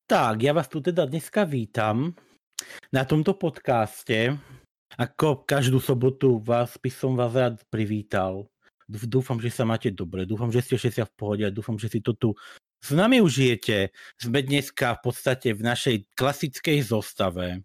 Tak, ja vás tu teda dneska vítam na tomto podcaste. Ako každú sobotu by som vás rád privítal. Dúfam, že sa máte dobre, dúfam, že ste všetci v pohode a dúfam, že si to tu s nami užijete. Sme dneska v podstate v našej klasickej zostave.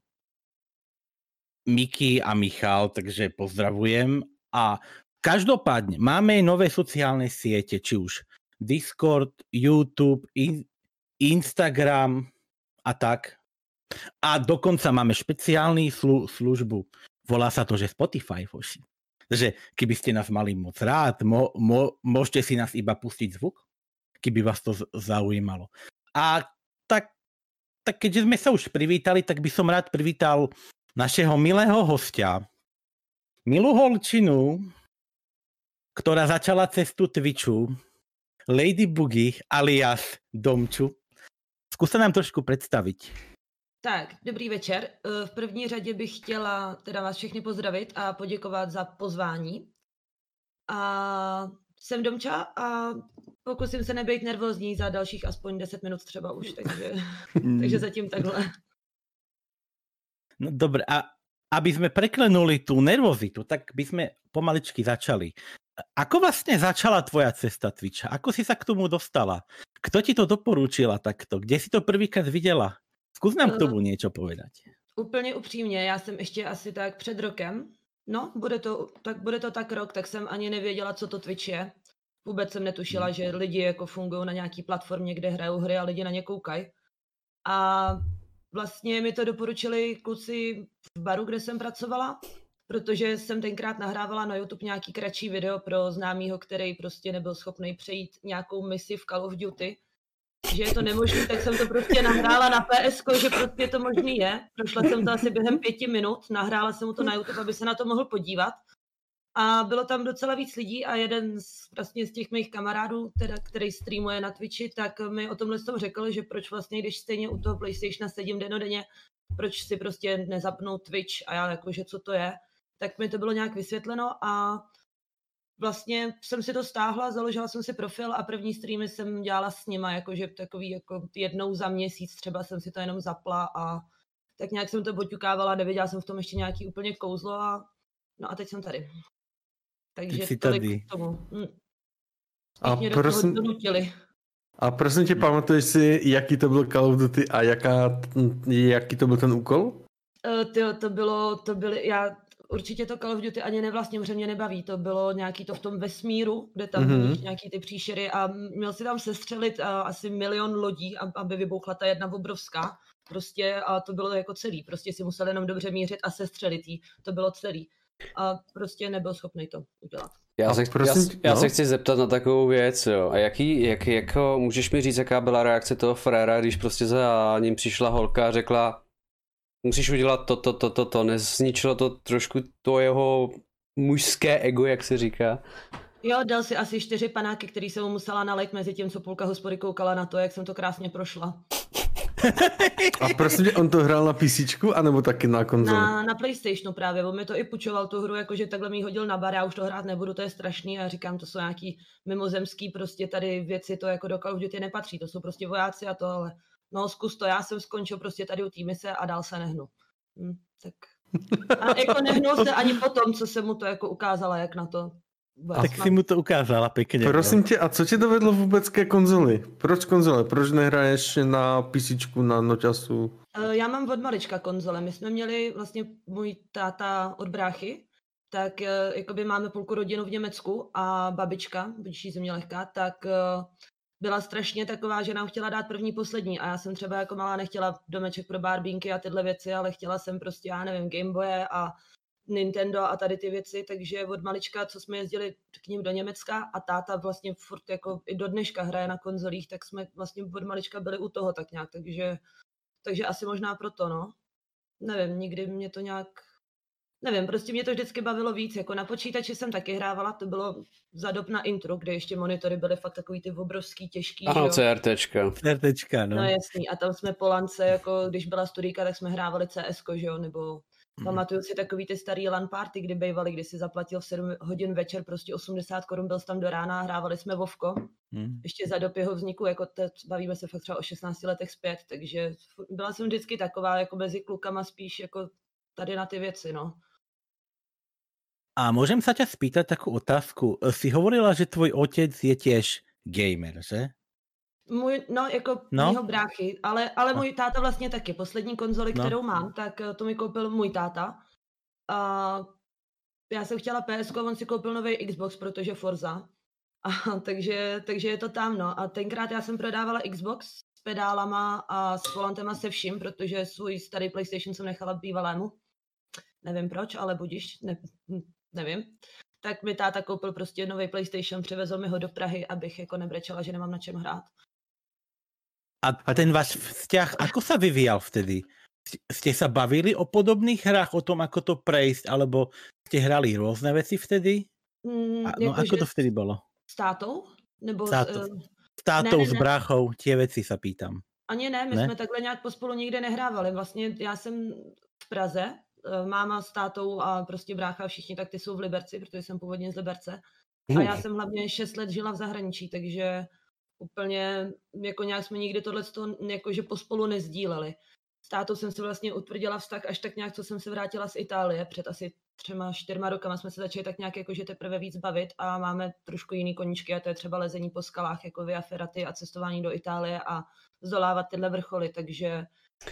Miki a Michal, takže pozdravujem. A každopádne máme nové sociálne siete, či už Discord, YouTube, Instagram a tak. A dokonca máme špeciálnu službu. Volá sa to, že Spotify. Takže keby ste nás mali moc rád, môžete si nás iba pustiť zvuk, keby vás to zaujímalo. A tak keďže sme sa už privítali, tak by som rád privítal našeho milého hostia, milú holčinu, ktorá začala cestu Twitchu, Lady Boogie alias Domču. Zkuste nám trošku představit. Tak, dobrý večer. V první řadě bych chtěla teda vás všechny pozdravit a poděkovat za pozvání. A jsem Domča a pokusím se nebejt nervózní za dalších aspoň 10 minut třeba už, takže zatím takhle. No dobré, a aby sme preklenuli tú nervozitu, tak by sme pomaličky začali. Ako vlastne začala tvoja cesta Twitcha? Ako si sa k tomu dostala? Kto ti to doporučila takto? Kde si to prvýkrát viděla? Zkus nám k tomu něco povedať. Úplně upřímně, já jsem ještě asi tak před rokem, no, bude to tak rok, tak jsem ani nevěděla, co to Twitch je. Vůbec jsem netušila, že lidi jako fungují na nějaký platformě, kde hrajou hry a lidi na ně koukají. A vlastně mi to doporučili kluci v baru, kde jsem pracovala, protože jsem tenkrát nahrávala na YouTube nějaký kratší video pro známýho, který prostě nebyl schopný přejít nějakou misi v Call of Duty, že je to nemožné, tak jsem to prostě nahrála na PSko, že prostě to možný je. Prošla jsem to asi během 5 minut, nahrála jsem mu to na YouTube, aby se na to mohl podívat. A bylo tam docela víc lidí a jeden z těch mých kamarádů, teda, který streamuje na Twitchi, tak mi o tomhle tom řekl, že proč vlastně, když stejně u toho PlayStationa sedím dennodenně, proč si prostě nezapnout Twitch a já jakože co to je, tak mi to bylo nějak vysvětleno a vlastně jsem si to stáhla, založila jsem si profil a první streamy jsem dělala s nima, jakože takový jako jednou za měsíc třeba jsem si to jenom zapla a tak nějak jsem to poťukávala, nevěděla jsem v tom ještě nějaký úplně kouzlo a no a teď jsem tady. Takže tolik k tomu. A prosím, a prosím tě, pamatuješ si, jaký to byl Call of Duty a jaký to byl ten úkol? Určitě to Call of Duty ani nevlastním, protože mě nebaví. To bylo nějaký to v tom vesmíru, kde tam byly nějaký ty příšery a měl si tam sestřelit asi 1 000 000 lodí, aby vybouchla ta jedna obrovská. Prostě a to bylo jako celý. Prostě si musel jenom dobře mířit a sestřelit jí. To bylo celý. A prostě nebyl schopný to udělat. Já se chci zeptat na takovou věc, jo. A jako můžeš mi říct, jaká byla reakce toho fréra, když prostě za ním přišla holka a řekla, musíš udělat to, nezničilo to trošku to jeho mužské ego, jak se říká? Jo, dal si asi 4 panáky, který jsem mu musela nalejt mezi tím, co půlka hospody koukala na to, jak jsem to krásně prošla. A prosím tě, on to hrál na PCčku, anebo taky na konzoli? Na PlayStationu právě, on mi to i půjčoval tu hru, jakože takhle mi hodil na bar, já už to hrát nebudu, to je strašný a říkám, to jsou nějaký mimozemský prostě tady věci, to jako do Call of Duty nepatří, to jsou prostě vojáci a to, ale no zkus to, já jsem skončil prostě tady u té mise a dál se nehnu. Tak. A jako nehnul se ani potom, co jsem mu to jako ukázala, jak na to. Tak si mu to ukázala pěkně. Prosím tě, a co tě dovedlo vůbec ke konzoli? Proč konzole? Proč nehraješ na PCčku, na noťasu? Já mám od malička konzole. My jsme měli vlastně můj táta od bráchy, tak jakoby máme půlku rodinu v Německu a babička, když jí země lehká, tak byla strašně taková, že nám chtěla dát první, poslední a já jsem třeba jako malá nechtěla domeček pro barbínky a tyhle věci, ale chtěla jsem prostě, já nevím, Gameboye a Nintendo a tady ty věci, takže od malička, co jsme jezdili k ním do Německa a táta vlastně furt jako i do dneška hraje na konzolích, tak jsme vlastně od malička byli u toho tak nějak, takže asi možná proto, no. Nevím, nikdy mě to nějak, nevím, prostě mě to vždycky bavilo víc, jako na počítači jsem taky hrávala, to bylo za dob na intro, kde ještě monitory byly fakt takový ty obrovský, těžký, ano, CRTčka, no. No jasný, a tam jsme po lance, jako když byla studijka, tak jsme hrávali CSko, že jo, nebo Pamatuju si takový ty starý LAN party, kdy bývaly, kdy si zaplatil v 7 hodin večer prostě 80 korun, byl jsi tam do rána a hrávali jsme Vovko. Ještě za dob jeho vzniku, jako teď bavíme se fakt třeba o 16 letech zpět, takže byla jsem vždycky taková jako mezi klukama spíš jako tady na ty věci, no. A môžem sa ťa spýtať takú otázku. Si hovorila, že tvoj otec je tiež gamer, že? Mýho bráchy, ale můj táta vlastně taky. Poslední konzoli, kterou mám, tak to mi koupil můj táta. A já jsem chtěla PS, on si koupil nový Xbox, protože Forza. A takže je to tam, no. A tenkrát já jsem prodávala Xbox s pedálama a s volantema se vším, protože svůj starý PlayStation jsem nechala bývalému. Nevím proč, ale budiš, nevím. Tak mi táta koupil prostě nový PlayStation, přivezl mi ho do Prahy, abych jako nebrečela, že nemám na čem hrát. A ten váš vzťah, ako sa vyvíjal vtedy? Ste sa bavili o podobných hrách, o tom, ako to prejsť, alebo ste hrali rôzne veci vtedy? Ako to vtedy bolo? S tátou? Nebo s tátou, s bráchou, tie veci sa pýtam. Ani ne, my jsme takhle nějak pospolu nikde nehrávali. Vlastně já jsem v Praze, máma s tátou a prostě brácha všichni, tak ty jsou v Liberci, protože jsem původně z Liberce. A já jsem hlavně 6 let žila v zahraničí, takže úplně jako nějak jsme nikdy tohleto jakože pospolu nezdíleli. S tátou jsem si vlastně utvrdila vztah až tak nějak, co jsem se vrátila z Itálie. Před asi 3-4 rokama jsme se začali tak nějak jakože teprve víc bavit a máme trošku jiný koníčky a to je třeba lezení po skalách jako Via Ferrati a cestování do Itálie a zdolávat tyhle vrcholy, takže...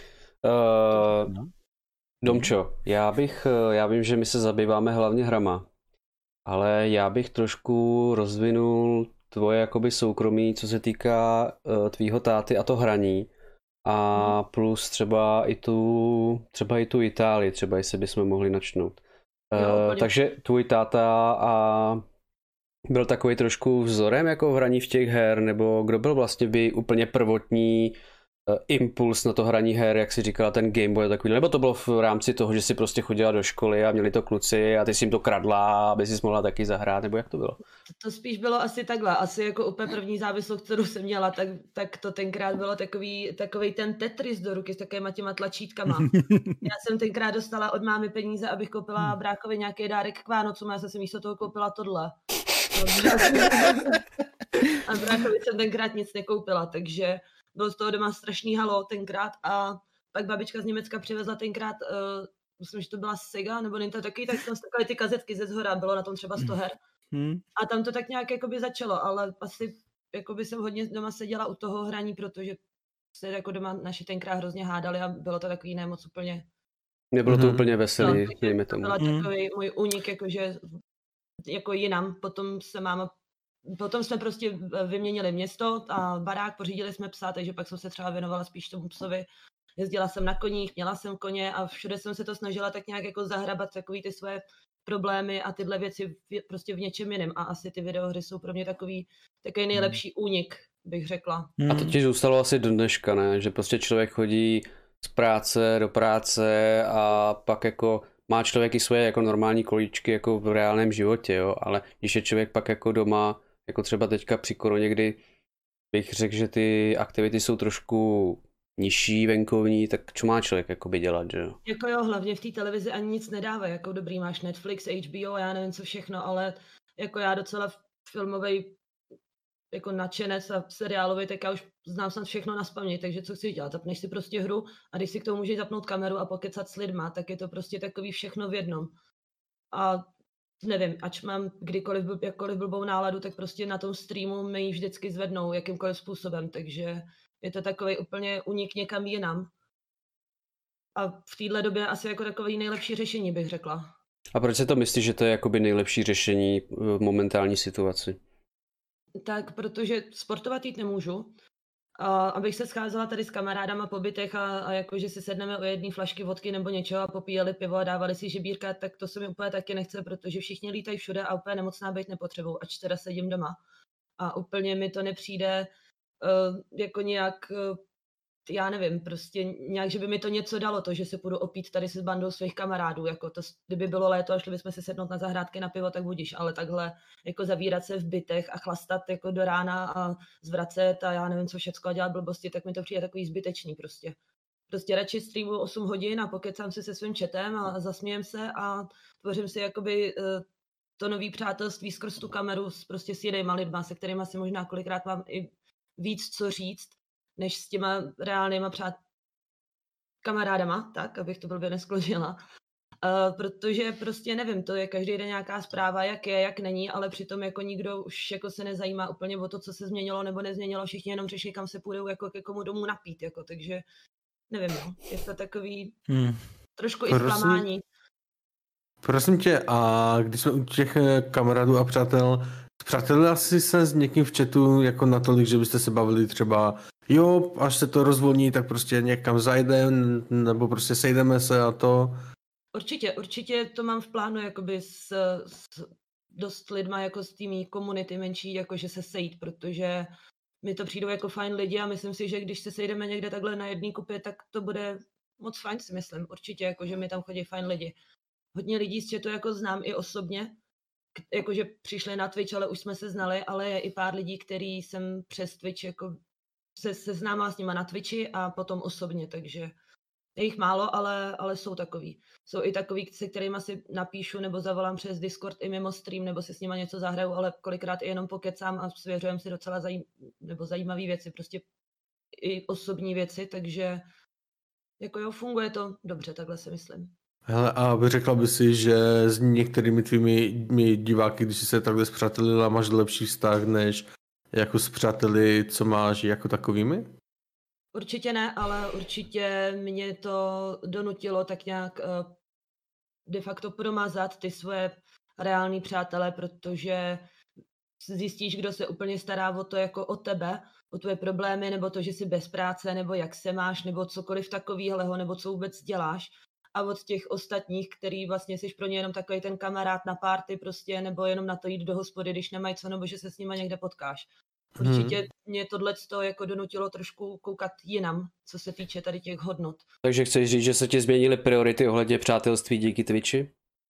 Domčo, já vím, že my se zabýváme hlavně hrama, ale já bych trošku rozvinul tvoje jakoby soukromí, co se týká tvýho táty a to hraní a plus třeba i tu Itálii, třeba jestli bychom mohli načnout. Takže tvůj táta byl takový trošku vzorem jako v hraní v těch her, nebo kdo byl vlastně by úplně prvotní impuls na to hraní her, jak si říkala, ten Game Boy takový, nebo to bylo v rámci toho, že si prostě chodila do školy a měli to kluci a ty si jim to kradla, aby si mohla taky zahrát, nebo jak to bylo? To spíš bylo asi takhle, asi jako úplně první závislost, kterou jsem měla, tak to tenkrát bylo takový ten Tetris do ruky s takovýma těma tlačítkama. Já jsem tenkrát dostala od mámy peníze, abych koupila bráchovi nějaký dárek k Vánocům, já jsem si místo toho koupila tohle. A bráchovi jsem tenkrát nic nekoupila, takže bylo z toho doma strašný halo tenkrát a pak babička z Německa přivezla tenkrát, myslím, že to byla Sega nebo Nintendo taky, tak tam stakaly ty kazetky ze zhora, bylo na tom třeba 100 her. A tam to tak nějak jakoby začalo, ale asi jakoby jsem hodně doma seděla u toho hraní, protože se jako doma naši tenkrát hrozně hádali a bylo to takový nemoc úplně... Nebylo to úplně veselý, dejme tomu. To byl takový můj únik, jakože jako jinam, Potom jsme prostě vyměnili město a barák, pořídili jsme psa, takže pak jsem se třeba věnovala spíš tomu psovi. Jezdila jsem na koních, měla jsem koně a všude jsem se to snažila tak nějak jako zahrabat takový ty svoje problémy a tyhle věci prostě v něčem jiném. A asi ty videohry jsou pro mě takový nejlepší únik, bych řekla. A to ti zůstalo asi do dneška, ne? Že prostě člověk chodí z práce do práce a pak jako má člověk i svoje jako normální kolíčky jako v reálném životě, jo? Ale když je člověk pak jako doma, jako třeba teďka při koroně, kdy bych řekl, že ty aktivity jsou trošku nižší, venkovní, tak co má člověk jakoby dělat, že jo? Jako jo, hlavně v té televizi ani nic nedává, jako dobrý máš Netflix, HBO, já nevím co všechno, ale jako já docela filmovej jako nadšenec a seriálový, tak já už znám snad všechno naspaměť, takže co chci dělat, zapneš si prostě hru a když si k tomu můžeš zapnout kameru a pokecat s lidma, tak je to prostě takový všechno v jednom. A nevím, ač mám jakkoliv blbou náladu, tak prostě na tom streamu mi ji vždycky zvednou jakýmkoliv způsobem, takže je to takový úplně unik někam jinam. A v téhle době asi jako takový nejlepší řešení, bych řekla. A proč si to myslíš, že to je jakoby nejlepší řešení v momentální situaci? Tak protože sportovat jít nemůžu. A abych se scházela tady s kamarádama po bytech a jakože si sedneme o jedné flašky vodky nebo něčeho a popíjeli pivo a dávali si žebírka, tak to se mi úplně taky nechce, protože všichni lítají všude a úplně nemocná být nepotřebují, ač teda sedím doma. A úplně mi to nepřijde jako nějak, já nevím, prostě nějak, že by mi to něco dalo, to, že se půjdu opít tady s bandou svých kamarádů, jako to, kdyby bylo léto a šli bychom se sednout na zahrádky na pivo, tak budíš, ale takhle jako zavírat se v bytech a chlastat jako do rána a zvracet a já nevím co všecko a dělat blbosti, tak mi to přijde takový zbytečný prostě. prostě radši streamuju 8 hodin a pokecám si se svým chatem a zasmějem se a tvořím si jakoby to nový přátelství skrz tu kameru prostě s jinýma lidma, se kterýma si možná kolikrát mám i víc co říct, než s těma reálnýma kamarádama, tak, abych to blbě neskložila. Protože prostě nevím, to je každý den nějaká zpráva, jak je, jak není, ale přitom jako nikdo už jako se nezajímá úplně o to, co se změnilo nebo nezměnilo, všichni jenom řeší, kam se půjdou jako ke komu domů napít, jako, takže nevím, no, je to takový trošku i zklamání. Prosím tě, a když jsme u těch kamarádů a přátel, přátelila jsi se s někým v chatu jako natolik, že byste se bavili třeba jo, až se to rozvolní, tak prostě někam zajdeme, nebo prostě sejdeme se a to? Určitě to mám v plánu jakoby s dost lidma jako z tými komunity menší, jakože se sejít, protože mi to přijdou jako fajn lidi a myslím si, že když se sejdeme někde takhle na jedné kupě, tak to bude moc fajn, si myslím. Určitě, jakože mi tam chodí fajn lidi. Hodně lidí z chatu jako znám i osobně, jakože přišli na Twitch, ale už jsme se znali, ale je i pár lidí, který jsem přes Twitch jako se seznámila s nima na Twitchi a potom osobně, takže je jich málo, ale jsou takový. Jsou i takový, se kterými si napíšu nebo zavolám přes Discord i mimo stream, nebo si s nima něco zahraju, ale kolikrát i jenom pokecám a svěřujeme si docela zajímavé věci, prostě i osobní věci, takže jako jo, funguje to dobře, takhle si myslím. Hele, a řekla by si, že s některými tvými diváky, když jsi se takhle spřátelila, máš lepší vztah, než jako s přáteli, co máš jako takovými? Určitě ne, ale určitě mě to donutilo tak nějak de facto promazat ty svoje reální přátelé, protože zjistíš, kdo se úplně stará o to jako o tebe, o tvoje problémy, nebo to, že jsi bez práce, nebo jak se máš, nebo cokoliv takového, nebo co vůbec děláš. A od těch ostatních, který vlastně jsi pro ně jenom takový ten kamarád na party prostě, nebo jenom na to jít do hospody, když nemají co, nebo že se s nima někde potkáš. Určitě mě tohleto jako donutilo trošku koukat jinam, co se týče tady těch hodnot. Takže chceš říct, že se ti změnily priority ohledně přátelství díky Twitchi?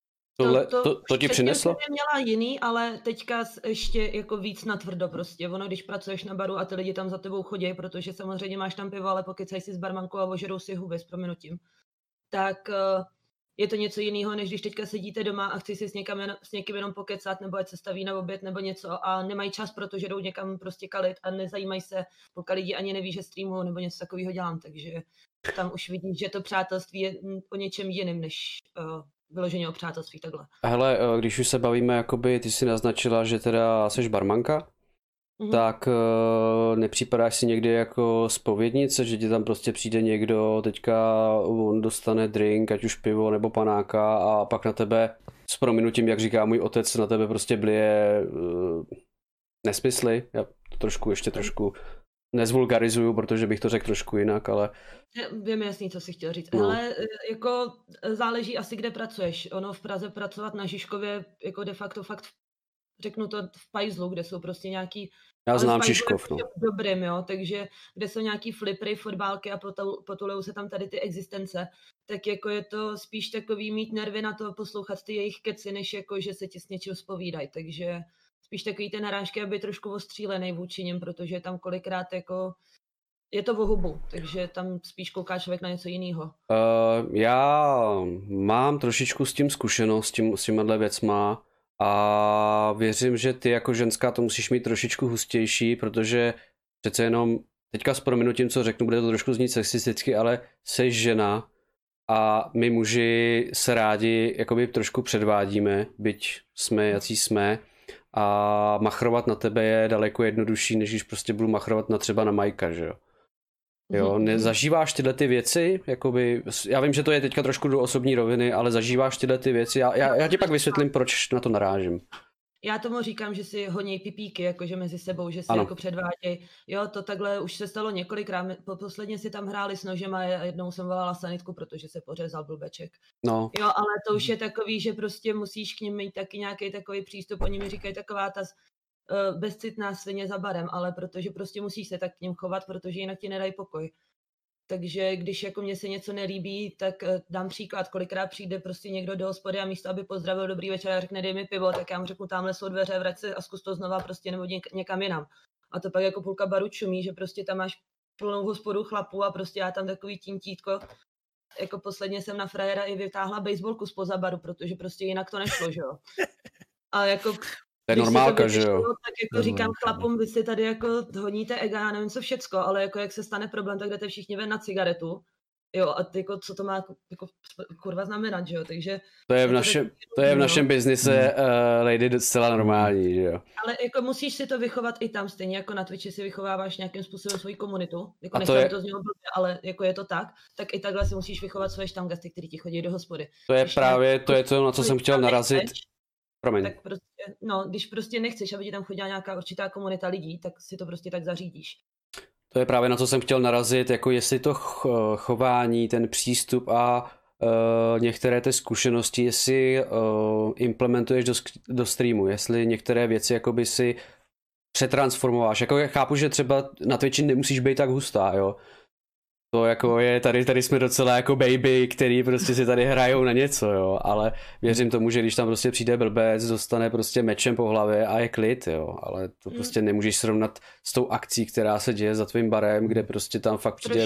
To ti přineslo? Jsem měla jiný, ale teďka ještě jako víc natvrdo prostě. Ono, když pracuješ na baru a ty lidi tam za tebou chodí, protože samozřejmě máš tam pivo, ale pokycají si s barmankou a ožerou si huby s prominutím, tak je to něco jiného, než když teďka sedíte doma a chci si s někým jenom pokecat, nebo ať se staví na oběd nebo něco a nemají čas, protože jdou někam prostě kalit a nezajímají se, pokud lidi ani neví, že streamuju nebo něco takového dělám, takže tam už vidíš, že to přátelství je o něčem jiným, než vyloženě o přátelství takhle. Hele, když už se bavíme, jakoby ty si naznačila, že teda seš barmanka, tak nepřipadáš si někdy jako zpovědnice, že ti tam prostě přijde někdo, teďka on dostane drink, ať už pivo nebo panáka a pak na tebe s prominutím, jak říká můj otec, na tebe prostě blije nesmysly. Já to ještě trošku nezvulgarizuju, protože bych to řekl trošku jinak, ale... Vím jasný, co jsi chtěl říct. No. Ale jako záleží asi, kde pracuješ. Ono v Praze pracovat na Žižkově jako de facto fakt řeknu to v Pajzlu, kde jsou prostě nějaký... Já znám Žižkov, no. Dobrým, jo, takže kde jsou nějaký flipry, fotbálky a potulujou se tam tady ty existence, tak jako je to spíš takový mít nervy na to poslouchat ty jejich keci, než jako, že se ti s něčím zpovídají, takže spíš takový ty narážky, aby trošku ostřílený vůči něm, protože tam kolikrát jako je to o hubu, takže tam spíš kouká člověk na něco jiného. Já mám trošičku s tím zkušenost, s těma věcma, a věřím, že ty jako ženská to musíš mít trošičku hustější, protože přece jenom, teďka s prominutím, co řeknu, bude to trošku znít sexisticky, ale jsi žena a my muži se rádi jakoby trošku předvádíme, byť jsme, jací jsme, a machrovat na tebe je daleko jednodušší, než když prostě budu machrovat třeba na Majka, že jo. Jo, zažíváš tyhle ty věci, jakoby, já vím, že to je teďka trošku do osobní roviny, ale zažíváš tyhle ty věci, já ti pak vysvětlím, proč na to narážím. Já tomu říkám, že si honí pipíky, jakože mezi sebou, že si jako předvádějí. Jo, to takhle už se stalo několikrát, posledně si tam hráli s nožem a jednou jsem volala sanitku, protože se pořezal blbeček. No. Jo, ale to už je takový, že prostě musíš k nim mít taky nějaký takový přístup, oni mi říkají taková ta bezcitná svině za barem, ale protože prostě musíš se tak k ním chovat, protože jinak ti nedají pokoj. Takže když jako mně se něco nelíbí, tak dám příklad, kolikrát přijde prostě někdo do hospody a místo, aby pozdravil dobrý večer a řekne dej mi pivo, tak já mu řeknu tamhle jsou dveře, vrať se a zkus to znova prostě nebo někam jinam. A to pak jako půlka baru čumí, že prostě tam máš plnou hospodu chlapů a prostě já tam takový títko, jako posledně jsem na frajera i vytáhla baseballku spoza baru, protože prostě jinak to nešlo, že jo. A jako to je normálka, že jo. Tak jako říkám chlapům, vy si tady jako honíte ega, já nevím co všecko, ale jako jak se stane problém, tak jdete všichni ven na cigaretu. Jo, a jako, co to má jako, kurva znamenat, že jo, takže... To je v našem biznise lady docela normální, že jo. Ale jako musíš si to vychovat i tam, stejně jako na Twitchi si vychováváš nějakým způsobem svoji komunitu, jako nechci to znělo blbě, ale jako je to tak i takhle si musíš vychovat svoje štamgasty, který ti chodí do hospody. To je právě, to je to, na co jsem chtěl narazit. Promiň. Tak prostě, no, když prostě nechceš, aby ti tam chodila nějaká určitá komunita lidí, tak si to prostě tak zařídíš. To je právě na co jsem chtěl narazit, jako jestli to chování, ten přístup a některé ty zkušenosti, jestli implementuješ do streamu, jestli některé věci jakoby si přetransformováš. Jako já chápu, že třeba na Twitchi nemusíš být tak hustá, jo. To jako je, tady jsme docela jako baby, který prostě si tady hrajou na něco, jo, ale věřím tomu, že když tam prostě přijde blbec, dostane prostě mečem po hlavě a je klid, jo, ale to prostě nemůžeš srovnat s tou akcí, která se děje za tvým barem, kde prostě tam fakt přijde...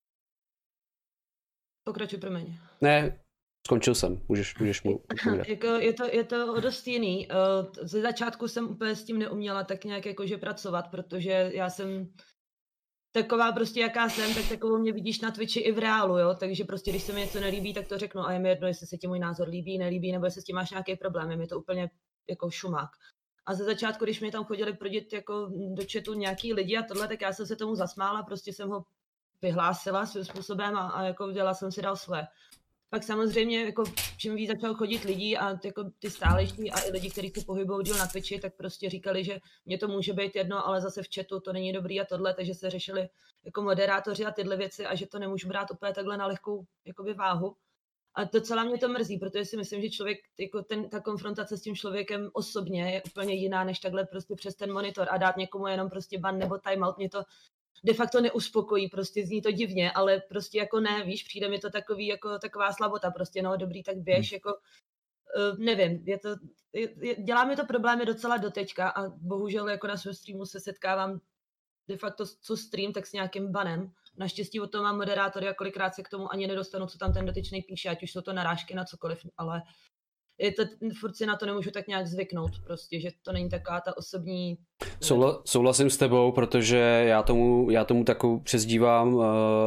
Pokračuj, promiň. Ne, skončil jsem, můžeš mu jako je to o dost jiný. Ze začátku jsem úplně s tím neuměla tak nějak jakože pracovat, protože já jsem taková prostě jaká jsem, tak takovou mě vidíš na Twitchi i v reálu, jo, takže prostě když se mi něco nelíbí, tak to řeknu a je mi jedno, jestli se ti můj názor líbí, nelíbí, nebo jestli s tím máš nějaký problém, je mi to úplně jako šumák. A ze začátku, když mi tam chodili prodit jako do chatu nějaký lidi a tohle, tak já jsem se tomu zasmála, prostě jsem ho vyhlásila svým způsobem a jako dělala jsem si dál svoje. Pak samozřejmě, jako čím víc začal chodit lidí a jako ty stálejší a i lidi, kteří se pohybují díl na Twitchi, tak prostě říkali, že mě to může být jedno, ale zase v chatu to není dobrý a tohle, takže se řešili jako moderátoři a tyhle věci a že to nemůžu brát úplně takhle na lehkou jakoby váhu. A docela mě to mrzí, protože si myslím, že člověk, jako ta konfrontace s tím člověkem osobně je úplně jiná, než takhle prostě přes ten monitor a dát někomu jenom prostě ban nebo timeout, mě to de facto neuspokojí, prostě zní to divně, ale prostě jako ne, víš, přijde mi to takový, jako taková slabota, prostě no dobrý, tak běž, jako nevím, dělá mi to problémy docela doteďka a bohužel jako na svém streamu se setkávám de facto co stream, tak s nějakým banem. Naštěstí od toho mám moderátory a kolikrát se k tomu ani nedostanu, co tam ten dotyčný píše, ať už jsou to narážky na cokoliv, ale furt si na to nemůžu tak nějak zvyknout, prostě, že to není taková ta osobní... Souhlasím s tebou, protože já tomu takovou přezdívám,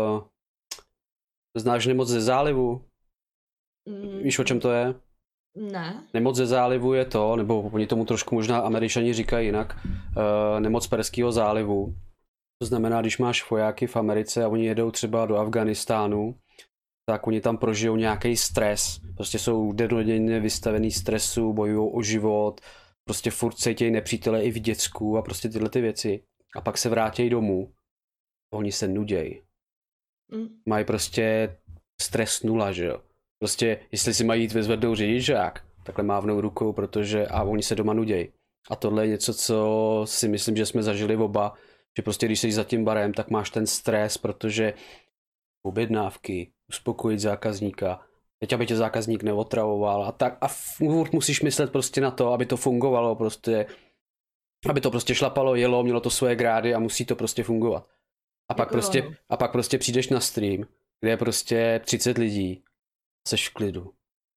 znáš Nemoc ze zálivu? Víš, o čem to je? Ne. Nemoc ze zálivu je to, nebo oni tomu trošku možná Američani říkají jinak, nemoc Perského zálivu. To znamená, když máš vojáky v Americe a oni jedou třeba do Afghánistánu, tak oni tam prožijou nějaký stres. Prostě jsou dennodenně vystavený stresu, bojují o život, prostě furt cítějí nepřítele i v děcku a prostě tyhle ty věci. A pak se vrátí domů a oni se nudějí. Mají prostě stres nula, že jo. Prostě, jestli si mají jít vyzvednout řidičák, takhle mávnou rukou, protože a oni se doma nudějí. A tohle je něco, co si myslím, že jsme zažili oba, že prostě když jsi za tím barem, tak máš ten stres, protože objednávky, uspokojit zákazníka, teď aby tě zákazník neotravoval a tak a furt musíš myslet prostě na to, aby to fungovalo prostě, aby to prostě šlapalo, jelo, mělo to svoje grády a musí to prostě fungovat. A pak prostě přijdeš na stream, kde je prostě 30 lidí, seš v klidu.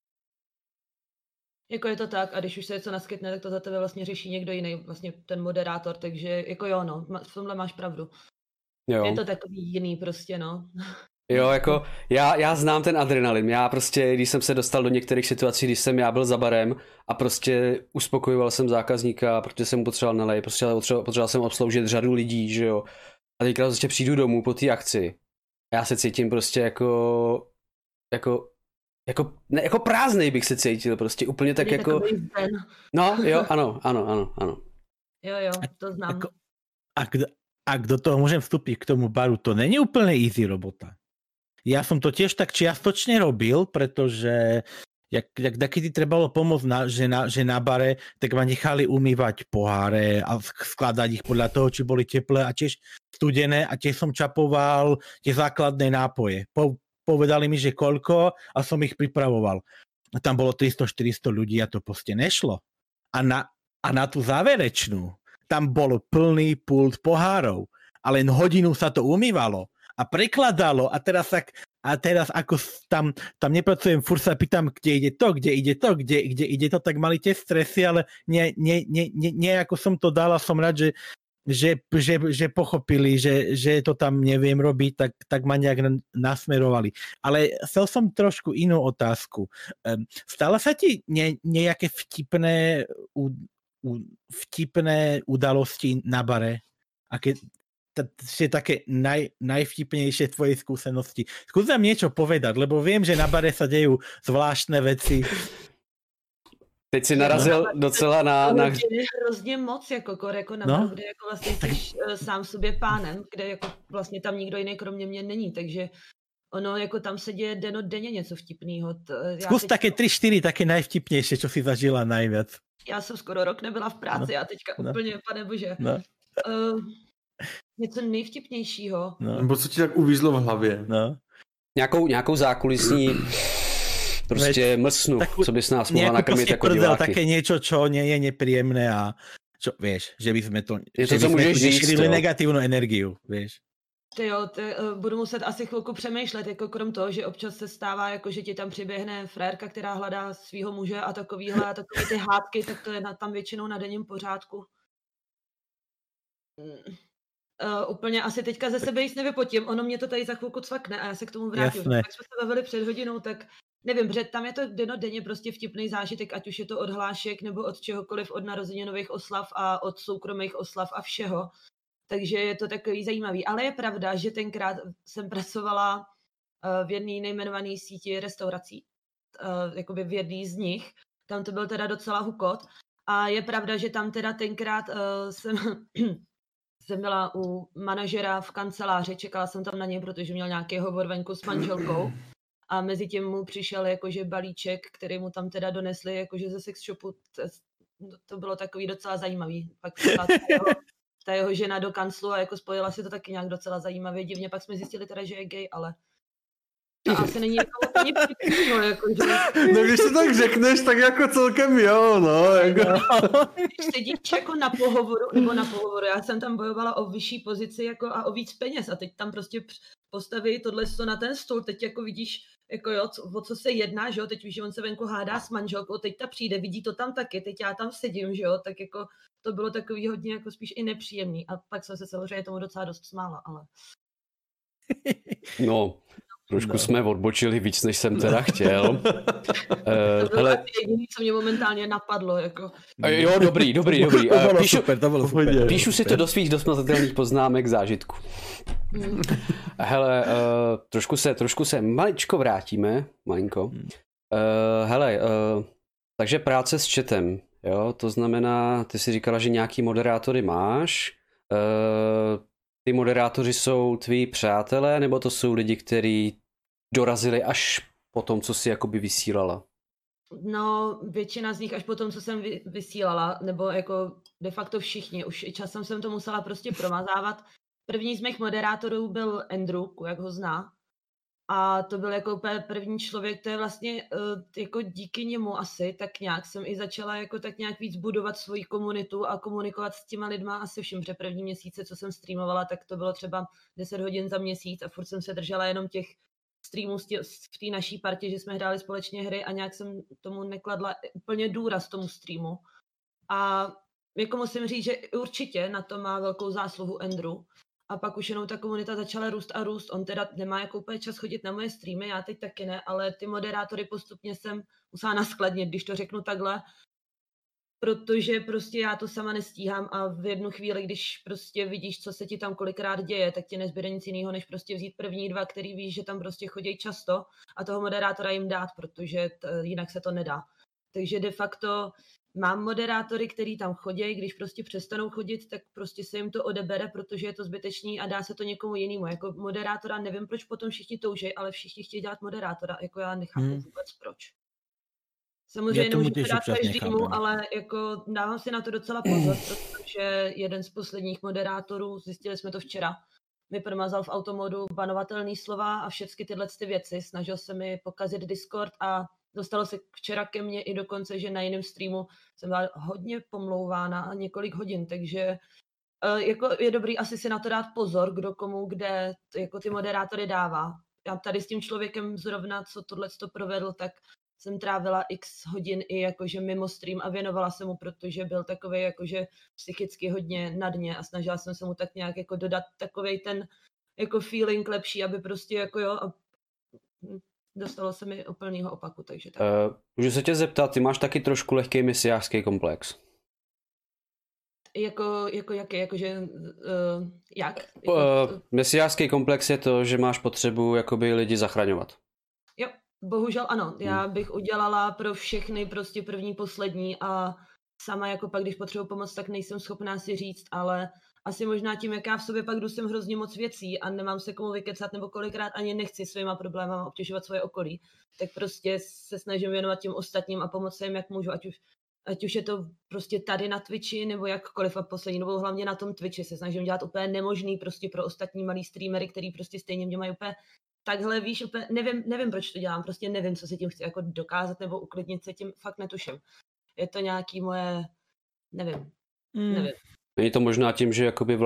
Jako je to tak a když už se něco naskytne, tak to za tebe vlastně řeší někdo jiný, vlastně ten moderátor, takže jako jo no, v tomhle máš pravdu. Jo. Je to takový jiný prostě no. Jo, jako já znám ten adrenalin, já prostě, když jsem se dostal do některých situací, když jsem já byl za barem a prostě uspokojoval jsem zákazníka, protože jsem mu potřeboval nalej, prostě potřeboval jsem obsloužit řadu lidí, že jo. A teďka prostě přijdu domů po té akci a já se cítím prostě jako prázdnej bych se cítil, prostě úplně tak jako... No, jo, ano. Jo, to znám. Ak do toho môžem vstúpiť k tomu baru, to není úplne easy robota. Ja som to tiež tak čiastočne robil, pretože jak takedy trebalo pomôcť, že na bare, tak ma nechali umývať poháre a skladať ich podľa toho, či boli teplé a tiež studené a tiež som čapoval tie základné nápoje. Povedali mi, že koľko a som ich pripravoval. A tam bolo 300-400 ľudí a to proste nešlo. A na tú záverečnú tam bol plný pult pohárov a len hodinu sa to umývalo a prekladalo a teraz ako tam nepracujem, furt sa pýtam, kde ide to, tak mali tie stresy, ale nie ako som to dal a som rád, že pochopili, že to tam neviem robiť, tak ma nejak nasmerovali. Ale chcel som trošku inú otázku. Stala sa ti nejaké vtipné udalosti na bare? Aké také najvtipnejšie tvoje skúsenosti? Skús nám niečo povedať, lebo viem, že na bare sa dejú zvláštne veci. Teď si narazil docela na... Hrozně moc, jako na baru, kde jako vlastně jsi sám sobě pánem, kde jako vlastně tam nikdo jiný kromě mě není, takže ono jako tam se děje dennodenně něco vtipného. Zkus také 3-4, také najvtipnější, čo si zažila najviac. Já jsem skoro rok nebyla v práci, já teďka úplně, pane bože. Něco nejvtipnějšího. Nebo co ti tak uvízlo v hlavě? Nějakou zákulisní prostě mlsnu, co bys nás mohla nakrmit jako diváky. Také niečo, čo nie je nepríjemné a čo, vieš, že by sme to šírili negatívnu energiu, vieš. Budu muset asi chvilku přemýšlet, jako krom toho, že občas se stává, jako že ti tam přiběhne frérka, která hledá svýho muže a takové ty hádky, tak to je tam většinou na denním pořádku. Úplně asi teďka ze sebe jist nevypotím, ono mě to tady za chvilku cvakne a já se k tomu vrátím. Tak jsme se bavili před hodinou, tak nevím, protože tam je to dennodenně prostě vtipný zážitek, ať už je to od hlášek nebo od čehokoliv, od narozeninových oslav a od soukromých oslav a všeho. Takže je to takový zajímavý. Ale je pravda, že tenkrát jsem pracovala v jedné nejmenované síti restaurací, jakoby v jedné z nich. Tam to byl teda docela hukot. A je pravda, že tam teda tenkrát jsem byla u manažera v kanceláři, čekala jsem tam na něj, protože měl nějaký hovor venku s manželkou. A mezi tím mu přišel jakože balíček, který mu tam teda donesli jakože ze sex shopu. To bylo takový docela zajímavý. Pak ta jeho žena do kanclu a jako spojila si to taky nějak docela zajímavě. Divně pak jsme zjistili teda, že je gay, ale to asi není jako úplně vtipného, jakože. No když to tak řekneš, tak jako celkem jo, no. Jako. Když sedíš jako na pohovoru, já jsem tam bojovala o vyšší pozici jako a o víc peněz a teď tam prostě postaví tohle na ten stůl, teď jako vidíš, jako jo, o co se jedná, že jo, teď víš, že on se venku hádá s manželkou, teď ta přijde, vidí to tam taky, teď já tam sedím, že jo, tak jako to bylo takový hodně jako spíš i nepříjemný a pak jsem se samozřejmě tomu docela dost smála, ale... No, trošku jsme odbočili víc, než jsem teda chtěl. To bylo asi jediné, co mě momentálně napadlo, jako... Jo, dobrý. To bylo super. Píšu si to do svých dosmazatelných poznámek zážitku. Hele, trošku se maličko vrátíme, malinko. Takže práce s chatem, jo, to znamená, ty jsi říkala, že nějaký moderátory máš, ty moderátoři jsou tví přátelé, nebo to jsou lidi, kteří dorazili až po tom, co jsi jakoby vysílala? No, většina z nich až po tom, co jsem vysílala, nebo jako de facto všichni, už i časem jsem to musela prostě promazávat. První z mých moderátorů byl Andrew, jak ho zná. A to byl jako úplně první člověk, to je vlastně jako díky němu asi, tak nějak jsem i začala jako tak nějak víc budovat svoji komunitu a komunikovat s těma lidma asi vším, protože první měsíce, co jsem streamovala, tak to bylo třeba 10 hodin za měsíc a furt jsem se držela jenom těch streamů v té naší partě, že jsme hráli společně hry a nějak jsem tomu nekladla úplně důraz tomu streamu. A jako musím říct, že určitě na to má velkou zásluhu Andrew. A pak už jenom ta komunita začala růst a růst. On teda nemá jako úplně čas chodit na moje streamy, já teď taky ne, ale ty moderátory postupně jsem musela naskladnit, když to řeknu takhle, protože prostě já to sama nestíhám a v jednu chvíli, když prostě vidíš, co se ti tam kolikrát děje, tak ti nezbyde nic jiného, než prostě vzít první dva, který víš, že tam prostě chodí často a toho moderátora jim dát, protože jinak se to nedá. Takže de facto mám moderátory, který tam chodí, když prostě přestanou chodit, tak prostě se jim to odebere, protože je to zbytečný a dá se to někomu jinému. Jako moderátora nevím, proč potom všichni touží, ale všichni chtějí dělat moderátora. Jako já nechápu vůbec proč. Samozřejmě nemůžu to dát každému, ale jako dávám si na to docela pozor, protože jeden z posledních moderátorů, zjistili jsme to včera, mi promazal v automodu banovatelný slova a všechny tyhle věci. Snažil se mi pokazit Discord a dostalo se včera ke mně i dokonce, že na jiném streamu jsem byla hodně pomlouvána a několik hodin, takže Jako je dobrý asi si na to dát pozor, kdo komu kde jako ty moderátory dává. Já tady s tím člověkem zrovna, co tohleto provedl, tak jsem trávila x hodin i jakože mimo stream a věnovala se mu, protože byl takovej jakože psychicky hodně na dně a snažila jsem se mu tak nějak jako dodat takovej ten jako feeling lepší, aby prostě jako jo a dostalo se mi úplnýho opaku, takže tak. Můžu se tě zeptat, ty máš taky trošku lehký mesiářský komplex. Jako jaký, jakože jak? Mesiářský komplex je to, že máš potřebu jakoby lidi zachraňovat. Jo, bohužel ano. Já bych udělala pro všechny prostě první, poslední a sama jako pak, když potřebuji pomoc, tak nejsem schopná si říct, ale asi možná tím, jak já v sobě pak dusím hrozně moc věcí a nemám se komu vykecat nebo kolikrát ani nechci svýma problémama obtěžovat svoje okolí, tak prostě se snažím věnovat těm ostatním a pomoct jim, jak můžu, ať už je to prostě tady na Twitchi nebo jakkoliv a poslední dobou hlavně na tom Twitchi se snažím dělat úplně nemožný prostě pro ostatní malý streamery, který prostě stejně mě mají úplně takhle, víš, úplně, nevím, proč to dělám, prostě nevím, co si tím chci jako dokázat nebo uklidnit se tím, fakt netuším. Je to nějaký moje, nevím. Není to možná tím, že jakoby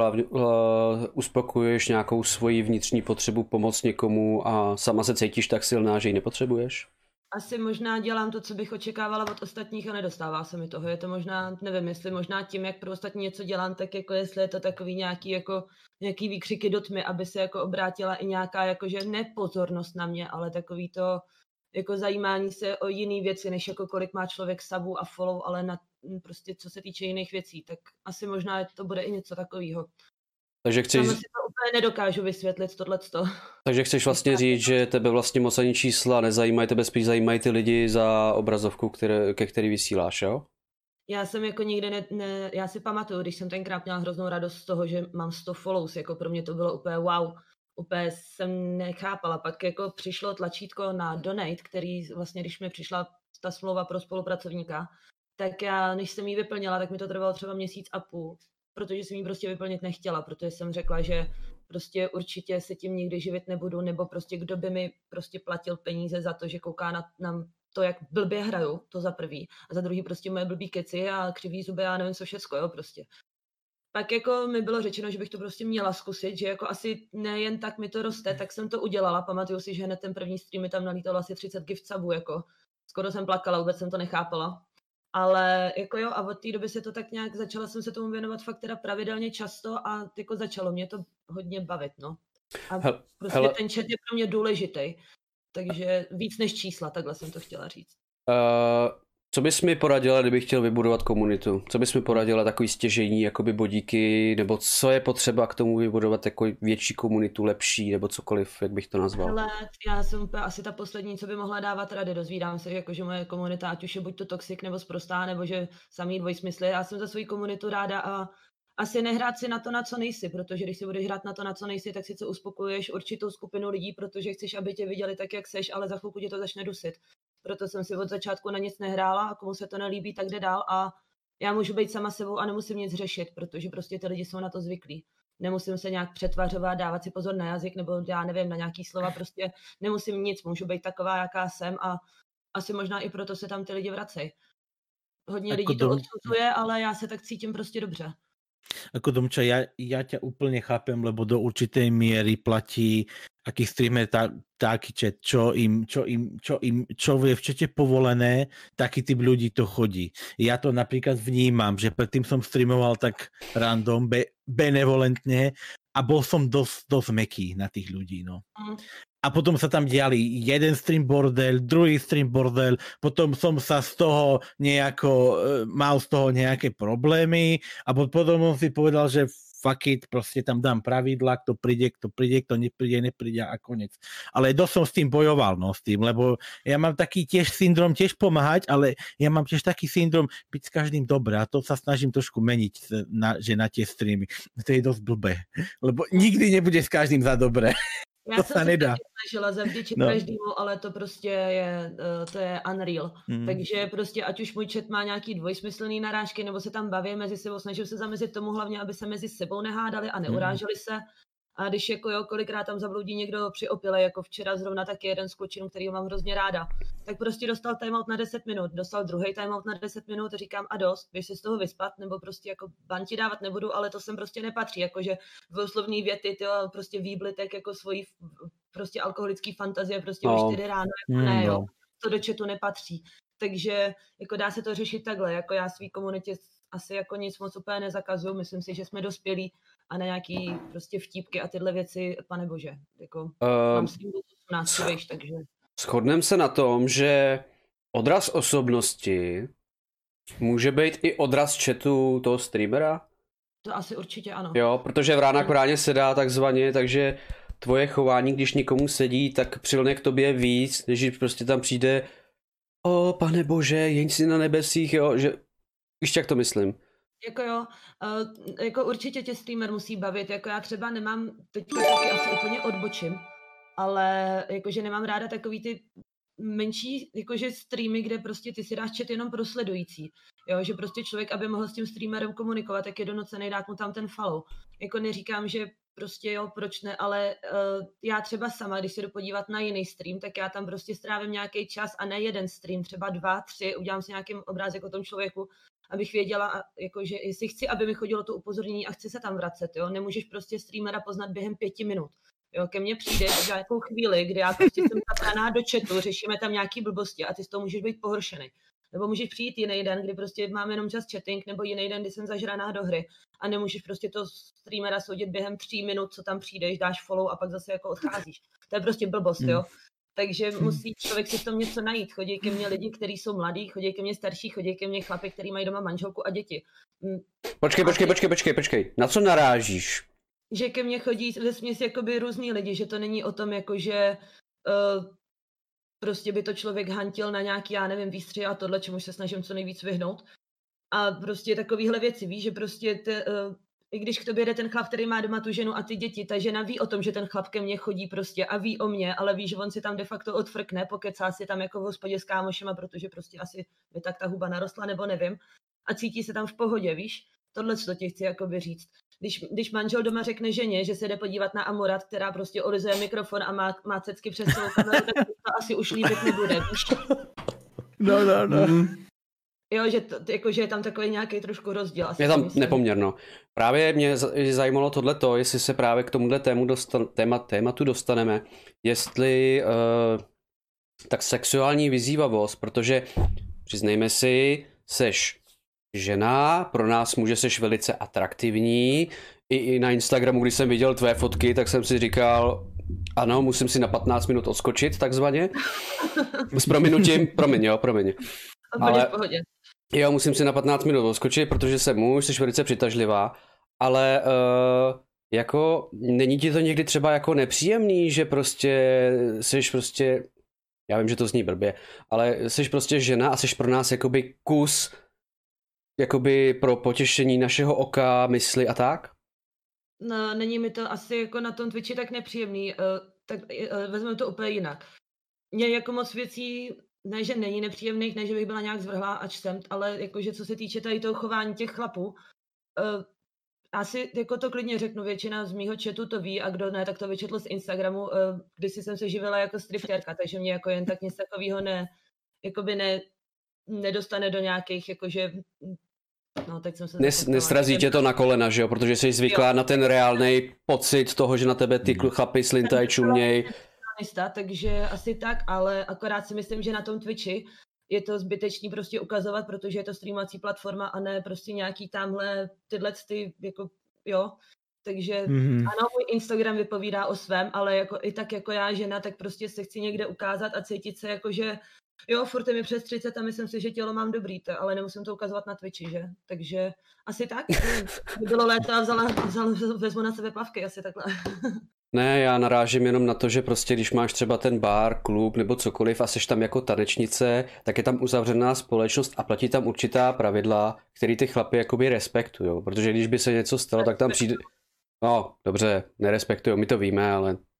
uspokojuješ nějakou svoji vnitřní potřebu pomoct někomu a sama se cítíš tak silná, že ji nepotřebuješ? Asi možná dělám to, co bych očekávala od ostatních a nedostává se mi toho. Je to možná, nevím, jestli možná tím, jak pro ostatní něco dělám, tak jako jestli je to takový nějaký výkřiky do tmy, aby se jako obrátila i nějaká jakože nepozornost na mě, ale takový to jako zajímání se o jiný věci, než jako kolik má člověk subů a follow, ale na prostě co se týče jiných věcí, tak asi možná to bude i něco takového. Takže si to úplně nedokážu vysvětlit tohleto. Takže chceš vlastně říct, že tebe vlastně moc ani čísla nezajímají, tebe spíš zajímají ty lidi za obrazovku, ke který vysíláš, jo? Já jsem jako nikdy já si pamatuju, když jsem tenkrát měla hroznou radost z toho, že mám 100 follows, jako pro mě to bylo úplně wow. Úplně jsem nechápala. Pak jako přišlo tlačítko na donate, který vlastně, když mi přišla ta smlouva pro spolupracovníka, tak já, než jsem ji vyplnila, tak mi to trvalo třeba 1,5 měsíce, protože jsem ji prostě vyplnit nechtěla, protože jsem řekla, že prostě určitě se tím nikdy živit nebudu, nebo prostě kdo by mi prostě platil peníze za to, že kouká na to, jak blbě hraju, to za prvý, a za druhý prostě moje blbý keci a křivý zuby a nevím co všecko, jo, prostě. Pak jako mi bylo řečeno, že bych to prostě měla zkusit, že jako asi nejen tak mi to roste, tak jsem to udělala. Pamatuju si, že hned ten první stream mi tam nalítalo asi 30 gift subů, jako skoro jsem plakala, vůbec jsem to nechápala. Ale jako jo, a od té doby se to tak nějak, začala jsem se tomu věnovat fakt teda pravidelně často a jako začalo mě to hodně bavit, no. A prostě ten chat je pro mě důležitý, takže víc než čísla, takhle jsem to chtěla říct. Co bys mi poradila, kdybych chtěl vybudovat komunitu? Co bys mi poradila, takový stěžejní jakoby bodíky, nebo co je potřeba k tomu vybudovat takový větší komunitu, lepší, nebo cokoliv, jak bych to nazval? Ale já jsem úplně asi ta poslední, co by mohla dávat rady. Dozvídám se, jako, že moje komunita, ať už je buď to toxic nebo sprostá, nebo že samý dvojsmysly. Já jsem za svou komunitu ráda a asi nehrát si na to, na co nejsi, protože když si budeš hrát na to, na co nejsi, tak sice uspokojuješ určitou skupinu lidí, protože chceš, aby tě viděli tak, jak seš, ale za chvilku tě to začne dusit. Proto jsem si od začátku na nic nehrála a komu se to nelíbí, tak jde dál a já můžu být sama sebou a nemusím nic řešit, protože prostě ty lidi jsou na to zvyklí. Nemusím se nějak přetvařovat, dávat si pozor na jazyk nebo já nevím, na nějaký slova, prostě nemusím nic, můžu být taková, jaká jsem a asi možná i proto se tam ty lidi vracejí. Hodně lidí to odsuzuje, ale já se tak cítím prostě dobře. Ako Domča, ja ťa úplne chápem, lebo do určitej miery platí, aký streamer taký chat, čo je v čete povolené, taký typ ľudí to chodí. Ja to napríklad vnímam, že predtým som streamoval tak random, benevolentne a bol som dosť mäkký na tých ľudí, no. A potom sa tam diali jeden stream bordel, druhý stream bordel, potom som sa z toho mal z toho nejaké problémy a potom som si povedal, že fuck it, proste tam dám pravidla, kto príde, kto nepríde a konec. Ale dosť som s tým bojoval, no s tým, lebo ja mám taký tiež syndrom, tiež pomáhať, ale ja mám tiež taký syndrom byť s každým dobré a to sa snažím trošku meniť, že na tie streamy. To je dosť blbé, lebo nikdy nebude s každým za dobré. Já jsem se taky snažila zavděčit každému, ale to prostě je unreal. Takže prostě ať už můj chat má nějaký dvojsmyslný narážky, nebo se tam baví mezi sebou, snažím se zamezit tomu hlavně, aby se mezi sebou nehádali a neuráželi se. A když jako jo, kolikrát tam zabloudí někdo při opile, jako včera zrovna taky jeden z klučinů, kterýho mám hrozně ráda, tak prostě dostal timeout na 10 minut, dostal druhý timeout na 10 minut, říkám a dost, běž si z toho vyspat, nebo prostě jako ban ti dávat nebudu, ale to sem prostě nepatří, jakože dvouslovný věty, ty prostě výblitek jako svojí prostě alkoholický fantazie, prostě o 4 ráno, jako ne, jo, to do chatu nepatří. Takže jako dá se to řešit takhle, jako já svý komunitě asi jako nic moc úplně nezakazuju, myslím si, že jsme dospělí a na nějaký prostě vtípky a tyhle věci, pane bože, jako mám s tím 18, víš, takže... Shodneme se na tom, že odraz osobnosti může být i odraz chatu toho streamera? To asi určitě ano. Jo, protože vrána k vráně se dá takzvaně, takže tvoje chování, když někomu sedí, tak přilne k tobě víc, než prostě tam přijde o pane bože, jeň si na nebesích, jo, že víš, jak to myslím. Jako jo, jako určitě tě streamer musí bavit, jako já třeba nemám, teďka taky asi úplně odbočím, ale jakože nemám ráda takový ty menší jakože streamy, kde prostě ty si dáš chat jenom pro sledující, jo, že prostě člověk, aby mohl s tím streamerem komunikovat, tak je donucený dát mu tam ten follow. Jako neříkám, že prostě jo, proč ne, ale já třeba sama, když se jdu podívat na jiný stream, tak já tam prostě strávím nějaký čas a ne jeden stream, třeba 2, 3, udělám si nějaký obrázek o tom člověku, abych věděla, jakože jestli chci, aby mi chodilo to upozornění a chci se tam vracet, jo, nemůžeš prostě streamera poznat během 5 minut. Jo, ke mně přijde v nějakou chvíli, kdy já prostě jsem zapraná do chatu, řešíme tam nějaký blbosti a ty z toho můžeš být pohoršený. Nebo můžeš přijít jiný den, kdy prostě mám jenom čas chatting, nebo jiný den, kdy jsem zažraná do hry a nemůžeš prostě to streamera soudit během 3 minut, co tam přijdeš, dáš follow a pak zase jako odcházíš. To je prostě blbost, jo. Takže musí člověk si v tom něco najít. Chodí ke mně lidi, kteří jsou mladí, chodí ke mně starší, chodí ke mně chlapi, kteří mají doma manželku a děti. Počkej. Na co narážíš? Že ke mně chodí vesměs jakoby různý lidi, že to není o tom, jako že prostě by to člověk hantil na nějaký, já nevím, výstřih a tohle, čemu se snažím co nejvíc vyhnout. A prostě takovýhle věci, víš, že prostě i když k tobě jde ten chlap, který má doma tu ženu a ty děti, ta žena ví o tom, že ten chlap ke mně chodí prostě a ví o mě, ale ví, že on si tam de facto odfrkne, pokecá si tam jako v hospodě s kámošema, protože prostě asi by tak ta huba narostla, nebo nevím, a cítí se tam v pohodě, víš. Tohle, co ti chci jakoby říct. Když manžel doma řekne ženě, že se jde podívat na Amurat, která prostě olizuje mikrofon a má cecky přes celou kameru, tak to asi už líbit nebude, víš. No. Jo, že je tam takový nějaký trošku rozdíl. Je tam nepoměrno. Právě mě zajímalo tohleto, jestli se právě k tomuhle tématu dostaneme, jestli tak sexuální vyzývavost, protože přiznejme si, seš žena, pro nás muže seš velice atraktivní. I na Instagramu, když jsem viděl tvé fotky, tak jsem si říkal, ano, musím si na 15 minut odskočit, takzvaně. S prominutím, promiň. Ale, v pohodě. Jo, musím si na 15 minut odskočit, protože jsem muž, jsi velice přitažlivá, ale jako není ti to někdy třeba jako nepříjemný, že prostě seš prostě, já vím, že to zní blbě, ale seš prostě žena a seš pro nás jakoby kus jakoby pro potěšení našeho oka, mysli a tak? No, není mi to asi jako na tom Twitchi tak nepříjemný, tak vezmeme to úplně jinak. Mě jako moc věcí, ne, že není nepříjemných, ne, že bych byla nějak zvrhlá, ač jsem, ale jakože co se týče tady toho chování těch chlapů, asi jako to klidně řeknu, většina z mýho chatu to ví a kdo ne, tak to vyčetl z Instagramu, kdysi jsem se živila jako striptérka, takže mě jako jen tak nic takového nedostane do nějakých jakože. No, teď jsem se nestrazí tě to na kolena, že jo? Protože jsi zvyklá na ten reálný pocit toho, že na tebe ty chlapy slintají, čuměj. Takže asi tak, ale akorát si myslím, že na tom Twitchi je to zbytečný prostě ukazovat, protože je to streamovací platforma a ne prostě nějaký tamhle jako jo. Takže ano, můj Instagram vypovídá o svém, ale jako i tak jako já žena, tak prostě se chci někde ukázat a cítit se jako, že jo, furt je mi přes 30 a myslím si, že tělo mám dobrý, ale nemusím to ukazovat na Twitchi, že? Takže asi tak. Bylo léto a vezmu na sebe plavky, asi takhle. Ne, já narážím jenom na to, že prostě když máš třeba ten bar, klub nebo cokoliv a seš tam jako tanečnice, tak je tam uzavřená společnost a platí tam určitá pravidla, který ty chlapy jakoby respektujou, protože když by se něco stalo, tak tam přijde. No, dobře, nerespektujou, my to víme,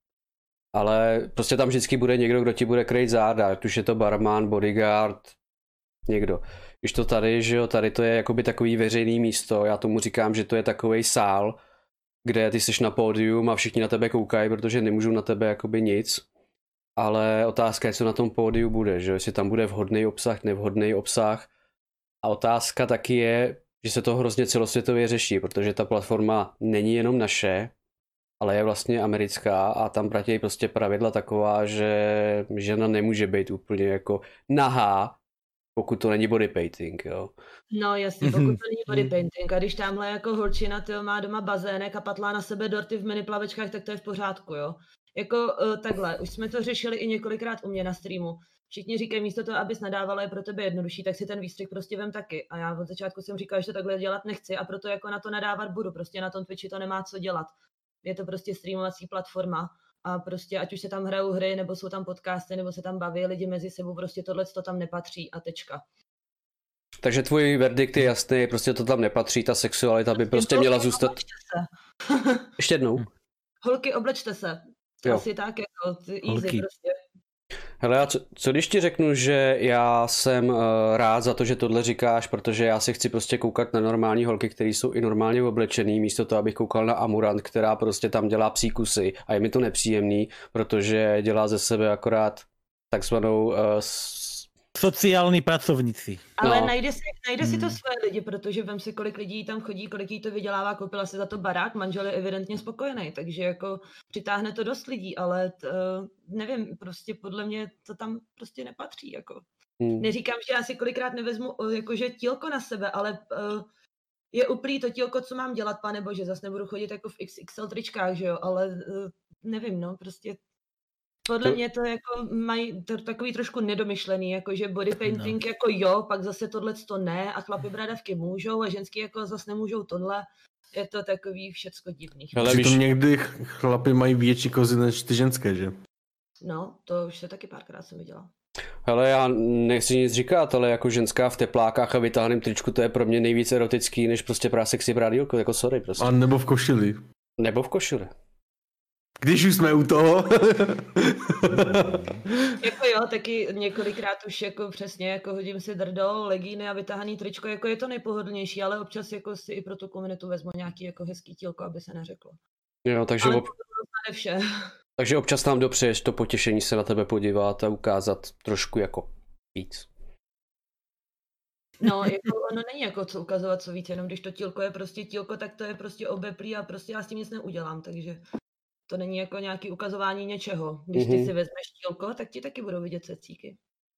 ale prostě tam vždycky bude někdo, kdo ti bude krýt záda, ať už je to barman, bodyguard, někdo. Když to tady, že jo, tady to je jakoby takový veřejný místo, já tomu říkám, že to je takovej sál, kde ty jsi na pódium a všichni na tebe koukají, protože nemůžou na tebe jakoby nic. Ale otázka je, co na tom pódiu bude, že jestli tam bude vhodný obsah, nevhodný obsah. A otázka taky je, že se to hrozně celosvětově řeší, protože ta platforma není jenom naše, ale je vlastně americká a tam platí prostě pravidla taková, že žena nemůže být úplně jako nahá, pokud to není bodypainting, jo. No jasně, pokud to není bodypainting. A když tamhle jako holčina má doma bazének a patlá na sebe dorty v mini plavečkách, tak to je v pořádku, jo. Jako takhle, už jsme to řešili i několikrát u mě na streamu. Všichni říkají, místo toho, abys nadávala, je pro tebe jednodušší, tak si ten výstřih prostě vem taky. A já od začátku jsem říkala, že to takhle dělat nechci a proto jako na to nadávat budu. Prostě na tom Twitchi to nemá co dělat. Je to prostě streamovací platforma a prostě ať už se tam hrajou hry, nebo jsou tam podcasty, nebo se tam baví lidi mezi sebou, prostě tohle to tam nepatří a tečka. Takže tvůj verdikt je jasný, prostě to tam nepatří, ta sexualita by prostě měla zůstat. Ještě jednou. Holky, oblečte se. Jo. Asi tak, jako easy Holky. prostě. Hele, a co když ti řeknu, že já jsem rád za to, že tohle říkáš, protože já si chci prostě koukat na normální holky, které jsou i normálně oblečený, místo toho, abych koukal na Amurant, která prostě tam dělá psí kusy a je mi to nepříjemný, protože dělá ze sebe akorát takzvanou sociální pracovníci. Ale No. najde si to svoje lidi, protože vem si, kolik lidí tam chodí, kolik jí to vydělává, koupila si za to barák, manžel je evidentně spokojený, takže jako přitáhne to dost lidí, ale nevím, prostě podle mě to tam prostě nepatří, jako. Neříkám, že já si kolikrát nevezmu jakože tílko na sebe, ale je úplný to tílko, co mám dělat, panebože, zase nebudu chodit jako v XXL tričkách, že jo, ale nevím, no, prostě podle mě to jako mají to takový trošku nedomyšlený, jakože bodypainting jako jo, pak zase tohleto ne a chlapi bradavky můžou a ženský jako zase nemůžou tohle. Je to takový všecko divný. Ale Přitom někdy chlapi mají větší kozy než ty ženské, že? No, to už se taky párkrát jsem viděla. Hele, já nechci nic říkat, ale jako ženská v teplákách a vytáhném tričku, to je pro mě nejvíc erotický, než prostě právě sexy brádílko, jako sorry prostě. A nebo v košili. Nebo v košili. Když už jsme u toho. Jako jo, taky několikrát už jako přesně, jako hodím si drdol, legíny a vytáhaný tričko, jako je to nejpohodlnější, ale občas jako si i pro tu komunitu vezmu nějaký jako hezký tílko, aby se neřeklo. Jo, takže, Ale to vše. takže občas nám dopřeješ to potěšení se na tebe podívat a ukázat trošku jako víc. No, jako ono není jako co ukazovat co víc, jenom když to tílko je prostě tílko, tak to je prostě obeplý a prostě já s tím nic neudělám, takže to není jako nějaký ukazování něčeho. Když ty si vezmeš tílko, tak ti taky budou vidět cecíky.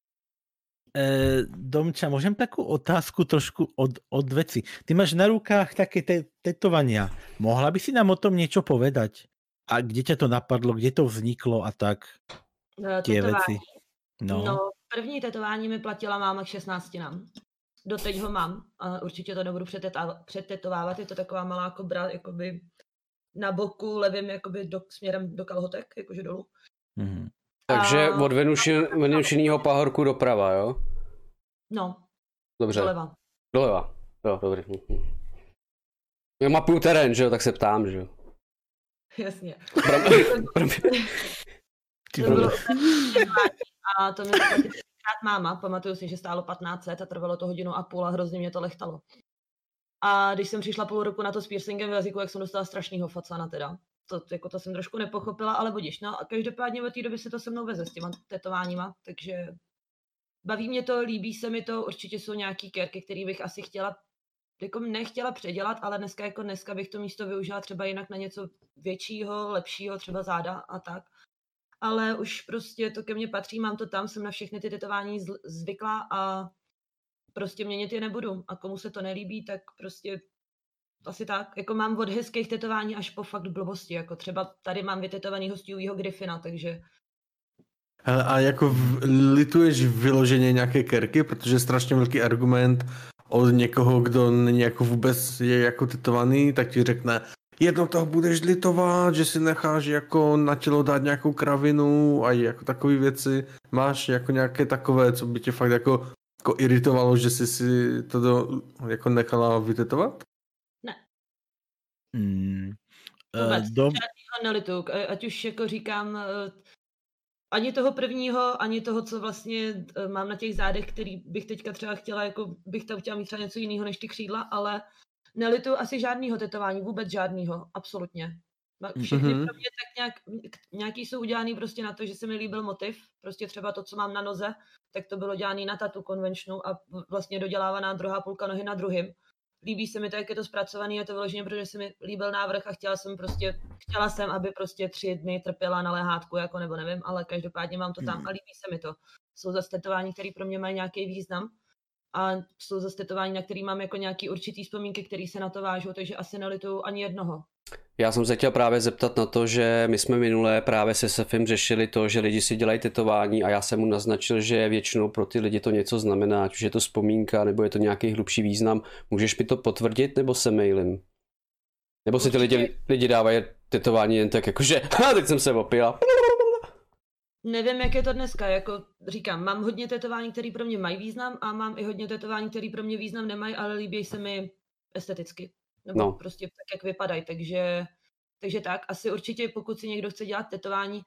Domča, môžem takú otázku trošku od veci. Ty máš na rukách také tetovania. Mohla by si nám o tom niečo povedať? A kde ťa to napadlo, kde to vzniklo a tak? Tie veci. No, první tetování mi platila máma k 16. Doteď ho mám a určitě to nebudu přetetovávat. Je to taková malá kobra jakoby na boku, levým jakoby směrem do kalhotek, jakože dolů. Mm-hmm. Takže od Venušinýho pahorku doprava, jo? No. Dobře. Doleva. Doleva. Jo, dobrý. Já mapuju terén, že jo, tak se ptám, že jo. Jasně. To bylo a to mi třikrát máma, pamatuju si, že stálo 1500 a trvalo to 1,5 hodiny a hrozně mě to lechtalo. A když jsem přišla půl roku na to s piercingem v jazyku, jak jsem dostala strašnýho facana teda. To jsem trošku nepochopila, ale budiš. No a každopádně od té doby se to se mnou veze s těma tetováníma, takže baví mě to, líbí se mi to, určitě jsou nějaký kérky, který bych asi chtěla, jako nechtěla předělat, ale dneska bych to místo využila třeba jinak na něco většího, lepšího, třeba záda a tak. Ale už prostě to ke mně patří, mám to tam, jsem na všechny ty tetování zvyklá a prostě měnit je nebudu. A komu se to nelíbí, tak prostě asi tak. Jako mám od hezkých tetování až po fakt blbosti. Jako třeba tady mám vytetovanýho Stewieho Griffina, takže... Hele, a jako lituješ vyloženě nějaké kerky, protože je strašně velký argument od někoho, kdo není jako vůbec je jako tetovaný, tak ti řekne, jednou toho budeš litovat, že si necháš jako na tělo dát nějakou kravinu a jako takové věci. Máš jako nějaké takové, co by tě fakt jako iritovalo, že jsi si to jako nechala vytetovat? Ne. Vůbec nelituju. Ať už jako říkám, ani toho prvního, ani toho, co vlastně mám na těch zádech, který bych teďka třeba chtěla, jako bych tam chtěla mít třeba něco jiného než ty křídla, ale Nelituju asi žádnýho tetování, vůbec žádnýho, absolutně. Všechny pro mě tak nějaký jsou udělaný prostě na to, že se mi líbil motiv, prostě třeba to, co mám na noze, tak to bylo dělané na tatu konvenčnou a vlastně dodělávaná druhá půlka nohy na druhým. Líbí se mi to, jak je to zpracovaný, je to vyloženě, protože se mi líbil návrh a chtěla jsem, aby prostě 3 dny trpěla na lehátku, jako nebo nevím, ale každopádně mám to tam a líbí se mi to. Jsou zase tetování, které pro mě mají nějaký význam a jsou zase tetování, na který mám jako nějaký určitý vzpomínky, které se na to vážou, takže asi nelituju ani jednoho. Já jsem se chtěl právě zeptat na to, že my jsme minulé právě se Sefim řešili to, že lidi si dělají tetování a já jsem mu naznačil, že většinou pro ty lidi to něco znamená, ať už je to vzpomínka nebo je to nějaký hlubší význam. Můžeš mi to potvrdit nebo se mailím? Nebo si ty lidi dávají tetování jen tak jakože, tak jsem se opila. Nevím, jak je to dneska, jako říkám, mám hodně tetování, které pro mě mají význam a mám i hodně tetování, které pro mě význam nemají, ale líbí se mi esteticky. Nebo prostě tak, jak vypadají, takže tak, asi určitě, pokud si někdo chce dělat tetování,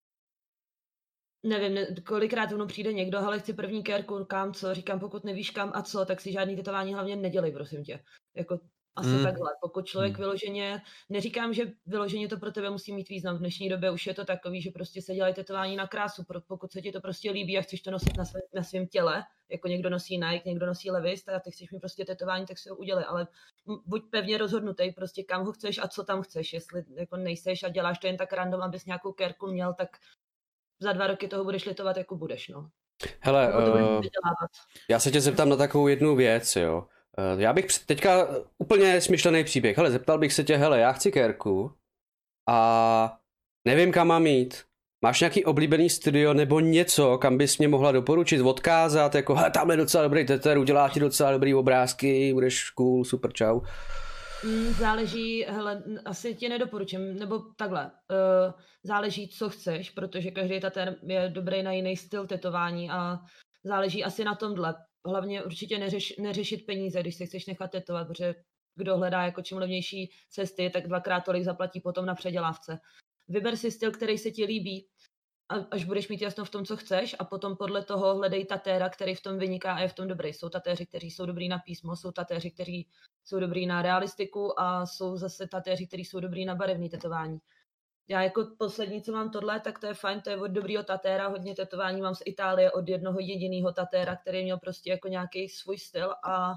nevím, kolikrát mnou přijde někdo, ale chci první kérku, kam co, říkám, pokud nevíš kam a co, tak si žádný tetování hlavně nedělej, prosím tě, jako asi takhle, pokud člověk vyloženě, neříkám, že vyloženě to pro tebe musí mít význam, v dnešní době už je to takový, že prostě se dělají tetování na krásu, pokud se ti to prostě líbí a chceš to nosit na svém těle, jako někdo nosí Nike, někdo nosí Levi's, a ty chceš mít prostě tetování, tak si ho udělej, ale buď pevně rozhodnutý, prostě kam ho chceš a co tam chceš, jestli jako nejseš a děláš to jen tak random, abys nějakou kérku měl, tak za 2 roky toho budeš litovat, jako budeš, no. Hele, já se tě zeptám na takovou jednu věc, jo. Já bych teďka úplně smyšlený příběh, hele, zeptal bych se tě, hele, já chci kérku a nevím, kam mám jít. Máš nějaký oblíbený studio nebo něco, kam bys mě mohla doporučit, odkázat, jako, hele, tam je docela dobrý teter, udělá ti docela dobrý obrázky, budeš cool, super, čau. Záleží, hele, asi ti nedoporučím, nebo takhle, záleží, co chceš, protože každý tater je dobrý na jiný styl tetování a záleží asi na tomhle. Hlavně určitě neřešit peníze, když se chceš nechat tetovat, protože kdo hledá jako čím levnější cesty, tak 2x tolik zaplatí potom na předělávce. Vyber si styl, který se ti líbí, až budeš mít jasno v tom, co chceš a potom podle toho hledej tatéra, který v tom vyniká a je v tom dobrý. Jsou tatéři, kteří jsou dobrý na písmo, jsou tatéři, kteří jsou dobrý na realistiku a jsou zase tatéři, kteří jsou dobrý na barevné tetování. Já jako poslední, co mám tohle, tak to je fajn, to je od dobrýho tatéra, hodně tetování mám z Itálie od jednoho jediného tatéra, který měl prostě jako nějaký svůj styl a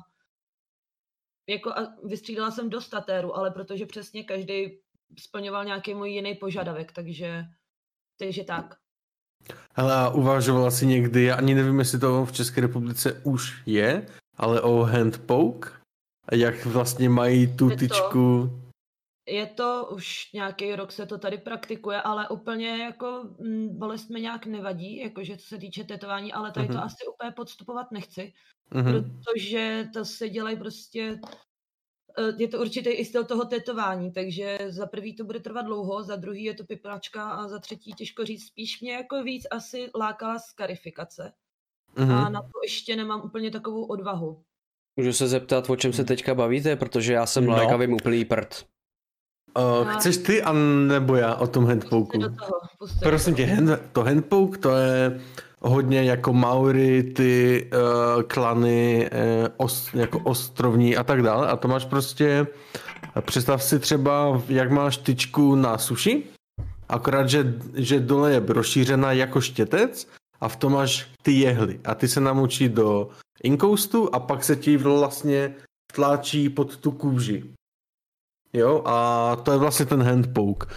vystřídala jsem dost tatérů, ale protože přesně každý splňoval nějaký můj jiný požadavek, takže tak. Hele, uvažovala si někdy, já ani nevím, jestli to v České republice už je, ale o handpoke, jak vlastně mají tu tyčku. Je to, už nějaký rok se to tady praktikuje, ale úplně jako bolest mi nějak nevadí, jakože co se týče tetování, ale tady to asi úplně podstupovat nechci, protože to se dělají prostě, je to určitý i styl toho tetování, takže za prvý to bude trvat dlouho, za druhý je to piplačka a za třetí těžko říct, spíš mě jako víc asi lákala skarifikace a na to ještě nemám úplně takovou odvahu. Můžu se zeptat, o čem se teďka bavíte, protože já jsem lékavým úplný prd. Chceš ty, anebo já o tom handpoku? Prosím tě, to handpoke, to je hodně jako Maori, ty klany, jako ostrovní a tak dále. A to máš prostě, představ si třeba, jak máš tyčku na suši, akorát, že dole je rozšířená jako štětec a v tom máš ty jehly. A ty se namočí do inkoustu a pak se ti vlastně tláčí pod tu kůži. Jo, a to je vlastně ten handpoke.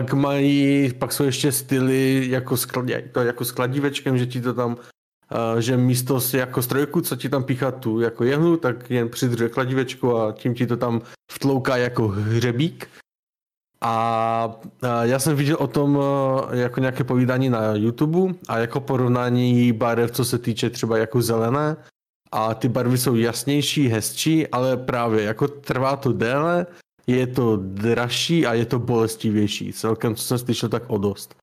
Pak jsou ještě styly jako s kladívečkem, že ti to tam, že místo si jako strojku, co ti tam píchá tu jako jehlu, tak jen přidře kladívečku a tím ti to tam vtlouká jako hřebík. A já jsem viděl o tom jako nějaké povídání na YouTube a jako porovnání barev, co se týče třeba jako zelené. A ty barvy jsou jasnější, hezčí, ale právě jako trvá to déle, je to dražší a je to bolestivější. Celkem, co jsem slyšel, tak o dost.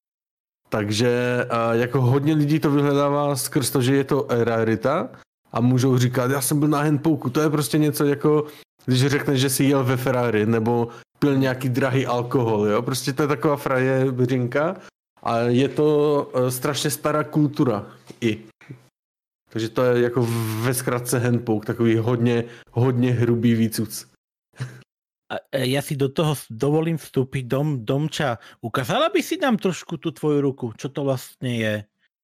Takže jako hodně lidí to vyhledává skrz to, že je to rarita a můžou říkat, já jsem byl na handpoku. To je prostě něco jako, když řekneš, že jsi jel ve Ferrari nebo pil nějaký drahý alkohol. Jo? Prostě to je taková frajeřinka a je to strašně stará kultura i. Takže to je jako ve zkratce handpoke, takový hodně hrubý výcuc. ja si do toho dovolím vstúpiť. Domča, ukázala by si nám trošku tú tvoju ruku, čo to vlastne je?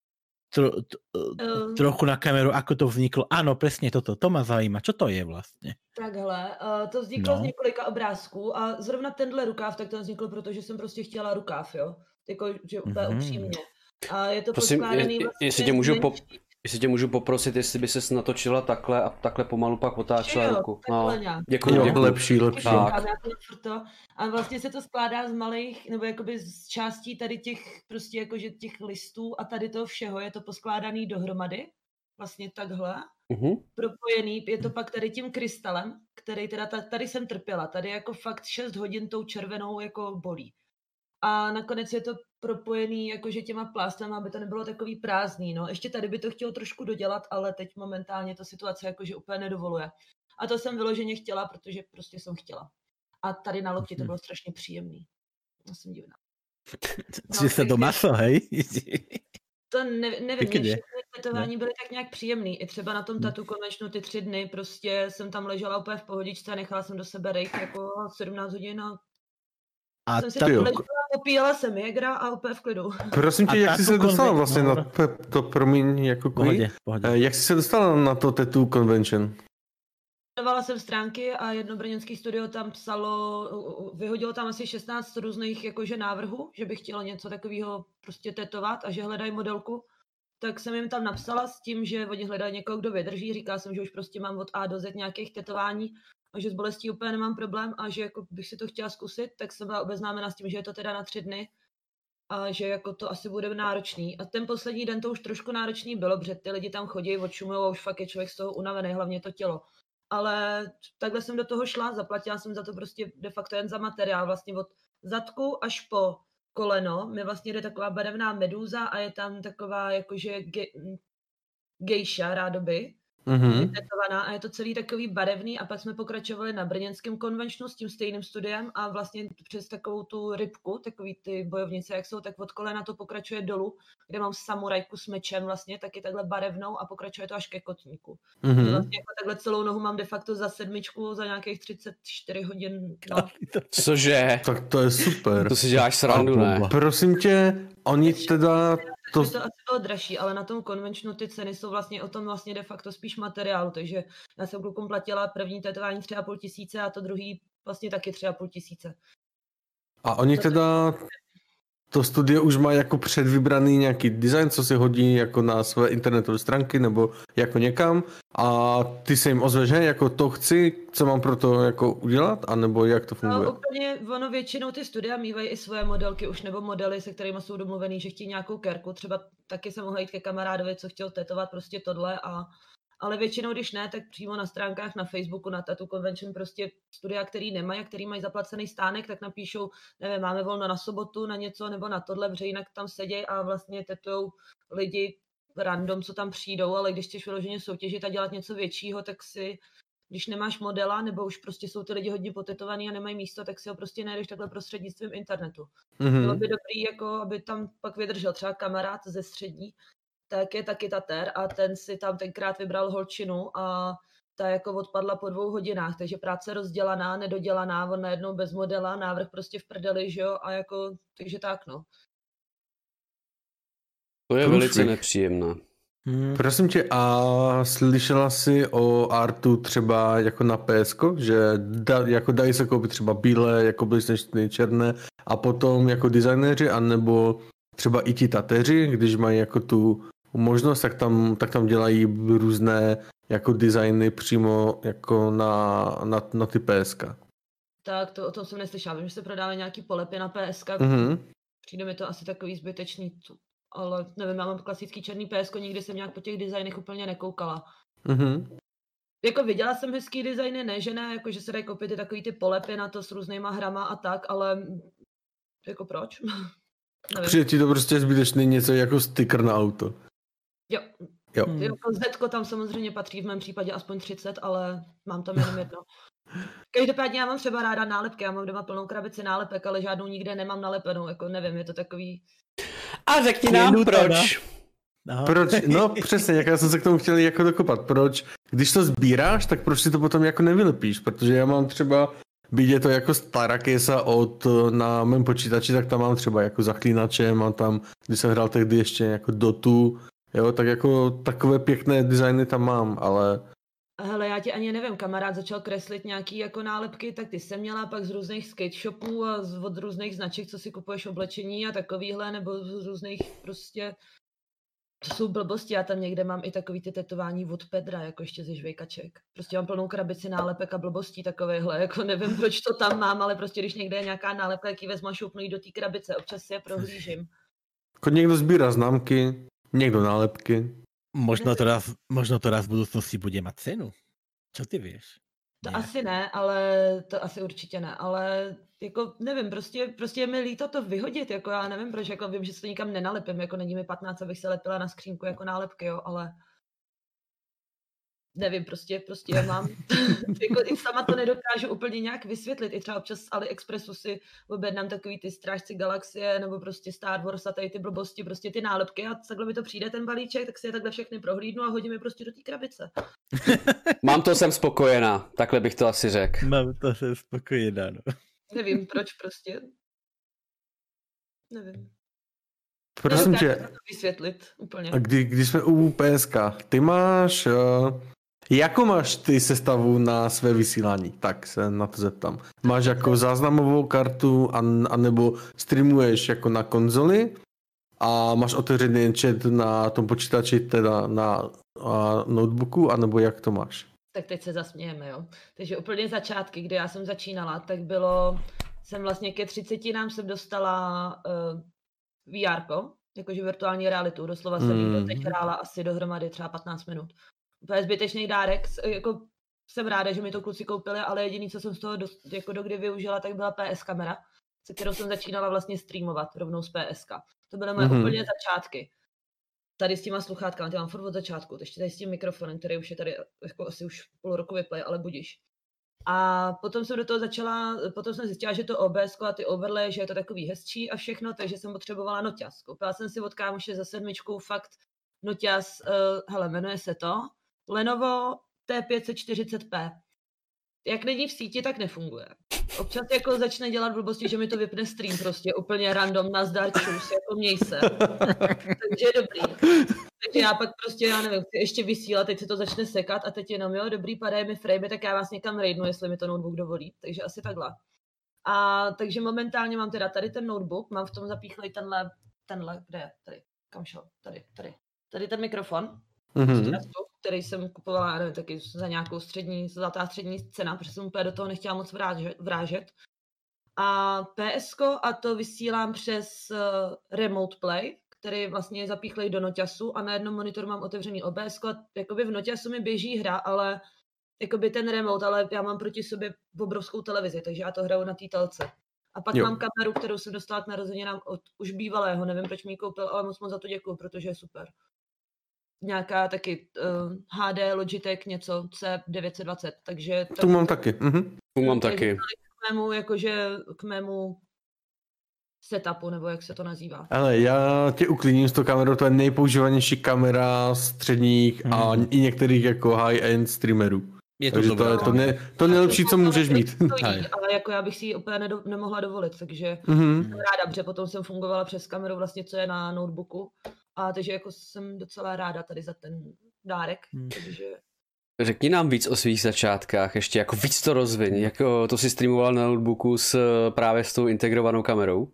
Trochu na kameru, ako to vzniklo. Áno, presne toto. To ma zajíma. Čo to je vlastne? Takhle, to vzniklo z několika obrázků a zrovna tenhle rukáv, tak to vzniklo, protože jsem prostě chtěla rukáv, jo. Jako, že úplně upřímně. A je to poskládaný vlastně... Jestli tě můžu poprosit, jestli by ses natočila takhle a takhle pomalu pak otáčela ruku. No, děkuji. Lepší. A vlastně se to skládá z malých, nebo jakoby z částí tady těch, prostě jakože těch listů a tady toho všeho. Je to poskládaný dohromady, vlastně takhle, propojený. Je to pak tady tím krystalem, který teda tady jsem trpěla. Tady jako fakt 6 hodin tou červenou jako bolí. A nakonec je to propojený jakože těma plástama, aby to nebylo takový prázdný. No. Ještě tady by to chtělo trošku dodělat, ale teď momentálně to situace jakože úplně nedovoluje. A to jsem vyloženě chtěla, protože prostě jsem chtěla. A tady na lokti to bylo strašně příjemný. Já jsem divná. Že se doma so, hej? To nevím, všechny tetování byly tak nějak příjemný. I třeba na tom Tattoo Conventionu ty 3 dny prostě jsem tam ležela úplně v pohodičce a nechala jsem do sebe rejt jako 17 hodin a jsem si tam ležela, popíjela jsem Jägera a úplně v klidu. Prosím tě, jak jsi se dostala vlastně na to, promiň, jako pohodě. Jak jsi se dostala na to Tattoo Convention? Sledovala jsem stránky a jedno brněnský studio tam psalo, vyhodilo tam asi 16 různých jakože návrhů, že by chtělo něco takového prostě tetovat a že hledají modelku. Tak jsem jim tam napsala s tím, že oni hledají někoho, kdo vydrží. Říkala jsem, že už prostě mám od A do Z nějakých tetování a že s bolestí úplně nemám problém a že jako bych si to chtěla zkusit, tak jsem byla obeznámena s tím, že je to teda na 3 dny a že jako to asi bude náročný. A ten poslední den to už trošku náročný bylo, protože ty lidi tam chodí, odšumujou a už fakt je člověk z toho unavený, hlavně to tělo. Ale takhle jsem do toho šla, zaplatila jsem za to prostě de facto jen za materiál, vlastně od zadku až po koleno. Mi vlastně jde taková barevná medúza a je tam taková jakože gejša rádoby, tetovaná a je to celý takový barevný a pak jsme pokračovali na brněnském konvenčnu s tím stejným studiem a vlastně přes takovou tu rybku, takový ty bojovnice, jak jsou, tak od kolena to pokračuje dolů, kde mám samurajku s mečem vlastně, taky takhle barevnou a pokračuje to až ke kotníku. Vlastně jako takhle celou nohu mám de facto za 7 za nějakých 34 hodin. No. Cože? Tak to je super. To si děláš srandu, ne? Prosím tě, oni teda... To asi bylo dražší, ale na tom konvenčnu ty ceny jsou vlastně o tom vlastně de facto spíš materiálu, takže já jsem klukům platila první tetování 3,5 tisíce a to druhý vlastně taky 3,5 tisíce. A oni teda to studio už má jako předvybraný nějaký design, co si hodí jako na své internetové stránky nebo jako někam a ty se jim ozveš, hej, jako to chci, co mám pro to jako udělat, anebo jak to funguje? No, úplně ono většinou ty studia mývají i svoje modelky už nebo modely, se kterými jsou domluvený, že chtějí nějakou kerku, třeba taky jsem mohla jít ke kamarádovi, co chtěl tetovat prostě tohle ale většinou, když ne, tak přímo na stránkách na Facebooku, na Tattoo Convention, prostě studia, který nemají a který mají zaplacený stánek, tak napíšou, nevím, máme volno na sobotu, na něco nebo na tohle, protože jinak tam sedějí a vlastně tetujou lidi random, co tam přijdou, ale když chceš vyloženě soutěžit a dělat něco většího, tak si, když nemáš modela, nebo už prostě jsou ty lidi hodně potetovaný a nemají místo, tak si ho prostě najdeš takhle prostřednictvím internetu. Bylo by dobrý, jako aby tam pak vydržel třeba kamarád ze střední, tak je taky tater a ten si tam tenkrát vybral holčinu a ta jako odpadla po 2 hodinách, takže práce rozdělaná, nedodělaná, on najednou bez modela, návrh prostě v prdeli, že jo, a jako, takže tak no. To je velice nepříjemné. Prosím tě, a slyšela jsi o artu třeba jako na PSko, že jako dají se koupit třeba bílé, jako blízneštiny černé a potom jako designéři, anebo třeba i ti tateři, když mají jako tu možnost, tak tam dělají různé jako designy přímo jako na ty PSK. Tak to o tom jsem neslyšela. Vím, že se prodávají nějaký polepy na PSK. Přijde mi to asi takový zbytečný, ale nevím, já mám klasický černý PSK, nikdy jsem nějak po těch designech úplně nekoukala. Jako viděla jsem hezký designy, ne, že ne, jako že se dají koupit takový ty polepy na to s různýma hrama a tak, ale jako proč? Přijde ti to prostě zbytečný něco jako sticker na auto. Jo. Jako Zetko tam samozřejmě patří v mém případě aspoň 30, ale mám tam jenom jedno. Každopádně já mám třeba ráda nálepky, já mám doma plnou krabici nálepek, ale žádnou nikde nemám nalepenou, jako nevím, je to takový... A řekni nám proč. Proč? No přesně, jak já jsem se k tomu chtěl jako dokopat. Proč? Když to sbíráš, tak proč si to potom jako nevylepíš? Protože já mám třeba byť je to jako stará késa na mém počítači, tak tam mám třeba jako zaklínače, mám tam, když jsem hrál tehdy ještě jako Dotu, jo, tak jako takové pěkné designy tam mám, ale... Hele, já ti ani nevím, kamarád začal kreslit nějaký jako nálepky, tak ty jsem měla pak z různých skate shopů a od různých značek, co si kupuješ oblečení a takovýhle, nebo z různých prostě, to jsou blbosti, já tam někde mám i takový ty tetování od Pedra, jako ještě ze žvejkaček. Prostě mám plnou krabici nálepek a blbostí takovéhle, jako nevím, proč to tam mám, ale prostě když někde je nějaká nálepka, jak ji vezmu a šoupnu jí do té krabice, občas si je prohlížím. Jako někdo sbírá známky, někdo nálepky. Možno to raz v budoucnosti bude mít cenu. Co ty víš? To asi ne, to asi určitě ne, ale jako nevím, prostě je mi líto to vyhodit, jako já nevím proč, jako vím, že se to nikam nenalepím, jako není mi 15, abych se lepila na skřínku jako nálepky, jo, ale nevím, prostě je mám, jako i sama to nedokážu úplně nějak vysvětlit, i třeba občas z AliExpressu si objednám takový ty Strážci galaxie, nebo prostě Star Wars a tady ty blbosti, prostě ty nálepky a takhle mi to přijde ten balíček, tak si je takhle všechny prohlídnu a hodím je prostě do té krabice. Mám to, jsem spokojená, takhle bych to asi řekl. Mám to, jsem spokojená, no. Nevím, proč prostě. Nevím. Prosím tě, to vysvětlit úplně. A když jsme u PSK, ty máš... Jakou máš ty sestavu na své vysílání? Tak se na to zeptám. Máš jako záznamovou kartu anebo streamuješ jako na konzoli a máš otevřený chat na tom počítači, teda na notebooku, anebo jak to máš? Tak teď se zasmějeme, jo. Takže úplně začátky, kdy já jsem začínala, tak jsem vlastně ke 30 jsem dostala VR-ko, jakože virtuální realitu, doslova jsem jí doteď hrála asi dohromady třeba 15 minut. Úplně zbytečný dárek, jako jsem ráda, že mi to kluci koupili, ale jediný, co jsem z toho jako dokdy využila, tak byla PS kamera, se kterou jsem začínala vlastně streamovat rovnou z PSK. To byly moje úplně začátky. Tady s těma sluchátkama, ty mám furt od začátku, ještě tady s tím mikrofonem, který už je tady jako asi už půl roku vyplay, ale budíš. A potom jsem do toho potom jsem zjistila, že to OBS a ty overlay, že je to takový hezčí a všechno, takže jsem potřebovala noťaz. Koupila jsem si od kámoše za 7 fakt noťaz, jmenuje se to Lenovo T540p. Jak není v síti, tak nefunguje. Občas jako začne dělat blbosti, že mi to vypne stream prostě úplně random, nazdar, čus, jako měj se. Takže je dobrý. Takže já pak prostě, já nevím, chci ještě vysílat, teď se to začne sekat a teď jenom, jo, dobrý, padají mi framey, tak já vás někam raidnu, jestli mi to notebook dovolí. Takže asi takhle. A takže momentálně mám teda tady ten notebook, mám v tom zapíchlej tenhle, kde je? Tady, kam šel? Tady ten mikrofon, který jsem kupovala, nevím, taky za nějakou zlatá střední cena, protože jsem úplně do toho nechtěla moc vrážet. A PSko a to vysílám přes Remote Play, který vlastně je zapíchlej do noťasu a na jednom monitoru mám otevřený OBS a jakoby v noťasu mi běží hra, ale jakoby ten remote, ale já mám proti sobě obrovskou televizi, takže já to hraju na té telce. A pak mám kameru, kterou jsem dostala k narozeninám od už bývalého, nevím, proč mi ji koupil, ale moc za to děkuju, protože je super. Nějaká taky HD Logitech něco C920, takže... Tu mám taky. Tu mám taky. K mému setupu, nebo jak se to nazývá. Ale já tě uklidním s tou kamerou, to je nejpoužívanější kamera středních a i některých jako high-end streamerů. Takže to nejlepší, co můžeš mít. Ale jako já bych si ji úplně nemohla dovolit, takže jsem ráda, protože potom jsem fungovala přes kameru vlastně, co je na notebooku. A takže jako jsem docela ráda tady za ten dárek. Takže... Řekni nám víc o svých začátkách, ještě jako víc to rozviň. Jako to si streamoval na notebooku právě s tou integrovanou kamerou?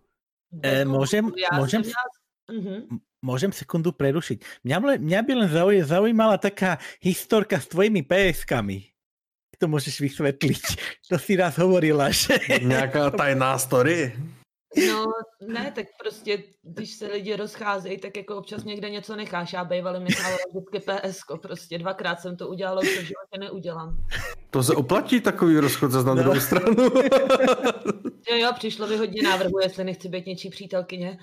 Môžem sekundu prerušiť. Mňa by len zaujímala taká historka s tvojimi PS-kami. To môžeš vysvetliť. To si raz hovorila, že... Nějaká tajná story? No, ne, tak prostě, když se lidi rozcházejí, tak jako občas někde něco necháš. Já bývalým nechávala vždycky PSko, prostě 2krát jsem to udělala, už to v životě neudělám. To se oplatí takový rozchod zase na druhou stranu. Jo, přišlo mi hodně návrhu, jestli nechci být něčí přítelkyně.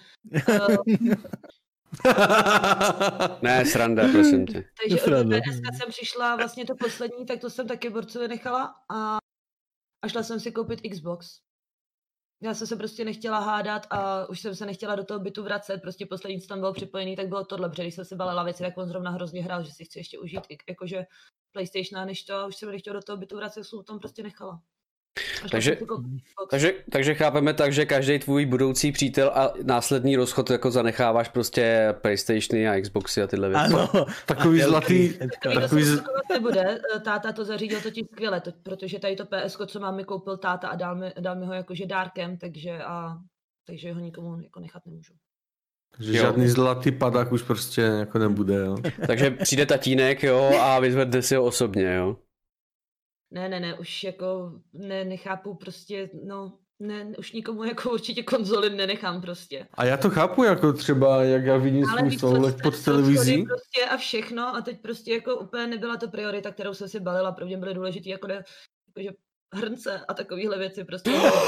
Ne, sranda, prosím tě. Takže od PSka jsem přišla, vlastně to poslední, tak to jsem taky borcově nechala a šla jsem si koupit Xbox. Já jsem se prostě nechtěla hádat a už jsem se nechtěla do toho bytu vracet, prostě poslední, co tam bylo připojený, tak bylo tohle, protože když jsem si balila věci, tak on zrovna hrozně hrál, že si chci ještě užít jakože PlayStation, než to, už jsem nechtěla do toho bytu vracet, jsem tam prostě nechala. Takže chápeme tak, že každý tvůj budoucí přítel a následný rozchod jako zanecháváš prostě PlayStationy a Xboxy a tyhle věci. Ano, takový zlatý. Takový nebude. Táta to zařídil totiž skvěle, protože tady to PS, co mám, mi koupil táta a dal mi ho jakože dárkem, takže ho nikomu jako nechat nemůžu. Takže žádný zlatý padák už prostě jako nebude, jo. Takže přijde tatínek, jo, a vyzvedne si ho osobně, jo. Ne, už jako nechápu prostě, už nikomu jako určitě konzoli nenechám prostě. A já to chápu, jako třeba, jak já vidím svůj stolek pod televizí. Prostě a všechno a teď prostě jako úplně nebyla to priorita, kterou jsem si balila, pro mě byly důležitý jakože hrnce a takovýhle věci prostě.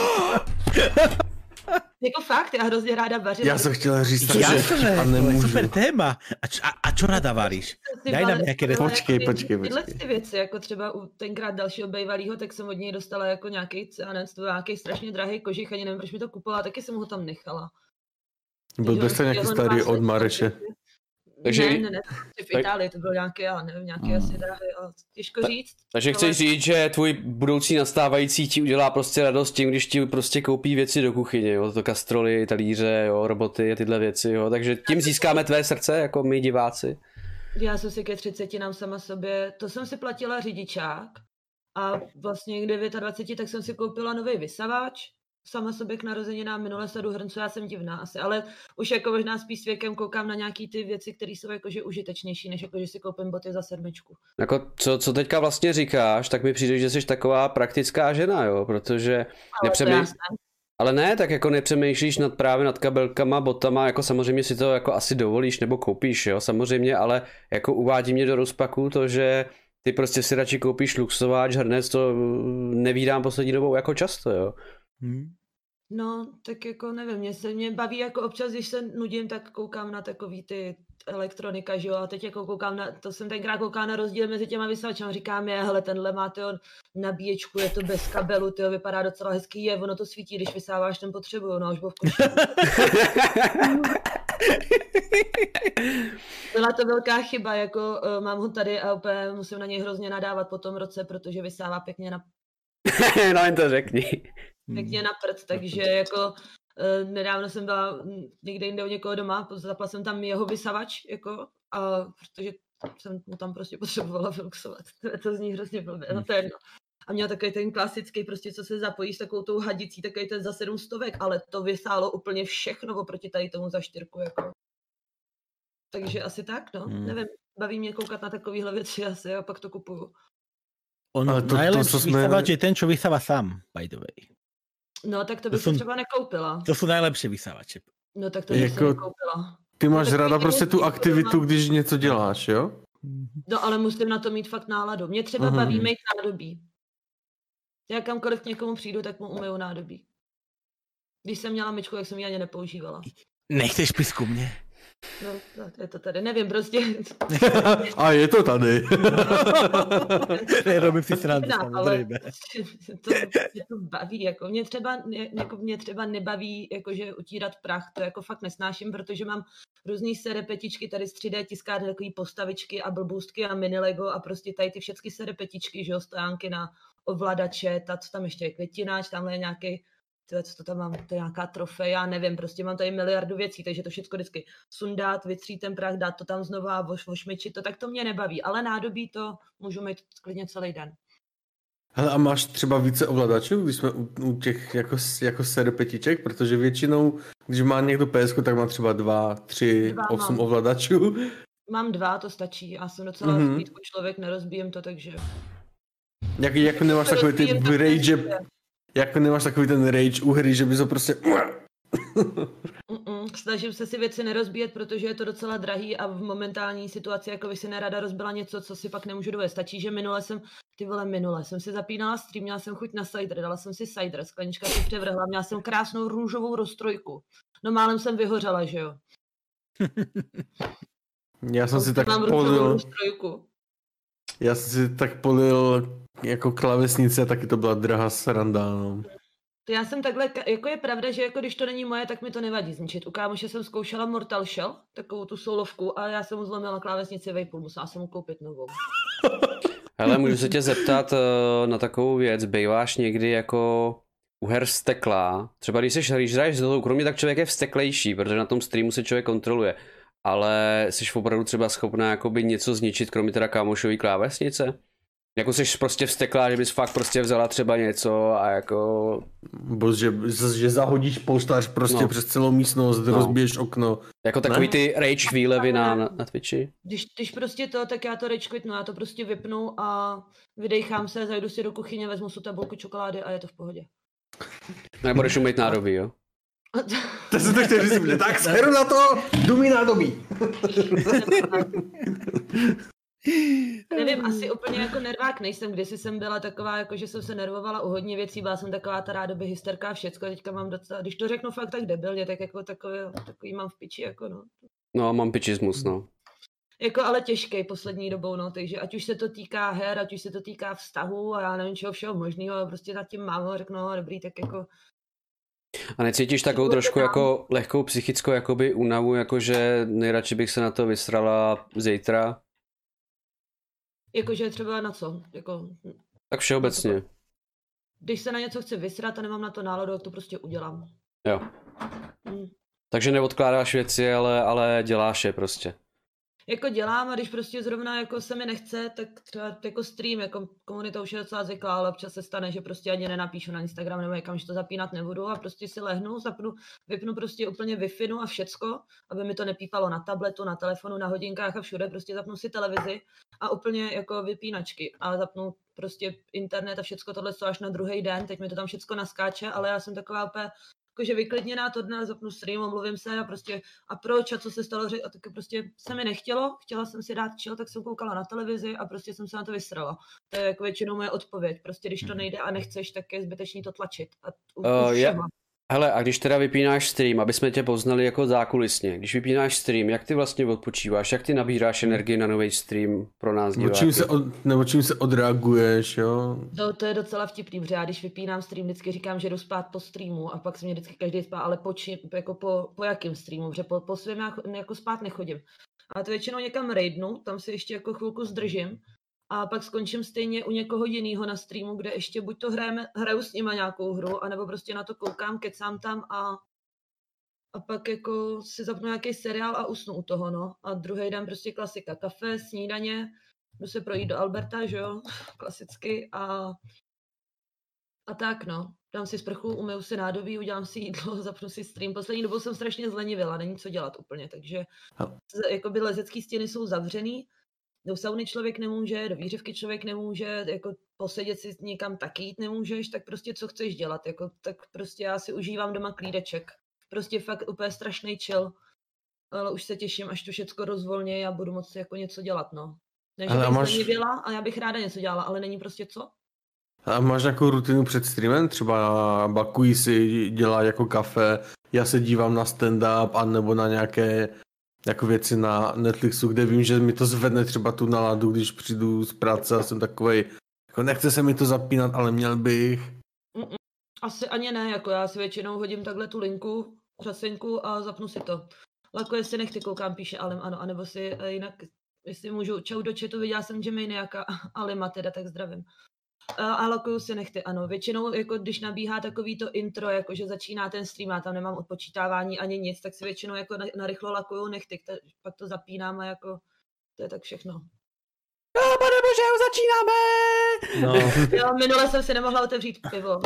Jako fakt, já hrozně ráda vařím. Já jsem chtěla říct, že a nemůžu. Super téma. A čo ráda varíš? Daj nám nějaké Počkej. Tyhle ty věci, jako třeba u tenkrát dalšího bývalýho, tak jsem od něj dostala jako nějaký strašně drahý kožich, ani nevím, proč mi to kupovala, taky jsem ho tam nechala. Byl byste nějaký starý od Mareše? Takže... Ne, v Itálii to bylo nějaké, já nevím, nějaké asi drahé, ale těžko říct. Takže chceš říct, že tvůj budoucí nastávající ti udělá prostě radost tím, když ti prostě koupí věci do kuchyně, jo, to kastroly, talíře, jo, roboty a tyhle věci, jo, takže tím získáme tvé srdce, jako my diváci. Já jsem si ke 30 sama sobě, to jsem si platila řidičák a vlastně k 29 tak jsem si koupila nový vysavač, sama sobě k narozeninám, minule sadu hrnců, já jsem divná asi, ale už jako možná spíš s věkem koukám na nějaký ty věci, které jsou jakože užitečnější, než jako, že si koupím boty za 7. Jako co teďka vlastně říkáš, tak mi přijde, že jsi taková praktická žena, jo, protože ale ne, tak jako nepřemýšlíš právě nad kabelkama, botama, jako samozřejmě si to jako asi dovolíš nebo koupíš, jo, samozřejmě, ale jako uvádí mě do rozpaku to, že ty prostě si radši koupíš luxováč, hrnec, to nevídám poslední dobou jako často, jo. No, tak jako nevím, mě baví jako občas, když se nudím, tak koukám na takový ty elektronika, že jo, a teď jako koukám to jsem tenkrát koukala na rozdíl mezi těma vysavačama, říkám hele, tenhle má nabíječku, je to bez kabelu, vypadá docela hezký, ono to svítí, když vysáváš, ten potřebuju, no, už byl v koši. Byla to velká chyba, jako mám ho tady a úplně musím na něj hrozně nadávat po tom roce, protože vysává pěkně na... No jen to řekni. Pěkně na prd, takže jako nedávno jsem byla někde jinde u někoho doma, zapla jsem tam jeho vysavač, jako, a protože jsem mu tam prostě potřebovala vyluxovat. To zní hrozně blbě, no to je jedno. A měl takový ten klasický, prostě co se zapojí s takovou tou hadicí, takový ten za 700, ale to vysálo úplně všechno oproti tady tomu za 4, jako. Takže asi tak, no, nevím, baví mě koukat na takovýhle věci asi a pak to kupuju. Najlepší vysavač je ten, čo vysáva sám, by the way. No, tak to bych třeba nekoupila. To jsou nejlepší vysavače. No, tak to bych jako, nekoupila. Ty máš ráda prostě tu aktivitu, když něco děláš, jo? No, ale musím na to mít fakt náladu. Mě třeba baví mít nádobí. Já kamkoliv k někomu přijdu, tak mu umyju nádobí. Když jsem měla myčku, tak jsem ji ani nepoužívala. Nechceš pisku mě? No, je to tady, nevím, prostě. A je to tady. Nerobím si srandu, samozřejmě. To baví, jako mě třeba nebaví, jakože utírat prach, to jako fakt nesnáším, protože mám různý serepetičky, tady z 3D tiskárny, takový postavičky a blbůstky a mini Lego a prostě tady ty všechny serepetičky, že jo, stojánky na ovladače, co tam ještě je květináč, tamhle je nějaký, co to tam mám, to je nějaká trofej, já nevím, prostě mám tady miliardu věcí, takže to všechno vždycky sundat, vytřít ten prach, dát to tam znova, ošmičit to, tak to mě nebaví, ale nádobí to můžu mít klidně celý den. Hele, a máš třeba více ovladačů, když jsme u těch jako serepetiček, protože většinou, když má někdo PS, tak má třeba 2, 3, 8 ovladačů. Mám 2, to stačí, já jsem docela speedku člověk, nerozbíjem to, takže... Jak nemáš takový ty rage, jako nemáš takový ten rage u hry, že bys ho prostě... Snažím se si věci nerozbíjet, protože je to docela drahý a v momentální situaci, jako bych si nerada rozbila něco, co si pak nemůžu dovést. Stačí, že minule jsem si zapínala stream, měla jsem chuť na cider, dala jsem si cider, sklenička se převrhla, měla jsem krásnou růžovou roztrojku. No málem jsem vyhořela, že jo? Já jsem si tak polil... Já jsem si tak polil jako klávesnice a taky to byla drahá sranda, no. Já jsem takhle, jako je pravda, že jako když to není moje, tak mi to nevadí zničit. U kámoše jsem zkoušela Mortal Shell, takovou tu soulovku, a já jsem mu zlomila klávesnici vejpůl, musela jsem mu koupit novou. Ale můžu se tě zeptat na takovou věc, býváš někdy jako u her vzteklá, třeba když hraješ z kromě, tak člověk je vzteklejší, protože na tom streamu se člověk kontroluje, ale jsi opravdu třeba schopná jakoby něco zničit, kromě teda kámošový klávesnice? Jako jsi prostě vzteklá, že bys fakt prostě vzala třeba něco a jako... Že zahodíš polštář prostě přes celou místnost, rozbiješ okno. Jako takový ty rage výlevy na Twitchi? Když prostě to, tak já to rage quitnu, já to prostě vypnu a vydejchám se, zajdu si do kuchyně, vezmu si tabulku čokolády a je to v pohodě. Nebo jdeš umýt nádobí, jo? To se to chtěl říct, tak seru na to, jdu mi nádobí. Nevím, asi úplně jako nervák nejsem, kdysi jsem byla taková, jako že jsem se nervovala u hodně věcí, byla jsem taková ta rádoby hysterka a všecko, teďka mám docela, když to řeknu fakt tak debilně, tak jako takový mám v piči, jako no. No, mám pičismus, no. Jako ale těžký poslední dobou, no, takže ať už se to týká her, ať už se to týká vztahu a já nevím čeho všeho možného, ale prostě nad tím mám a řeknu, no dobrý, tak jako... A necítíš takovou trošku jako lehkou psychickou jakoby únavu, jakože nejradši bych se na to vysrala zítra? Jakože třeba na co? Jako... Tak všeobecně. Když se na něco chci vysrat a nemám na to náladu, tak to prostě udělám. Jo. Takže neodkládáš věci, ale děláš je prostě. Jako dělám a když prostě zrovna jako se mi nechce, tak třeba jako stream, jako komunita už je docela zvyklá, ale občas se stane, že prostě ani nenapíšu na Instagram nebo někam, že to zapínat nebudu a prostě si lehnu, vypnu prostě úplně Wi-Fi a všecko, aby mi to nepípalo na tabletu, na telefonu, na hodinkách a všude, prostě zapnu si televizi a úplně jako vypínačky a zapnu prostě internet a všecko tohle až na druhý den, teď mi to tam všecko naskáče, ale já jsem taková úplně jakože vyklidněná, to dne zapnu stream, omluvím se a prostě a proč a co se stalo, a tak prostě se mi nechtělo, chtěla jsem si dát chill, tak jsem koukala na televizi a prostě jsem se na to vysrala. To je jako většinou moje odpověď, prostě když to nejde a nechceš, tak je zbytečný to tlačit. Hele, a když teda vypínáš stream, aby jsme tě poznali jako zákulisně, když vypínáš stream, jak ty vlastně odpočíváš, jak ty nabíráš energii na nový stream pro nás diváky? Nebo čím se odreaguješ, jo? To je docela vtipný, protože já když vypínám stream, vždycky říkám, že jdu spát po streamu a pak se mě vždycky každý spá, ale po jakým streamu, protože po svém jako spát nechodím. A to většinou někam raidnu, tam si ještě jako chvilku zdržím a pak skončím stejně u někoho jiného na streamu, kde ještě buď to hraju s nima nějakou hru, anebo prostě na to koukám, kecám tam a pak jako si zapnu nějaký seriál a usnu u toho, no. A druhý den prostě klasika, kafe, snídaně, jdu se projít do Alberta, že jo, klasicky a tak, no. Dám si sprchu, umyju si nádobí, udělám si jídlo, zapnu si stream. Poslední dobou jsem strašně zlenivila, není co dělat úplně, takže jakoby lezecký stěny jsou zavřený, do sauny člověk nemůže, do výřivky člověk nemůže, jako posedět si někam taky jít nemůžeš, tak prostě co chceš dělat, jako, tak prostě já si užívám doma klídeček. Prostě fakt úplně strašný chill, ale už se těším, až to všecko rozvolní a budu moci jako něco dělat, no. Ne, že bych zlenivěla a já bych ráda něco dělala, ale není prostě co. A máš nějakou rutinu před streamem? Třeba Bakuji si dělá jako kafe, já se dívám na stand-up, anebo na nějaké jako věci na Netflixu, kde vím, že mi to zvedne třeba tu náladu, když přijdu z práce a jsem takovej, jako nechce se mi to zapínat, ale měl bych. Asi ani ne, jako já si většinou hodím takhle tu linku, řasenku a zapnu si to. Lakuje si nechty, koukám, píše Alim, ano, anebo si jinak, jestli můžu, čau do chatu, viděla jsem, že mi nějaká Alima teda, tak zdravím. A lakuju si nechty, ano. Většinou, jako když nabíhá takový to intro, jako že začíná ten stream, já tam nemám odpočítávání ani nic, tak si většinou jako narychlo lakuju nechty, pak to zapínám a jako to je tak všechno. Pane bože, už začínáme! No. Jo, minule jsem si nemohla otevřít pivo.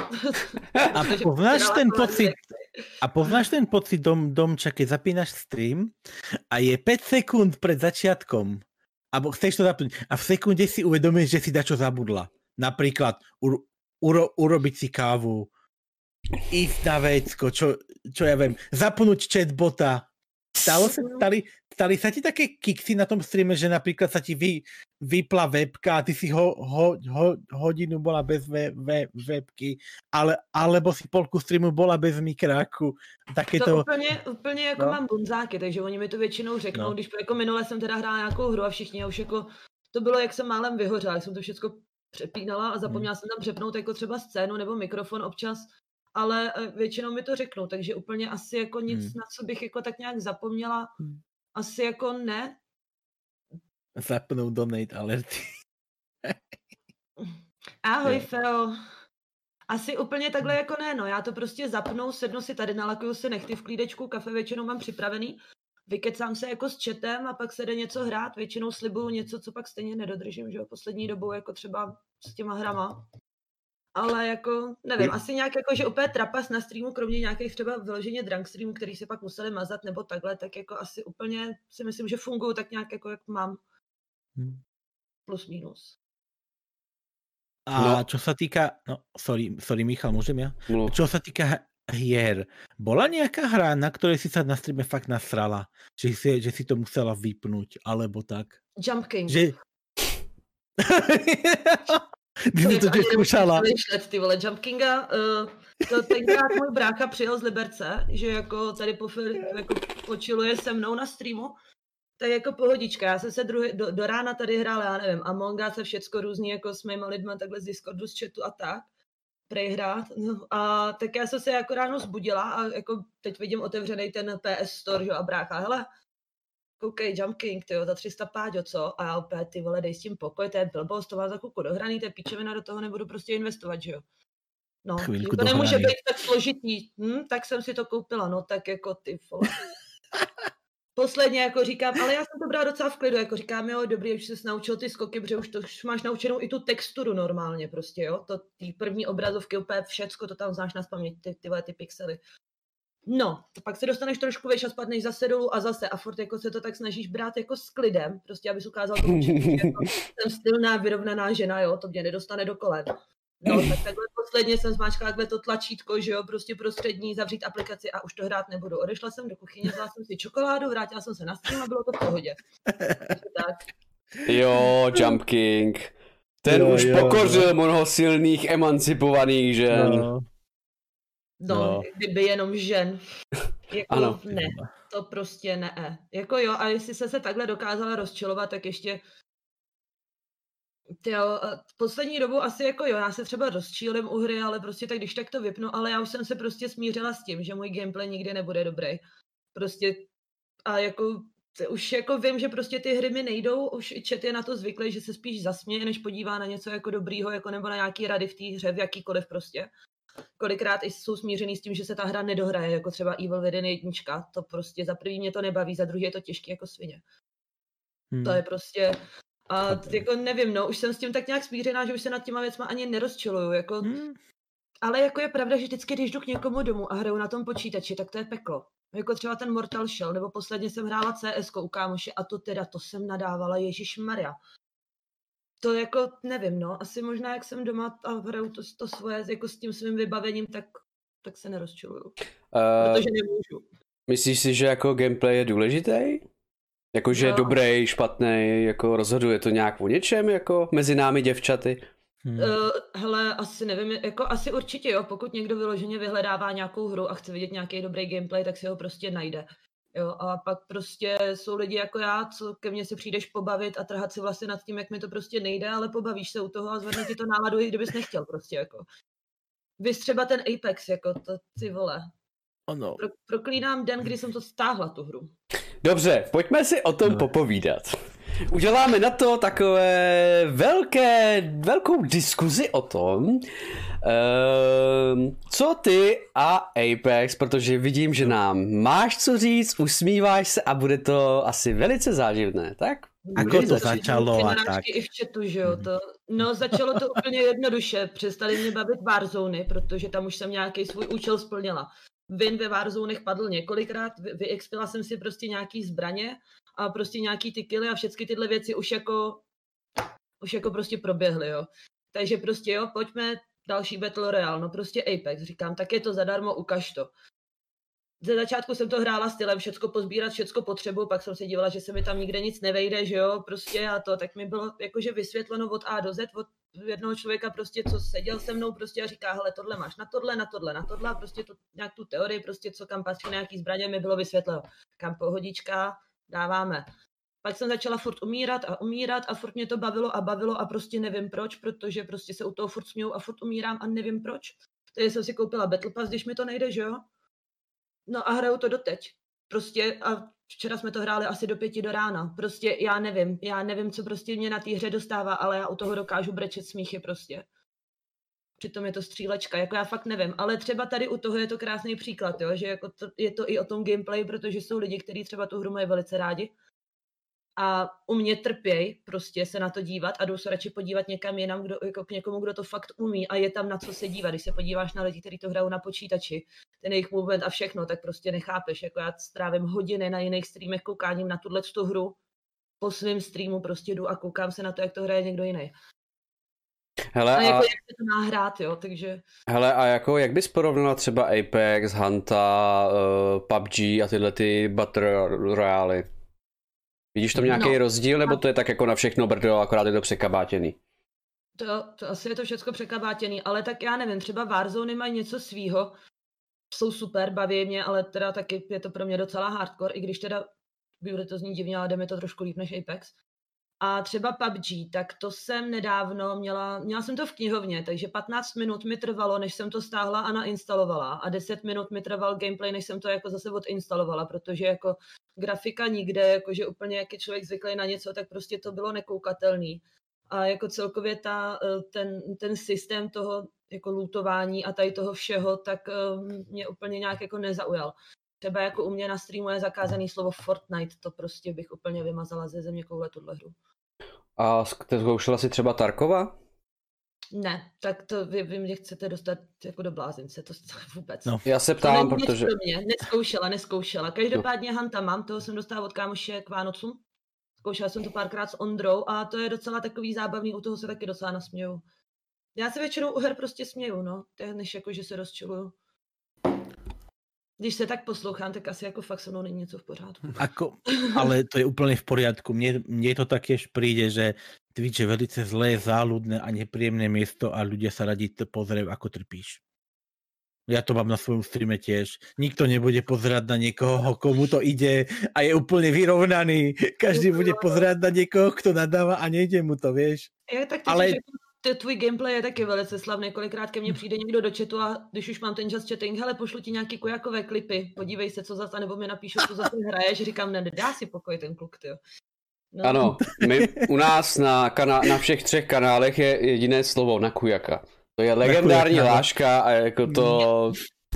A poznáš ten pocit, Domča, keď zapínaš stream a je 5 sekúnd pred začiatkom, alebo chceš to zapnúť a v sekunde si uvedomíš, že si dačo zabudla. Napríklad urobiť si kávu, ísť na vecko, čo ja viem, zapnúť chatbota. Stali sa ti také kiksy na tom streame, že napríklad sa ti vypla webka a ty si hodinu bola bez webky, alebo si polku streamu bola bez mikráku. To úplně jako mám bunzáky, takže oni mi to většinou řeknou, když jako minule jsem teda hrála nějakou hru a všichni, a už jako to bylo, jak jsem málem vyhořela, jak jsem to všechno přepínala a zapomněla jsem tam přepnout jako třeba scénu nebo mikrofon občas, ale většinou mi to řeknou, takže úplně asi jako nic, na co bych jako tak nějak zapomněla, asi jako ne. Zapnou donate alerty. Ahoj, Feo. Asi úplně takhle jako ne, no. Já to prostě zapnu, sednu si tady, nalakuju si nechty v klídečku, kafe většinou mám připravený, vykecám se jako s chatem a pak se jde něco hrát, většinou slibuju něco, co pak stejně nedodržím, že jo, poslední dobou jako třeba s těma hrama. Ale jako, nevím, asi nějak jako, že úplně trapas na streamu, kromě nějakých třeba vyloženě drunk streamů, který se pak museli mazat nebo takhle, tak jako asi úplně si myslím, že fungují tak nějak jako, jak mám. Plus minus. A čo sa týka, sorry Michal, môžem ja? No. Čo sa týka hier, bola nejaká hra, na ktorej si sa na streame fakt nasrala? Že si to musela vypnúť, alebo tak? Jump King. Že... Ty si to skúšala. Ty vole, Jump Kinga, to tenkrát můj brácha přijel z Liberce, že jako tady jako počiluje se mnou na streamu, tak jako pohodička, já jsem se do rána tady hrála, já nevím, Among Us a všecko různý jako s mýma lidma takhle z Discordu, z chatu a tak, prej hrát. No, a tak já jsem se jako ráno zbudila a jako teď vidím otevřený ten PS Store, že, a brácha, hele, koukej, Jump King, tyjo, za 300 páďo, co? A já opět, ty vole, dej s tím pokoj, to je blbost, to má za chvilku dohraný, to je píčevina, do toho nebudu prostě investovat, že jo. No, to nemůže být tak složitý, tak jsem si to koupila, no tak jako ty vole. Posledně jako říkám, ale já jsem to brala docela v klidu, jako říkám, jo, dobrý, už jsi se naučil ty skoky, protože už máš naučenou i tu texturu normálně prostě, jo, to ty první obrazovky, úplně všecko, to tam znáš naspamět, ty pixely. No, pak se dostaneš trošku vejš a spadneš zase dolů a zase a furt jako se to tak snažíš brát jako s klidem, prostě abys ukázal tomu, že jako jsem stylná, vyrovnaná žena, jo, to mě nedostane do kolen. No, tak takhle posledně jsem zmáčkala takhle to tlačítko, že jo, prostě prostřední, zavřít aplikaci a už to hrát nebudu. Odešla jsem do kuchyně, vzala jsem si čokoládu, vrátila jsem se na stream a bylo to v pohodě. Tak. Jo, Jump King. Ten už pokořil mnoho silných, emancipovaných žen. No, kdyby jenom žen. Jako ano. Ne, to prostě ne. Jako jo, a jestli se takhle dokázala rozčilovat, tak ještě jo, poslední dobu asi jako jo, já se třeba rozčílim u hry, ale prostě tak když tak to vypnu, ale já už jsem se prostě smířila s tím, že můj gameplay nikdy nebude dobrý. Prostě a jako už jako vím, že prostě ty hry mi nejdou, už i chat je na to zvyklý, že se spíš zasměje, než podívá na něco jako dobrýho, jako nebo na nějaký rady v té hře, v jakýkoliv prostě. Kolikrát i jsou smířený s tím, že se ta hra nedohraje, jako třeba Evil Within 1, to prostě za prvý mě to nebaví, za druhý je to těžký jako svině. To je prostě... A jako nevím, no, už jsem s tím tak nějak smířená, že už se nad těma věcma ani nerozčiluju, jako... Ale jako je pravda, že vždycky, když jdu k někomu domů a hraju na tom počítači, tak to je peklo. Jako třeba ten Mortal Shell, nebo posledně jsem hrála CS u kámoše a to jsem nadávala, ježišmarja. To jako nevím, no, asi možná jak jsem doma a hraju to svoje, jako s tím svým vybavením, tak se nerozčiluju. Protože nemůžu. Myslíš si, že jako gameplay je důležitý? Jakože je dobrý, špatný, jako rozhoduje to nějak o něčem, jako mezi námi děvčaty? Hele, asi nevím, jako asi určitě jo, pokud někdo vyloženě vyhledává nějakou hru a chce vidět nějaký dobrý gameplay, tak si ho prostě najde. Jo, a pak prostě jsou lidi jako já, co ke mně se přijdeš pobavit a trhat si vlastně nad tím, jak mi to prostě nejde, ale pobavíš se u toho a zvedne ti to náladu, i kdybys nechtěl prostě jako. Vys třeba ten Apex, jako to ty vole. Ano. Proklínám den, kdy jsem to stáhla tu hru. Dobře, pojďme si o tom popovídat. Uděláme na to takové velkou diskuzi o tom, co ty a Apex, protože vidím, že nám máš co říct, usmíváš se a bude to asi velice záživné, tak? Ako to začalo a tak. I v chatu, že jo, no začalo to úplně jednoduše, přestali mě bavit Warzony, protože tam už jsem nějaký svůj účel splnila. Win ve Warzonech padl několikrát, vyexpila jsem si prostě nějaký zbraně a prostě nějaký ty killy a všechny tyhle věci už jako prostě proběhly, jo. Takže prostě jo, pojďme další Battle Royale, no prostě Apex, říkám, tak je to zadarmo, ukaž to. Ze začátku jsem to hrála stylem všecko pozbírat, všecko potřebuji, pak jsem se dívala, že se mi tam nikde nic nevejde, že jo, prostě a to, tak mi bylo jakože vysvětleno od A do Z, od jednoho člověka prostě, co seděl se mnou prostě a říká, hele, tohle máš na tohle a prostě to, nějak tu teorii, prostě co kam patří nějaký zbraně, mi bylo vysvětleno. Kam pohodička, dáváme. Pak jsem začala furt umírat a furt mě to bavilo a prostě nevím proč, protože prostě se u toho furt směju a furt umírám a nevím proč. Takže jsem si koupila Battle Pass, když mi to nejde, že jo? No a hraju to doteď. prostě a včera jsme to hráli asi do 5 do rána. Prostě já nevím, co prostě mě na té hře dostává, ale já u toho dokážu brečet smíchy prostě. Přitom je to střílečka, jako já fakt nevím, ale třeba tady u toho je to krásný příklad, jo, že jako je to i o tom gameplay, protože jsou lidi, kteří třeba tu hru mají velice rádi a u mě trpěj prostě se na to dívat a jdou se radši podívat někam jinam, jako k někomu, kdo to fakt umí a je tam na co se dívat. Když se podíváš na lidi, kteří to hrajou na počítači, ten jejich movement a všechno, tak prostě nechápeš, jako já strávím hodiny na jiných streamech koukáním na tu hru, po svém streamu prostě jdu a koukám se na to, jak to hraje někdo jiný. Hele, a jako jak se to má hrát, jo, takže... Hele, a jako jak bys porovnala třeba Apex, Hanta, PUBG a tyhle ty Battle Royale? Vidíš tam nějaký rozdíl, nebo to je tak jako na všechno brdo, akorát je to překabátěný? To asi je to všechno překabátěný, ale tak já nevím, třeba Warzone mají něco svýho, jsou super, baví mě, ale teda taky je to pro mě docela hardcore, i když teda bude to znít divně, ale jde mi to trošku líp než Apex. A třeba PUBG, tak to jsem nedávno měla jsem to v knihovně, takže 15 minut mi trvalo, než jsem to stáhla a nainstalovala a 10 minut mi trval gameplay, než jsem to jako zase odinstalovala, protože jako grafika nikde, jakože úplně jak je člověk zvyklý na něco, tak prostě to bylo nekoukatelný. A jako celkově ten systém toho jako lootování a tady toho všeho, tak mě úplně nějak jako nezaujal. Třeba jako u mě na streamu je zakázaný slovo Fortnite, to prostě bych úplně vymazala ze země tuhle hru. A zkoušela jsi třeba Tarkova? Ne, tak to vy mě chcete dostat jako do blázince, to vůbec. No. Já se ptám, protože... Neskoušela. Každopádně Hanta mám, toho jsem dostala od kámoše k Vánocům. Zkoušela jsem to párkrát s Ondrou a to je docela takový zábavný, u toho se taky docela nasměju. Já se většinou u her prostě směju, no, než jako, že se rozčiluju. Když se tak poslouchám, tak asi jako fakt se mnou není něco v pořádku. Ale to je úplně v poriadku. Mne to takéž príde, že Twitch je velice zlé, záľudné a nepríjemné miesto a ľudia sa radí pozerajú, ako trpíš. Ja to mám na svojom streame tiež. Nikto nebude pozerať na niekoho, komu to ide a je úplne vyrovnaný. Každý bude pozerať na niekoho, kto nadáva a nejde mu to, vieš. Ale... Tvůj gameplay je taky velice slavný, kolikrát ke mně přijde někdo do chatu a když už mám ten just chatting, hele, pošlu ti nějaký kojakové klipy, podívej se, co zase, nebo mi napíšu, co zase hraješ, říkám, ne, dá si pokoj ten kluk, tyjo. No. Ano, my u nás na všech 3 kanálech je jediné slovo, na kujaka. To je legendární láška a jako to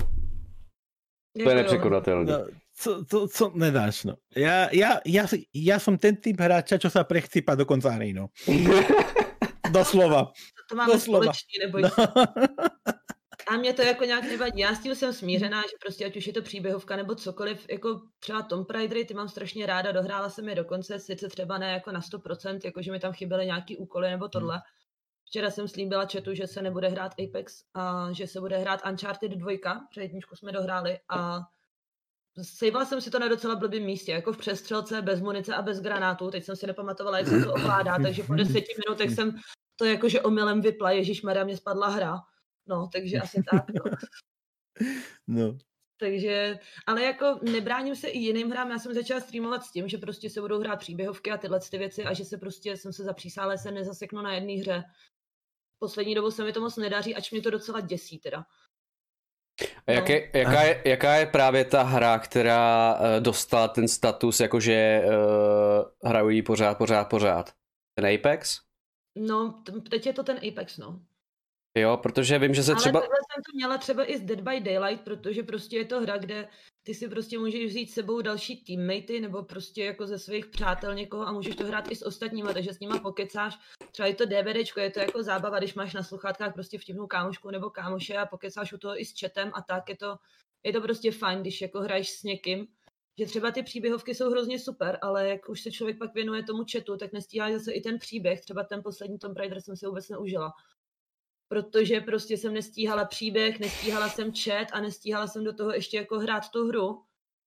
je nepřekonatelné. No, co nedáš, no. Ja som ten typ hráča, čo sa prechcípa do konca hry, no. Doslova. To máme společný, neboj se. A mě to jako nějak nevadí. Já s tím jsem smířená, že prostě ať už je to příběhovka nebo cokoliv, jako třeba Tomb Raidery, ty mám strašně ráda, dohrála jsem je dokonce, sice třeba ne jako na 100%, jakože mi tam chyběly nějaký úkoly nebo tohle. Včera jsem slíbila chatu, že se nebude hrát Apex a že se bude hrát Uncharted 2, protože jedničku jsme dohráli a sejvala jsem si to na docela blbým místě, jako v přestřelce, bez munice a bez granátů. Teď jsem si nepamatovala, jak se to ovládá, takže po 10 minutech jsem to jakože omylem vypla. Ježišmarja, mě spadla hra. No, takže asi tak. No. Takže, ale jako nebráním se i jiným hrám. Já jsem začala streamovat s tím, že prostě se budou hrát příběhovky a tyhle ty věci a že se prostě jsem se zapřísála, se nezaseknu na jedné hře. Poslední dobou se mi to moc nedaří, ač mě to docela děsí teda. A jaká je právě ta hra, která dostala ten status, jakože hrajou jí pořád? Ten Apex? No, teď je to ten Apex, no. Jo, protože vím, že se třeba... Ale jsem to měla třeba i z Dead by Daylight, protože prostě je to hra, kde ty si prostě můžeš vzít s sebou další teammatey, nebo prostě jako ze svých přátel někoho a můžeš to hrát i s ostatníma, takže s nima pokecáš. Třeba i to DVDčko, je to jako zábava, když máš na sluchátkách prostě vtipnou kámošku nebo kámoše a pokecáš u toho i s chatem a tak, je to prostě fajn, když jako hraješ s někým. Že třeba ty příběhovky jsou hrozně super, ale jak už se člověk pak věnuje tomu chatu, tak nestíhá zase i ten příběh. Třeba ten poslední Tomb Raider jsem si vůbec neužila. Protože prostě jsem nestíhala příběh, nestíhala jsem chat a nestíhala jsem do toho ještě jako hrát tu hru.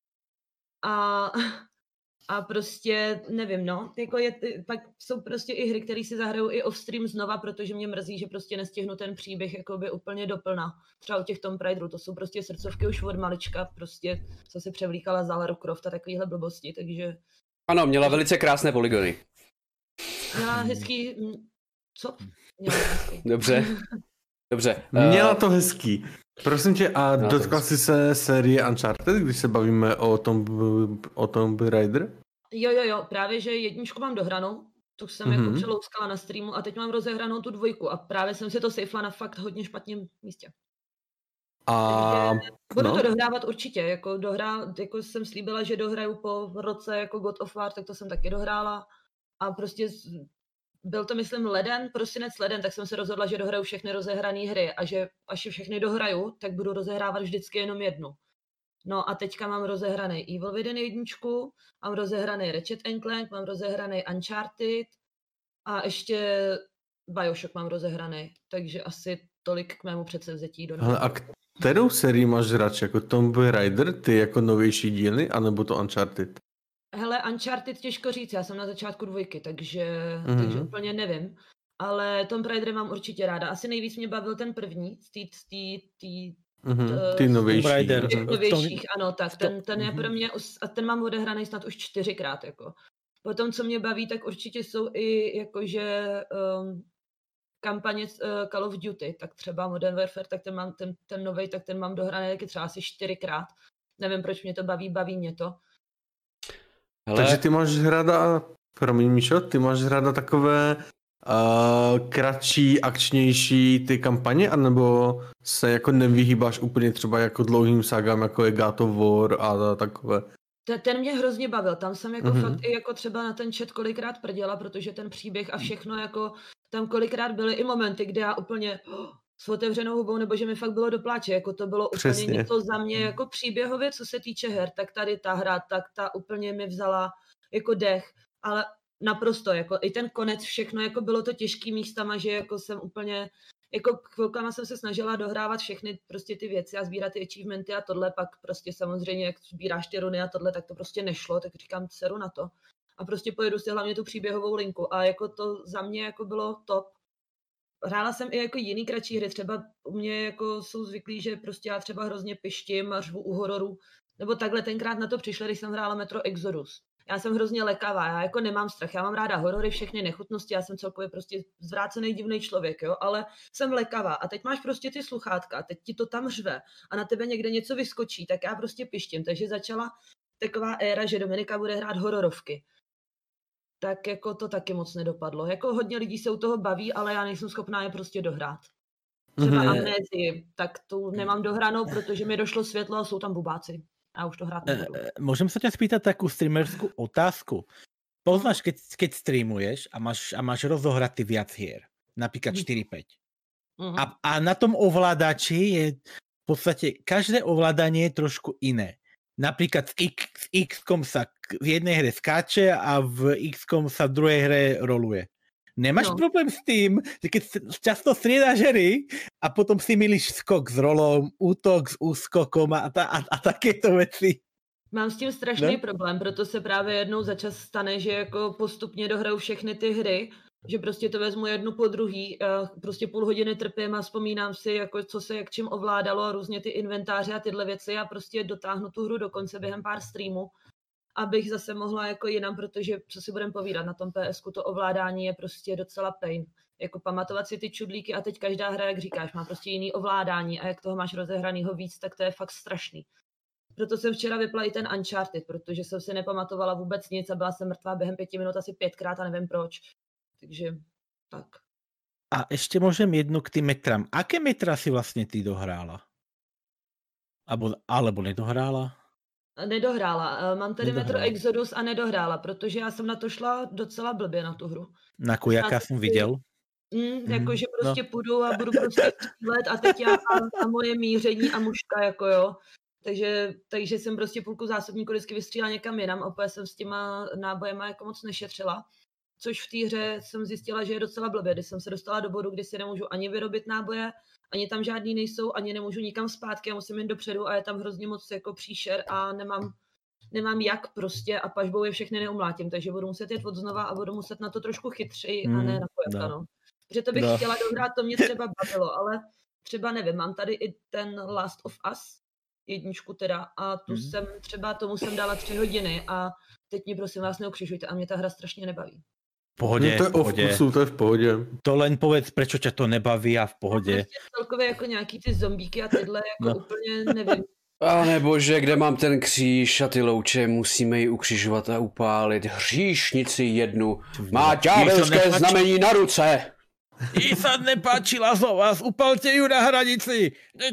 A prostě nevím, no. Jako pak jsou prostě i hry, které si zahrajou i off-stream znova, protože mě mrzí, že prostě nestihnu ten příběh jakoby úplně doplna. Třeba u těch Tomb Raiderů, to jsou prostě srdcovky už od malička, prostě co si převlíkala za Lara Croft a takovýhle blbosti, takže... Ano, měla velice krásné polygony. Měla hezký... Co? Měla hezký. Dobře. Dobře. Měla to hezký. Prosím tě, a dotkla jsi se série Uncharted, když se bavíme o Tomb Raider? Jo, právě, že 1 mám dohranou, tu jsem jako přelouskala na streamu a teď mám rozehranou tu 2 a právě jsem si to sejfla na fakt hodně špatném místě. A budu to dohrávat určitě, jako jsem slíbila, že dohraju po roce jako God of War, tak to jsem taky dohrála a prostě byl to, myslím, prosinec, leden, tak jsem se rozhodla, že dohraju všechny rozehrané hry a že až je všechny dohraju, tak budu rozehrávat vždycky jenom 1. No a teďka mám rozehraný Evil Within 1, mám rozehraný Ratchet & Clank, mám rozehraný Uncharted a ještě Bioshock mám rozehraný, takže asi tolik k mému předsevzetí do hele, a kterou sérii máš radši, jako Tomb Raider, ty jako novější díly, anebo to Uncharted? Hele, Uncharted těžko říct, já jsem na začátku 2, takže úplně nevím. Ale Tomb Raider mám určitě ráda. Asi nejvíc mě bavil ten první, ty novější. Novějších, ano, tak ten je pro mě, a ten mám odehraný snad už 4krát, jako. Potom, co mě baví, tak určitě jsou i jakože kampaně Call of Duty, tak třeba Modern Warfare, tak ten novej, tak ten mám dohraný taky třeba asi 4krát. Nevím, proč mě to baví mě to. Hele. Takže ty máš ráda, promiň Míšo, ty máš ráda takové kratší, akčnější ty kampaně, anebo se jako nevyhýbáš úplně třeba jako dlouhým sagám, jako je God of War a takové? Ten mě hrozně bavil, tam jsem jako fakt i jako třeba na ten chat kolikrát prděla, protože ten příběh a všechno jako, tam kolikrát byly i momenty, kde já úplně s otevřenou hubou, nebo že mi fakt bylo do pláče, jako to bylo úplně něco za mě jako příběhově, co se týče her, tak tady ta hra, tak ta úplně mi vzala jako dech, ale naprosto, jako i ten konec, všechno, jako bylo to těžký místama, že jako jsem úplně, jako chvilkama jsem se snažila dohrávat všechny prostě ty věci a sbírat ty achievementy a tohle, pak prostě samozřejmě, jak sbíráš ty runy a tohle, tak to prostě nešlo, tak říkám, seru na to. A prostě pojedu si hlavně tu příběhovou linku a jako to za mě jako bylo top. Hrála jsem i jako jiný kratší hry, třeba u mě jako jsou zvyklí, že prostě já třeba hrozně pištím a řvu u hororu, nebo takhle tenkrát na to přišla, když jsem hrála Metro Exodus. Já jsem hrozně lekavá, já jako nemám strach, já mám ráda horory, všechny nechutnosti, já jsem celkově prostě zvrácený divný člověk, jo, ale jsem lekavá a teď máš prostě ty sluchátka, teď ti to tam řve a na tebe někde něco vyskočí, tak já prostě pištím, takže začala taková éra, že Dominika bude hrát hororovky. Tak jako to taky moc nedopadlo. Jako hodně lidí se u toho baví, ale já nejsem schopná je prostě dohrát. Třeba Amnézii, tak tu nemám dohranou, protože mi došlo světlo a jsou tam bubáci. A už to hrát nebudu. Môžem sa ťa spýtať takú streamerskú otázku. Poznáš, keď streamuješ a máš rozohratý viac hier, napríklad 4-5. A na tom ovládači je v podstate každé ovládanie je trošku iné. Napríklad s X-kom sa v jednej hre skáče a v X-kom sa v druhej hre roluje. Nemáš problém s tým, že keď často striedáš hry a potom si milíš skok s rolou, útok s úskokom a takéto veci? Mám s tím strašný problém, proto se právě jednou za čas stane, že jako postupně dohraju všechny ty hry, že prostě to vezmu jednu po druhý, prostě půl hodiny trpím a vzpomínám si, jako co se jak čím ovládalo a různě ty inventáře a tyhle věci a prostě dotáhnu tu hru do konce během pár streamů, abych zase mohla jako jinam, protože co si budem povídat, na tom PSku to ovládání je prostě docela pain. Jako pamatovat si ty čudlíky a teď každá hra, jak říkáš, má prostě jiný ovládání a jak toho máš rozehranýho víc, tak to je fakt strašný. Proto jsem včera vypla i ten Uncharted, protože jsem si nepamatovala vůbec nic a byla jsem mrtvá během 5 minut asi 5krát a nevím proč. Takže tak. A ešte môžem jednu k tým metram. Aké metra si vlastne ty dohrála? Alebo nedohrála? Nedohrála. Mám tady Metro Exodus a nedohrála, protože já jsem na to šla docela blbě na tu hru. Jaká jsem viděl? Jakože prostě půjdu a budu prostě střílet a teď já a moje míření a mužka, jako jo. Takže jsem prostě půlku zásobníku vždycky vystřílela někam jinam a opět jsem s těma nábojema jako moc nešetřila. Což v té hře jsem zjistila, že je docela blbě, když jsem se dostala do bodu, kdy si nemůžu ani vyrobit náboje, ani tam žádný nejsou, ani nemůžu nikam zpátky, já musím jít dopředu a je tam hrozně moc jako příšer a nemám jak prostě a pažbou je všechny neumlátím, takže budu muset jet od znova a budu muset na to trošku chytřeji a ne na pojemka, no. Protože to bych chtěla dohrát, to mě třeba bavilo, ale třeba nevím, mám tady i ten Last of Us, 1 teda a tu jsem třeba, tomu jsem dala 3 hodiny a teď mě prosím vás neukřižujte a mě ta hra strašně nebaví. pohodě, to je v pohodě. o vkusu, to je v pohodě. To len povedz, prečo ťa to nebaví a v pohodě. Prostě celkově jako nějaký ty zombíky a tyhle jako úplně nevím. Pane bože, kde mám ten kříž a ty louče, musíme ji ukřižovat a upálit. Hříšnici jednu, má ďábelské znamení na ruce. Jí sa nepáčila zo vás, upalte ju na hranici.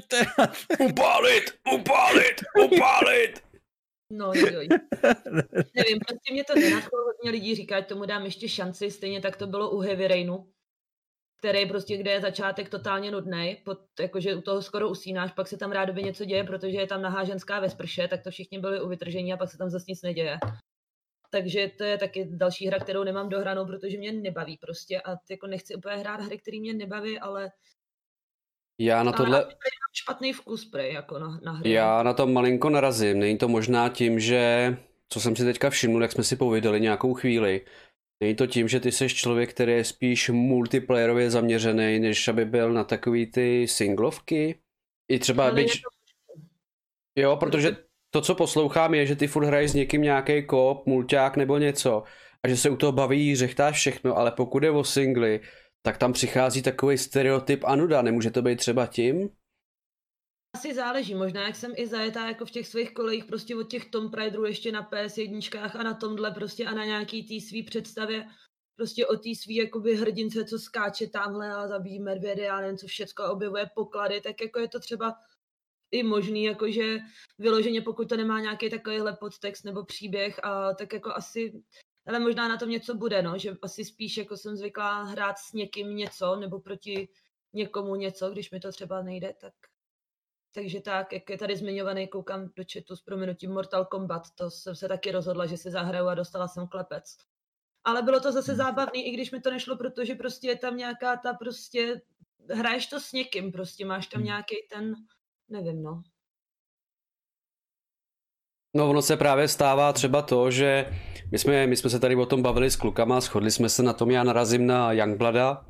Upálit. No joj. Nevím, prostě mě to nenadchlo, hodně lidí říká, že tomu dám ještě šanci, stejně tak to bylo u Heavy Rainu, který prostě, kde je začátek totálně nudnej, jakože u toho skoro usínáš, pak se tam rádoby něco děje, protože je tam nahá ženská ve sprše, tak to všichni byli u vytržení a pak se tam zase nic neděje. Takže to je taky další hra, kterou nemám dohranou, protože mě nebaví prostě a jako nechci úplně hrát hry, které mě nebaví, ale já na tohle... mám špatný vkus prej, jako na hry. Já na to malinko narazím, není to možná tím, že, co jsem si teďka všiml, jak jsme si povídali nějakou chvíli, není to tím, že ty jsi člověk, který je spíš multiplayerově zaměřený, než aby byl na takový ty singlovky? I třeba Jo, protože to, co poslouchám, je, že ty furt hraješ s někým nějaký koop, mulťák nebo něco a že se u toho baví, řechtáš všechno, ale pokud je o singly, tak tam přichází takový stereotyp a nuda. Nemůže to být třeba tím? Asi záleží, možná jak jsem i zajetá jako v těch svých kolejích prostě od těch Tomb Raiderů ještě na PS1 a na tomhle prostě a na nějaký tý svý představě prostě o tý svý jakoby hrdince, co skáče tamhle a zabíjí medvědy a nevím co všecko a objevuje poklady, tak jako je to třeba i možný, jakože vyloženě pokud to nemá nějaký takovýhle podtext nebo příběh a tak jako asi, ale možná na tom něco bude, no, že asi spíš jako jsem zvyklá hrát s někým něco nebo proti někomu něco, když mi to třeba nejde, tak takže tak, jak je tady zmiňovaný, koukám do chatu s prominutím Mortal Kombat, to jsem se taky rozhodla, že si zahraju a dostala jsem klepec. Ale bylo to zase zábavný, i když mi to nešlo, protože prostě je tam nějaká ta prostě, hraješ to s někým, prostě máš tam nějaký ten, nevím no. No ono se právě stává třeba to, že my jsme se tady o tom bavili s klukama, shodli jsme se na tom, já narazím na Youngblooda.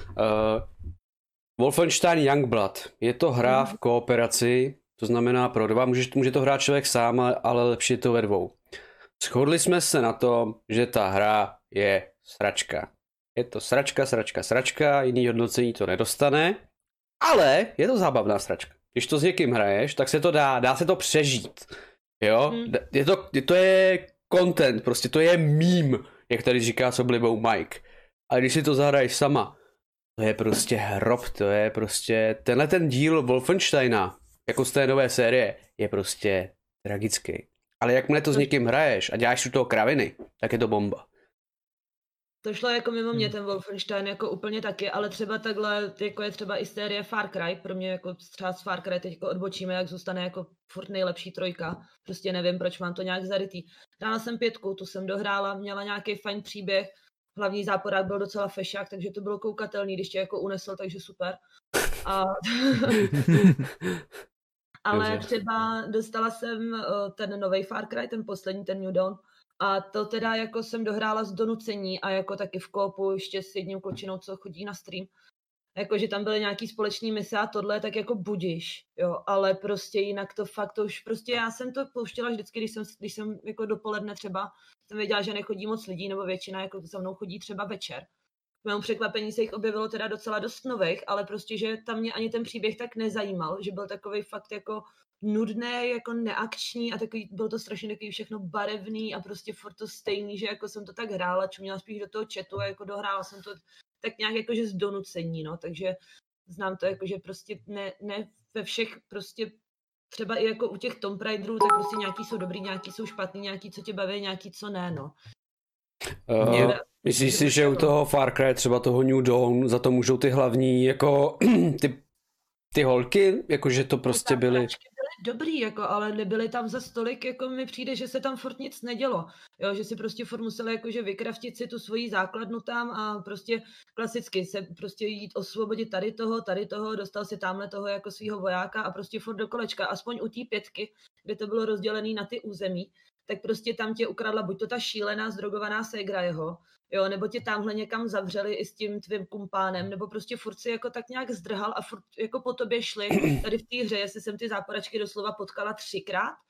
Wolfenstein Youngblood. Je to hra v kooperaci, to znamená pro dva, může to hrát člověk sám, ale lepší je to ve dvou. Shodli jsme se na tom, že ta hra je sračka. Je to sračka, jiný hodnocení to nedostane, ale je to zábavná sračka. Když to s někým hraješ, tak se to dá se to přežít. Jo? To je content, prostě to je meme, jak tady říká s oblibou Mike. A když si to zahraješ sama, to je prostě hrob, to je prostě, tenhle ten díl Wolfensteina, jako z té nové série, je prostě tragický. Ale jakmile to s někým hraješ a děláš u toho kraviny, tak je to bomba. To šlo jako mimo mě ten Wolfenstein jako úplně taky, ale třeba takhle, jako je třeba i série Far Cry, pro mě jako třeba z Far Cry teď jako odbočíme, jak zůstane jako furt nejlepší trojka, prostě nevím, proč mám to nějak zarytý. Hrála jsem 5, tu jsem dohrála, měla nějaký fajn příběh, hlavní záporák byl docela fešák, takže to bylo koukatelný, když tě jako unesl, takže super. A... Ale třeba dostala jsem ten nový Far Cry, ten poslední, ten New Dawn, a to teda jako jsem dohrála z donucení a jako taky v koopu ještě s jedním klučinou, co chodí na stream. Jakože tam byly nějaký společný mise a tohle, tak jako budiš, jo, ale prostě jinak to fakt to už, prostě já jsem to pouštěla vždycky, když jsem jako dopoledne třeba, jsem věděla, že nechodí moc lidí, nebo většina jako za mnou chodí třeba večer. K mému překvapení se jich objevilo teda docela dost nových, ale prostě, že tam mě ani ten příběh tak nezajímal, že byl takovej fakt jako nudný, jako neakční a takový, bylo to strašně takový všechno barevný a prostě furt to stejný, že jako jsem to tak hrála, čuměla spíš do toho chatu a jako dohrála jsem to tak nějak jakože z donucení, no, takže znám to jako, že prostě ne ve všech prostě třeba i jako u těch Tomb Raiderů, tak prostě nějaký jsou dobrý, nějaký jsou špatný, nějaký co tě baví, nějaký co ne, no. Myslíš si, že u toho Far Cry, třeba toho New Dawn, za to můžou ty hlavní, jako ty holky, jakože to prostě byly dobrý, jako, ale nebyly tam za stolik, jako mi přijde, že se tam furt nic nedělo, jo, že si prostě furt museli jakože vykraftit si tu svoji základnu tam a prostě klasicky se prostě jít osvobodit tady toho, dostal si tamhle toho jako svýho vojáka a prostě furt do kolečka, aspoň u té 5, kde to bylo rozdělené na ty území, tak prostě tam tě ukradla buď to ta šílená zdrogovaná ségra jeho, jo, nebo tě tamhle někam zavřeli i s tím tvým kumpánem, nebo prostě furt si jako tak nějak zdrhal a furt jako po tobě šli tady v té hře, jestli jsem ty záporačky doslova potkala 3krát,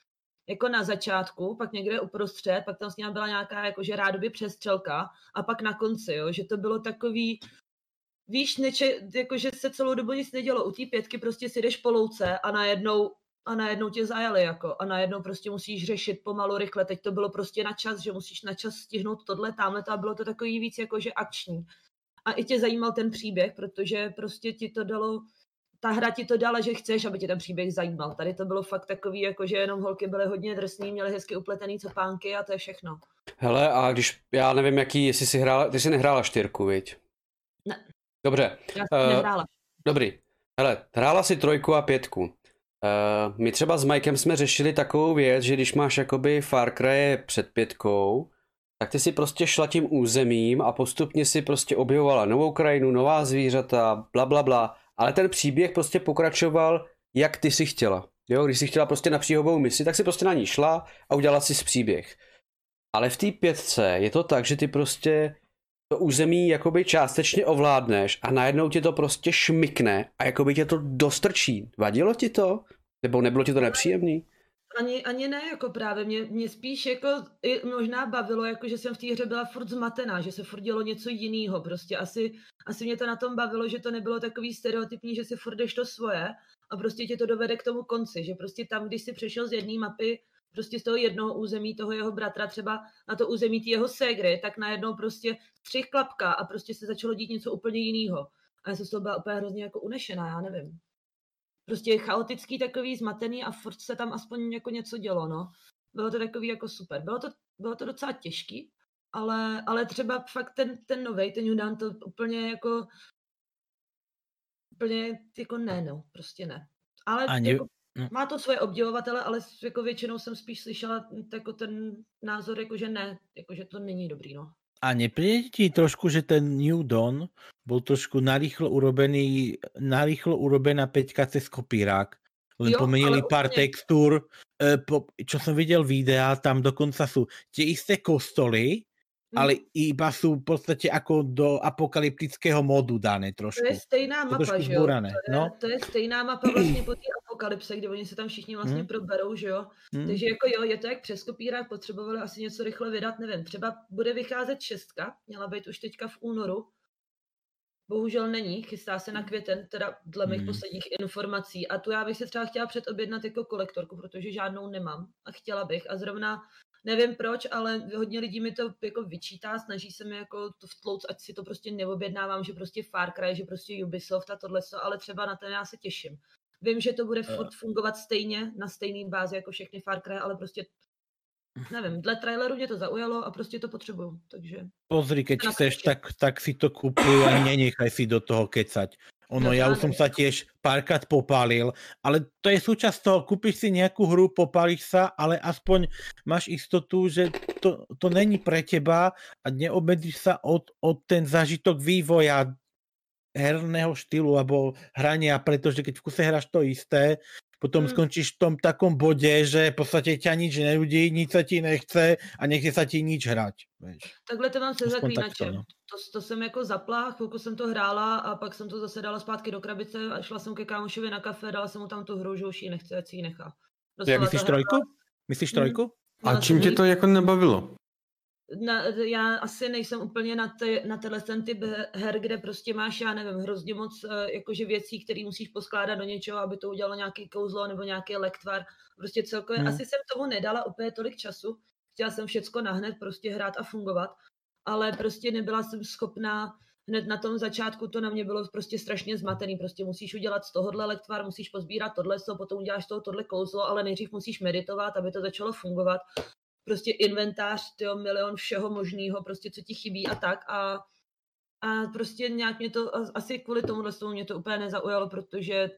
jako na začátku, pak někde uprostřed, pak tam s ním byla nějaká jakože rádoby přestřelka a pak na konci, jo, že to bylo takový, víš, jakože se celou dobu nic nedělo, u té 5 prostě si jdeš po louce a najednou tě zajali, jako, a najednou prostě musíš řešit pomalu, rychle, teď to bylo prostě na čas, že musíš na čas stihnout tohle, tamhle, a bylo to takový víc jakože akční. A i tě zajímal ten příběh, protože prostě ti to dalo, ta hra ti to dala, že chceš, aby tě ten příběh zajímal. Tady to bylo fakt takový, jakože jenom holky byly hodně drsný, měly hezky upletený copánky a to je všechno. Hele, a když, já nevím, jestli jsi hrála, ty jsi nehrála 4, viď? Ne. Dobře. Já jsem nehrála. Dobrý. Hele, hrála si 3 a 5. My třeba s Mikem jsme řešili takovou věc, že když máš jakoby Far Cry před 5, tak ty si prostě šla tím územím a postupně si prostě objevovala novou krajinu, nová zvířata, bla bla bla, ale ten příběh prostě pokračoval, jak ty si chtěla. Jo, když si chtěla prostě na příhovou misi, tak si prostě na ní šla a udělala si příběh. Ale v té 5 je to tak, že ty prostě to území jakoby částečně ovládneš a najednou ti to prostě šmykne a jakoby tě to dostrčí. Vadilo ti to? Nebo nebylo ti to nepříjemný? Ani ne, jako právě mě spíš jako i možná bavilo, jako že jsem v té hře byla furt zmatená, že se furt dělo něco jiného, prostě asi mě to na tom bavilo, že to nebylo takový stereotypní, že si furt jdeš to svoje a prostě tě to dovede k tomu konci, že prostě tam, když si přešel z jedné mapy, prostě z toho jednoho území toho jeho bratra třeba na to území té jeho ségry, tak najednou prostě střih klapka a prostě se začalo dít něco úplně jiného. A já jsem z toho byla úplně hrozně jako unešená, já nevím. Prostě chaotický, takový zmatený a furt se tam aspoň jako něco dělo, no. Bylo to takový jako super. Bylo to docela těžký, ale třeba fakt ten novej, ten New Dawn, to úplně jako ne, no, prostě ne. Ale jako, má to svoje obdivovatele, ale jako většinou jsem spíš slyšela jako ten názor, jako že ne, jako že to není dobrý, no. A nepríde ti trošku, že ten New Dawn bol trošku narýchlo urobená 5 cez kopírák? Len pomenili pár textúr, čo som videl videa, tam dokonca sú tie isté kostoly, ale iba sú v podstate ako do apokalyptického modu dané trošku. To je stejná mapa, že jo? To je stejná mapa vlastně po té apokalypse, kde oni se tam všichni vlastně proberou, že jo? Takže jako jo, je to jak přes kopírák, potřebovali asi něco rychle vydat, nevím, třeba bude vycházet 6, měla být už teďka v únoru, bohužel není, chystá se na květen, teda dle mých posledních informací a tu já bych se třeba chtěla předobjednat jako kolektorku, protože žádnou nemám a chtěla bych a zrovna nevím proč, ale hodně lidí mi to jako vyčítá, snaží se mi jako to vtlouct, ať si to prostě neobjednávám, že prostě Far Cry, že prostě Ubisoft a tohle, ale třeba na ten já se těším. Vím, že to bude furt fungovat stejně, na stejný bázi jako všechny Far Cry, ale prostě nevím, dle traileru mě to zaujalo a prostě to potřebuju, takže... Pozri, keď chceš, tak si to kupuj a nenechaj si do toho kecať. Ja už som sa tiež párkrát popálil, ale to je súčasť toho, kúpiš si nejakú hru, popálíš sa, ale aspoň máš istotu, že to není pre teba a neobmedzíš sa od ten zážitok vývoja herného štýlu alebo hrania, pretože keď v kuse hráš to isté, potom skončíš v tom takom bode, že v podstate ťa nič neľudí, nič sa ti nechce a nechce sa ti nič hrať. Vieš. Takhle to mám se Zaklínačem. No. To jsem jako zapla, chvilku jsem to hrála a pak jsem to zase dala zpátky do krabice a šla jsem ke kámošovi na kafe, dala jsem mu tam tu hru, že už ji nechce, ať si ji nechá. Myslíš 3? A čím tě to jako nebavilo? Já asi nejsem úplně na tenhle typ her, kde prostě máš, já nevím, hrozně moc jakože věcí, které musíš poskládat do něčeho, aby to udělalo nějaký kouzlo nebo nějaký lektvar. Prostě celkově asi jsem tomu nedala úplně tolik času. Chtěla jsem všecko nahned prostě hrát a fungovat, ale prostě nebyla jsem schopná hned na tom začátku, to na mě bylo prostě strašně zmatený. Prostě musíš udělat z tohohle lektvar, musíš pozbírat tohle, potom uděláš tohle kouzlo, ale nejdřív musíš meditovat, aby to začalo fungovat. Prostě inventář, milion všeho možného, prostě co ti chybí a tak a prostě nějak mě to, asi kvůli tomuhle mě to úplně nezaujalo, protože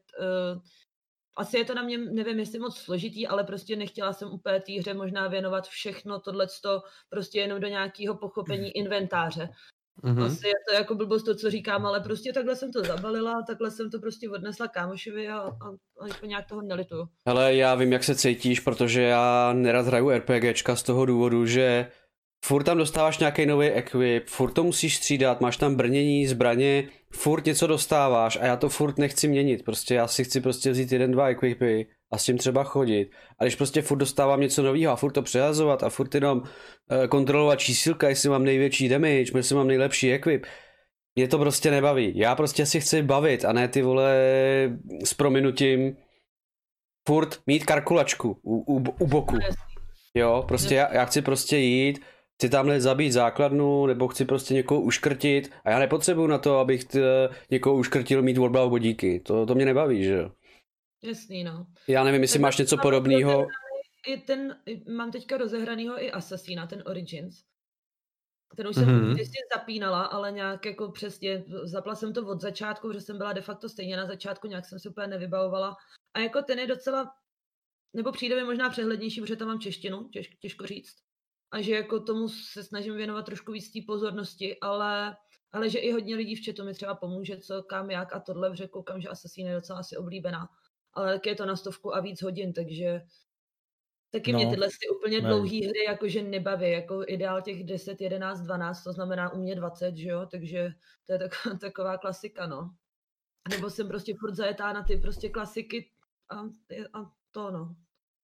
asi je to na mě, nevím jestli moc složitý, ale prostě nechtěla jsem úplně té hře možná věnovat všechno tohleto prostě jenom do nějakého pochopení inventáře. Asi je to jako blbost to, co říkám, ale prostě takhle jsem to zabalila, takhle jsem to prostě odnesla kámošovi a jako nějak toho nelituju. Hele, já vím, jak se cítíš, protože já nerad hraju RPGčka z toho důvodu, že furt tam dostáváš nějaký nový equip, furt to musíš střídat, máš tam brnění, zbraně, furt něco dostáváš a já to furt nechci měnit, prostě já si chci prostě vzít 1-2 equipy a s tím třeba chodit. A když prostě furt dostávám něco nového a furt to přehazovat a furt jenom kontrolovat čísilka, jestli mám největší damage, jestli mám nejlepší equip, mě to prostě nebaví. Já prostě si chci bavit a ne ty vole s prominutím furt mít kalkulačku u boku. Jo, prostě já chci prostě jít, chci tamhle zabít základnu, nebo chci prostě někoho uškrtit a já nepotřebuju na to, abych někoho uškrtil mít odblav bodíky. To mě nebaví, že jo. Jasný, no. Já nevím, jestli máš něco podobného. Mám teďka rozehranýho i Assassina, ten Origins. Kterou jsem vždycky zapínala, ale nějak jako přesně, zapla jsem to od začátku, protože jsem byla de facto stejně na začátku, nějak jsem si úplně nevybavovala. A jako ten je docela, nebo přijde mi možná přehlednější, protože tam mám češtinu, těžko říct. A že jako tomu se snažím věnovat trošku víc té pozornosti, ale že i hodně lidí v chatu mi třeba pomůže, co, kam, jak a tohle, protože koukám, že Assassin je docela asi oblíbená. Ale taky je to na 100 a víc hodin, takže taky mě tyhle úplně dlouhé hry jakože nebaví, jako ideál těch 10, 11, 12, to znamená u mě 20, že jo, takže to je taková klasika, no. Nebo jsem prostě furt zajetá na ty prostě klasiky a to, no.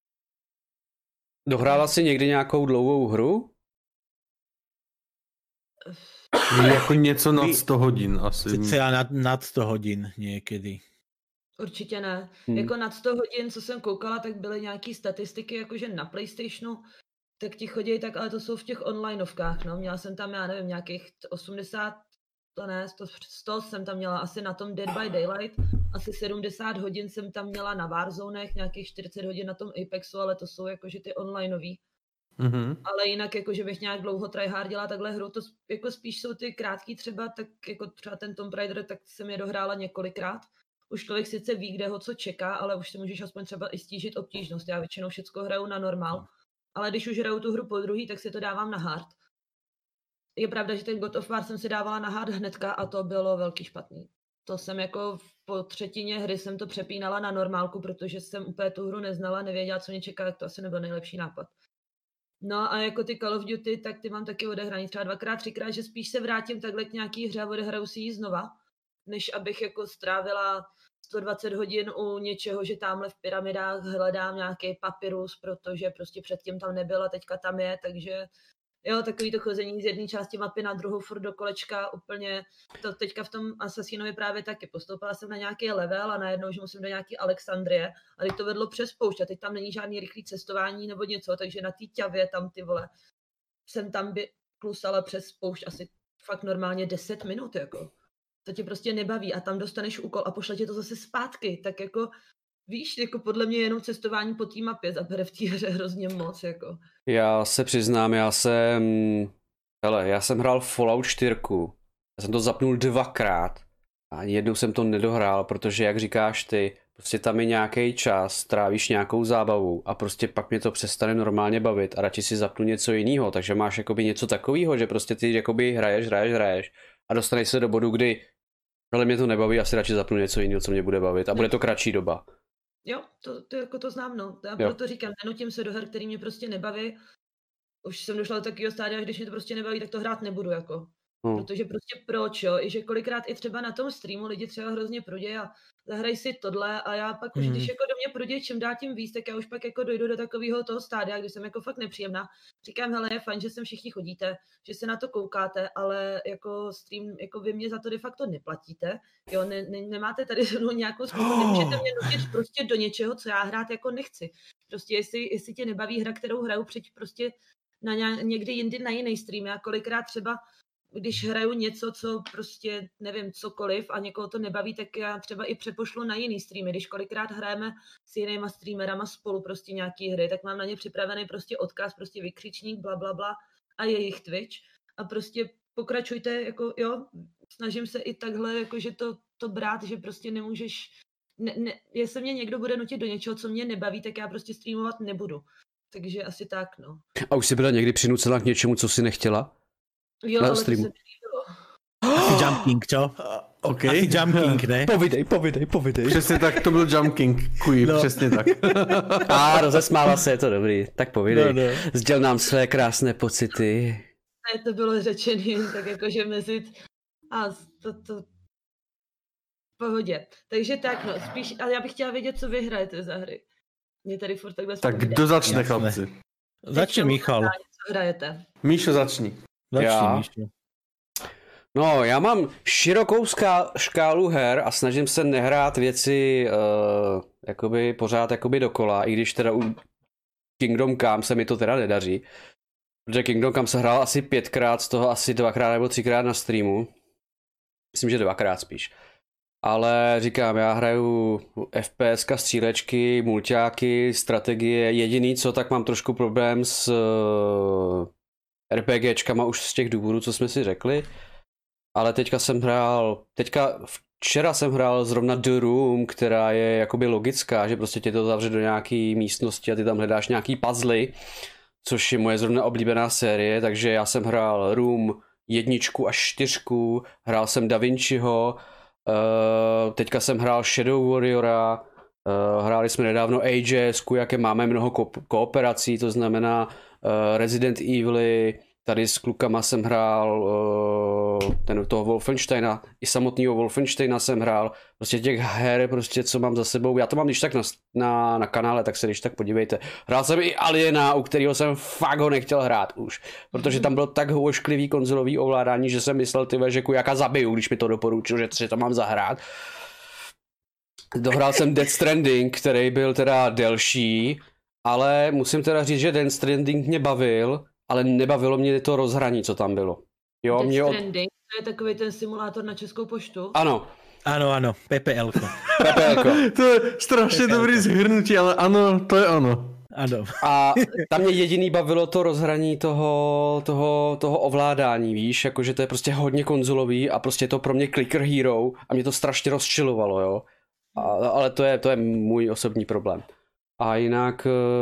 Dohrála jsi někdy nějakou dlouhou hru? Jako něco nad 100 hodin asi. Třeba nad 100 hodin někdy. Určitě ne. Jako nad 100 hodin, co jsem koukala, tak byly nějaký statistiky, jakože na PlayStationu, tak ti chodí tak, ale to jsou v těch onlineovkách, no. Měla jsem tam, já nevím, nějakých 80, to ne, 100 jsem tam měla asi na tom Dead by Daylight, asi 70 hodin jsem tam měla na Warzonech, nějakých 40 hodin na tom Apexu, ale to jsou jakože ty onlineový. Ale jinak jakože bych nějak dlouho tryhardila takhle hru, to jako spíš jsou ty krátký třeba, tak jako třeba ten Tomb Raider, tak jsem je dohrála několikrát. Už člověk sice ví, kde ho co čeká, ale už si můžeš aspoň třeba i stížit obtížnost. Já většinou všecko hraju na normál, ale když už hraju tu hru po druhý, tak si to dávám na hard. Je pravda, že ten God of War jsem si dávala na hard hnedka a to bylo velký špatný. To jsem jako po třetině hry jsem to přepínala na normálku, protože jsem úplně tu hru neznala, nevěděla, co mě čeká, tak to asi nebyl nejlepší nápad. No a jako ty Call of Duty, tak ty mám taky odehraný třeba 2x, 3x, že spíš se vrátím takhle k nějaký hře a odehraju si ji znova, než abych jako strávila 120 hodin u něčeho, že tamhle v pyramidách hledám nějaký papyrus, protože prostě předtím tam nebyl a teďka tam je, takže jo, takový to chození z jedné části mapy na druhou furt do kolečka úplně, to teďka v tom Assassinovi právě taky, postoupila jsem na nějaký level a najednou, že musím do nějaký Alexandrie, a teď to vedlo přes poušť a teď tam není žádný rychlý cestování nebo něco, takže na té ťavě tam ty vole, jsem tam klusala přes poušť asi fakt normálně 10 minut, jako. To tě prostě nebaví a tam dostaneš úkol a pošle tě to zase zpátky, tak jako víš, jako podle mě jenom cestování po té mapě zabere v té hře hrozně moc, jako. Já se přiznám, já jsem hrál Fallout 4, já jsem to zapnul 2x a ani jednou jsem to nedohrál, protože jak říkáš ty, prostě tam je nějaký čas, trávíš nějakou zábavu a prostě pak mě to přestane normálně bavit a radši si zapnu něco jiného, takže máš jakoby něco takového, že prostě ty jakoby hraješ a dostaneš se do bodu, kdy ale mě to nebaví, asi radši zapnu něco jiného, co mě bude bavit a bude to kratší doba. Jo, to jako to znám, no. Já proto říkám, nenutím se do her, který mě prostě nebaví. Už jsem došla do takového stádia, když mě to prostě nebaví, tak to hrát nebudu, jako. Protože prostě proč, jo, i že kolikrát i třeba na tom streamu lidi třeba hrozně prodějí a zahraj si tohle a já pak už, když jako do mě prodějí čím dál tím víc, tak já už pak jako dojdu do takového toho stádia, kdy jsem jako fakt nepříjemná. Říkám, hele, je fajn, že sem všichni chodíte, že se na to koukáte, ale jako stream, jako vy mě za to de facto neplatíte, jo, nemáte tady nějakou smlouvu, nemůžete mě nutit prostě do něčeho, co já hrát jako nechci. Prostě jestli tě nebaví hra, kterou hraju, přijď prostě na někdy jindy na jiný stream. Já kolikrát třeba když hraju něco, co prostě, nevím, cokoliv a někoho to nebaví, tak já třeba i přepošlu na jiný streamy. Když kolikrát hrajeme s jinýma streamerama spolu prostě nějaký hry, tak mám na ně připravený prostě odkaz, prostě vykřičník, blablabla a jejich Twitch. A prostě pokračujte, jako jo, snažím se i takhle, jakože to brát, že prostě nemůžeš, jestli mě někdo bude nutit do něčeho, co mě nebaví, tak já prostě streamovat nebudu. Takže asi tak, no. A už jsi byla někdy přinucena k něčemu, co jsi nechtěla? Jo, ale streamu. To se mi Asi Jump King, čo? Okay. Asi Jump King, ne? Povidej. Přesně tak, to byl Jump King, přesně tak. Rozesmála se, je to dobrý. Tak povidej. No. Sděl nám své krásné pocity. To bylo řečený, tak jakože mezi a to pohodě. Takže tak, no, spíš, ale já bych chtěla vědět, co vy hrajete za hry. Mě tady furt takhle Tak kdo začne, chlapci? Začni, Michal. Co hrajete? Míšo, začni. Míšo. No, já mám širokou škálu her a snažím se nehrát věci jakoby pořád jakoby dokola, i když teda u Kingdom Come se mi to teda nedaří. Protože Kingdom Come se hrál asi 5krát, z toho asi 2x nebo 3x na streamu. Myslím, že 2x spíš. Ale říkám, já hraju FPSka, střílečky, mulťáky, strategie. Jediný co, tak mám trošku problém s RPGčkama už z těch důvodů, co jsme si řekli. Ale včera jsem hrál zrovna The Room, která je jakoby logická, že prostě tě to zavře do nějaký místnosti a ty tam hledáš nějaký puzzly, což je moje zrovna oblíbená série, takže já jsem hrál Room 1 až 4, hrál jsem Da Vinciho, teďka jsem hrál Shadow Warriora, hráli jsme nedávno Agesku, jaké máme mnoho kooperací, to znamená Resident Evily, tady s klukama jsem hrál toho Wolfensteina, i samotného Wolfensteina jsem hrál, prostě těch her, prostě co mám za sebou, já to mám když tak na kanále, tak se když tak podívejte. Hrál jsem i Aliena, u kterého jsem fakt ho nechtěl hrát už, protože tam bylo tak ošklivý konzolový ovládání, že jsem myslel že Kujaka zabiju, když mi to doporučil, že si to mám zahrát. Dohrál jsem Death Stranding, který byl teda delší, ale musím teda říct, že Death Stranding mě bavil, ale nebavilo mě to rozhraní, co tam bylo. Jo, Death Stranding, to je takový ten simulátor na Českou poštu? Ano. Ano, PPLko. To je strašně dobrý shrnutí, ale ano, to je ono. Ano. A tam mě jediný bavilo to rozhraní toho ovládání, víš, jakože to je prostě hodně konzolový a prostě je to pro mě clicker hero a mě to strašně rozčilovalo, jo. Ale to je můj osobní problém. A jinak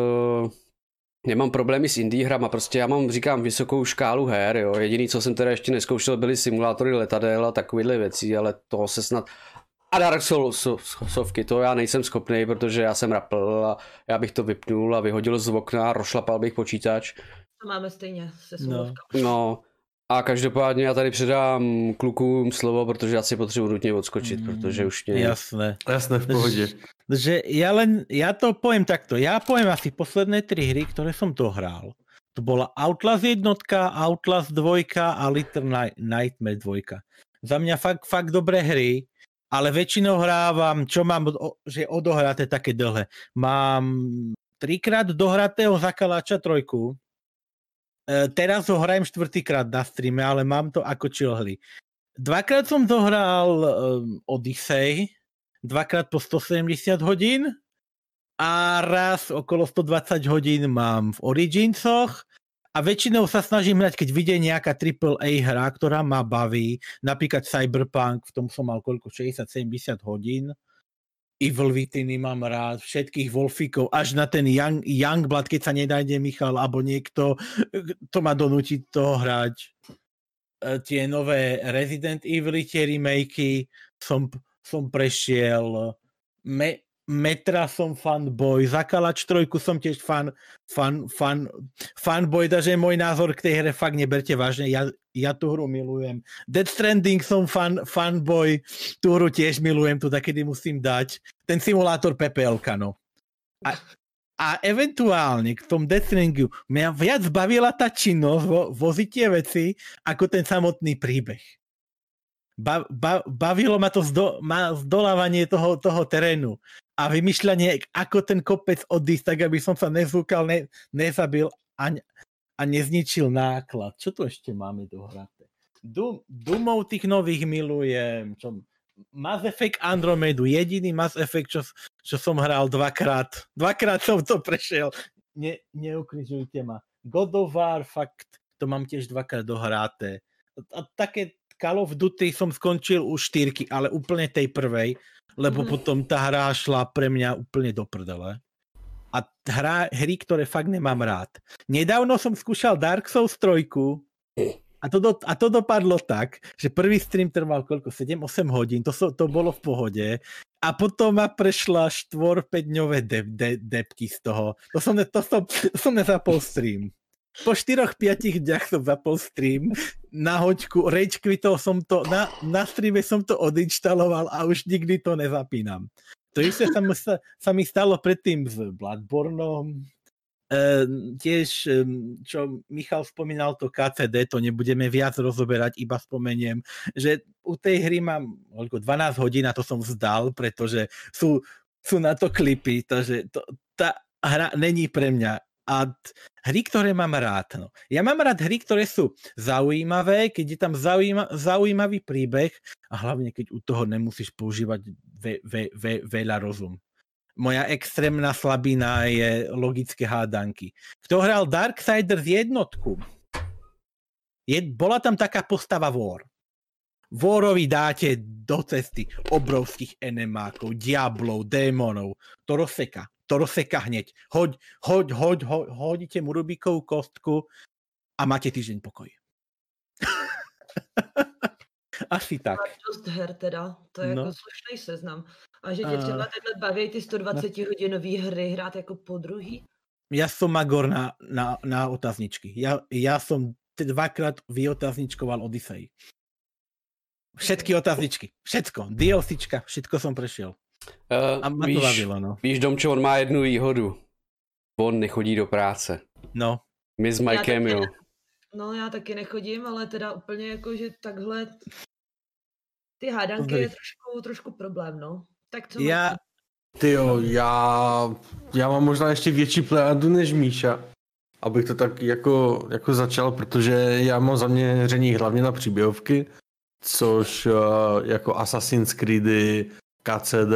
nemám problémy s indie hrama, prostě já mám, říkám, vysokou škálu her, jo. Jediný, co jsem teda ještě neskoušel, byly simulátory letadel a takovýhle věcí, ale toho se snad... A Dark Soulsovky, to já nejsem schopný, protože já jsem rapl a já bych to vypnul a vyhodil z okna a rozšlapal bych počítač. To máme stejně se Soulovkami. No. A každopádně já tady předám klukům slovo, protože já si potřebuji nutně odskočit, protože už mě... Jasné, v pohodě. Že ja to poviem takto. Ja poviem asi posledné 3 hry, ktoré som dohral. To bola Outlast 1, Outlast 2 a Little Nightmare 2. Za mňa fakt dobré hry, ale väčšinou hrávam, čo mám, že odohraté také dlhé. Mám 3-krát dohratého Zakaláča 3. Teraz ho hrajem 4-krát na streame, ale mám to ako chill hry. 2-krát som dohral Odyssey, 2-krát po 170 hodín a raz okolo 120 hodín mám v Originsoch a väčšinou sa snažím hrať, keď vidie nejaká AAA hra, ktorá ma baví, napríklad Cyberpunk, v tom som mal koľko, 60-70 hodín. Evil Within mám rád, všetkých Wolfíkov, až na ten Youngblood, keď sa nenájde Michal, alebo niekto, to ma donúti to hrať. Tie nové Resident Evil, tie remakey som prešiel, Metra som fanboy, Zakalač 3 som tiež fanboy, takže môj názor k tej hre fakt neberte vážne, ja tú hru milujem. Death Stranding som fanboy, tú hru tiež milujem, tu takedy musím dať. Ten simulátor PPLka, no. A eventuálne k tom Death Strandingu mňa viac bavila tá činnosť, voziť tie veci, ako ten samotný príbeh. Bavilo ma to zdolávanie toho terénu a vymýšľanie, ako ten kopec odísť, tak aby som sa nezúkal, nezabil a nezničil náklad. Čo tu ešte máme dohraté? Doomov tých nových milujem. Mass Effect Andromedu, jediný Mass Effect, čo som hral 2-krát. 2-krát som to prešiel. Neukrižujte ma. God of War, fakt, to mám tiež 2-krát dohraté. A také Call of Duty som skončil už 4, ale úplne tej prvej, lebo potom tá hra šla pre mňa úplne do prdele. A hry, ktoré fakt nemám rád. Nedávno som skúšal Dark Souls 3 a to dopadlo tak, že prvý stream trval koľko? 7-8 hodín, to bolo v pohode a potom ma prešla 4-5 dňové depky z toho. To som nezapol stream. Po 4-5 dňach som zapol stream, na hoďku, rage quitol som to, na streame som to odinštaloval a už nikdy to nezapínam. To isté sa mi stalo predtým s Bloodborneom. Tiež, čo Michal spomínal, to KCD, to nebudeme viac rozoberať, iba spomeniem, že u tej hry mám 12 hodín a to som vzdal, pretože sú na to klipy, takže tá hra není pre mňa. A hry, ktoré mám rád. No. Ja mám rád hry, ktoré sú zaujímavé, keď je tam zaujímavý príbeh a hlavne, keď u toho nemusíš používať veľa rozum. Moja extrémna slabina je logické hádanky. Kto hral Darksiders jednotku? Bola tam taká postava War. Warovi dáte do cesty obrovských enemákov, diablov, démonov. To rozseka hneď. Hodíte mu Rubikovú kostku a máte týždeň pokoj. Asi tak. Dost her teda, to je jako slušný seznam. A že tě třeba takhle baví ty 120 hodinový hry hrát jako po druhý? Ja som magor na otázničky. Ja som 2-krát vyotázničkoval Odyssey. Všetky otázničky, všetko, DLCčka, všetko som prešiel. A ma to bavilo, no. Víš, Domčo, on má jednu výhodu. On nechodí do práce. No. My s Mikem, jo. No, já taky nechodím, ale teda úplně jako, že takhle ty hádanky je trošku problém, no. Tak co Tyjo, já mám možná ještě větší plejadu než Míša, abych to tak jako začal, protože já mám zaměření hlavně na příběhovky, což jako Assassin's Creedy, KCD,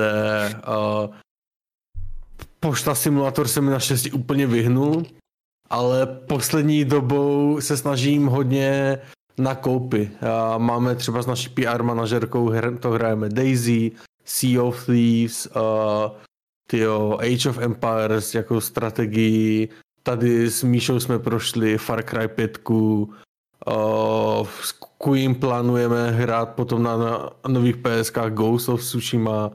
Pošta Simulator se mi naštěstí úplně vyhnul, ale poslední dobou se snažím hodně na koupy. Máme třeba s naší PR manažerkou, to hrajeme Daisy, Sea of Thieves, Age of Empires jako strategii. Tady s Míšou jsme prošli Far Cry 5, s Queen plánujeme hrát potom na nových PSkách Ghost of Tsushima.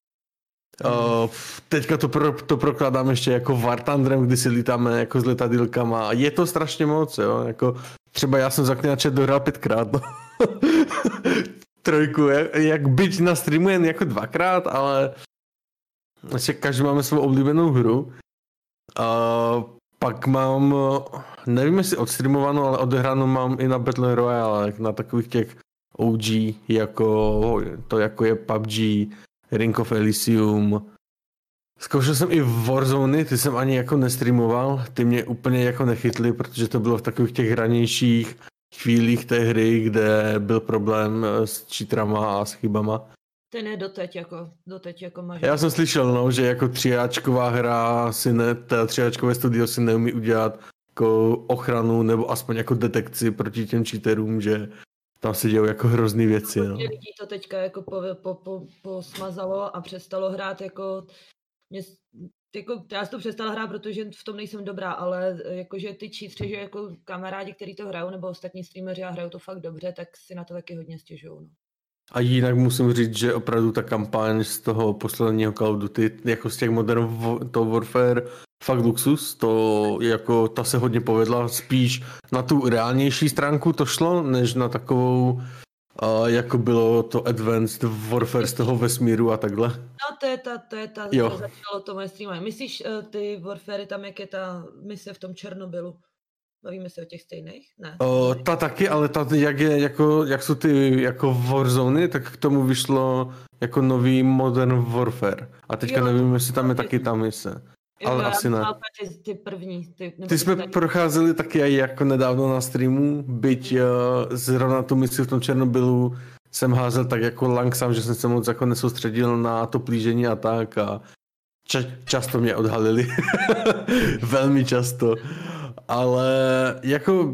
Teďka to prokladám ještě jako War Thunderem, kdy si lítáme jako s letadýlkama. Je to strašně moc, jo. Jako, třeba já jsem Zaklinače dohrál 5krát. No. 3, jak byť na streamu jen jako 2krát, ale každý máme svou oblíbenou hru. Pak mám, nevím jestli odstreamovanou, ale odehranou mám i na Battle Royale, na takových těch OG, jako je PUBG, Ring of Elysium. Zkoušel jsem i Warzone, ty jsem ani jako nestreamoval, ty mě úplně jako nechytly, protože to bylo v takových těch hranějších chvílích té hry, kde byl problém s cheatrama a s chybama. Ten je doteď jako máš. Já jsem slyšel, no, že jako 3áčková hra třiáčkové studio si neumí udělat jako ochranu nebo aspoň jako detekci proti těm cheaterům, že tam se dějou jako hrozný věci. No. Lidí to teďka jako posmazalo a přestalo hrát jako já si to přestala hrát, protože v tom nejsem dobrá, ale jakože ty cheatři, že jako kamarádi, kteří to hrajou, nebo ostatní streameři a hrajou to fakt dobře, tak si na to taky hodně stěžují. No. A jinak musím říct, že opravdu ta kampaň z toho posledního Call of Duty, jako z těch Modern Warfare, fakt luxus, to jako ta se hodně povedla, spíš na tu reálnější stránku to šlo, než na takovou jako bylo to Advanced Warfare z toho vesmíru a takhle. No to je ta začalo to moje streamy. Myslíš ty Warfare tam, jak je ta mise v tom Černobylu? Bavíme se o těch stejných? Ne. Ta taky, ale jak jsou ty jako Warzone, tak k tomu vyšlo jako nový Modern Warfare. A teďka nevím, jestli tam je taky ta mise. Ale asi ne. Ty první. Ty jsme procházeli taky jako nedávno na streamu, byť zrovna tu misi v tom Černobylu jsem házel tak jako langsam, že jsem se moc jako nesoustředil na to plížení a tak a často mě odhalili. Velmi často. Ale jako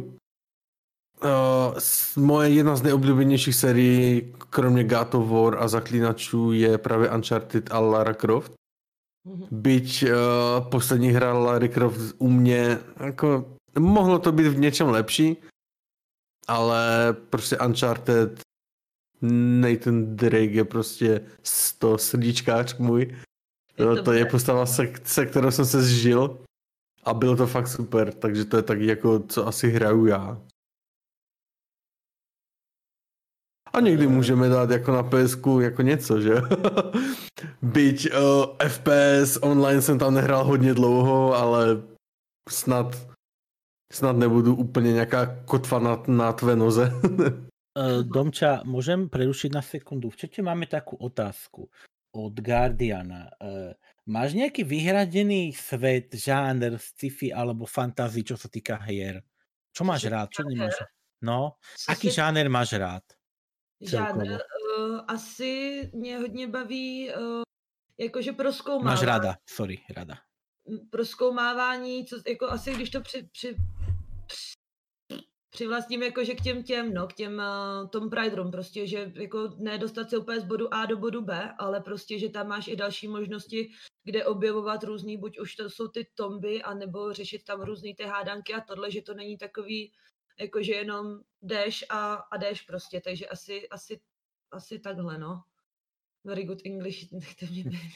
moje jedna z nejoblíbenějších sérií, kromě God of War a Zaklínačů, je právě Uncharted a Lara Croft. Byť poslední hra Lara Croft u mě, jako mohlo to být v něčem lepší, ale prostě Uncharted, Nathan Drake je prostě to srdíčkář můj. To je postava, se kterou jsem se zžil. A bylo to fakt super, takže to je taky jako, co asi hraju já. A někdy můžeme dát jako na PSku jako něco, že? Byť FPS online jsem tam nehrál hodně dlouho, ale snad nebudu úplně nějaká kotva na tvé noze. Domča, môžem prerušiť na sekundu? V čete máme takú otázku od Guardiana. Máš nejaký vyhradený svet, žáner, sci-fi alebo fantasy, čo sa týka hier? Čo máš rád? Čo nemáš? No, aký žáner máš rád? Žánr, asi mě hodně baví jakože prozkoumávání. Máš rada, rada. Prozkoumávání, co, jako asi když to přivlastním jakože k těm Tomb Raiderům, prostě, že jako ne dostat se úplně z bodu A do bodu B, ale prostě, že tam máš i další možnosti, kde objevovat různý, buď už to jsou ty tomby, anebo řešit tam různý ty hádanky a tohle, že to není takový, jakože jenom jdeš a jdeš prostě, takže asi takhle, no. Very good English, nechte mě být.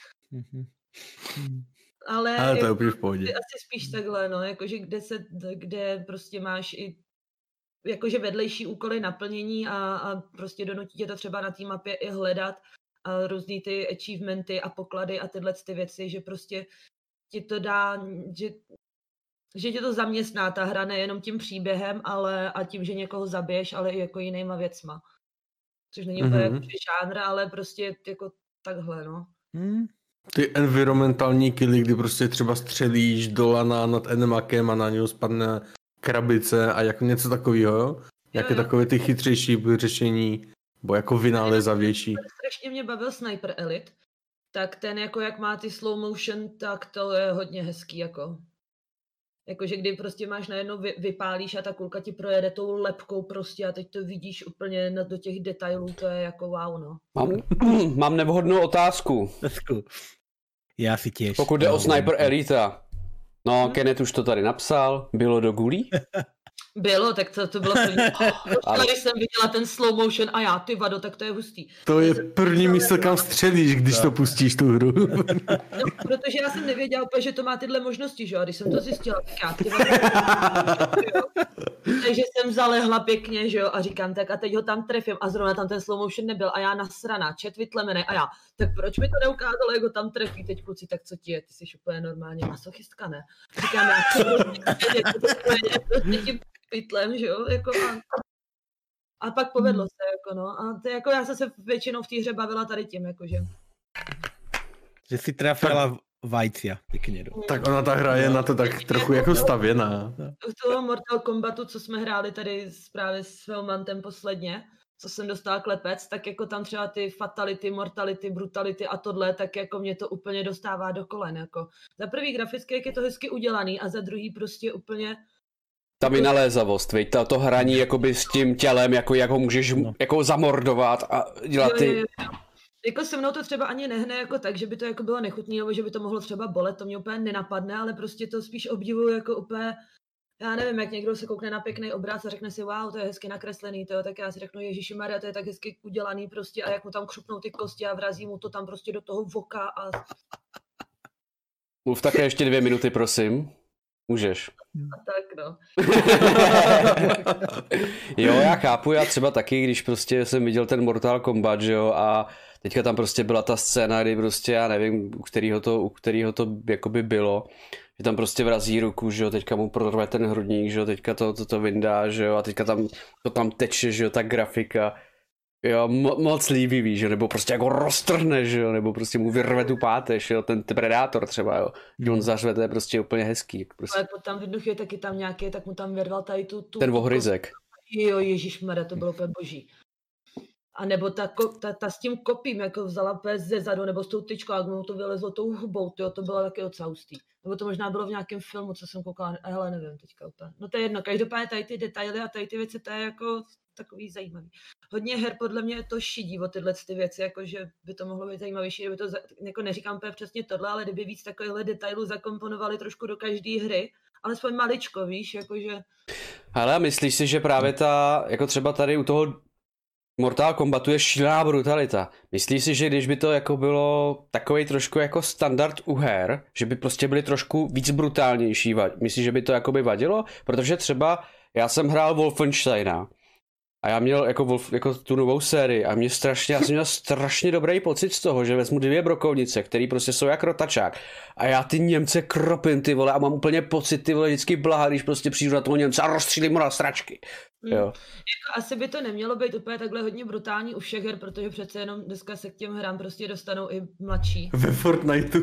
Ale to je úplně v pohodě. Asi spíš takhle, no, jakože kde prostě máš i jakože vedlejší úkoly naplnění a prostě donutí tě to třeba na té mapě i hledat a různý ty achievementy a poklady a tyhle ty věci, že prostě ti to dá, že tě to zaměstná ta hra nejenom tím příběhem, ale a tím, že někoho zabiješ, ale i jako jinýma věcma. Což není úplně jako žánr, ale prostě jako takhle, no. Ty environmentální killy, kdy prostě třeba střelíš do lana nad enemakem a na něho spadne krabice a jako něco takového, jo? Jaké takové ty chytřejší řešení, bo jako vynálezavější. Strašně mě bavil Sniper Elite, tak ten jako jak má ty slow motion, tak to je hodně hezký, jako. Jakože kdy prostě máš najednou vypálíš a ta kulka ti projede tou lepkou prostě a teď to vidíš úplně do těch detailů, to je jako wow, no. Mám nevhodnou otázku. Já si těž. Pokud jde o Sniper Elite, no Kenneth už to tady napsal, bylo do gulí? Bylo, tak to bylo první. Když jsem viděla ten slow motion a já, ty vado, tak to je hustý. To je první místo, kam střelíš, když to pustíš tu hru. No, protože já jsem nevěděla úplně, že to má tyhle možnosti, že jo, a když jsem to zjistila, tak já, ty vado, takže jsem zalehla pěkně, že jo, a říkám, tak a teď ho tam trefím a zrovna tam ten slow motion nebyl a já nasraná, chat vytlemený a já, tak proč mi to neukázalo, jak ho tam trefí teď kluci, tak co ti je, ty jsi úplně normálně masochistka, ne? Říkám, já to pytlem, že jo, jako a pak povedlo se, jako no, a to jako já jsem se většinou v té hře bavila tady tím, jakože. Že si trafila vajcia, pěkně. Tak ona ta hra je na to tak trochu jako stavěná. U toho Mortal Kombatu, co jsme hráli tady právě s Filmantem posledně, co jsem dostala klepec, tak jako tam třeba ty fatality, mortality, brutality a tohle, tak jako mě to úplně dostává do kolen, jako. Za prvý graficky, jak je to hezky udělaný a za druhý prostě úplně ta vynalézavost, veď, to hraní jakoby s tím tělem, jako jak ho můžeš jako zamordovat a dělat ty... Jo. Jako se mnou to třeba ani nehne jako tak, že by to jako bylo nechutný, nebo že by to mohlo třeba bolet, to mě úplně nenapadne, ale prostě to spíš obdivuju jako úplně, já nevím, jak někdo se koukne na pěkný obraz a řekne si, wow, to je hezky nakreslený, to, tak já si řeknu, ježišimarja, to je tak hezky udělaný prostě a jak mu tam křupnou ty kosti a vrazí mu to tam prostě do toho voka a... Mluv také ještě 2 minuty, prosím. Můžeš. A tak no. Jo, já chápu, já třeba taky, když prostě jsem viděl ten Mortal Kombat, že jo, a teďka tam prostě byla ta scéna, kdy prostě, já nevím, u kterého to jakoby bylo, že tam prostě vrazí ruku, že jo, teďka mu prorve ten hrudník, že jo, teďka to vyndá, že jo, a teďka to tam teče, že jo, ta grafika. Jo, moc líbivý, že nebo prostě jako roztrhne, že jo, nebo prostě mu vyrve tu páteř, jo, ten Predátor třeba, jo, že on zařve, to je prostě úplně hezký. Prostě. Ale tam v jednu chvíli taky tam nějaký, tak mu tam vyrval tady tu ten ohryzek. Jo, ježišmarja, to bylo úplně boží. A nebo ta s tím kopím, jako vzala pes ze zadu, nebo s tou tyčkou, a mu to vylezlo tou hubou, to bylo taky docela hustý. Nebo to možná bylo v nějakém filmu, co jsem koukala, hele, nevím teďka úplně. No to je jedno, každopádně tady ty detaily a tady ty věci, to je jako takový zajímavý. Hodně her podle mě to šidí o tyhle ty věci, jako že by to mohlo být zajímavější, kdyby to, jako neříkám úplně přesně tohle, ale kdyby víc takovýchhle detailů zakomponovali trošku do každé hry, alespoň maličko, víš, jakože... Ale myslíš si, že právě jako třeba tady u toho Mortal Kombatu je šílená brutalita. Myslíš si, že když by to jako bylo takovej trošku jako standard u her, že by prostě byly trošku víc brutálnější, myslíš, že by to jakoby vadilo? Protože třeba já jsem hrál Wolfensteina A já měl jako tu novou sérii a já jsem měl strašně dobrý pocit z toho, že vezmu 2 brokovnice, které prostě jsou jak rotačák a já ty Němce kropím, ty vole, a mám úplně pocit, ty vole, vždycky blaha, když prostě přijdu na toho Němce a rozstřílím mu na sračky. Jo. Jako asi by to nemělo být úplně takhle hodně brutální u všech her, protože přece jenom dneska se k těm hrám prostě dostanou i mladší. Ve Fortniteu.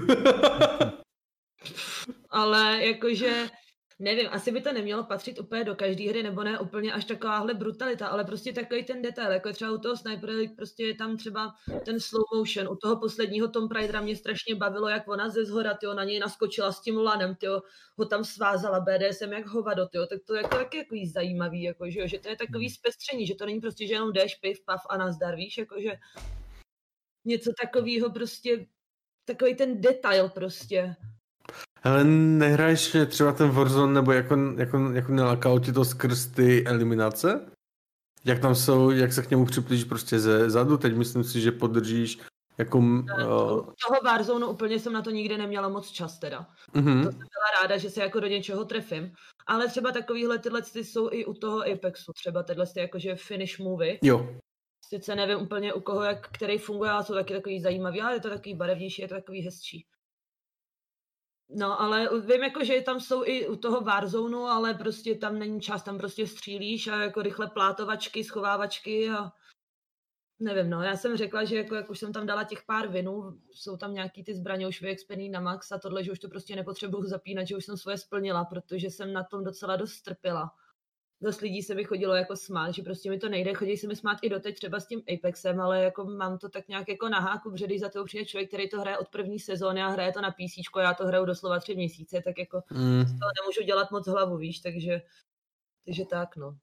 Ale jakože, nevím, asi by to nemělo patřit úplně do každé hry, nebo ne úplně až takováhle brutalita, ale prostě takový ten detail, jako třeba u toho Sniper Elite, prostě je tam třeba ten slow motion, u toho posledního Tomb Raidera mě strašně bavilo, jak ona ze zhora, tyjo, na něj naskočila s tím lanem, tyjo, ho tam svázala BDSM jak hovado, tyjo, tak to je jako taky jako zajímavý, jako, že to je takový zpestření, že to není prostě, že jenom jdeš, piv, pav a nazdar, víš, jakože něco takového prostě, takový ten detail prostě. Ale nehraješ třeba ten Warzone, nebo jako nelakalo ti to skrz ty eliminace? Jak tam jsou, jak se k němu připlíš prostě ze zadu? Teď myslím si, že podržíš jako... Toho Warzone úplně jsem na to nikdy neměla moc čas teda. To jsem byla ráda, že se jako do něčeho trefím. Ale třeba takovýhle tyhle jsou i u toho Apexu, třeba tyhle jakože finish movie. Jo. Sice nevím úplně u koho, který funguje, ale jsou taky takový zajímavý, ale je to takový barevnější, je to takový hezčí. No, ale vím, jako, že tam jsou i u toho Warzoneu, ale prostě tam není čas, tam prostě střílíš a jako rychle plátovačky, schovávačky a nevím, no, já jsem řekla, že jako, jak už jsem tam dala těch pár vinů, jsou tam nějaký ty zbraně už vyexpený na max a tohle, že už to prostě nepotřebuju zapínat, že už jsem svoje splnila, protože jsem na tom docela dost trpěla. Dost lidí se mi chodilo jako smát, že prostě mi to nejde, chodí se mi smát i doteď třeba s tím Apexem, ale jako mám to tak nějak jako na háku, protože když za to přijde člověk, který to hraje od první sezóny a hraje to na PCčko, já to hraju doslova 3 měsíce, tak jako z toho nemůžu dělat moc hlavu, víš, takže tak, no.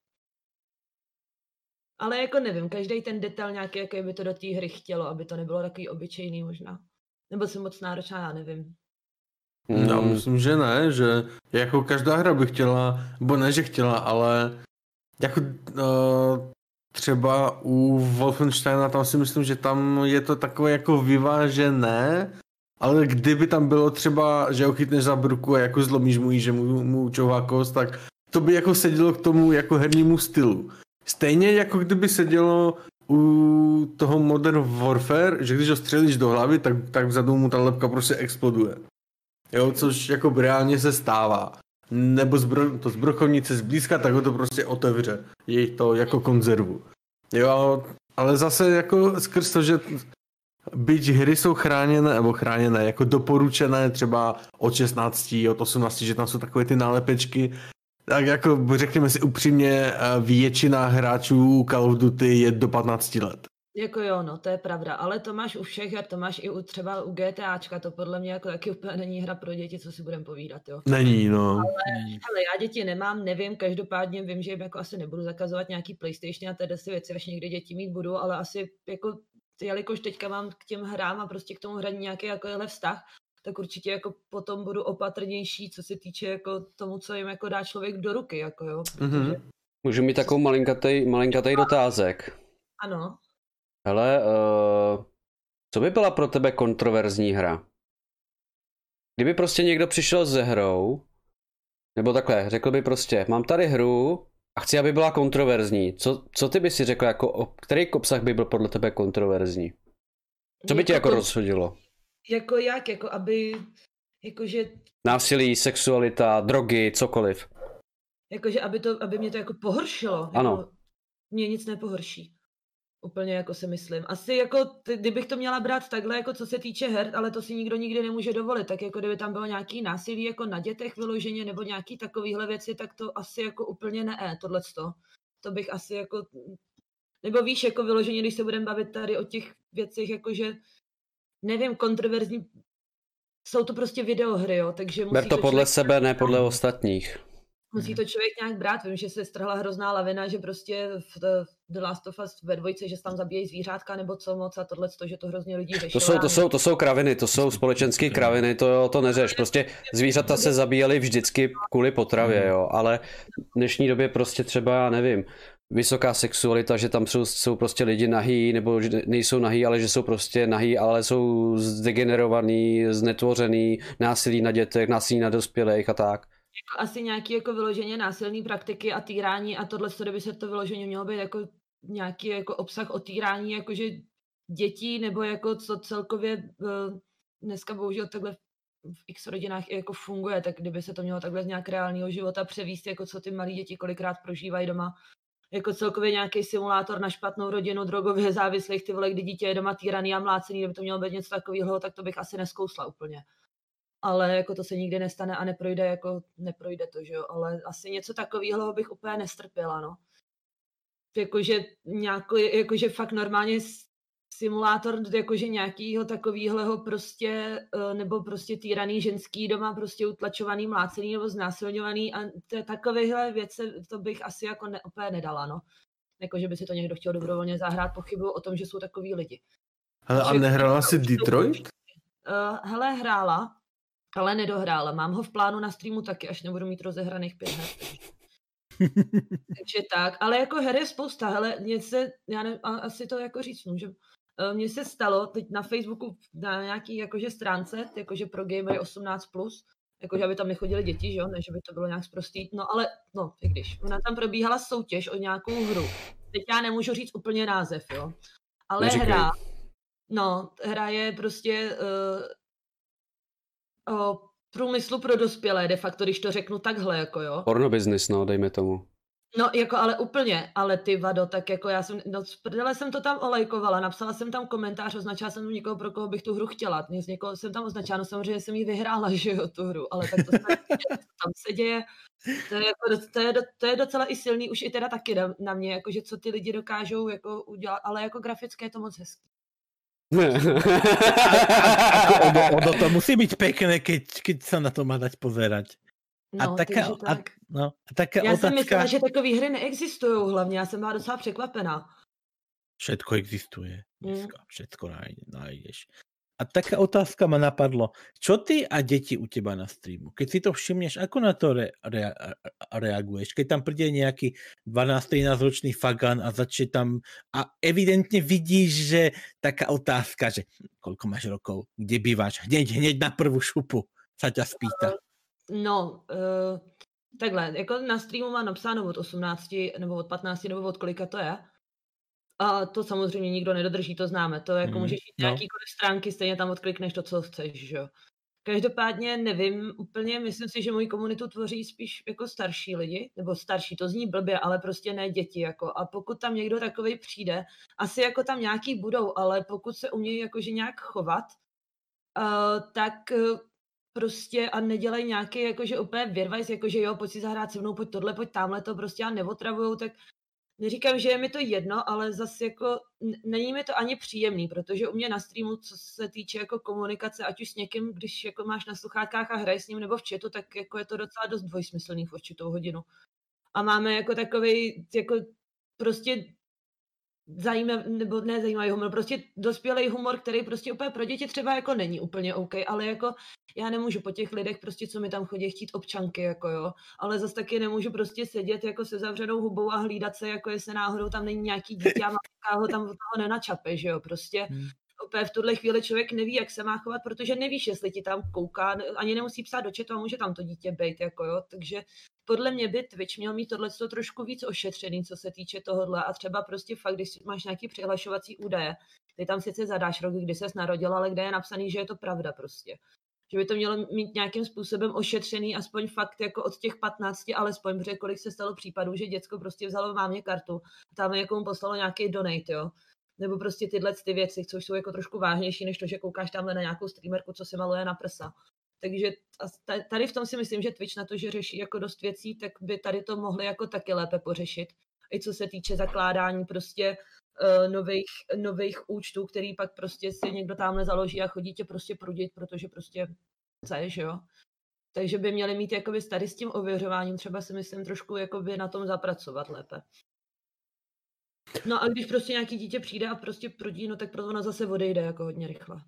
Ale jako nevím, každý ten detail nějaký, jaký by to do té hry chtělo, aby to nebylo takový obyčejný možná. Nebo jsem moc náročná, já nevím. Já myslím, že ne, že jako každá hra by chtěla, nebo ne, že chtěla, ale jako třeba u Wolfensteina tam si myslím, že tam je to takové jako vyvážené, ale kdyby tam bylo třeba, že ho chytneš za bruku a jako zlomíš mu, že mu čouvá kost, tak to by jako sedělo k tomu jako hernímu stylu. Stejně jako kdyby sedělo u toho Modern Warfare, že když ho střelíš do hlavy, tak vzadu mu ta lepka prostě exploduje. Jo, což jako reálně se stává. Nebo to z brokovnice zblízka, tak ho to prostě otevře. Je to jako konzervu. Jo, ale zase jako skrz to, že byť hry jsou chráněné, jako doporučené třeba od 16, od 18, že tam jsou takové ty nálepečky, tak jako řekněme si upřímně, většina hráčů Call of Duty je do 15 let. Jako jo, no, to je pravda, ale to máš u všech her, to máš i třeba u GTAčka, to podle mě jako taky úplně není hra pro děti, co si budeme povídat, jo. Není, no. Ale já děti nemám, nevím, každopádně vím, že jim jako asi nebudu zakazovat nějaký PlayStation a tedy si věci, až někdy děti mít budu, ale asi jako, jelikož teďka mám k těm hrám a prostě k tomu hraní nějaký takovýhle vztah, tak určitě jako potom budu opatrnější, co se týče jako tomu, co jim jako dá člověk do ruky, jako jo. Protože... Můžu mít takovou malinkatej dotázek. Ano. Hele, co by byla pro tebe kontroverzní hra? Kdyby prostě někdo přišel se hrou, nebo takhle, řekl by prostě, mám tady hru a chci, aby byla kontroverzní. Co ty by si řekl, jako, který obsah by byl podle tebe kontroverzní? Co by tě jako rozhodilo? Jako jak? Jako aby, jakože... Násilí, sexualita, drogy, cokoliv. Jakože aby mě to jako pohoršilo. Ano. Jako, mě nic nepohorší. Úplně jako si myslím. Asi jako, kdybych to měla brát takhle, jako co se týče her, ale to si nikdo nikdy nemůže dovolit, tak jako kdyby tam bylo nějaký násilí jako na dětech vyloženě, nebo nějaký takovýhle věci, tak to asi jako úplně ne, tohleto. To bych asi jako, nebo víš, jako vyloženě, když se budeme bavit tady o těch věcech, jakože, nevím, kontroverzní, jsou to prostě videohry, jo, takže musí ber to podle sebe, ne podle ostatních. Musí to člověk nějak brát, vím, že se strhla hrozná lavina, že prostě v The Last of Us ve 2, že se tam zabíjejí zvířátka nebo co moc a tohleto, že to hrozně lidí řešilo. To jsou kraviny, to jsou společenské kraviny, to neřeš, prostě zvířata se zabíjely vždycky kvůli potravě, jo, ale v dnešní době prostě třeba, já nevím, vysoká sexualita, že tam jsou prostě lidi nahý, nebo že nejsou nahý, ale že jsou prostě nahý, ale jsou zdegenerovaný, znetvořený, násilí na dětech, násilí na dospělých a tak. Asi nějaký jako vyloženě násilný praktiky a týrání a tohle, kdyby se to vyloženě mělo být jako nějaký jako obsah o týrání jakože dětí, nebo jako co celkově dneska bohužel takhle v X rodinách i jako funguje, tak kdyby se to mělo takhle z nějak reálného života převíst, jako co ty malí děti kolikrát prožívají doma, jako celkově nějaký simulátor na špatnou rodinu, drogově závislých, ty vole, kdy dítě je doma týraný a mlácený, kdyby to mělo být něco takového, tak to bych asi neskousla úplně. Ale jako to se nikdy nestane a neprojde to, že jo, ale asi něco takového bych úplně nestrpěla, no. Jakože fakt normálně simulátor jakože nějakýho takovýhleho prostě, nebo prostě týraný ženský doma, prostě utlačovaný, mlácený nebo znásilňovaný a takovéhle věci to bych asi jako úplně nedala, no. Jakože by si to někdo chtěl dobrovolně zahrát, pochybuju o tom, že jsou takový lidi. Hele, a nehrála si Detroit? Hele, hrála, ale nedohrála. Mám ho v plánu na streamu taky, až nebudu mít rozehraných 5 her. Takže tak, ale jako her je spousta. Hele, asi to jako říct můžem. Mně se stalo teď na Facebooku na nějaký jakože stránce, jakože pro gamery 18+, jakože aby tam nechodili děti, že jo, ne, že by to bylo nějak sprostý, no ale, no, i když. Ona tam probíhala soutěž o nějakou hru. Teď já nemůžu říct úplně název, jo. Ale hra je prostě o průmyslu pro dospělé, de facto, když to řeknu takhle, jako jo. Porno business, no, dejme tomu. No, jako ale úplně, ale ty vado, tak jako já jsem, z prdele jsem to tam olejkovala, napsala jsem tam komentář, označila jsem tam někoho, pro koho bych tu hru chtěla, z někoho jsem tam označila, no samozřejmě jsem ji vyhrála, že jo, tu hru, ale tak to tam se děje, to je docela i silný, už i teda taky na mě, jakože co ty lidi dokážou jako udělat, ale jako grafické je to moc hezké. Odo to musí byť pekné, keď sa na to má dať pozerať. No, taká já otázka... jsem myslela, že takové hry neexistují hlavně, já jsem byla docela překvapená. Všetko existuje. Dneska všetko nájdeš. A taká otázka ma napadlo. Čo ty a deti u teba na streamu? Keď si to všimneš, ako na to reaguješ? Keď tam príde nejaký 12-13 ročný fagan a začne tam a evidentne vidíš, že taká otázka, že koľko máš rokov, kde bývaš, hneď na prvú šupu sa ťa spýta. Takhle, jako na streamu má napsáno od 18, nebo od 15, nebo od kolika to je. A to samozřejmě nikdo nedodrží, to známe. To jako můžeš jít nějakýkoliv stránky, stejně tam odklikneš to, co chceš, že jo. Každopádně nevím úplně, myslím si, že moji komunitu tvoří spíš jako starší lidi, nebo starší, to zní blbě, ale prostě ne děti, jako. A pokud tam někdo takovej přijde, asi jako tam nějaký budou, ale pokud se umějí jakože nějak chovat, tak prostě a nedělají nějaký jakože úplně věrvajs, jakože jo, pojď si zahrát se mnou, pojď tohle, pojď tamhle, to prostě a neotravujou, tak neříkám, že je mi to jedno, ale zase jako není mi to ani příjemný, protože u mě na streamu, co se týče jako komunikace, ať už s někým, když jako máš na sluchátkách a hraješ s ním nebo v chatu, tak jako je to docela dost dvojsmyslný v určitou hodinu. A máme jako takovej jako prostě zajímavý humor, prostě dospělý humor, který prostě úplně pro děti třeba jako není úplně OK, ale jako já nemůžu po těch lidech prostě, co mi tam chodí, chtít občanky, jako jo, ale zase taky nemůžu prostě sedět jako se zavřenou hubou a hlídat se, jako jestli náhodou tam není nějaký dítě a matka ho tam od toho nenačape, že jo, prostě úplně v tuhle chvíli člověk neví, jak se má chovat, protože nevíš, jestli ti tam kouká, ani nemusí psát do chatu a může tam to dítě bejt, jako jo, takže podle mě by Twitch měl mít tohleto trošku víc ošetřený, co se týče tohodle a třeba prostě fakt, když máš nějaký přihlašovací údaje, ty tam sice zadáš rok, kdy ses narodil, ale kde je napsaný, že je to pravda prostě. Že by to mělo mít nějakým způsobem ošetřený, aspoň fakt jako od těch 15, alespoň, protože kolik se stalo případů, že děcko prostě vzalo mámě kartu a tam jako mu poslalo nějaký donate, jo. Nebo prostě tyhle ty věci, což jsou jako trošku vážnější, než to, že koukáš tamhle na nějakou streamerku, co se maluje na prsa. Takže tady v tom si myslím, že Twitch na to, že řeší jako dost věcí, tak by tady to mohli jako taky lépe pořešit. I co se týče zakládání prostě nových účtů, který pak prostě si někdo tamhle založí a chodí tě prostě prudit, protože prostě chceš, jo. Takže by měli mít jakoby tady s tím ověřováním třeba si myslím trošku jakoby na tom zapracovat lépe. No a když prostě nějaký dítě přijde a prostě prudí, no tak proto ona zase odejde jako hodně rychle.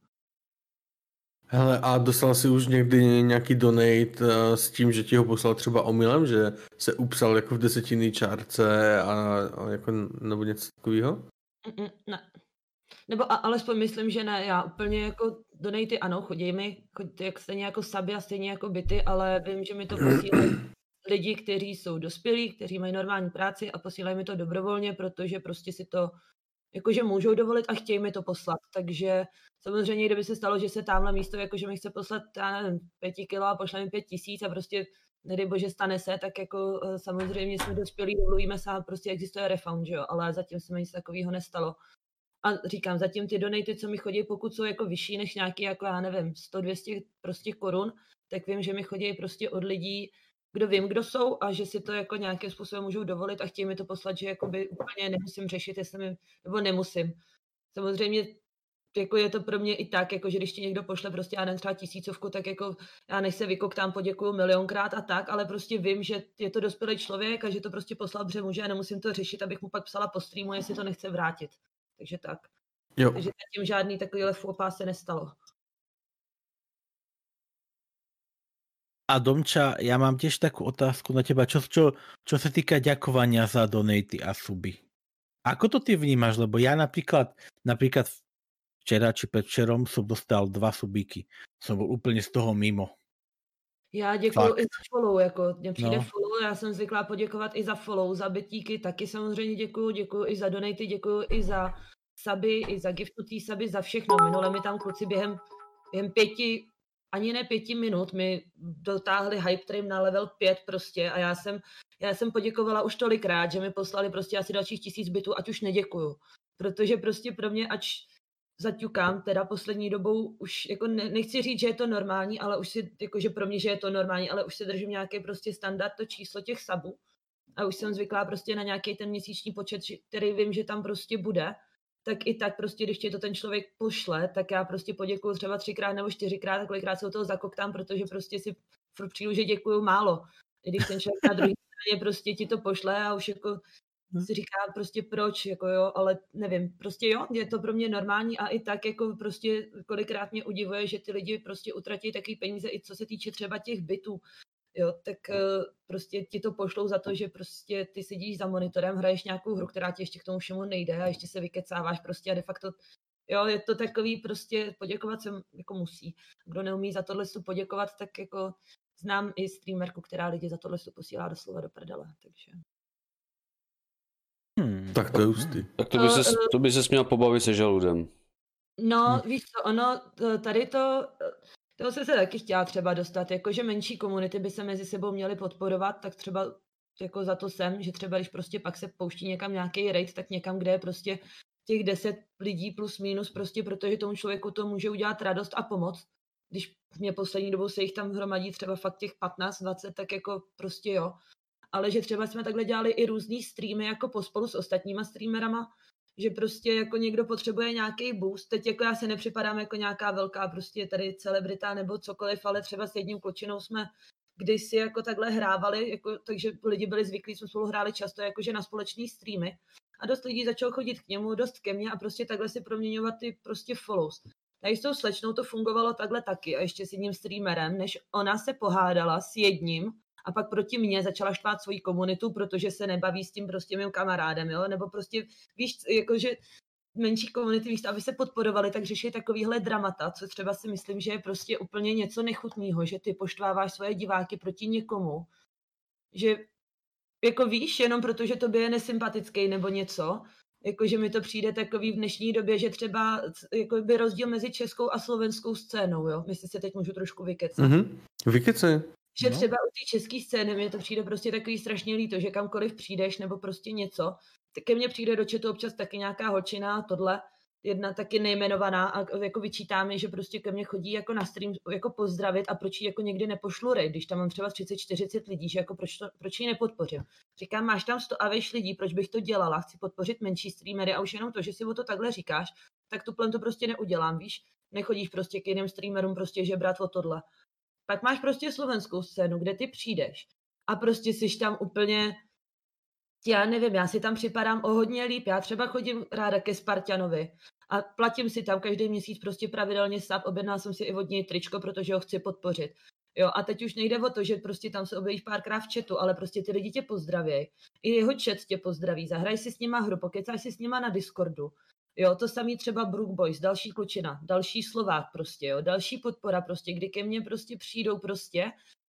Hele, a dostal jsi už někdy nějaký donate s tím, že ti ho poslal třeba omylem, že se upsal jako v desetinné čárce a jako, nebo něco takového? Ne. Nebo alespoň myslím, že ne. Já úplně jako donaty, ano, chodí mi, jak stejně jako suby a stejně jako byty, ale vím, že mi to posílají lidi, kteří jsou dospělí, kteří mají normální práci a posílají mi to dobrovolně, protože prostě si to jakože můžou dovolit a chtějí mi to poslat. Takže samozřejmě, kdyby se stalo, že se tamhle místo, jakože mi chce poslat, já nevím, 5 kilo a pošle mi 5 000 a prostě nedej bože stane se, tak jako samozřejmě jsme dospělí, domluvíme se a prostě existuje refund, že jo, ale zatím se mi nic takového nestalo. A říkám, zatím ty donaty, co mi chodí, pokud jsou jako vyšší než nějaký, jako já nevím, 100-200 prostě korun, tak vím, že mi chodí prostě od lidí, kdo vím, kdo jsou a že si to jako nějakým způsobem můžou dovolit a chtějí mi to poslat, že jakoby úplně nemusím řešit, jestli mi, nebo nemusím. Samozřejmě jako je to pro mě i tak, jako že když ti někdo pošle prostě já nevím, třeba 1000, tak jako já než se vykoktám, poděkuju milionkrát a tak, ale prostě vím, že je to dospělý člověk a že to prostě poslal, protože může a nemusím to řešit, abych mu pak psala po streamu, jestli to nechce vrátit. Takže tak. Jo. Takže zatím žádný takovýhle fópa se nestalo. A Domča, ja mám tiež takú otázku na teba, čo sa týka ďakovania za donaty a suby. Ako to ty vnímaš? Lebo ja napríklad včera či predvčerom som dostal 2 subíky. Som bol úplne z toho mimo. Já děkuju i za follow, jako mně přijde No. follow, já jsem zvyklá poděkovat i za follow, za bitíky, taky samozřejmě děkuju i za donaty, děkuju i za suby, i za giftnutý suby, za všechno. Minule mi tam kluci během 5 minut mi dotáhli hype train na level 5 prostě a já jsem poděkovala už tolikrát, že mi poslali prostě asi dalších 1000 bitů, ať už neděkuju. Protože prostě pro mě, ač zaťukám teda poslední dobou, už jako nechci říct, že je to normální, ale už si, jakože pro mě, že je to normální, ale už si držím nějaký prostě standard, to číslo těch sabů a už jsem zvyklá prostě na nějaký ten měsíční počet, který vím, že tam prostě bude, tak i tak prostě, když ti to ten člověk pošle, tak já prostě poděkuju třeba 3x nebo 4x a kolikrát se u toho zakoktám, protože prostě si furt přijdu, že děkuju málo. I když ten člověk na druhé straně prostě ti to pošle a už jako si říká prostě proč, jako jo, ale nevím, prostě jo, je to pro mě normální a i tak jako prostě kolikrát mě udivuje, že ty lidi prostě utratí taky peníze, i co se týče třeba těch bytů, jo, tak prostě ti to pošlou za to, že prostě ty sedíš za monitorem, hraješ nějakou hru, která ti ještě k tomu všemu nejde a ještě se vykecáváš prostě a de facto, jo, je to takový prostě poděkovat se jako musí. Kdo neumí za tohle poděkovat, tak jako znám i streamerku, která lidi za tohle posílá doslova do prdele, takže... Tak to je hustý. Tak to by se měl pobavit se žaludem. No, víš co, ono, tady toho se taky chtěla třeba dostat, jakože menší komunity by se mezi sebou měly podporovat, tak třeba jako za to jsem, že třeba když prostě pak se pouští někam nějaký raid, tak někam, kde je prostě těch 10 lidí plus minus prostě, protože tomu člověku to může udělat radost a pomoc. Když mě poslední dobou se jich tam hromadí třeba fakt těch 15-20, tak jako prostě jo. Ale že třeba jsme takhle dělali i různý streamy jako pospolu s ostatníma streamerama, že prostě jako někdo potřebuje nějaký boost. Teď jako já se nepřipadám jako nějaká velká prostě tady celebrita nebo cokoliv, ale třeba s jedním klučinou jsme kdysi jako takhle hrávali, jako, takže lidi byli zvyklí, jsme spolu hráli často jakože na společný streamy a dost lidí začalo chodit k němu, dost ke mně a prostě takhle si proměňovat ty prostě follows. Tady s tou slečnou to fungovalo takhle taky a ještě s jedním streamerem, než ona se pohádala s jedním a pak proti mně začala štvát svoji komunitu, protože se nebaví s tím prostě mým kamarádem, jo, nebo prostě víš, jakože menší komunity, víš, aby se podporovali, tak řeší takovýhle dramata, co třeba si myslím, že je prostě úplně něco nechutného, že ty poštváváš svoje diváky proti někomu, že jako víš, jenom protože tobě je nesympatický nebo něco, jakože mi to přijde takový v dnešní době, že třeba jako by rozdíl mezi českou a slovenskou scénou, jo, myslím si teď můžu trošku vykecat. Vykecej. Že třeba u té české scény mi to přijde prostě takový strašně líto, že kamkoliv přijdeš nebo prostě něco, tak ke mně přijde do chatu občas taky nějaká holčina a tohle, jedna taky nejmenovaná a jako vyčítá mi, že prostě ke mně chodí jako na stream jako pozdravit a proč jí jako někdy nepošlu raid, když tam mám třeba 30-40 lidí, že jako proč ji nepodpořím. Říkám, máš tam 100 a veš lidí, proč bych to dělala, chci podpořit menší streamery a už jenom to, že si o to takhle říkáš, tak tuplem to prostě neudělám, víš, nechodíš prostě k jiným streamerům prostě žebrat o tohle. Pak máš prostě slovenskou scénu, kde ty přijdeš a prostě jsi tam úplně, já nevím, já si tam připadám o hodně líp, já třeba chodím ráda ke Spartanovi a platím si tam každý měsíc prostě pravidelně sub, objednal jsem si i od něj tričko, protože ho chci podpořit. Jo, a teď už nejde o to, že prostě tam se objevíš párkrát v chatu, ale prostě ty lidi tě pozdraví, i jeho chat tě pozdraví, zahraj si s nima hru, pokecáš si s nima na Discordu. Jo, to samý třeba Brook Boys, další klučina, další Slovák prostě, jo, další podpora prostě, kdy ke mně prostě přijdou prostě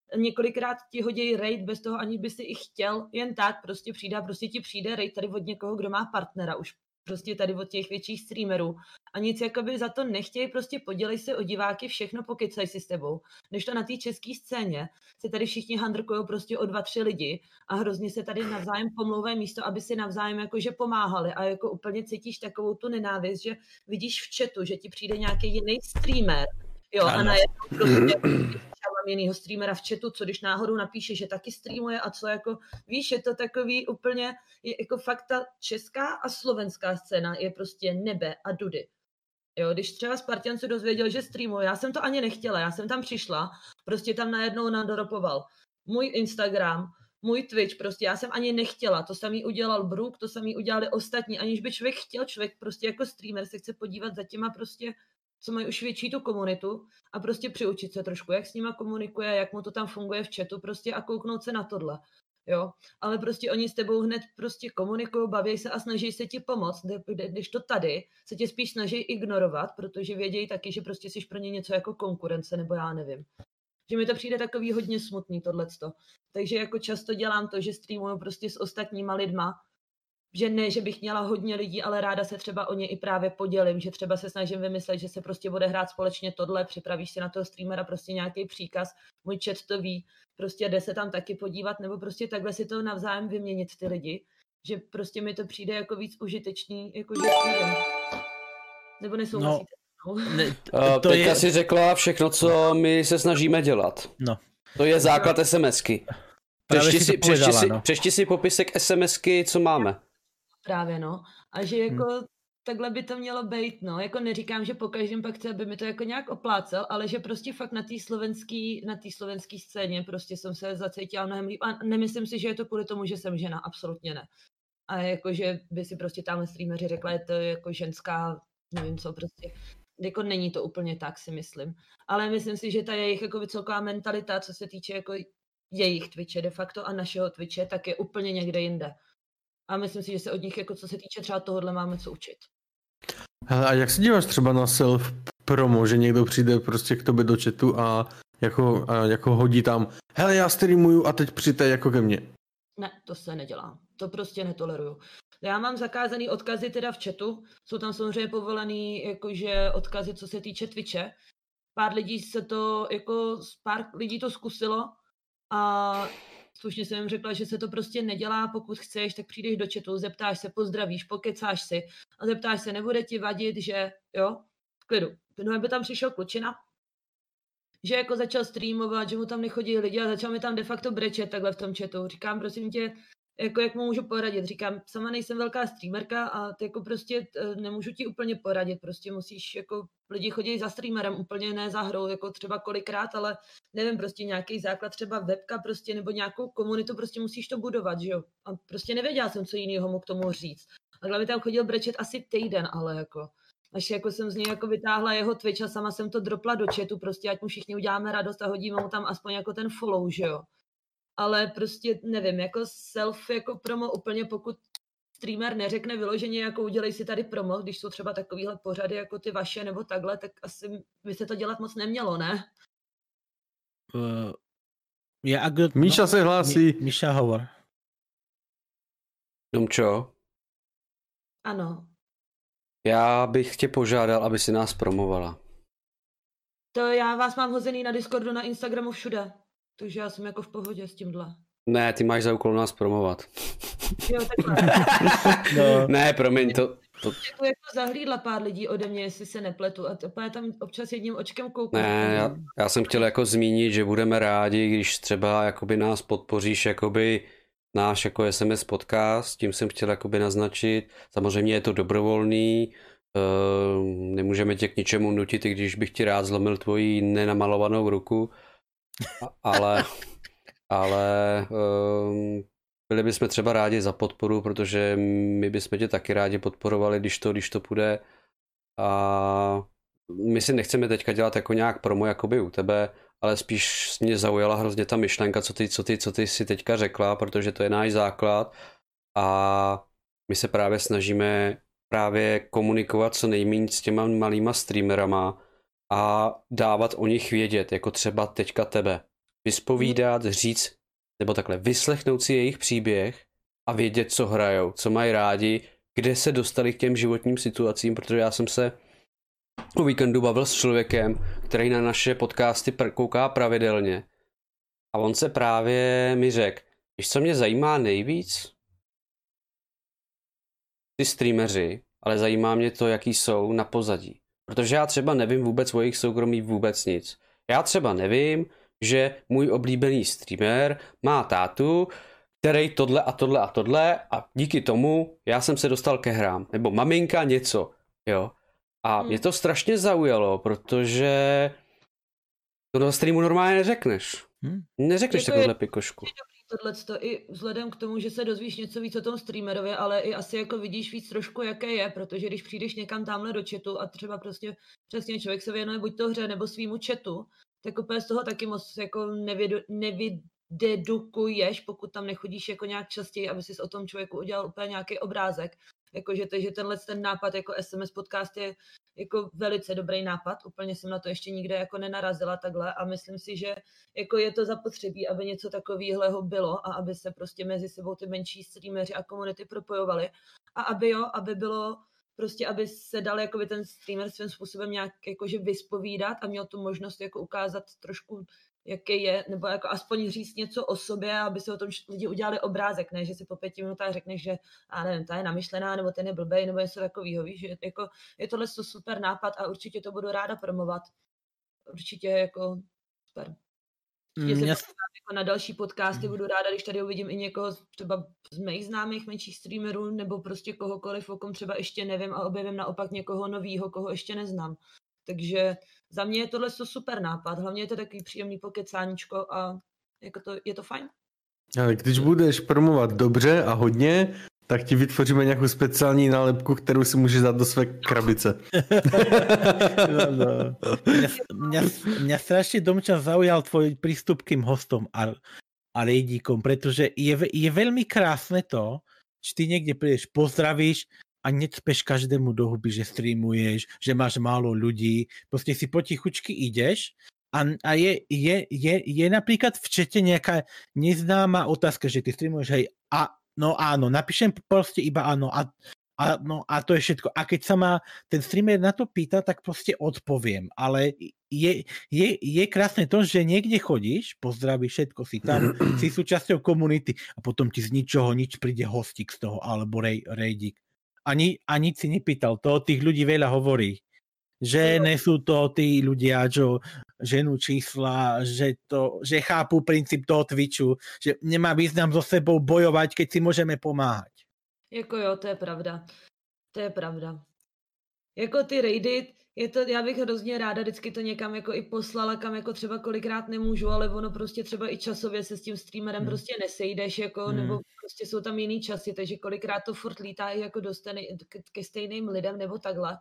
několikrát ti hodí raid bez toho, ani by si i chtěl, jen tak prostě přijde a prostě ti přijde raid tady od někoho, kdo má partnera už prostě tady od těch větších streamerů a nic jakoby za to nechtějí, prostě podělej se o diváky, všechno pokycají si s tebou. Než to na té české scéně se tady všichni handrkujou prostě o 2-3 lidi a hrozně se tady navzájem pomlouvají místo, aby si navzájem jakože pomáhali a jako úplně cítíš takovou tu nenávist, že vidíš v chatu, že ti přijde nějaký jiný streamer, jo, ano. A najednou prostě mám jinýho streamera v chatu, co když náhodou napíše, že taky streamuje a co jako, víš, je to takový úplně, jako fakt ta česká a slovenská scéna je prostě nebe a dudy. Jo, když třeba Spartan se dozvěděl, že streamuje, já jsem to ani nechtěla, já jsem tam přišla, prostě tam najednou nadropoval můj Instagram, můj Twitch, prostě já jsem ani nechtěla, to samý udělal Brook, to samý udělali ostatní, aniž by člověk chtěl, člověk prostě jako streamer se chce podívat za těma prostě, co mají už větší tu komunitu a prostě přiučit se trošku, jak s nima komunikuje, jak mu to tam funguje v chatu prostě a kouknout se na tohle. Jo, ale prostě oni s tebou hned prostě komunikují, baví se a snaží se ti pomoct, když to tady se tě spíš snaží ignorovat, protože vědějí taky, že prostě jsi pro ně něco jako konkurence, nebo já nevím. Že mi to přijde takový hodně smutný tohleto. Takže jako často dělám to, že streamuju prostě s ostatníma lidma, že ne, že bych měla hodně lidí, ale ráda se třeba o ně i právě podělím, že třeba se snažím vymyslet, že se prostě bude hrát společně tohle, připravíš si na toho streamera prostě nějaký příkaz, můj chat to ví, prostě jde se tam taky podívat, nebo prostě takhle si to navzájem vyměnit ty lidi, že prostě mi to přijde jako víc užitečný, jakože nevím, nebo nesouhlasíte? Teďka si řekla všechno, co my se snažíme dělat. No. To je základ SMSky. Přečti si popisek SMSky, co máme. Právě no. A že jako takhle by to mělo být, no. Jako neříkám, že po každém pak chce, aby mi to jako nějak oplácel, ale že prostě fakt na té slovenský scéně prostě jsem se zacítila mnohem líp. A nemyslím si, že je to kvůli tomu, že jsem žena. Absolutně ne. A jako, že by si prostě tamhle streameři řekla, je to jako ženská, nevím co, prostě. Jako není to úplně tak, si myslím. Ale myslím si, že ta jejich jako celková mentalita, co se týče jako jejich Twitche de facto a našeho Twitche, tak je úplně někde jinde. A myslím si, že se od nich, jako co se týče třeba tohohle, máme co učit. Hele, a jak se díváš třeba na self promo, že někdo přijde prostě k tobě do chatu a jako hodí tam, hele, já streamuju a teď přijďte jako ke mně. Ne, to se nedělá. To prostě netoleruju. Já mám zakázaný odkazy teda v chatu, jsou tam samozřejmě povolený jakože odkazy, co se týče Twitche. Pár lidí to zkusilo a slušně jsem jim řekla, že se to prostě nedělá, pokud chceš, tak přijdeš do chatu, zeptáš se, pozdravíš, pokecáš si a zeptáš se, nebude ti vadit, že jo, v klidu. No, by tam přišel klučina, že jako začal streamovat, že mu tam nechodí lidi a začal mi tam de facto brečet takhle v tom chatu. Říkám, prosím tě, jako jak mu můžu poradit? Říkám, sama nejsem velká streamerka a jako prostě nemůžu ti úplně poradit, prostě musíš, jako lidi chodí za streamerem, úplně ne za hrou, jako třeba kolikrát, ale nevím, prostě nějaký základ, třeba webka prostě, nebo nějakou komunitu, prostě musíš to budovat, že jo? A prostě nevěděla jsem, co jiného mu k tomu říct. A hlavně tam chodil brečet asi týden, ale jako až jako jsem z něj jako vytáhla jeho Twitch a sama jsem to dropla do chatu, prostě ať mu všichni uděláme radost a hodíme mu tam aspoň jako ten follow, že jo. Ale prostě nevím, jako self, jako promo úplně, pokud streamer neřekne vyloženě, jako udělej si tady promo, když jsou třeba takovýhle pořady jako ty vaše nebo takhle, tak asi by se to dělat moc nemělo, ne? Míša se hlásí. Míša, hovor. Domčo? Ano. Já bych tě požádal, aby si nás promovala. To já vás mám hozený na Discordu, na Instagramu, všude. Takže já jsem jako v pohodě s tímhle. Ne, ty máš za úkol nás promovat. Jo, takhle. No. Ne, promiň, to... Jako zahlídla pár lidí ode mě, jestli se nepletu. A já tam občas jedním očkem koukám. Ne, já jsem chtěl jako zmínit, že budeme rádi, když třeba jakoby nás podpoříš jakoby náš jako SMS podcast, tím jsem chtěl jakoby naznačit. Samozřejmě je to dobrovolný, nemůžeme tě k ničemu nutit, i když bych ti rád zlomil tvoji nenamalovanou ruku, ale byli bychom třeba rádi za podporu, protože my bychom tě taky rádi podporovali, když to půjde. A my si nechceme teďka dělat jako nějak promo jakoby u tebe, ale spíš mě zaujala hrozně ta myšlenka, co ty si teďka řekla, protože to je náš základ a my se právě snažíme právě komunikovat co nejméně s těma malýma streamerama a dávat o nich vědět, jako třeba teďka tebe. vyspovídat, říct, nebo takhle, vyslechnout si jejich příběh a vědět, co hrajou, co mají rádi, kde se dostali k těm životním situacím, protože já jsem se o víkendu bavil s člověkem, který na naše podcasty kouká pravidelně. A on se právě mi řekl, víš, co mě zajímá nejvíc? Ty streameři, ale zajímá mě to, jaký jsou na pozadí. Protože já třeba nevím vůbec o jejich soukromí vůbec nic. Já třeba nevím, že můj oblíbený streamer má tátu, který tohle a tohle a tohle a díky tomu já jsem se dostal ke hrám. Nebo maminka něco, jo. A mě to strašně zaujalo, protože to na streamu normálně neřekneš. Neřekneš takovouhle pikošku. Tohleto i vzhledem k tomu, že se dozvíš něco víc o tom streamerovi, ale i asi jako vidíš víc trošku, jaké je, protože když přijdeš někam tamhle do chatu a třeba prostě přesně člověk se věnuje buď to hře nebo svýmu chatu, tak úplně z toho taky moc jako nededukuješ, pokud tam nechodíš jako nějak častěji, aby si o tom člověku udělal úplně nějaký obrázek. Jakože ten nápad jako SMS podcast je jako velice dobrý nápad, úplně jsem na to ještě nikde jako nenarazila takhle a myslím si, že jako je to zapotřebí, aby něco takového bylo a aby se prostě mezi sebou ty menší streameři a komunity propojovali a aby bylo prostě, aby se dal jakoby ten streamer svým způsobem nějak jakože vyspovídat a měl tu možnost jako ukázat trošku, jaký je, nebo jako aspoň říct něco o sobě, aby se o tom lidi udělali obrázek, ne, že si po 5 minutách řekneš, že a nevím, ta je namyšlená, nebo ten je blbej, nebo něco takového, víš, že jako je tohle super nápad a určitě to budu ráda promovat. Určitě jako super. Jako na další podcasty budu ráda, když tady uvidím i někoho třeba z mých známých menších streamerů, nebo prostě kohokoliv, o kom třeba ještě nevím a objevím naopak někoho novýho, koho ještě neznám. Takže za mě je tohle super nápad, hlavně je to takový příjemný pokecáníčko a jako je to fajn. Ale když budeš promovat dobře a hodně, tak ti vytvoříme nějakou speciální nálepku, kterou si můžeš dát do své krabice. No. Mňa strašne Domčan zaujal tvoj prístup k tým hostom a rejdíkom, pretože je veľmi krásne to, že ty niekde prídeš, pozdravíš a necpeš každému do huby, že streamuješ, že máš málo ľudí, proste si potichučky ideš a je napríklad v čete nejaká neznáma otázka, že ty streamuješ, hej, a no áno, napíšem proste iba áno a to je všetko. A keď sa ma ten streamer na to pýta, tak proste odpoviem, ale je krásne to, že niekde chodíš, pozdravíš, všetko si tam, si súčasťou komunity a potom ti z ničoho nič príde hostík z toho, alebo rejdík. A nič si nepýtal. To od tých ľudí veľa hovorí. Že nie sú to tí ľudia, čo ženú čísla, že chápu princíp toho Twitchu, že nemá význam so sebou bojovať, keď si môžeme pomáhať. Jako jo, to je pravda. To je pravda. Jako ty raidy, já bych hrozně ráda vždycky to někam jako i poslala, kam jako třeba kolikrát nemůžu, ale ono prostě třeba i časově se s tím streamerem prostě nesejdeš, jako, nebo prostě jsou tam jiný časy, takže kolikrát to furt lítá i jako ke stejným lidem nebo takhle.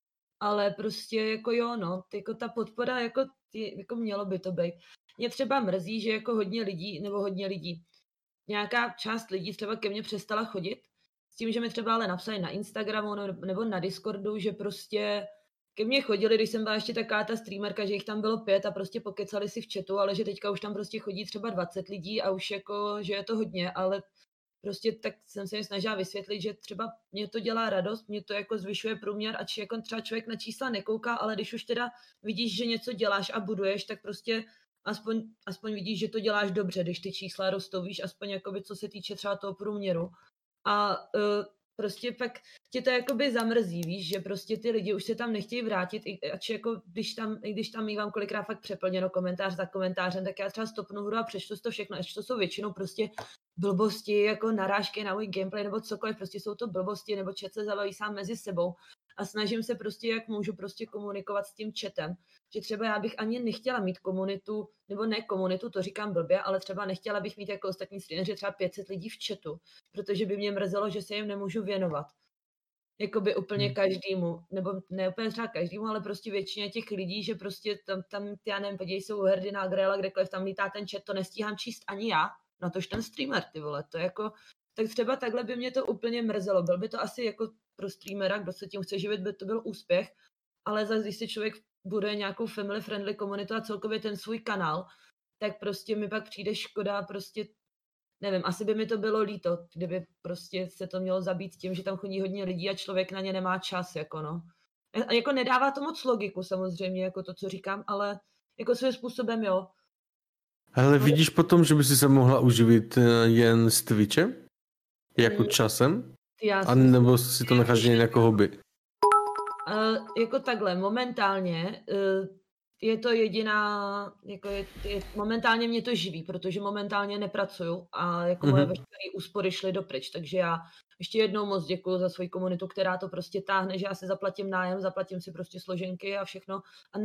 Ale prostě jako jo, no, jako ta podpora, jako mělo by to být. Mě třeba mrzí, že jako hodně lidí, nějaká část lidí třeba ke mně přestala chodit, s tím, že mi třeba ale napsali na Instagramu nebo na Discordu, že prostě ke mně chodili, když jsem byla ještě taková ta streamerka, že jich tam bylo 5 a prostě pokecali si v chatu, ale že teďka už tam prostě chodí třeba 20 lidí a už jako, že je to hodně, ale prostě tak jsem se jim snažila vysvětlit, že třeba mě to dělá radost, mě to jako zvyšuje průměr, ač jako třeba člověk na čísla nekouká, ale když už teda vidíš, že něco děláš a buduješ, tak prostě aspoň vidíš, že to děláš dobře, když ty čísla rostou, víš, aspoň jakoby co se týče třeba toho průměru. A prostě pak tě to jakoby zamrzí, víš, že prostě ty lidi už se tam nechtějí vrátit, ač jako když tam mívám kolikrát fakt přeplněno komentář za komentářem, tak já třeba stopnu hru a přečtu to všechno, až to jsou většinou prostě blbosti, jako narážky na můj gameplay nebo cokoliv, prostě jsou to blbosti, nebo chat se zabaví sám mezi sebou a snažím se prostě, jak můžu prostě komunikovat s tím chatem, že třeba já bych ani nechtěla mít komunitu, nebo ne komunitu, to říkám blbě, ale třeba nechtěla bych mít jako ostatní streameři třeba 500 lidí v chatu, protože by mě mrzelo, že se jim nemůžu věnovat. Jakoby úplně každému, nebo ne úplně třeba každému, ale prostě většině těch lidí, že prostě tam já nevím, podívej se u Herdina, Grela, kdekoliv tam lítá ten chat, to nestíhám číst ani já, natož ten streamer, ty vole, to jako, tak třeba takhle by mě to úplně mrzelo, byl by to asi jako pro streamera, kdo se tím chce živit, by to byl úspěch, ale zase, když si člověk buduje nějakou family friendly komunitu a celkově ten svůj kanál, tak prostě mi pak přijde škoda prostě, nevím, asi by mi to bylo líto, kdyby prostě se to mělo zabít tím, že tam chodí hodně lidí a člověk na ně nemá čas, jako no. A jako nedává to moc logiku samozřejmě, jako to, co říkám, ale jako svým způsobem jo. Ale vidíš potom, že by si se mohla uživit jen z Twitche? Jako časem? A nebo si to necháš jen jako hobby? Jako takhle, momentálně je to jediná, jako momentálně mě to živí, protože momentálně nepracuju a jako moje veškeré úspory šly dopryč, takže já ještě jednou moc děkuju za svoji komunitu, která to prostě táhne, že já si zaplatím nájem, zaplatím si prostě složenky a všechno a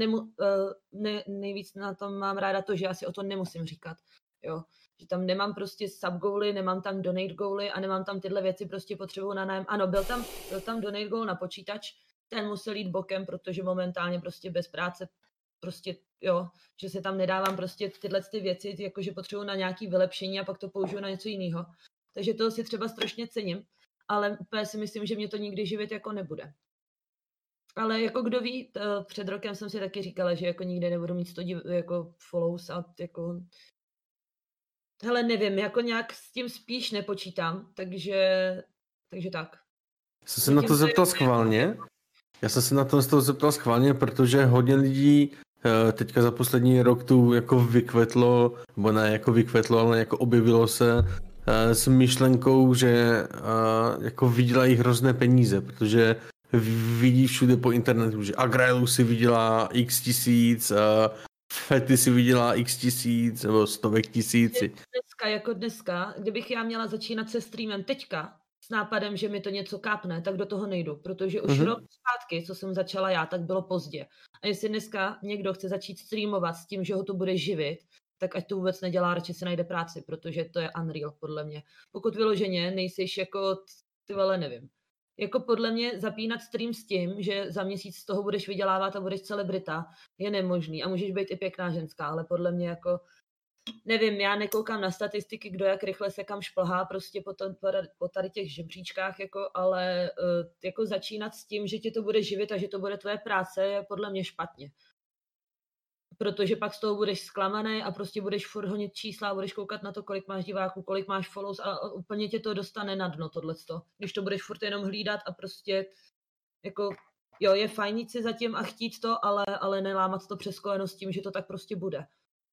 nejvíc na tom mám ráda to, že já si o to nemusím říkat, jo. Že tam nemám prostě sub goaly, nemám tam donate goaly a nemám tam tyhle věci, prostě potřebuju na nájem. Ano, byl tam donate goal na počítač, ten musel jít bokem, protože momentálně prostě bez práce prostě, jo, že se tam nedávám prostě tyhle ty věci, jakože potřebuji na nějaký vylepšení a pak to použiju na něco jiného. Takže toho si třeba strašně cením, ale úplně si myslím, že mě to nikdy živit jako nebude. Ale jako kdo ví, před rokem jsem si taky říkala, že jako nikdy nebudu mít 100 jako follows a jako... Hele, nevím, jako nějak s tím spíš nepočítám, takže tak. Jsem se na to zeptal schválně. Já jsem se na to zeptal schválně, protože hodně lidí teďka za poslední rok tu jako vykvetlo, nebo ne jako vykvetlo, ale jako objevilo se s myšlenkou, že jako vydělají hrozné peníze, protože vidí všude po internetu, že Agrailu si vydělá x tisíc, Fety si vydělá x tisíc, nebo stovek tisíc. Dneska, kdybych já měla začínat se streamem teďka, s nápadem, že mi to něco kápne, tak do toho nejdu, protože už rok zpátky, co jsem začala já, tak bylo pozdě. A jestli dneska někdo chce začít streamovat s tím, že ho to bude živit, tak ať to vůbec nedělá, radši si najde práci, protože to je unreal, podle mě. Pokud vyloženě nejseš jako, ty vole, nevím. Jako podle mě zapínat stream s tím, že za měsíc z toho budeš vydělávat a budeš celebrita, je nemožný. A můžeš být i pěkná ženská, ale podle mě jako nevím, já nekoukám na statistiky, kdo jak rychle se kam šplhá prostě po tady těch žebříčkách, jako, ale jako začínat s tím, že tě to bude živit a že to bude tvoje práce, je podle mě špatně. Protože pak z toho budeš zklamaný a prostě budeš furt honit čísla a budeš koukat na to, kolik máš diváků, kolik máš follows a úplně tě to dostane na dno tohleto. Když to budeš furt jenom hlídat a prostě jako jo, je fajn jít si zatím a chtít to, ale nelámat to přes koleno s tím, že to tak prostě bude.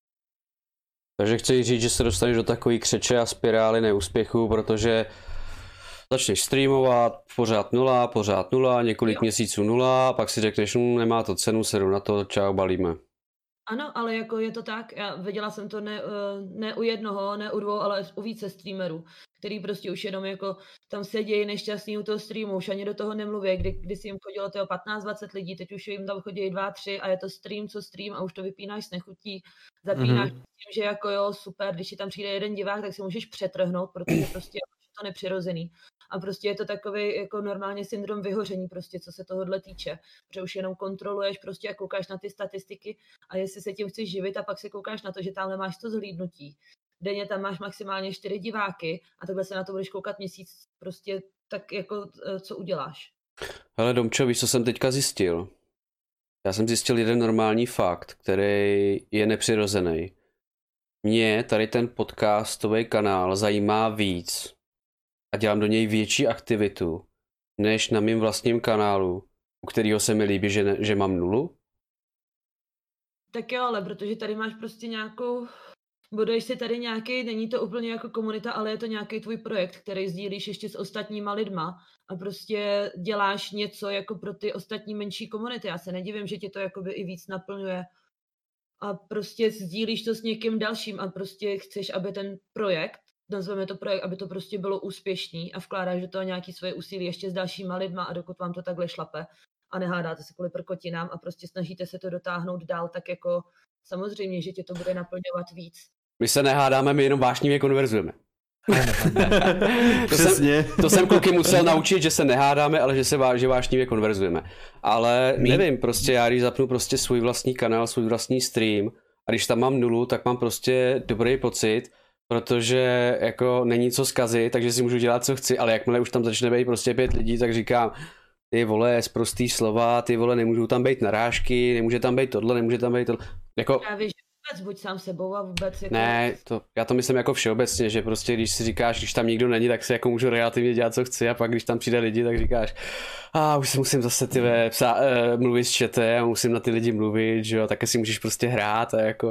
Takže chci říct, že se dostaneš do takový křeče a spirály neúspěchu, protože začneš streamovat, pořád nula, několik měsíců nula, pak si řekneš, nemá to cenu, sedu na to, čau, balíme. Ano, ale jako je to tak, já viděla jsem to ne u jednoho, ne u dvou, ale u více streamerů, který prostě už jenom jako tam sedějí nešťastní u toho streamu, už ani do toho nemluví, když jim chodilo toho 15-20 lidí, teď už jim tam chodí 2-3 a je to stream co stream a už to vypínáš s nechutí, zapínáš tím, že jako jo, super, když ti tam přijde jeden divák, tak si můžeš přetrhnout, protože prostě je to nepřirozený. A prostě je to takový jako normálně syndrom vyhoření prostě, co se tohodle týče. Protože už jenom kontroluješ prostě a koukáš na ty statistiky a jestli se tím chceš živit a pak se koukáš na to, že tamhle máš to zhlídnutí. Denně tam máš maximálně 4 diváky a takhle se na to budeš koukat měsíc prostě tak jako co uděláš. Hele Domčo, víš, co jsem teďka zjistil? Já jsem zjistil jeden normální fakt, který je nepřirozený. Mě tady ten podcastový kanál zajímá víc a dělám do něj větší aktivitu, než na mém vlastním kanálu, u kterého se mi líbí, že mám 0. Tak jo, ale protože tady máš prostě nějakou, buduješ si tady nějaký, není to úplně jako komunita, ale je to nějaký tvůj projekt, který sdílíš ještě s ostatníma lidma a prostě děláš něco jako pro ty ostatní menší komunity. Já se nedivím, že tě to jakoby i víc naplňuje a prostě sdílíš to s někým dalším a prostě chceš, aby ten projekt, nazveme to projekt, aby to prostě bylo úspěšný a vkládáš do toho nějaký svoje úsilí ještě s dalšíma lidma a dokud vám to takhle šlape a nehádáte se kvůli prkotinám a prostě snažíte se to dotáhnout dál, tak jako samozřejmě, že tě to bude naplňovat víc. My se nehádáme, my jenom vášnivě konverzujeme. Přesně. To jsem kluky musel naučit, že se nehádáme, ale že vášnivě konverzujeme. Ale nevím, prostě já když zapnu prostě svůj vlastní kanál, svůj vlastní stream a když tam mám 0, tak mám prostě dobrý pocit, protože jako není co zkazit, takže si můžu dělat, co chci, ale jakmile už tam začne být prostě 5 lidí, tak říkám, ty vole, sprostý slova, ty vole, nemůžou tam být narážky, nemůže tam být tohle, nemůže tam být tohle. Jako... Právě, že vůbec buď sám sebou a vůbec jako... Ne, já to myslím jako všeobecně, že prostě když si říkáš, když tam nikdo není, tak si jako můžu relativně dělat, co chci a pak když tam přijde lidi, tak říkáš už si musím zase mluvit s chatem, musím na ty lidi mluvit, že jo, také si můžeš prostě hrát a jako...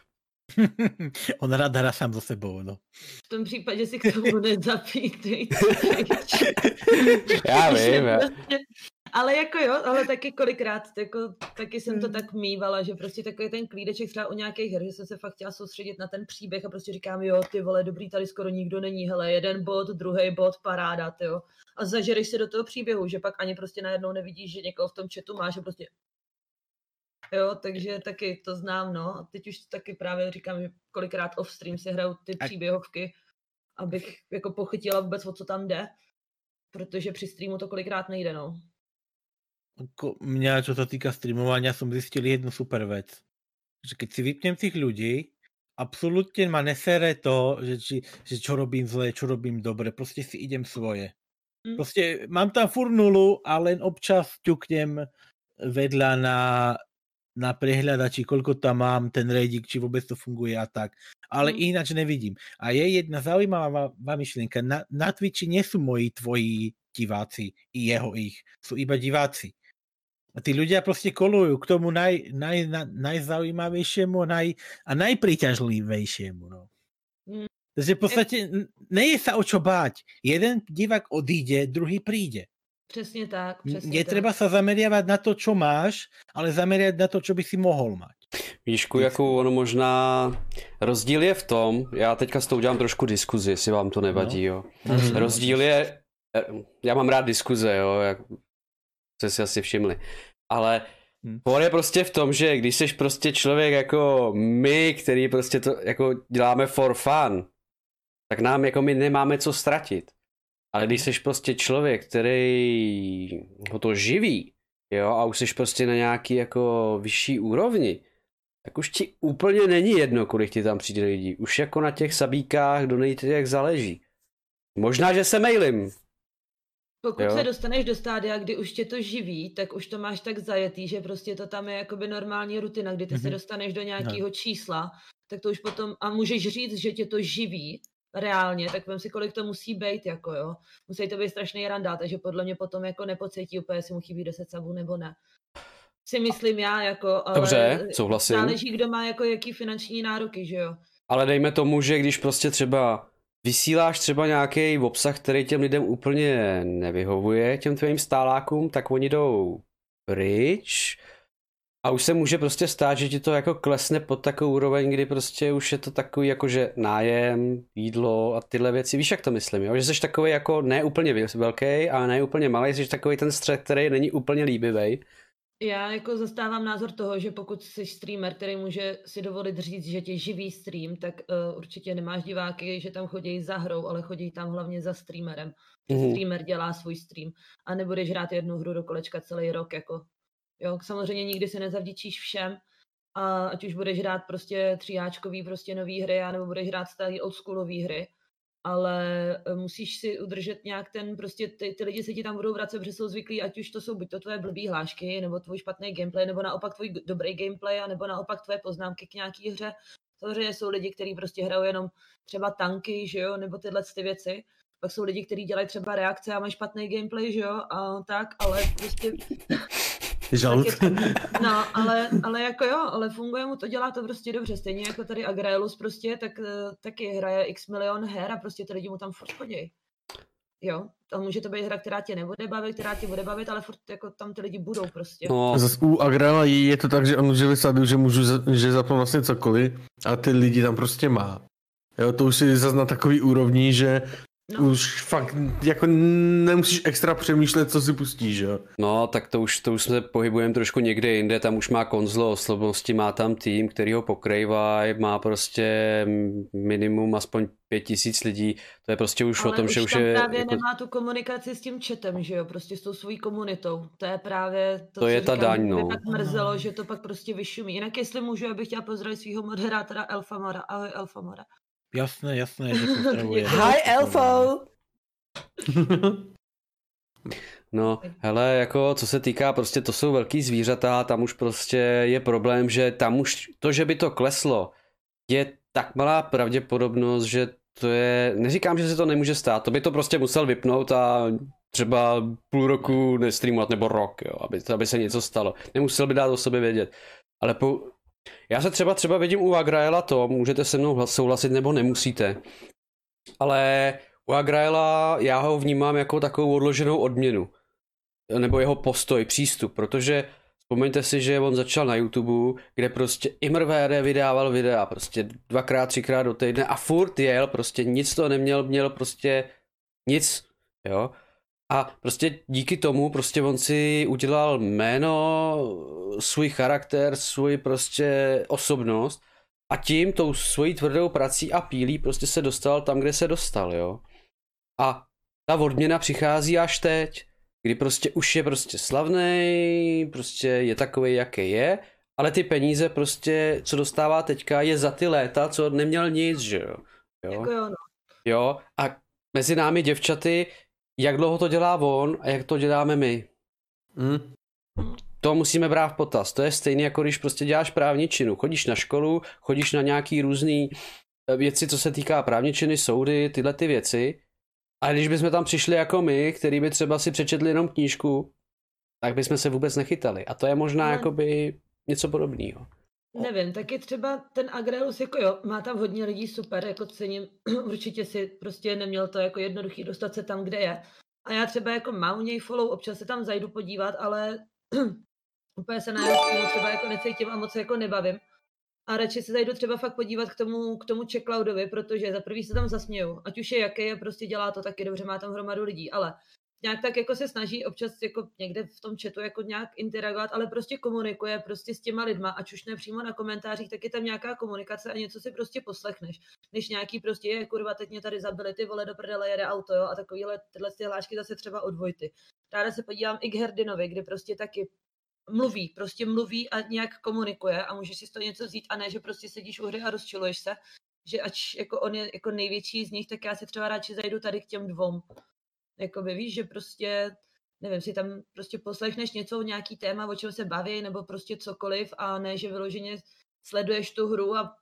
On rád hra sám za sebou, no. V tom případě si k tomu nezapítej. Já vím, Ale jako jo, ale taky kolikrát, jako, taky jsem to tak mývala, že prostě takový ten klídeček třeba u nějakých her, že jsem se fakt chtěla soustředit na ten příběh a prostě říkám, jo, ty vole, dobrý, tady skoro nikdo není, hele, jeden bod, druhý bod, paráda, tyjo. A zažereš se do toho příběhu, že pak ani prostě najednou nevidíš, že někoho v tom chatu máš, že prostě... Jo, takže taky to znám, no. A teď už taky právě říkám, že kolikrát off-stream si hrajou ty příběhovky, abych jako pochytila vůbec, o co tam jde, protože při streamu to kolikrát nejde, no. Mňa, čo sa týka streamovania, som zistil jednu super vec. Že keď si vypnem tých ľudí, absolútne ma nesere to, že čo robím zle, čo robím dobre. Proste si idem svoje. Proste mám tam furt nulu a len občas ťuknem vedľa na prehľadači, koľko tam mám, ten raidík, či vôbec to funguje a tak. Ale ináč nevidím. A je jedna zaujímavá myšlienka. Na Twitchi nie sú moji tvoji diváci i ich. Sú iba diváci. A tí ľudia proste kolujú k tomu najzaujímavejšiemu a najpríťažlivejšiemu. No. Takže v podstate nie je sa o čo báť. Jeden divák odíde, druhý príde. Přesně tak. Netreba sa zameriavať na to, čo máš, ale zameriať na to, čo by si mohol mať. Víšku, jakou ono možná rozdíl je v tom, já teďka s tou udělám trošku diskuzi, jestli vám to nevadí, jo. Rozdíl je, já mám rád diskuze, jo, jak jste si asi všimli, ale por je prostě v tom, že když jsi prostě člověk jako my, který prostě to jako děláme for fun, tak nám jako my nemáme co ztratit. Ale když jsi prostě člověk, který ho to živí, jo, a už jsi prostě na nějaký jako vyšší úrovni, tak už ti úplně není jedno, kolik ti tam přijde lidí. Už jako na těch sabíkách donejte, jak záleží. Možná, že se mailím. Pokud se dostaneš do stádia, kdy už tě to živí, tak už to máš tak zajetý, že prostě to tam je jakoby normální rutina, kdy ty se dostaneš do nějakého čísla, tak to už potom, a můžeš říct, že tě to živí reálně, tak vem si, kolik to musí být, jako jo. Musí to být strašný randál, takže podle mě potom jako nepocítí úplně, jestli mu chybí 10 sabů nebo ne. Si myslím já, jako, ale dobře, souhlasím. Záleží, kdo má jako jaký finanční nároky, že jo. Ale dejme tomu, že když prostě třeba vysíláš třeba nějaký obsah, který těm lidem úplně nevyhovuje, těm tvým stálákům, tak oni jdou pryč a už se může prostě stát, že ti to jako klesne pod takovou úroveň, kdy prostě už je to takový jakože nájem, jídlo a tyhle věci. Víš, jak to myslím, jo? Že jsi takový jako ne úplně velký a ne úplně malý, jsi takový ten střed, který není úplně líbivý. Já jako zastávám názor toho, že pokud jsi streamer, který může si dovolit říct, že tě živí stream, tak určitě nemáš diváky, že tam chodí za hrou, ale chodí tam hlavně za streamerem. Streamer dělá svůj stream a nebudeš hrát jednu hru do kolečka celý rok. Jako. Jo, samozřejmě nikdy se nezavděčíš všem, a ať už budeš hrát prostě tříáčkový prostě nový hry, nebo budeš hrát starý oldschoolový hry, ale musíš si udržet nějak ten, prostě ty lidi se ti tam budou vracet, protože jsou zvyklí, ať už to jsou buď to tvoje blbý hlášky, nebo tvůj špatný gameplay, nebo naopak tvůj dobrý gameplay, nebo naopak tvoje poznámky k nějaký hře. Samozřejmě jsou lidi, kteří prostě hrajou jenom třeba tanky, že jo, nebo tyhle ty věci. Pak jsou lidi, kteří dělají třeba reakce a mají špatný gameplay, že jo, a tak, ale prostě... No, ale jako jo, ale funguje mu to, dělá to prostě dobře, stejně jako tady Agraelus prostě, tak taky hraje x milion her a prostě ty lidi mu tam furt chodí. Jo, a může to být hra, která tě nebude bavit, která tě bude bavit, ale furt jako tam ty lidi budou prostě. No. Zas u Agraela je to tak, že on už vysadil, že zapnu vlastně cokoliv a ty lidi tam prostě má. Jo, to už si zase na takový úrovni, že už fakt jako nemusíš extra přemýšlet, co si pustíš, jo. No, tak to už se pohybujeme trošku někde jinde, tam už má konzlo osobnosti, má tam tým, který ho pokrývá, má prostě minimum aspoň 5000 lidí, to je prostě už ale o tom, že už je... Ale už tam právě jako... nemá tu komunikaci s tím chatem, že jo, prostě s tou svojí komunitou, to je právě to, to je ta daň, no. Mě tak mrzelo, že to pak prostě vyšumí. Jinak jestli můžu, abych chtěla pozdravit svého moderátora Elfamora. Ahoj Elfamora. Jasné, že pozdravuje. Hi Elfo! No, hele, jako co se týká, prostě to jsou velký zvířata, tam už prostě je problém, že tam už to, že by to kleslo, je tak malá pravděpodobnost, že to je, neříkám, že se to nemůže stát, to by to prostě musel vypnout a třeba půl roku nestreamovat nebo rok, jo, aby se něco stalo. Nemusel by dát o sobě vědět. Ale já se třeba vidím u Agraela to, můžete se mnou souhlasit nebo nemusíte, ale u Agraela já ho vnímám jako takovou odloženou odměnu. Nebo jeho postoj, přístup, protože vzpomeňte si, že on začal na YouTube, kde prostě imrvére vydával videa, prostě 2x, 3x do týdne a furt jel, prostě nic to měl prostě nic, jo. A prostě díky tomu prostě on si udělal jméno, svůj charakter, svůj prostě osobnost a tím tou svojí tvrdou prací a pílí prostě se dostal tam, kde se dostal, jo. A ta odměna přichází až teď, kdy prostě už je prostě slavnej, prostě je takovej, jaký je, ale ty peníze prostě, co dostává teďka, je za ty léta, co neměl nic, že jo. Jako jo, no. Jo, a mezi námi děvčaty, jak dlouho to dělá on a jak to děláme my. To musíme brát v potaz. To je stejné, jako když prostě děláš právničinu. Chodíš na školu, chodíš na nějaký různý věci, co se týká právničiny, soudy, tyhle ty věci. A když bychom tam přišli jako my, který by třeba si přečetli jenom knížku, tak bychom se vůbec nechytali. A to je možná jakoby něco podobného. Nevím, taky třeba ten Agraelus, jako jo, má tam hodně lidí, super, jako cením, určitě si prostě neměl to jako jednoduchý dostat se tam, kde je. A já třeba jako mám u něj follow, občas se tam zajdu podívat, ale úplně se na jeho streamu třeba jako necítím a moc jako nebavím. A radši se zajdu třeba fakt podívat k tomu Checkloudovi, protože za prvý se tam zasměju. Ať už je jaký je, prostě dělá to taky dobře, má tam hromadu lidí, ale nějak tak jako se snaží občas jako někde v tom chatu jako nějak interagovat, ale prostě komunikuje prostě s těma lidma, ať už ne přímo na komentářích, tak je tam nějaká komunikace a něco si prostě poslechneš. Než nějaký prostě je, kurva, teď mě tady zabili, ty vole, do prdele jede auto, jo, a takovýhle tyhle hlášky zase třeba od Vojty. Ráda se podívám i k Herdinovi, kde prostě taky mluví a nějak komunikuje a můžeš si z toho něco vzít a ne, že prostě sedíš u hry a rozčiluješ se, že ač jako on je jako největší z nich, tak já si třeba radši zajdu tady k těm dvou. Jakoby víš, že prostě, nevím, si tam prostě poslechneš něco, nějaký téma, o čem se baví, nebo prostě cokoliv a ne, že vyloženě sleduješ tu hru a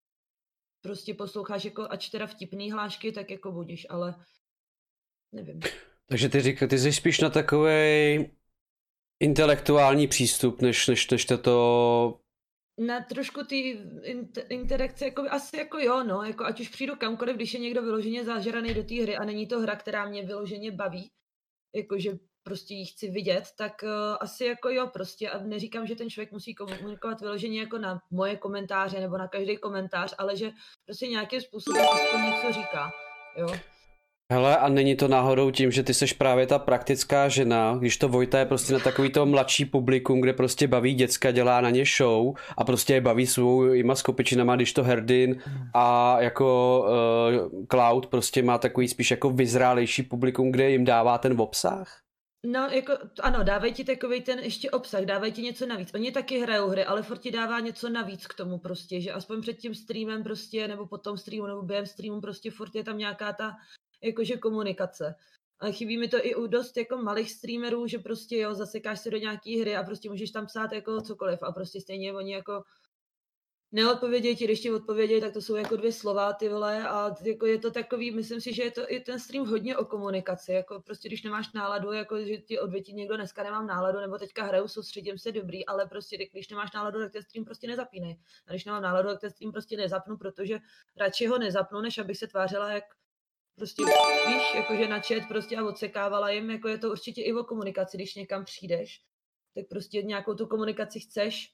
prostě posloucháš jako ač teda vtipný hlášky, tak jako budíš, ale nevím. Takže ty jsi spíš na takovej intelektuální přístup, než to... Na trošku ty interakce, jako, asi jako jo, no, jako ať už přijdu kamkoliv, když je někdo vyloženě zažraný do té hry a není to hra, která mě vyloženě baví, jakože prostě ji chci vidět, tak asi jako jo, prostě a neříkám, že ten člověk musí komunikovat vyloženě jako na moje komentáře nebo na každý komentář, ale že prostě nějakým způsobem aspoň něco říká, jo. Hele, a není to náhodou tím, že ty seš právě ta praktická žena, když to Vojta je prostě na takový to mladší publikum, kde prostě baví děcka, dělá na ně show a prostě je baví svýma skopičinama, když to Herdin a jako Cloud prostě má takový spíš jako vyzrálejší publikum, kde jim dává ten obsah? No, jako, ano, dávají ti takovej ten ještě obsah, dávají ti něco navíc. Oni taky hrajou hry, ale furt ti dává něco navíc k tomu prostě, že aspoň před tím streamem prostě, nebo po tom streamu, nebo během streamu prostě furt je tam nějaká ta jakože komunikace. Ale chybí mi to i u dost jako malých streamerů, že prostě jo, zasekáš se do nějaký hry a prostě můžeš tam psát jako cokoliv a prostě stejně oni jako neodpovědějí ti, když ti odpovědějí, tak to jsou jako 2 slova, ty vole, a jako je to takový, myslím si, že je to i ten stream hodně o komunikaci, jako prostě když nemáš náladu, jako že ti odvětí někdo dneska nemám náladu, nebo teďka hraju, soustředím se dobrý, ale prostě když nemáš náladu, tak ten stream prostě nezapínej. A když nemám náladu, tak ten stream prostě nezapnu, protože radši ho nezapnu, než abych se tvářila jak prostě, víš, jakože na chat prostě a odsekávala jim, jako je to určitě i o komunikaci, když někam přijdeš, tak prostě nějakou tu komunikaci chceš,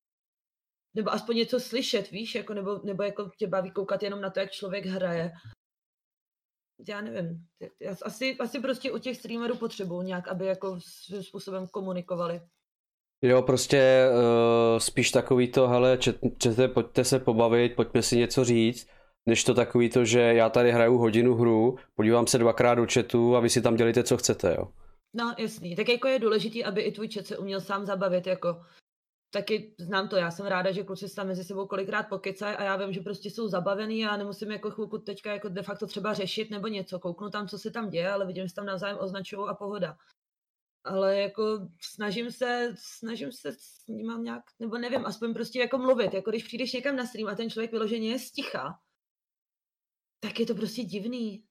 nebo aspoň něco slyšet, víš, jako, nebo jako tě baví koukat jenom na to, jak člověk hraje. Já nevím, asi prostě u těch streamerů potřebuju nějak, aby jako svým způsobem komunikovali. Jo, prostě spíš takový to, hele, čete, pojďte se pobavit, pojďme si něco říct, než to takový to, že já tady hraju hodinu hru, podívám se 2x do chatu a vy si tam dělíte, co chcete, jo. No, jasný. Tak jako je důležitý, aby i tvůj chat se uměl sám zabavit, jako taky znám to, já jsem ráda, že kluci se tam mezi sebou kolikrát pokecají a já vím, že prostě jsou zabavený a nemusím jako chvilku teďka jako de facto třeba řešit nebo něco, kouknu tam, co se tam děje, ale vidím, že se tam navzájem označují a pohoda. ale jako snažím se s nima nějak, nebo nevím, aspoň prostě jako mluvit, jako když přijdeš někam na stream a ten člověk vyloženě je sticha, tak je to prostě divný.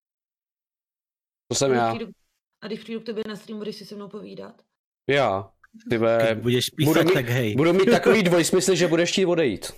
To jsem já. A když přijdu k tobě na stream, budeš si se mnou povídat? Já. Když budeš písat, tak hej. Budu mít takový dvojsmysl, že budeš chtít odejít.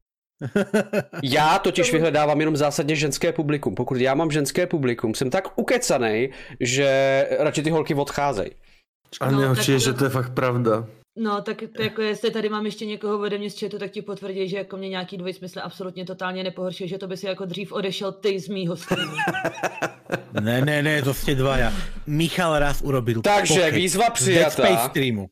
Já totiž vyhledávám jenom zásadně ženské publikum. Pokud já mám ženské publikum, jsem tak ukecanej, že radši ty holky odcházejí. A nejhorší je, že to je fakt pravda. No, tak to jako jestli tady mám ještě někoho ode mě z chatu, tak ti potvrdí, že jako mě nějaký dvojsmysl absolutně totálně nepohoršil, že to by si jako dřív odešel ty z mýho streamu. Ne, to ste dvaja. Michal raz urobil. Takže výzva přijatá.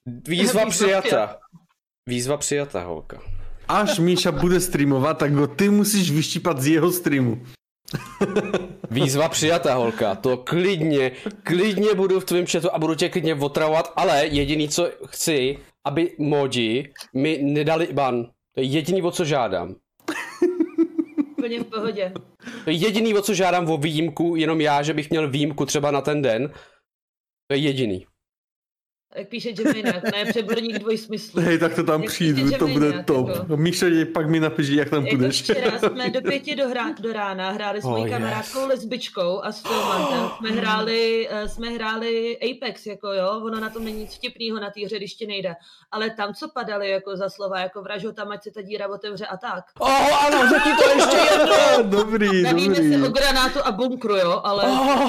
Výzva přijatá, holka. Až Míša bude streamovat, tak ho ty musíš vyštípat z jeho streamu. Výzva přijatá, holka. To klidně budu v tvém chatu a budu tě klidně otravovat, ale jediný, co chci, aby modi mi nedali ban. To je jediný, o co žádám. Úplně v pohodě. To je jediný, o co žádám o výjimku, jenom já, že bych měl výjimku třeba na ten den. To je jediný. Jak píše Geminiak, ne přeborník dvojsmyslu. Hej, tak to tam přijdu, to bude top. Jako. Míša, pak mi napiš, jak tam půjdeš. Včera jsme do 5 do rána hráli s mojí kamarádkou lesbičkou a s Filmantem. Jsme hráli Apex, jako jo, ono na tom není nic vtipnýho na té hře, když ti nejde. Ale tam, co padaly jako za slova, jako vražou tam, ať se ta díra otevře a tak. Ano, řekni to ještě jedno. Dobrý. Nevíme si o granátu a bunkru, jo, ale...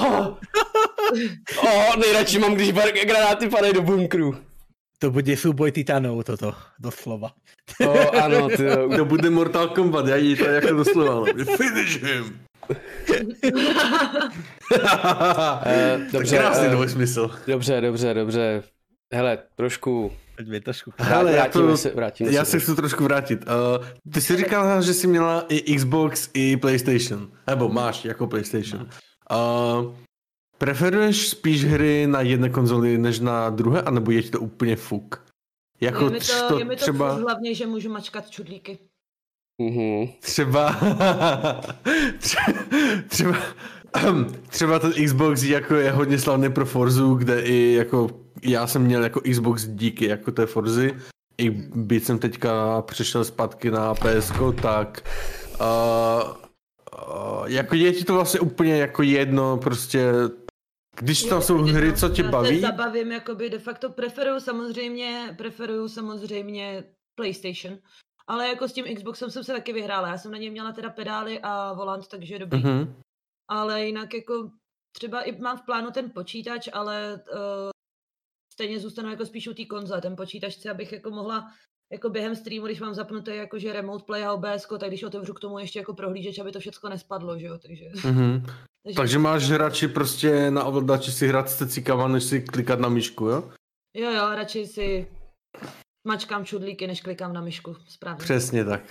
Nejradši mám, když granáty padají do bunkru. To bude súboj titanov, toto, doslova. Ano, to bude Mortal Kombat, já jí to jako doslova. Finish him! Dobře, krásný dvojsmysl. Dobře. Hele, trošku... Hele, vrátíme já se chci trošku vrátit. Ty jsi říkala, že jsi měla i Xbox, i PlayStation. Nebo máš jako PlayStation. Preferuješ spíš hry na jedné konzoli než na druhé, anebo je ti to úplně fuk? Jako je mi to třeba... hlavně, že můžu mačkat čudlíky. Třeba ten Xbox jako je hodně slavný pro Forzu, kde i jako já jsem měl jako Xbox díky jako té Forzy. I byť jsem teďka přešel zpátky na PSko, tak jako je ti to vlastně úplně jako jedno, prostě když tam jsou hry, co tě baví? Já se zabavím, jakoby de facto preferuju samozřejmě PlayStation, ale jako s tím Xboxem jsem se taky vyhrála, já jsem na něm měla teda pedály a volant, takže dobrý. Ale jinak jako třeba i mám v plánu ten počítač, ale stejně zůstanu jako spíš u té konzole, ten počítač chci, abych jako mohla jako během streamu, když mám zapnuté jakože remote play a OBS, tak když otevřu k tomu ještě jako prohlížeč, aby to všechno nespadlo, že jo, takže... Takže máš radši prostě na ovladači si hrát s tecíkama, než si klikat na myšku, jo? Jo, radši si mačkám čudlíky, než klikám na myšku, správně. Přesně tak.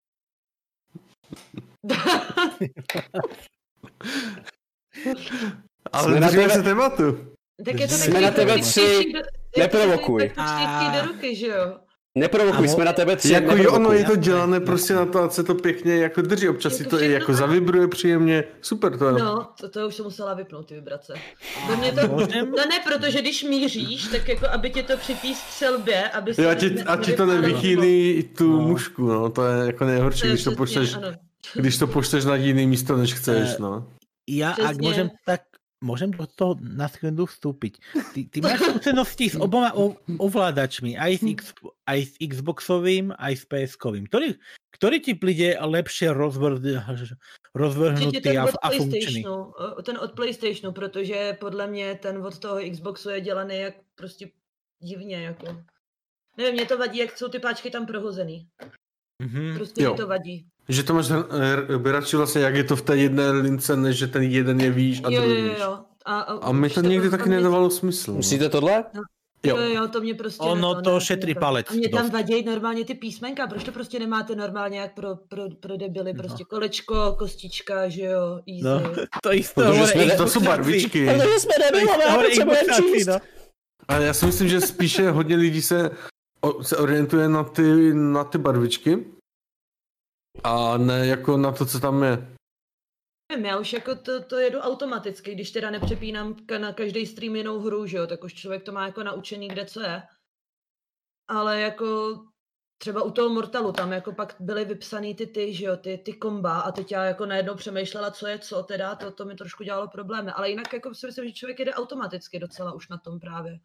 Ale držíme se tématu. Tak je to jsme na tebe 3, neprovokuj. Do ruky, že jo? Neprovokuj, jsme na tebe 3, jako jo, ono je to dělané prostě na to, ať se to pěkně jako drží, občas si to i jako zavibruje příjemně, super to je. No, to už jsem musela vypnout ty vibrace. Ne, protože když míříš, tak jako aby tě to při té střelbě, aby se... Jo, a ti to nevychýlí tu mušku, no, to je jako nejhorší, když to pošleš na jiný místo, než chceš, no. Ja, ak môžem do toho na sekundu vstúpiť. Ty máš skúsenosti s oboma ovládačmi, aj s Xboxovým, aj s PS-kovým. Ktorý ti príde lepšie rozvrhnutý a funkčný? Ten od PlayStationu, protože podle mě ten od toho Xboxu je dělaný jak prostě divně, jako. Nevím, mě to vadí, jak jsou ty páčky tam prohozený. Prostě mi to vadí. Že to máš radši vlastně, jak je to v té jedné lince, než že ten jeden je výš a druhý výš. Jo. A mi to nikdy taky nedávalo smysl. Myslíte tohle? Jo, to mě prostě... Ono to šetří palec. A mě tam vadí normálně ty písmenka, proč to prostě nemáte normálně jak pro debily, prostě kolečko, kostička, že jo, easy. No, to jisté. To jsou barvičky. Ale jsme debilové, potřebujeme číst. Ale já si myslím, že spíše hodně lidí se orientuje na ty barvičky a ne jako na to, co tam je. Nevím, já už jako to jedu automaticky, když teda nepřepínám na každý stream jinou hru, že jo, tak už člověk to má jako naučený, kde co je. Ale jako třeba u toho Mortalu tam jako pak byly vypsaný ty že jo, ty komba a teď já jako najednou přemýšlela, co je co teda, to mi trošku dělalo problémy, ale jinak jako si myslím, že člověk jede automaticky docela už na tom právě.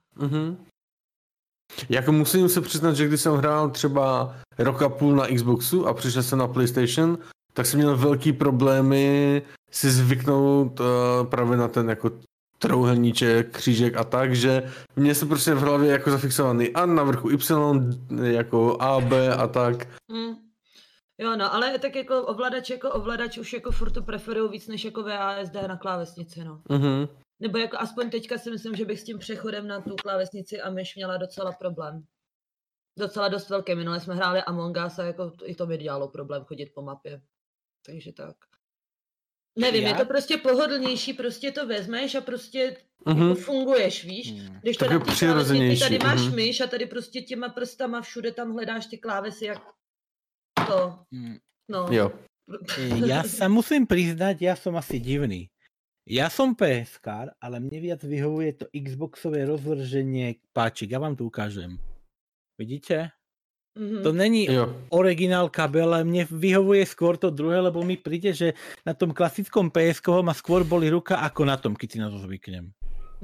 Jako musím se přiznat, že když jsem hrál třeba rok a půl na Xboxu a přišel jsem na PlayStation, tak jsem měl velký problémy si zvyknout právě na ten jako trouhelníček, křížek a tak, že mě se prostě v hlavě jako zafixovaný a na vrchu Y, jako A, B a tak. Jo, no, ale tak jako ovladač už jako furt to preferuju víc než jako VASD na klávesnici, no. Nebo jako aspoň teďka si myslím, že bych s tím přechodem na tu klávesnici a myš měla docela problém. Docela dost velký. Minule jsme hráli Among Us a jako i to mi dělalo problém chodit po mapě. Takže tak. Nevím, je to prostě pohodlnější, prostě to vezmeš a prostě jako funguješ, víš? Když to na té klávesnici tady máš myš a tady prostě těma prstama všude tam hledáš ty klávesy, jak to. No. Jo. Ja sa musím priznať, ja som asi divný. Ja som PSK, ale mne viac vyhovuje to Xboxové rozvrženie páčik. Ja vám to ukážem. Vidíte? To není originál kabel, ale mne vyhovuje skôr to druhé, lebo mi príde, že na tom klasickom PS-kovom ma skôr boli ruka ako na tom, keď si na to zvyknem.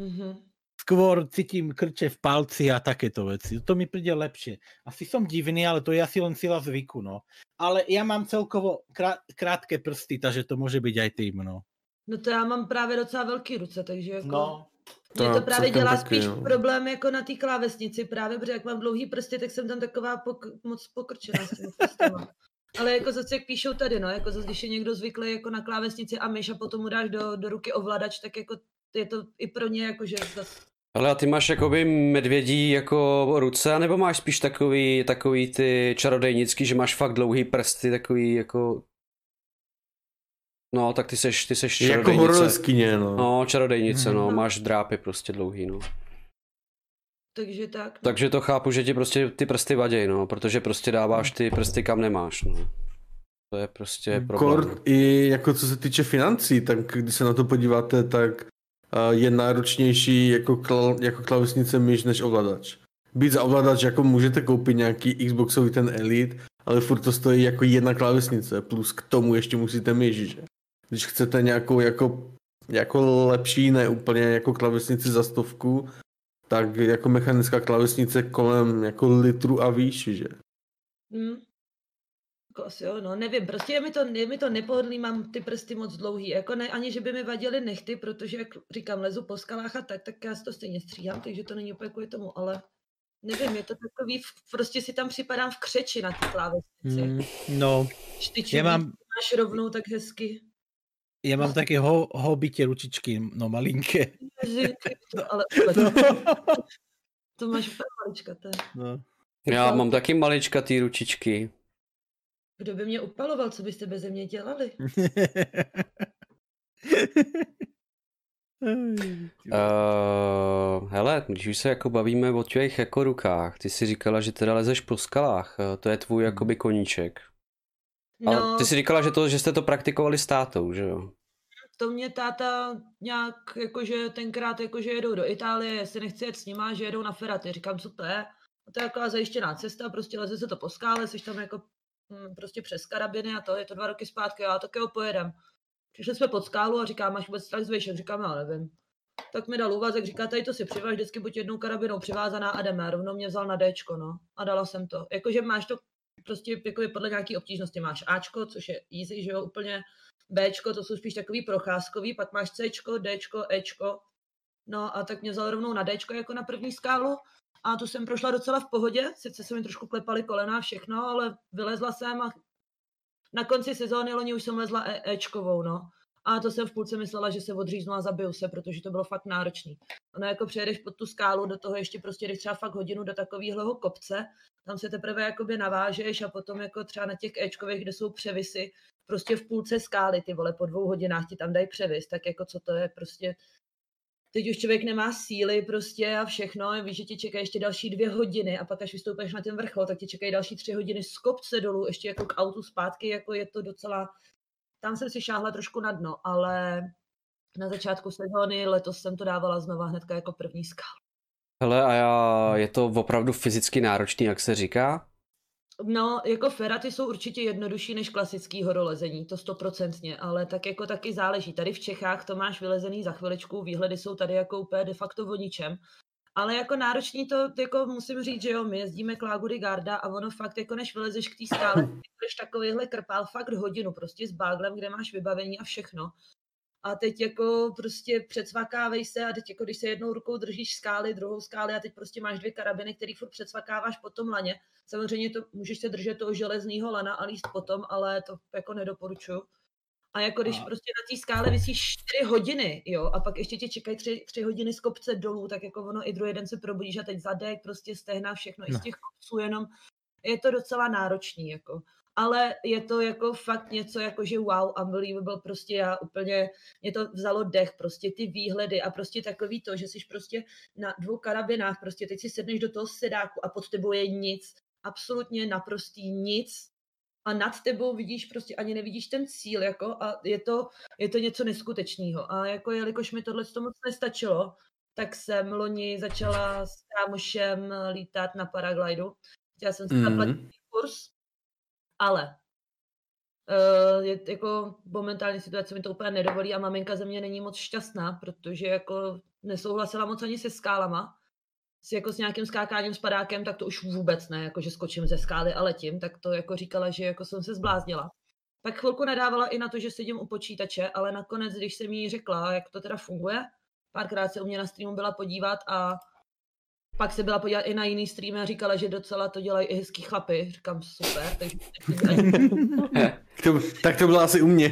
Skôr cítim krče v palci a takéto veci. To mi príde lepšie. Asi som divný, ale to je asi len sila zvyku, no. Ale ja mám celkovo krátke prsty, takže to môže byť aj tým, no. No to já mám právě docela velký ruce, takže jako... No. Mně to právě dělá spíš problém jako na té klávesnici, právě protože jak mám dlouhý prsty, tak jsem tam taková moc pokrčená s těmi prstama. Ale jako zase jak píšou tady, no, jako zase když je někdo zvyklý jako na klávesnici a myš a potom mu dáš do ruky ovladač, tak jako je to i pro ně jako, že zase... Ale a ty máš jakoby medvědí jako ruce, nebo máš spíš takový ty čarodejnický, že máš fakt dlouhý prsty, takový jako... No, tak ty seš čarodejnice. Jako horoleskyně, no. No, čarodejnice, no, máš drápy prostě dlouhý, no. Takže tak. No. Takže to chápu, že ti prostě ty prsty vaděj, no, protože prostě dáváš ty prsty kam nemáš, no. To je prostě problém. I jako co se týče financí, tak když se na to podíváte, tak je náročnější jako klávesnice myš než ovladač. Být za ovladač jako můžete koupit nějaký Xboxový ten Elite, ale furt to stojí jako jedna klávesnice, plus k tomu ještě musíte myš, že? Když chcete nějakou jako lepší, ne úplně jako klávesnici za 100, tak jako mechanická klávesnice kolem jako litru a výš, že? Jako asi jo, no nevím, prostě je mi to nepohodlný, mám ty prsty moc dlouhý, jako ne, ani že by mi vadily nechty, protože jak říkám, lezu po skalách a tak já si to stejně stříhám, takže to není úplně kvůli tomu, ale nevím, je to takový, prostě si tam připadám v křeči na té klávesnici. No, ja máš rovnou tak hezky. Ja mám také hobite ručičky, no malinké. Ale to máš úplně maličkaté. No. Já mám taky maličkatý ručičky. Kdo by mě upaloval, co byste beze mě dělali? Hele, když už se jako bavíme o těch jako rukách, ty jsi říkala, že teda lezeš po skalách, to je tvůj jakoby koníček. No, ale ty jsi říkala, že jste to praktikovali s tátou, že jo? To mě táta nějak, jakože tenkrát jakože jedou do Itálie, jestli nechci jet s nima, že jedou na Ferrati. Říkám, co to je? A to je taková zajištěná cesta, prostě leze se to po skále, jsi tam jako prostě přes karabiny a to, je to 2 roky zpátky, já tak jo pojedem. Přišli jsme pod skálu a říkám, máš vůbec strach z výšek? Říkám, já nevím. Tak mi dal úvazek, říká, tady to si přiváž, vždycky buď jednou karabinou přivázaná a jdeme. Rovnou mě vzal na Dčko, no. A dala jsem to. Jakože máš to prostě jako podle nějaký obtížnosti. Máš Ačko, což je easy, že jo, úplně Bčko, to jsou spíš takový procházkový, pak máš Cčko, Dčko, Ečko. No a tak mě vzal rovnou na Dčko jako na první skálu. A tu jsem prošla docela v pohodě, sice se mi trošku klepaly kolena a všechno, ale vylezla jsem a na konci sezóny loni už jsem lezla Ečkovou, no. A to jsem v půlce myslela, že se odříznu a zabiju se, protože to bylo fakt náročný. Ono jako přejedeš pod tu skálu, do toho ještě prostě jdeš třeba fakt hodinu do takového kopce, tam se teprve jakoby navážeš a potom jako třeba na těch Ečkových, kde jsou převisy, prostě v půlce skály, ty vole, po 2 hodinách ti tam dají převis, tak jako co to je prostě... Teď už člověk nemá síly prostě a všechno, víš, že tě čekají ještě další 2 hodiny a pak až vystoupíš na ten vrchol, tak tě čekají další 3 hodiny z kopce dolů, ještě jako k autu zpátky, jako je to docela tam jsem si šáhla trošku na dno, ale na začátku sezóny letos jsem to dávala znova hnedka jako první skal. Hele, je to opravdu fyzicky náročný, jak se říká? No, jako feraty jsou určitě jednodušší než klasický horolezení, to 100%, ale tak jako taky záleží. Tady v Čechách to máš vylezený za chviličku, výhledy jsou tady jako úplně de facto o ničem. Ale jako náročný to, jako musím říct, že jo, my jezdíme k Lago di Garda a ono fakt jako než vylezeš k té skále, budeš takovýhle krpál fakt hodinu prostě s báglem, kde máš vybavení a všechno. A teď jako prostě předsvakávej se a teď jako když se jednou rukou držíš skály, druhou skály a teď prostě máš 2 karabiny, který furt předsvakáváš po tom laně. Samozřejmě to můžeš se držet toho železného lana a líst potom, ale to jako nedoporučuju. A jako když prostě na té skále visíš 4 hodiny, jo, a pak ještě tě čekají 3 hodiny z kopce dolů, tak jako ono i druhý den se probudíš a teď zadek, prostě stehna, všechno, i z těch kopců jenom. Je to docela náročný, jako. Ale je to jako fakt něco jako, že wow, unbelievable, prostě já úplně, mě to vzalo dech, prostě ty výhledy a prostě takový to, že jsi prostě na 2 karabinách, prostě teď si sedneš do toho sedáku a pod tebou je nic, absolutně naprostý nic a nad tebou vidíš prostě, ani nevidíš ten cíl, jako a je to něco neskutečného a jako jelikož mi tohle moc nestačilo, tak jsem loni začala s kámošem lítat na paraglidu. Chtěla jsem si zaplatit kurz, ale je jako momentální situace mi to úplně nedovolí a maminka ze mě není moc šťastná, protože jako nesouhlasila moc ani se skálama. S nějakým skákáním s padákem, tak to už vůbec ne, jako že skočím ze skály a letím, tak to jako říkala, že jako jsem se zbláznila. Pak chvilku nadávala i na to, že sedím u počítače, ale nakonec, když jsem jí řekla, jak to teda funguje, párkrát se u mě na streamu byla podívat a pak se byla podívat i na jiný streamy a říkala, že docela to dělají i hezký chlapy. Říkám, super, takže... Tak to bylo asi u mě.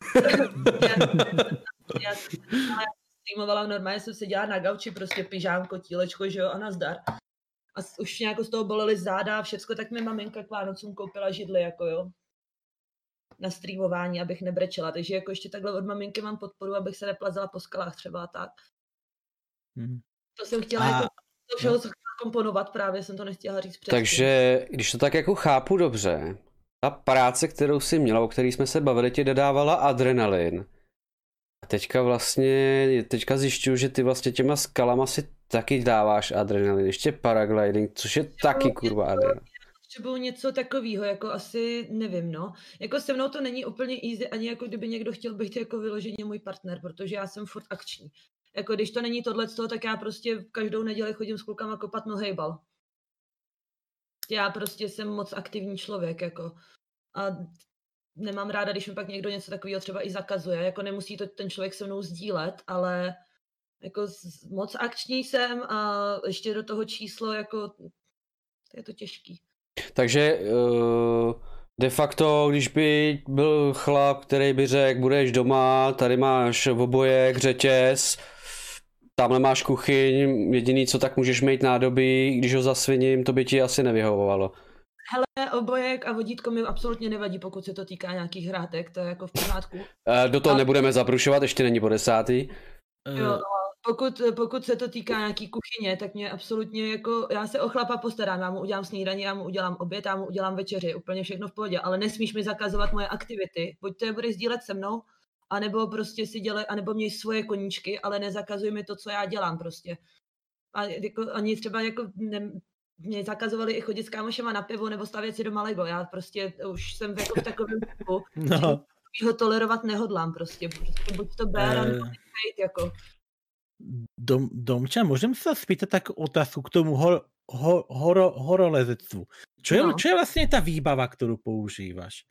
Já streamovala normálně, jsem seděla na gauči, prostě pyžámko, tílečko, že jo, a nazdar. A už nějak z toho bolely záda a všecko, tak mi maminka k Vánocům koupila židli, jako jo, na streamování, abych nebrečela. Takže jako ještě takhle od maminky mám podporu, abych se neplazila po skalách třeba a tak. To jsem chtěla jako to všeho komponovat, právě jsem to nechtěla říct přesně. Takže, když to tak jako chápu dobře, ta práce, kterou jsi měla, o který jsme se bavili, ti dodávala adrenalin. A teďka zjišťuju, že ty vlastně těma skalama si taky dáváš adrenalin, ještě paragliding, což je taky kurva adrenalin. Potřebuju něco takového, jako asi nevím, no. Jako se mnou to není úplně easy, ani jako kdyby někdo chtěl být jako vyloženě můj partner, protože já jsem furt akční. Jako když to není tohleto, tak já prostě každou neděli chodím s klukama kopat nohejbal. Já prostě jsem moc aktivní člověk, jako. A nemám ráda, když mi pak někdo něco takového třeba i zakazuje. Jako nemusí to ten člověk se mnou sdílet, ale jako moc akční jsem a ještě do toho číslo, jako je to těžký. Takže de facto, když by byl chlap, který by řekl, budeš doma, tady máš obojek, řetěz, tamhle máš kuchyň, jediný, co tak můžeš mít nádobí, když ho zasviním, to by ti asi nevyhovovalo. Hele, obojek a vodítko mi absolutně nevadí, pokud se to týká nějakých hrátek, to je jako v pořádku. Do toho nebudeme zabrušovat, ještě není po 10. Jo, pokud se to týká nějaký kuchyně, tak mě absolutně jako, já se o chlapa postarám, já mu udělám snídaní, já mu udělám oběd, já mu udělám večeři, úplně všechno v pohodě, ale nesmíš mi zakazovat moje aktivity, buď to je budeš sdílet se mnou, anebo prostě si dělej, anebo měj svoje koníčky, ale nezakazuj mi to, co já dělám prostě. A jako, ani třeba jako mě zakazovali i chodit s kámošema na pivo nebo stavět si doma Lego. Já prostě už jsem jako v takovém typu, že ho tolerovat nehodlám prostě. Buď to béra, nebo nejít jako. Domča, môžem sa spýtať takú otázku k tomu horolezectvu. Čo je vlastne tá výbava, ktorú používaš?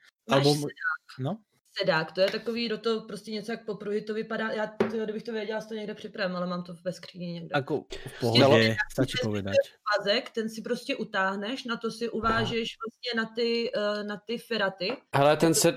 Sedák, to je takový, do toho prostě něco jak popruhy, to vypadá, já kdybych to věděla, to někde připravím, ale mám to ve skříni někde. Ako v pohodě, stačí povedať. Vazek, ten si prostě utáhneš, na to si uvážeš vlastně na ty feraty. Hele,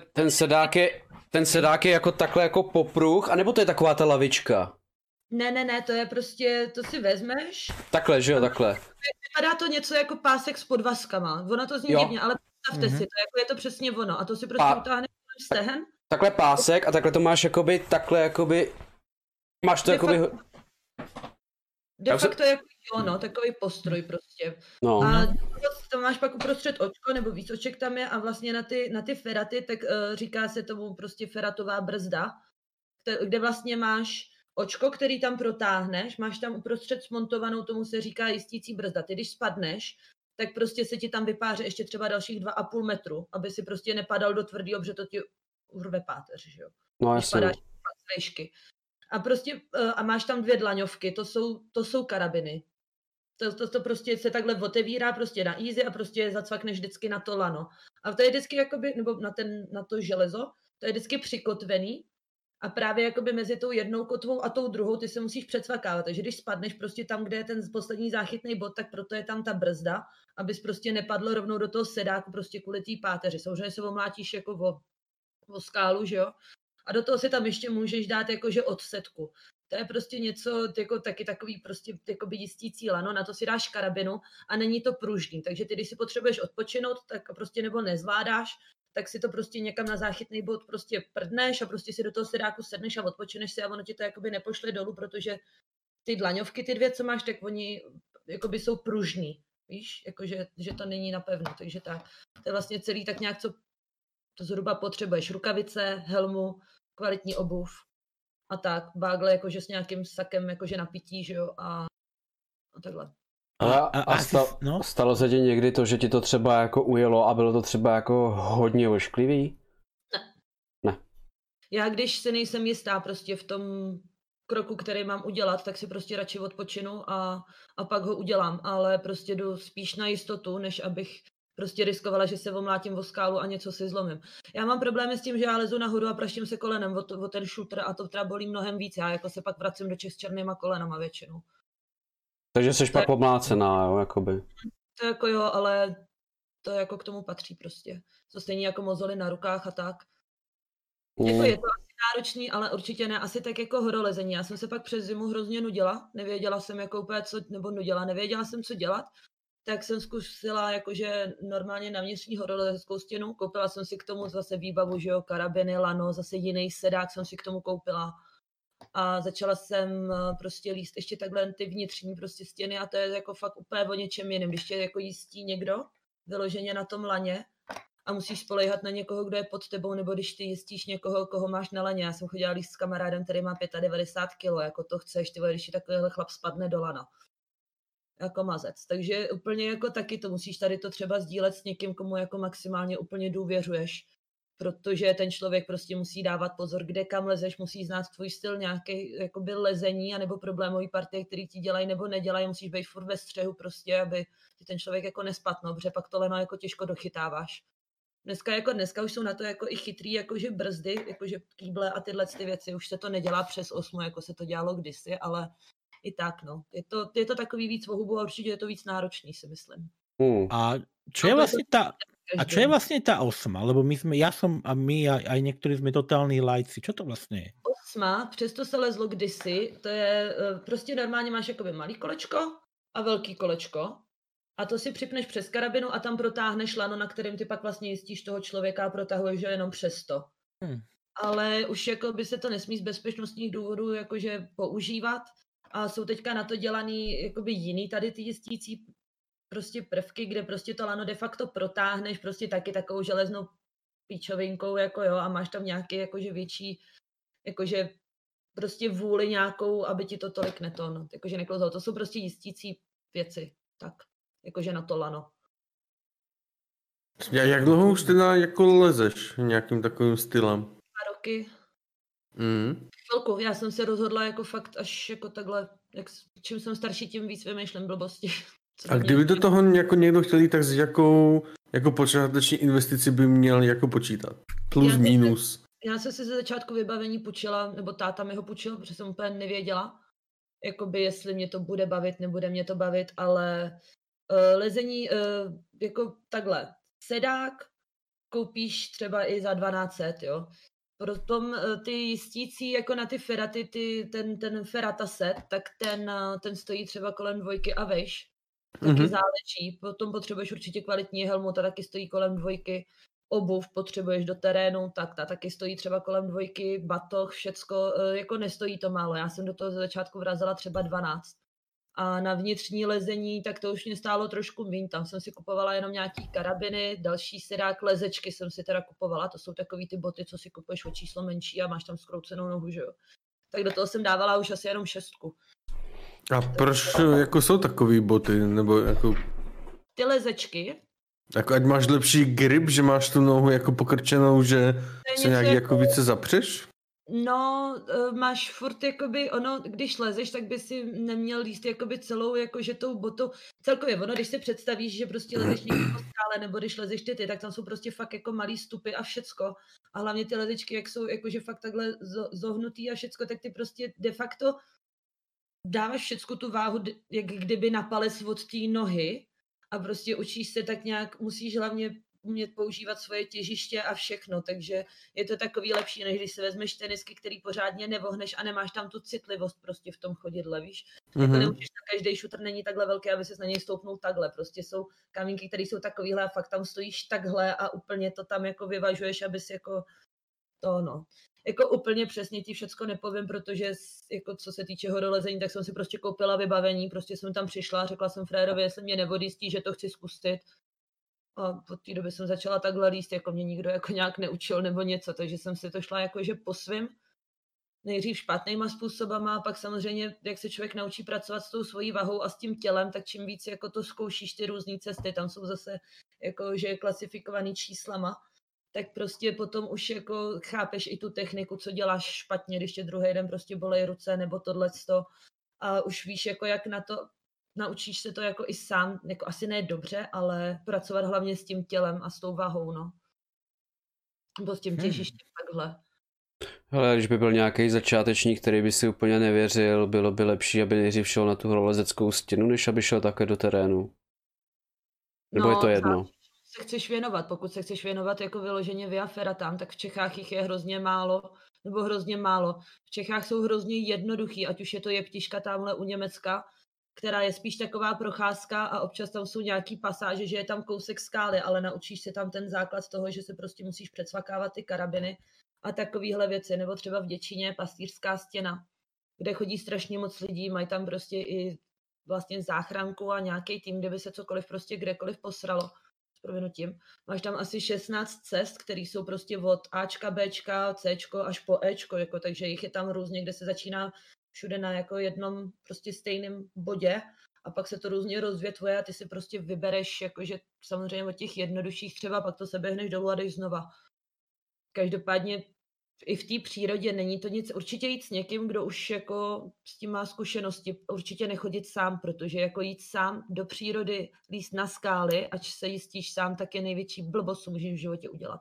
ten sedák je jako takhle jako popruh, anebo to je taková ta lavička? Ne, to je prostě, to si vezmeš. Takhle, že jo, takhle. Vypadá to něco jako pásek s podvazkama, ono to zní divně, ale představte si to, jako je to přesně ono a to si prostě utáhneš stehen. Takhle pásek a takhle to máš jakoby, takhle jakoby, máš to jakoby... De facto jako takový postroj prostě. No. A tam máš pak uprostřed očko, nebo víc oček tam je a vlastně na ty feraty, tak říká se tomu prostě feratová brzda, kde vlastně máš očko, který tam protáhneš, máš tam uprostřed smontovanou, tomu se říká jistící brzda. Ty když spadneš, tak prostě se ti tam vypáře ještě třeba dalších 2,5 metru, aby si prostě nepadal do tvrdýho, protože to ti urve páteř, že jo. No když padáš z výšky. A prostě, a máš tam 2 dlaňovky, to jsou karabiny. To prostě se takhle otevírá prostě na easy a prostě zacvakneš vždycky na to lano. A to je vždycky jakoby, nebo na to železo, to je vždycky přikotvený a právě jakoby mezi tou jednou kotvou a tou druhou ty se musíš přecvakávat. Takže když spadneš prostě tam, kde je ten poslední záchytný bod, tak proto je tam ta brzda, abys prostě nepadl rovnou do toho sedáku prostě kvůli té páteři. Samozřejmě se omlátíš jako o skálu, že jo? A do toho si tam ještě můžeš dát jakože odsetku. To je prostě něco jako taky takový prostě jakoby jistící lano, na to si dáš karabinu a není to pružný. Takže ty, když si potřebuješ odpočinout, tak prostě nebo nezvládáš, tak si to prostě někam na záchytný bod prostě prdneš a prostě si do toho sedáku sedneš a odpočineš si a ono ti to jakoby nepošle dolů, protože ty dlaňovky, ty 2, co máš, tak oni jakoby jsou pružný. Víš, jakože že to není napevno, takže tak. To je vlastně celý tak nějak, co to zhruba potřebuješ. Rukavice, helmu, kvalitní obuv a tak. Bágle jakože s nějakým sakem jakože na pití, že jo, a takhle. Stalo se ti někdy to, že ti to třeba jako ujelo a bylo to třeba jako hodně ošklivý? Ne. Já když si nejsem jistá prostě v tom kroku, který mám udělat, tak si prostě radši odpočinu a pak ho udělám, ale prostě jdu spíš na jistotu, než abych prostě riskovala, že se omlátím o skálu a něco si zlomím. Já mám problémy s tím, že já lezu nahoru a praštím se kolenem o ten šutr a to teda bolí mnohem víc. Já jako se pak vracím do Čech s černýma kolenama většinou. Takže jsi pak pomlácená, jo, jakoby. To jako jo, ale to jako k tomu patří prostě. To stejně jako mozoly na rukách a tak. Jako je to asi náročný, ale určitě ne asi tak jako horolezení. Já jsem se pak přes zimu hrozně nudila. Nevěděla jsem jako úplně nevěděla jsem, co dělat. Tak jsem zkusila jakože normálně na vnitřní horolezeckou stěnu. Koupila jsem si k tomu zase výbavu, že jo, karabiny, lano, zase jiný sedák jsem si k tomu koupila. A začala jsem prostě líst ještě takhle ty vnitřní prostě stěny a to je jako fakt úplně o něčem jiném. Když tě jako jistí někdo vyloženě na tom laně a musíš spoléhat na někoho, kdo je pod tebou, nebo když ty jistíš někoho, koho máš na laně. Já jsem chodila líst s kamarádem, který má 95 kg, jako to chceš, ty když ti takovýhle chlap spadne do lana. Jako mazec. Takže úplně jako taky to musíš tady to třeba sdílet s někým, komu jako maximálně úplně důvěřuješ. Protože ten člověk prostě musí dávat pozor, kde kam lezeš, musí znát tvůj styl nějaký jakoby lezení anebo problémový partie, který ti dělají nebo nedělají, musíš být furt ve střehu prostě, aby ti ten člověk jako nespadl, protože pak to leno jako těžko dochytáváš. Dneska už jsou na to jako i chytrý jakože brzdy, jakože kýble a tyhle ty věci, už se to nedělá přes 8, jako se to dělalo kdysi, ale i tak, no. Je to takový víc o hubu a určitě je to víc náročný, si myslím. A čo je vlastne tá 8? Lebo ja som a my aj niektorí sme totálni lajci. Čo to vlastne je? 8, přesto se lezlo kdysi, to je prostě normálně máš jakoby malý kolečko a velký kolečko a to si připneš přes karabinu a tam protáhneš lano, na kterým ty pak vlastně jistíš toho člověka a protahuješ ho jenom přes to. Ale už jakoby se to nesmí z bezpečnostních důvodů jakože používat a jsou teďka na to dělaný jakoby jiný tady ty jistící prostě prvky, kde prostě to lano de facto protáhneš prostě taky takovou železnou píčovinkou, jako jo, a máš tam nějaký jakože větší, jakože prostě vůli nějakou, aby ti to tolik jakože neklouzalo. To jsou prostě jistící věci, tak, jakože na to lano. Jak dlouho už teda jako lezeš nějakým takovým stylem? 2 roky. Chvilku, já jsem se rozhodla jako fakt až jako takhle, čím jsem starší, tím víc vymýšlím blbosti. A kdyby do toho jako někdo chtěl jít, tak s jakou jako počáteční investici by měl jako počítat? Plus, minus. Já jsem si ze začátku vybavení půjčila, nebo táta mi ho půjčil, protože jsem úplně nevěděla, jakoby jestli mě to bude bavit, nebude mě to bavit, ale lezení jako takhle. Sedák koupíš třeba i za 1200, jo. Potom ty jistící jako na ty feraty, ten ferata set, tak ten stojí třeba kolem 2 a vejš. Taky záleží. Potom potřebuješ určitě kvalitní helmu, ta taky stojí kolem 2. Obuv potřebuješ do terénu, tak ta taky stojí třeba kolem 2. Batoh, všecko, jako nestojí to málo. Já jsem do toho ze začátku vrazila třeba 12. A na vnitřní lezení, tak to už mě stálo trošku míň. Tam jsem si kupovala jenom nějaký karabiny, další sedák, lezečky jsem si teda kupovala. To jsou takový ty boty, co si kupuješ o číslo menší a máš tam skroucenou nohu, že jo. Tak do toho jsem dávala už asi jenom 6. A proč jako jsou takový boty, nebo jako... Ty lezečky? Jako ať máš lepší grip, že máš tu nohu jako pokrčenou, že se nějak jako více zapřeš? No, máš furt jakoby, ono, když lezeš, tak by si neměl líst jakoby celou, jakože tou botou, celkově ono, když si představíš, že prostě lezeš někde po skále, nebo když lezeš ty, tak tam jsou prostě fakt jako malý stupy a všecko. A hlavně ty lezečky, jak jsou jakože fakt takhle zohnutý a všecko, tak ty prostě de facto dáváš všecko tu váhu, jak kdyby na palec od té nohy a prostě učíš se tak nějak, musíš hlavně umět používat svoje těžiště a všechno, takže je to takový lepší, než když se vezmeš tenisky, který pořádně nevohneš a nemáš tam tu citlivost prostě v tom chodidle, víš. Jako nemůžeš na každý šutr není takhle velký, aby ses na něj stoupnul takhle, prostě jsou kamínky, které jsou takovýhle a fakt tam stojíš takhle a úplně to tam jako vyvažuješ, abys jako to no. Jako úplně přesně ti všecko nepovím, protože jako co se týče horolezení, tak jsem si prostě koupila vybavení, prostě jsem tam přišla, řekla jsem frérovi, jestli mě neodjistí, že to chci zkusit. A od té doby jsem začala takhle líst, jako mě nikdo jako nějak neučil nebo něco, takže jsem si to šla jakože po svým, nejdřív špatnýma způsobama a pak samozřejmě, jak se člověk naučí pracovat s tou svojí vahou a s tím tělem, tak čím víc jako to zkoušíš ty různé cesty, tam jsou zase jako, že je klasifikovaný číslama, tak prostě potom už jako chápeš i tu techniku, co děláš špatně, když tě druhý den prostě bolej ruce nebo tohleto a už víš jako jak na to, naučíš se to jako i sám, jako asi ne dobře, ale pracovat hlavně s tím tělem a s tou váhou, no. Nebo s tím těžištěm takhle. Hele, když by byl nějaký začátečník, který by si úplně nevěřil, bylo by lepší, aby nejdřív šel na tu horolezeckou stěnu, než aby šel také do terénu. Nebo je to jedno? Se chceš věnovat, pokud se chceš věnovat jako vyloženě via ferratám, tak v Čechách jich je hrozně málo, nebo hrozně málo. V Čechách jsou hrozně jednoduchý, ať už je to jeptiška tamhle u Německa, která je spíš taková procházka a občas tam jsou nějaký pasáže, že je tam kousek skály, ale naučíš se tam ten základ toho, že se prostě musíš předsvakávat ty karabiny a takovýhle věci, nebo třeba v Děčíně pastýřská stěna, kde chodí strašně moc lidí, mají tam prostě i vlastně záchranku a nějaký tým, kde by se cokoliv prostě kdekoliv posralo. Provinutím. Máš tam asi 16 cest, které jsou prostě od Ačka, Bčka, Cčko až po Ečko, jako, takže jich je tam různě, kde se začíná všude na jako jednom prostě stejném bodě a pak se to různě rozvětvuje a ty si prostě vybereš, jakože samozřejmě od těch jednodušších třeba, pak to seběhneš dolů a jdeš znova. Každopádně i v té přírodě není to nic, určitě jít s někým, kdo už jako s tím má zkušenosti, určitě nechodit sám, protože jako jít sám do přírody, líst na skály, ať se jistíš sám, tak je největší blbost, co můžeš v životě udělat.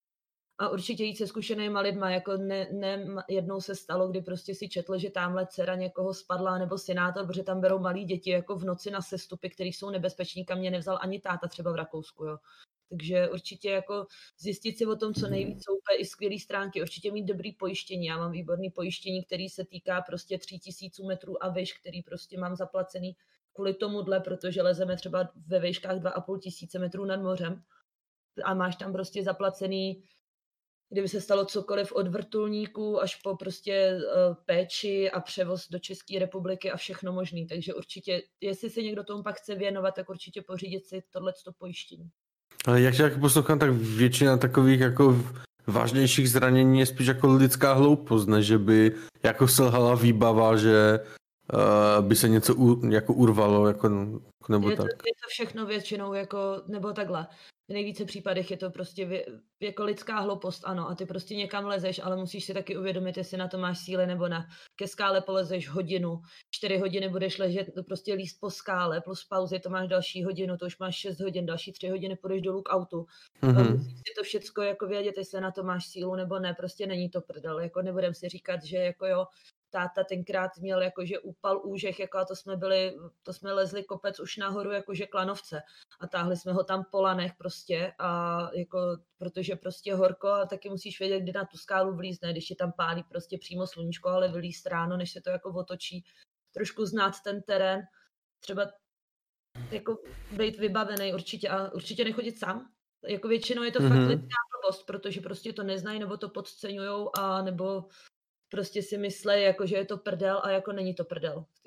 A určitě jít se zkušenýma lidma, jako ne jednou se stalo, kdy prostě si četl, že tamhle dcera někoho spadla, nebo synátor, protože tam berou malí děti jako v noci na sestupy, které jsou nebezpečný, kam mě nevzal ani táta třeba v Rakousku, jo. Takže určitě jako zjistit si o tom, co nejvíc, jsou i skvělý stránky, určitě mít dobrý pojištění. Já mám výborný pojištění, který se týká prostě 3000 metrů a výš, který prostě mám zaplacený kvůli tomuhle, protože lezeme třeba ve výškách 2500 metrů nad mořem a máš tam prostě zaplacený, kdyby se stalo cokoliv od vrtulníků až po prostě péči a převoz do České republiky a všechno možný. Takže určitě, jestli se někdo tomu pak chce věnovat, tak určitě pořídit si tohleto pojištění. Ale jak tě poslouchám, tak většina takových jako vážnějších zranění je spíš jako lidská hloupost, než že by jako selhala výbava, že by se něco jako urvalo, jako, nebo tak. Je to všechno většinou jako, nebo takhle. V nejvíce případech je to prostě jako lidská hloupost, ano, a ty prostě někam lezeš, ale musíš si taky uvědomit, jestli na to máš síly nebo ne. Ke skále polezeš hodinu, 4 hodiny budeš ležet, prostě líst po skále, plus pauzy, to máš další hodinu, to už máš 6 hodin, další 3 hodiny půjdeš dolů k autu. Musíš si to všecko jako vědět, jestli na to máš sílu nebo ne, prostě není to prdel, jako nebudem si říkat, že jako jo, táta tenkrát měl jakože úpal úžeh, jako a to jsme lezli kopec už nahoru jakože Klanovce a táhli jsme ho tam po lanech prostě a jako, protože prostě horko a taky musíš vědět, kdy na tu skálu vlízt, ne, když je tam pálí prostě přímo sluníčko, ale vylízt ráno, než se to jako otočí, trošku znát ten terén, třeba jako být vybavený určitě a určitě nechodit sám, jako většinou je to fakt lidská blbost, protože prostě to neznají nebo to podceňujou a nebo prostě si myslej, jako, že je to prdel a jako není to prdel. Jako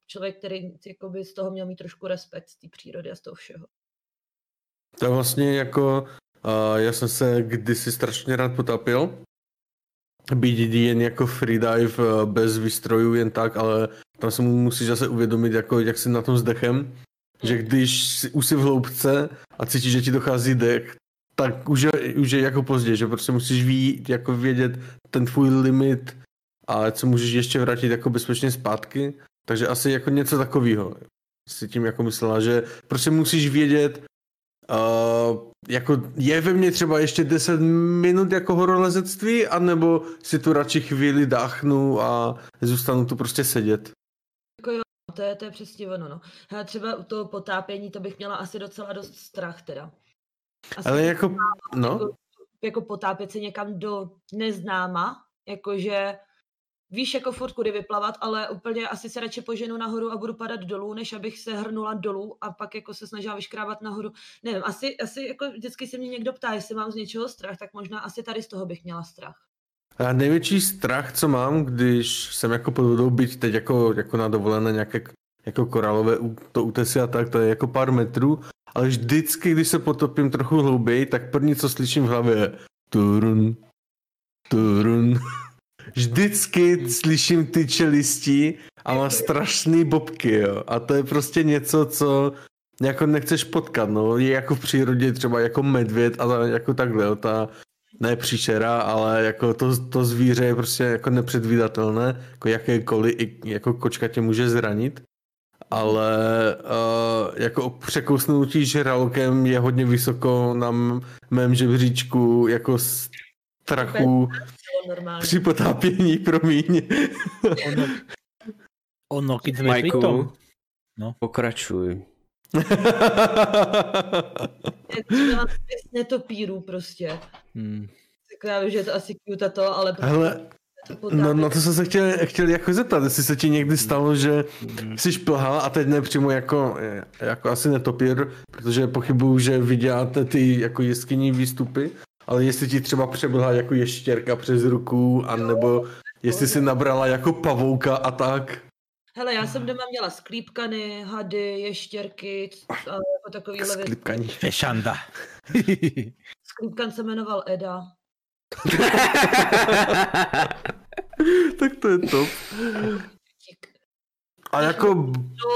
člověk, který jakoby z toho měl mít trošku respekt z té přírody a z toho všeho. To je vlastně jako, já jsem se kdysi strašně rád potápěl, být jen jako freedive bez výstrojů jen tak, ale tam se musíš zase uvědomit, jako, jak jsi na tom s dechem, že když už jsi v hloubce a cítíš, že ti dochází dech, tak už je jako pozdě, že prostě musíš jako vědět ten tvůj limit a co můžeš ještě vrátit jako bezpečně zpátky, takže asi jako něco takového si tím jako myslela, že prostě musíš vědět, jako je ve mně třeba ještě 10 minut jako horolezectví, anebo si tu radši chvíli dáchnu a zůstanu tu prostě sedět. Jako jo, to je přesně ono, no. Hele, třeba u toho potápění to bych měla asi docela dost strach teda. Asi ale jako, no. Jako potápět se někam do neznáma, jakože víš jako furt kudy vyplavat, ale úplně asi se radši poženu nahoru a budu padat dolů, než abych se hrnula dolů a pak jako se snažila vyškrábat nahoru. Nevím, asi jako vždycky se mě někdo ptá, jestli mám z něčeho strach, tak možná asi tady z toho bych měla strach. A největší strach, co mám, když jsem jako pod vodou, byť teď jako na dovolené nějaké jako koralové útesy a tak, to je jako pár metrů, ale vždycky, když se potopím trochu hlouběji, tak první, co slyším v hlavě je turun, turun. Vždycky slyším ty čelistí a má strašný bobky, jo. A to je prostě něco, co jako nechceš potkat, no. Je jako v přírodě třeba jako medvěd a jako takhle, jo. Ta ne příšera, ale jako to zvíře je prostě jako nepředvídatelné, jako jakékoliv, i jako kočka tě může zranit. Ale jako překousnutí žralokem je hodně vysoko na mém žebříčku jako strachu při potápění, promiň. Ono, keď sme pri tom. No. Pokračuj. Netopíru prostě. Tak já vím, že je to asi cute to, ale... Hele, no na to jsem se chtěl jako zeptat, jestli se ti někdy stalo, že jsi šplhal a teď nepřímo jako asi netopír, protože pochybuju, že viděláte ty jako jeskyní výstupy, ale jestli ti třeba přeběhla jako ještěrka přes ruku, anebo jestli si nabrala jako pavouka a tak. Hele, já jsem doma měla sklípkany, hady, ještěrky a jako takovýhle věci. Sklípkaní. Fešanda. Sklípkan se jmenoval Eda. Tak to je top. A jako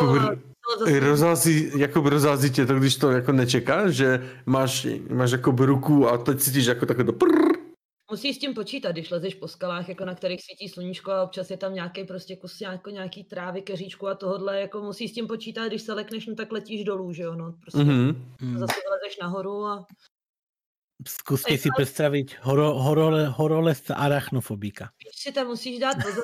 rozhází tě to, když to jako nečekáš, že máš jako ruku a teď cítíš jako takové to prrr. Musíš s tím počítat, když lezeš po skalách, jako na kterých svítí sluníčko a občas je tam nějaký prostě kus jako nějaký trávy, keříčku a tohodle, jako musíš s tím počítat, když se lekneš, no tak letíš dolů, že jo, no, prostě zase lezeš nahoru a... Skúste si predstaviť horolezca arachnofobíka. Si tam musíš dát pozor,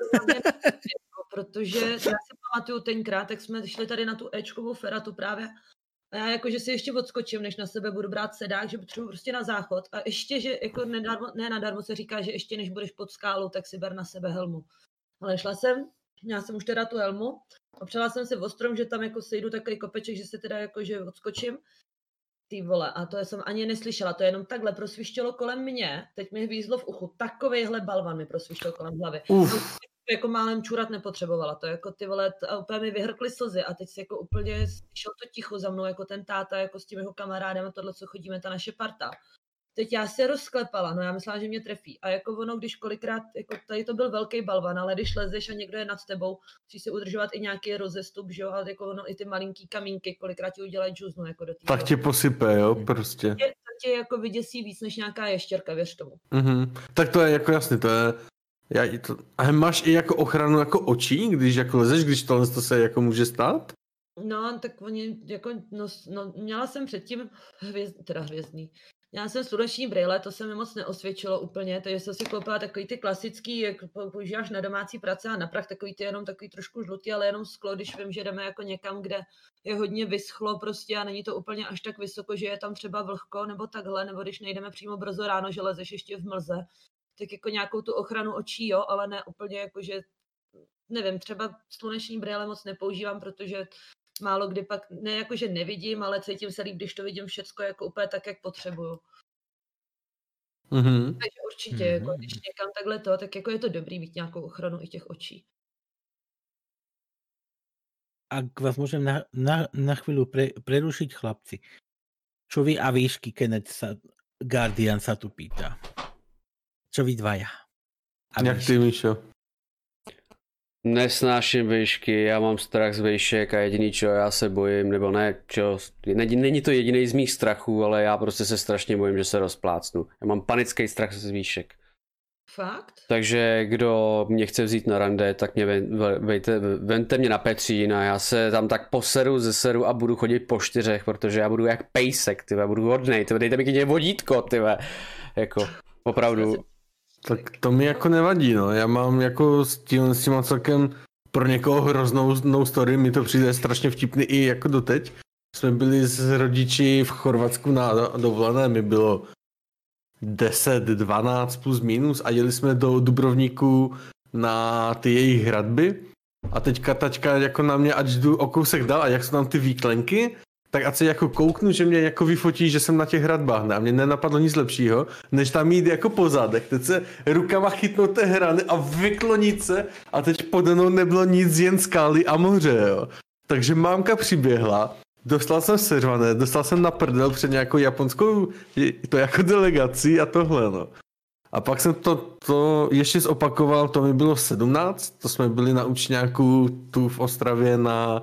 protože já si pamatuju tenkrát, tak jsme šli tady na tu Ečkovou feratu právě a já jakože si ještě odskočím, než na sebe budu brát sedák, že potřebuji prostě na záchod a ještě, že jako nadarmo se říká, že ještě než budeš pod skálou, tak si ber na sebe helmu. Ale měla jsem už teda tu helmu, opřela jsem se o strom, že tam jako sejdu takový kopeček, že se teda jakože odskočím. Ty vole, a to jsem ani neslyšela, to jenom takhle prosvištělo kolem mě, teď mi hvízlo v uchu, takovejhle balvan mi prosvištěl kolem hlavy. Jako málem čurat nepotřebovala, to jako ty vole, a úplně mi vyhrkly slzy a teď si jako úplně šel to ticho za mnou, jako ten táta, jako s tím jeho kamarádem a tohle, co chodíme, ta naše parta. Teď já se rozklepala, no já myslela, že mě trefí. A jako ono, když kolikrát, jako tady to byl velký balvan, ale když lezeš a někdo je nad tebou, musíš si udržovat i nějaký rozestup, že jo, ale jako ono i ty malinký kamínky, kolikrát ti udělají džuznu, jako do té. Tak tě posype, jo, prostě. Tak tě jako vyděsí víc než nějaká ještěrka, věř tomu. Tak to je jako jasný, to je... A máš i jako ochranu jako očí, když jako lezeš, když tohle se jako může stát? No, tak oni jako, no měla jsem předtím hvězdný. Já jsem sluneční brýle, to se mi moc neosvědčilo úplně, takže jsem si koupila takový ty klasický, jak používáš na domácí práce a na prach, takový ty jenom takový trošku žlutý, ale jenom sklo, když vím, že jdeme jako někam, kde je hodně vyschlo prostě a není to úplně až tak vysoko, že je tam třeba vlhko nebo takhle, nebo když nejdeme přímo brzo ráno, že lezeš ještě v mlze, tak jako nějakou tu ochranu očí, jo, ale ne úplně jako, že nevím, třeba sluneční brýle moc nepoužívám, protože málo kdy pak, ne jako, že nevidím, ale cítím se líp, když to vidím všecko jako úplně tak, jak potřebuju. Takže určitě, jako, když někam takhle to, tak jako je to dobrý mít nějakou ochranu i těch očí. ak vás môžem na chvíľu prerušiť, chlapci. Čo vy a výšky, Kenneth Guardian sa tu pýta. Čo vy dvaja? Jak ty, Míšo? Nesnáším výšky, já mám strach z výšek a jediný, čo já se bojím, nebo ne, čo, není to jediný z mých strachů, ale já prostě se strašně bojím, že se rozplácnu. Já mám panický strach z výšek. Fakt? Takže kdo mě chce vzít na rande, tak mě vemte mě na Petřín a já se tam tak poseru, zeseru a budu chodit po 4, protože já budu jak pejsek, tyve, budu hodnej, tyve, dejte mi kyně vodítko, tyve, jako, opravdu. Tak to mi jako nevadí, no. Já mám jako s tím celkem pro někoho hroznou story, mi to přijde strašně vtipný i jako doteď. Jsme byli s rodiči v Chorvatsku na dovolené, mi bylo 10, 12 plus minus a jeli jsme do Dubrovníku na ty jejich hradby a teďka tačka jako na mě, ať jdu o kousek dál a jak jsou tam ty výklenky, tak ať se jako kouknu, že mě jako vyfotí, že jsem na těch hradbách. A mě nenapadlo nic lepšího, než tam jít jako po zádech. Teď se rukama chytnout té hrany a vyklonit se a teď pode mnou nebylo nic, jen skály a moře, jo. Takže mámka přiběhla, dostal jsem seřvané, dostal jsem na prdel před nějakou japonskou to jako delegací a tohle, no. A pak jsem to ještě zopakoval, to mi bylo 17, to jsme byli na učňáku tu v Ostravě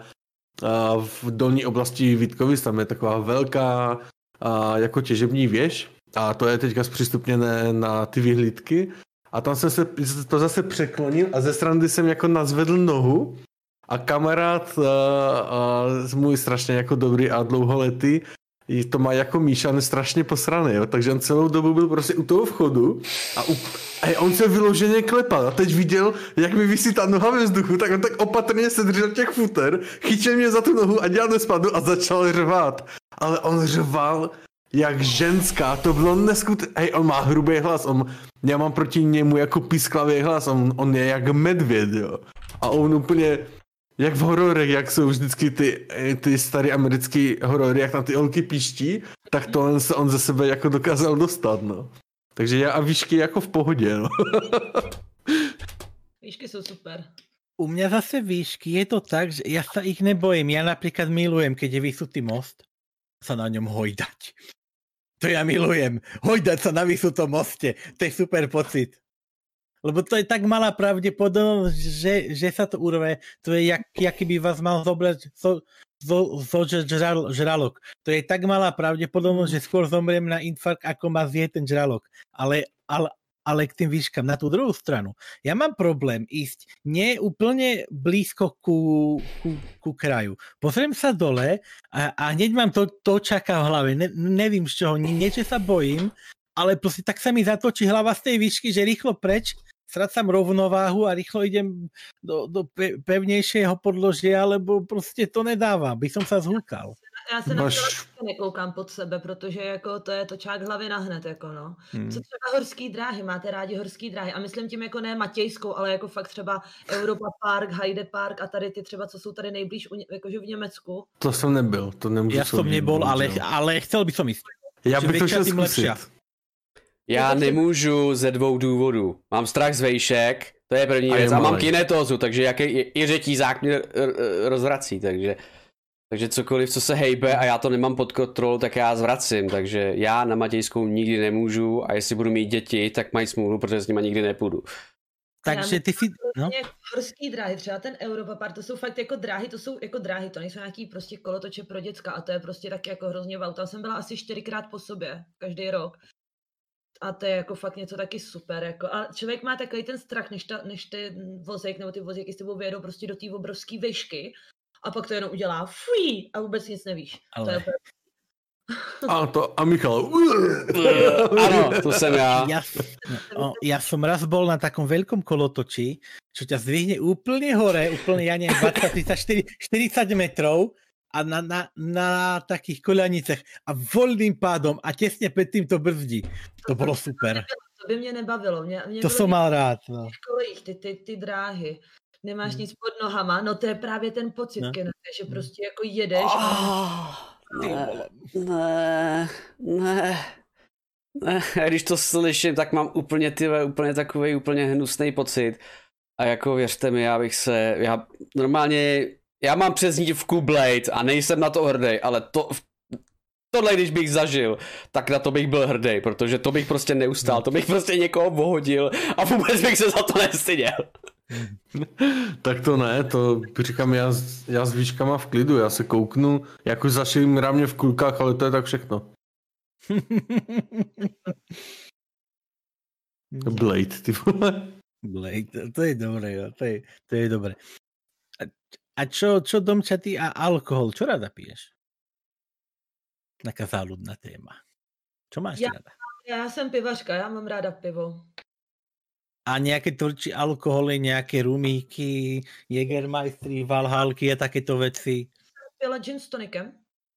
v dolní oblasti Vítkovic, tam je taková velká jako těžební věž a to je teďka zpřístupněné na ty vyhlídky a tam jsem se to zase překlonil a ze strany jsem jako nazvedl nohu a kamarád můj strašně jako dobrý a dlouholetý to má jako Míša strašně posraný, jo? Takže on celou dobu byl prostě u toho vchodu a on se vyloženě klepal a teď viděl, jak mi visí ta noha ve vzduchu, tak on tak opatrně se držel těch futer, chytil mě za tu nohu a dělal nespadl a začal řvát. Ale on řval jak ženská, to bylo neskutečné. On má hrubý hlas, já mám proti němu jako písklavý hlas, on je jak medvěd, jo. A on úplně jak v hororech, jak jsou vždycky ty starý americký horory, jak tam ty holky píští, tak to se on ze sebe jako dokázal dostat, no. Takže já a výšky jako v pohodě, no. Výšky jsou super. U mňa zase výšky je to tak, že ja sa ich nebojím. Ja napríklad milujem, keď je vysutý most, sa na ňom hojdať. To ja milujem. Hojdať sa na vysutom moste. To je super pocit. Lebo to je tak malá pravdepodobnosť, že sa to urve. To je, jak by vás mal zobrať zožrať žralok. To je tak malá pravdepodobnosť, že skôr zomriem na infarkt, ako ma zje ten žralok. Ale k tým výškam na tú druhú stranu. Ja mám problém ísť nie úplne blízko ku kraju. Pozriem sa dole a hneď mám to čaká v hlave. Nevím z čoho, niečo sa bojím, ale proste tak sa mi zatočí hlava z tej výšky, že rýchlo preč, strácam rovnováhu a rýchlo idem do pevnejšieho podložia, lebo proste to nedáva, by som sa zhúkal. Já se na to nekoukám pod sebe, protože jako to je točák hlavy nahned, jako no. Co třeba horský dráhy, máte rádi horský dráhy? A myslím tím jako ne Matějskou, ale jako fakt třeba Europa Park, Heide Park a tady ty třeba, co jsou tady nejblíž, jakože v Německu. To jsem nebyl, to nemůžu. Já jsem nebol, ale chcel by som ísť. Já bych to chtěl zkusit. Já nemůžu ze 2 důvodů. Mám strach z vejšek, to je první věc, a mám kinetózu, takže i řetízák mě rozvrací, takže cokoliv, co se hejbe a já to nemám pod kontrolou, tak já zvracím, takže já na Matějskou nikdy nemůžu a jestli budu mít děti, tak mají smůlu, protože s nima nikdy nepůjdu. Takže ty si... No? Horský dráhy, třeba ten Europa Park, to jsou fakt jako dráhy, to nejsou nějaký prostě kolotoče pro děcka a to je prostě taky jako hrozně wow. Tam jsem byla asi 4krát po sobě, každý rok. A to je jako fakt něco taky super. Jako. A člověk má takový ten strach, než ten vozík nebo ty vozíky s tebou vyjedou prostě do té obrovské výšky a pak to jenom udělá fuj a vůbec nic nevíš. Ale... To je úplně... A Michal. Ano, to jsem já. Ja som raz bol na takom veľkom kolotoči, čo ťa zdvihne úplne hore, úplne, ja neviem, 20, 30, 40 metrov a na takých koľanicách a voľným pádom a tesne pred tým to brzdí. To bolo super. To by mě nebavilo. Mě to som mal rád. No. Ty dráhy. Nemáš nic pod nohama, no to je právě ten pocit, no. Že prostě jako jedeš. Ne. Když to slyším, tak mám úplně takovej úplně hnusný pocit. A jako věřte mi, já normálně já mám přezdívku Blade a nejsem na to hrdý, ale tohle, když bych zažil, tak na to bych byl hrdý, protože to bych prostě neustál, to bych prostě někoho vohodil a vůbec bych se za to nestyděl. Tak to ne, to říkám já s výškama v klidu, já se kouknu, jako zašilím rámě v kulkách, ale to je tak všechno. Blade, ty vole. Blade, to je dobré, jo, to je dobré. A čo domčatý a alkohol, čo rada piješ? Taká záľudná téma. Čo máš rada? Já jsem pivařka, já mám ráda pivo. A nejaké tvrdší alkoholy, nejaké rumíky, Jägermeistery, Valhalky a takéto veci? Pila gin s tonikem.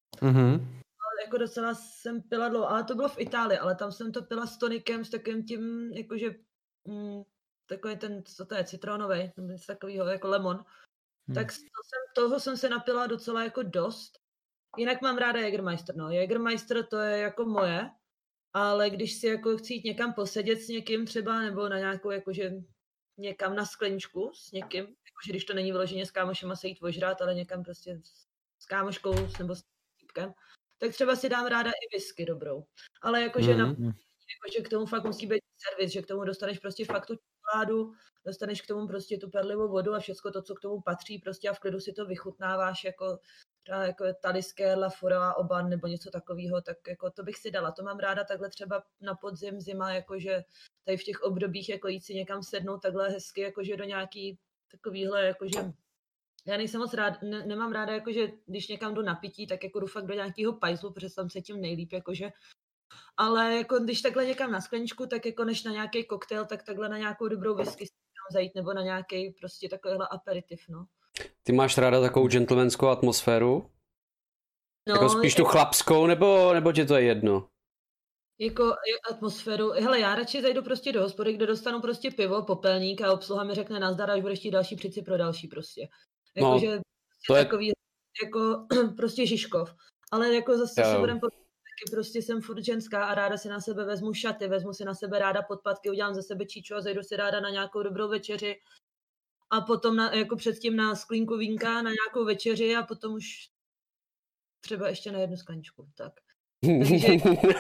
Jako docela jsem pila dlouho, ale to bylo v Itálii, ale tam jsem to pila s tonikem, s takovým tím, jakože, takový ten, co to je, citronový, něco takového, jako lemon. Tak toho jsem se napila docela jako dost. Jinak mám ráda Jägermeister, no. Jägermeister to je jako moje, ale když si jako chci jít někam posedět s někým třeba, nebo na nějakou, jakože někam na skleničku s někým, jakože když to není vyloženě s kámošem a se jít ožrát, ale někam prostě s kámoškou nebo s týpkem, tak třeba si dám ráda i whisky dobrou. Ale jakože, jakože k tomu fakt musí být servis, že k tomu dostaneš prostě fakt tu čokoládu, dostaneš k tomu prostě tu perlivou vodu a všechno to, co k tomu patří, prostě a v klidu si to vychutnáváš jako Taliské, Laforová Oban nebo něco takového, tak jako to bych si dala. To mám ráda takhle třeba na podzim, zima, jakože tady v těch obdobích jako jít si někam sednout takhle hezky, jakože do nějaký takovýhle, jakože já nejsem moc rád, nemám ráda, jakože když někam jdu na pití, tak jako jdu fakt do nějakého pajzlu, protože tam se tím nejlíp, jakože. Ale jako když takhle někam na skleničku, tak jako než na nějaký koktejl, tak takhle na nějakou dobrou whisky si tam zajít, nebo na nějaký prostě takovýhle aperitiv, no. Ty máš ráda takovou gentlemanskou atmosféru? No, jako spíš tu chlapskou, nebo ti to je jedno? Jako atmosféru, hele, já radši zajdu prostě do hospody, kde dostanu prostě pivo, popelník a obsluha mi řekne nazdar, až budeš chtít další, přijď si pro další prostě. Jako, no, že to je takový, jako prostě Žižkov. Ale jako zase se budem taky prostě jsem furt ženská a ráda si na sebe vezmu šaty, vezmu si na sebe ráda podpatky, udělám za sebe číču a zajdu si ráda na nějakou dobrou večeři a potom jako předtím na sklínku vínka, na nějakou večeři a potom už třeba ještě na jednu skleničku, tak. Takže...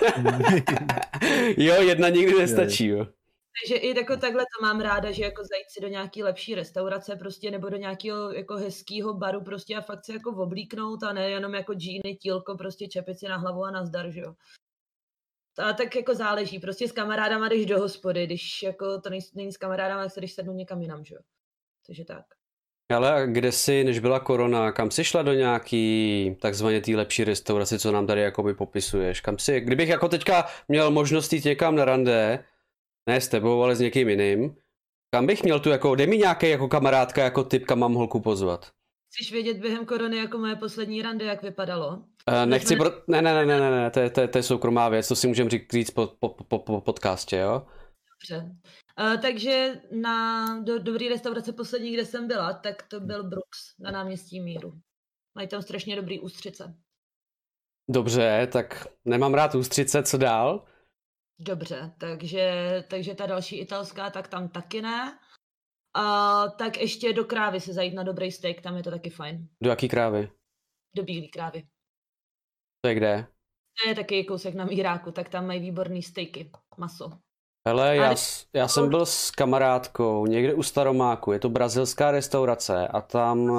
jo, jedna nikdy nestačí, jo. Takže i jako takhle to mám ráda, že jako zajít si do nějaký lepší restaurace prostě nebo do nějakého jako hezkého baru prostě a fakt se jako oblíknout a ne jenom jako džíny, tílko, prostě čepici na hlavu a nazdar, že jo. A tak jako záleží, prostě s kamarádama jdeš do hospody, když jako to není s kamarádama, tak se jdeš sednout někam jinam, že jo. Takže tak. Ale kde jsi, než byla korona, kam jsi šla do nějaký takzvaně té lepší restaurace, co nám tady jakoby popisuješ? Kam jsi, kdybych jako teďka měl možnost jít někam na rande, ne s tebou, ale s někým jiným, kam bych měl tu jako, dej mi nějaký jako kamarádka, jako typ, kam mám holku pozvat? Chceš vědět během korony jako moje poslední rande, jak vypadalo? Nechci, ne, to je soukromá věc, to si můžeme říct po podcastě, jo? Dobře. Takže do dobrý restaurace poslední, kde jsem byla, tak to byl Brooks na náměstí Míru. Mají tam strašně dobrý ústřice. Dobře, tak nemám rád ústřice, co dál? Dobře, takže ta další italská, tak tam taky ne. A tak ještě do Krávy se zajít na dobrý steak, tam je to taky fajn. Do jaký Krávy? Do Bílý Krávy. To je kde? To je taky kousek na Míráku, tak tam mají výborný steaky, maso. Hele, já jsem byl s kamarádkou někde u Staromáku, je to brazilská restaurace a tam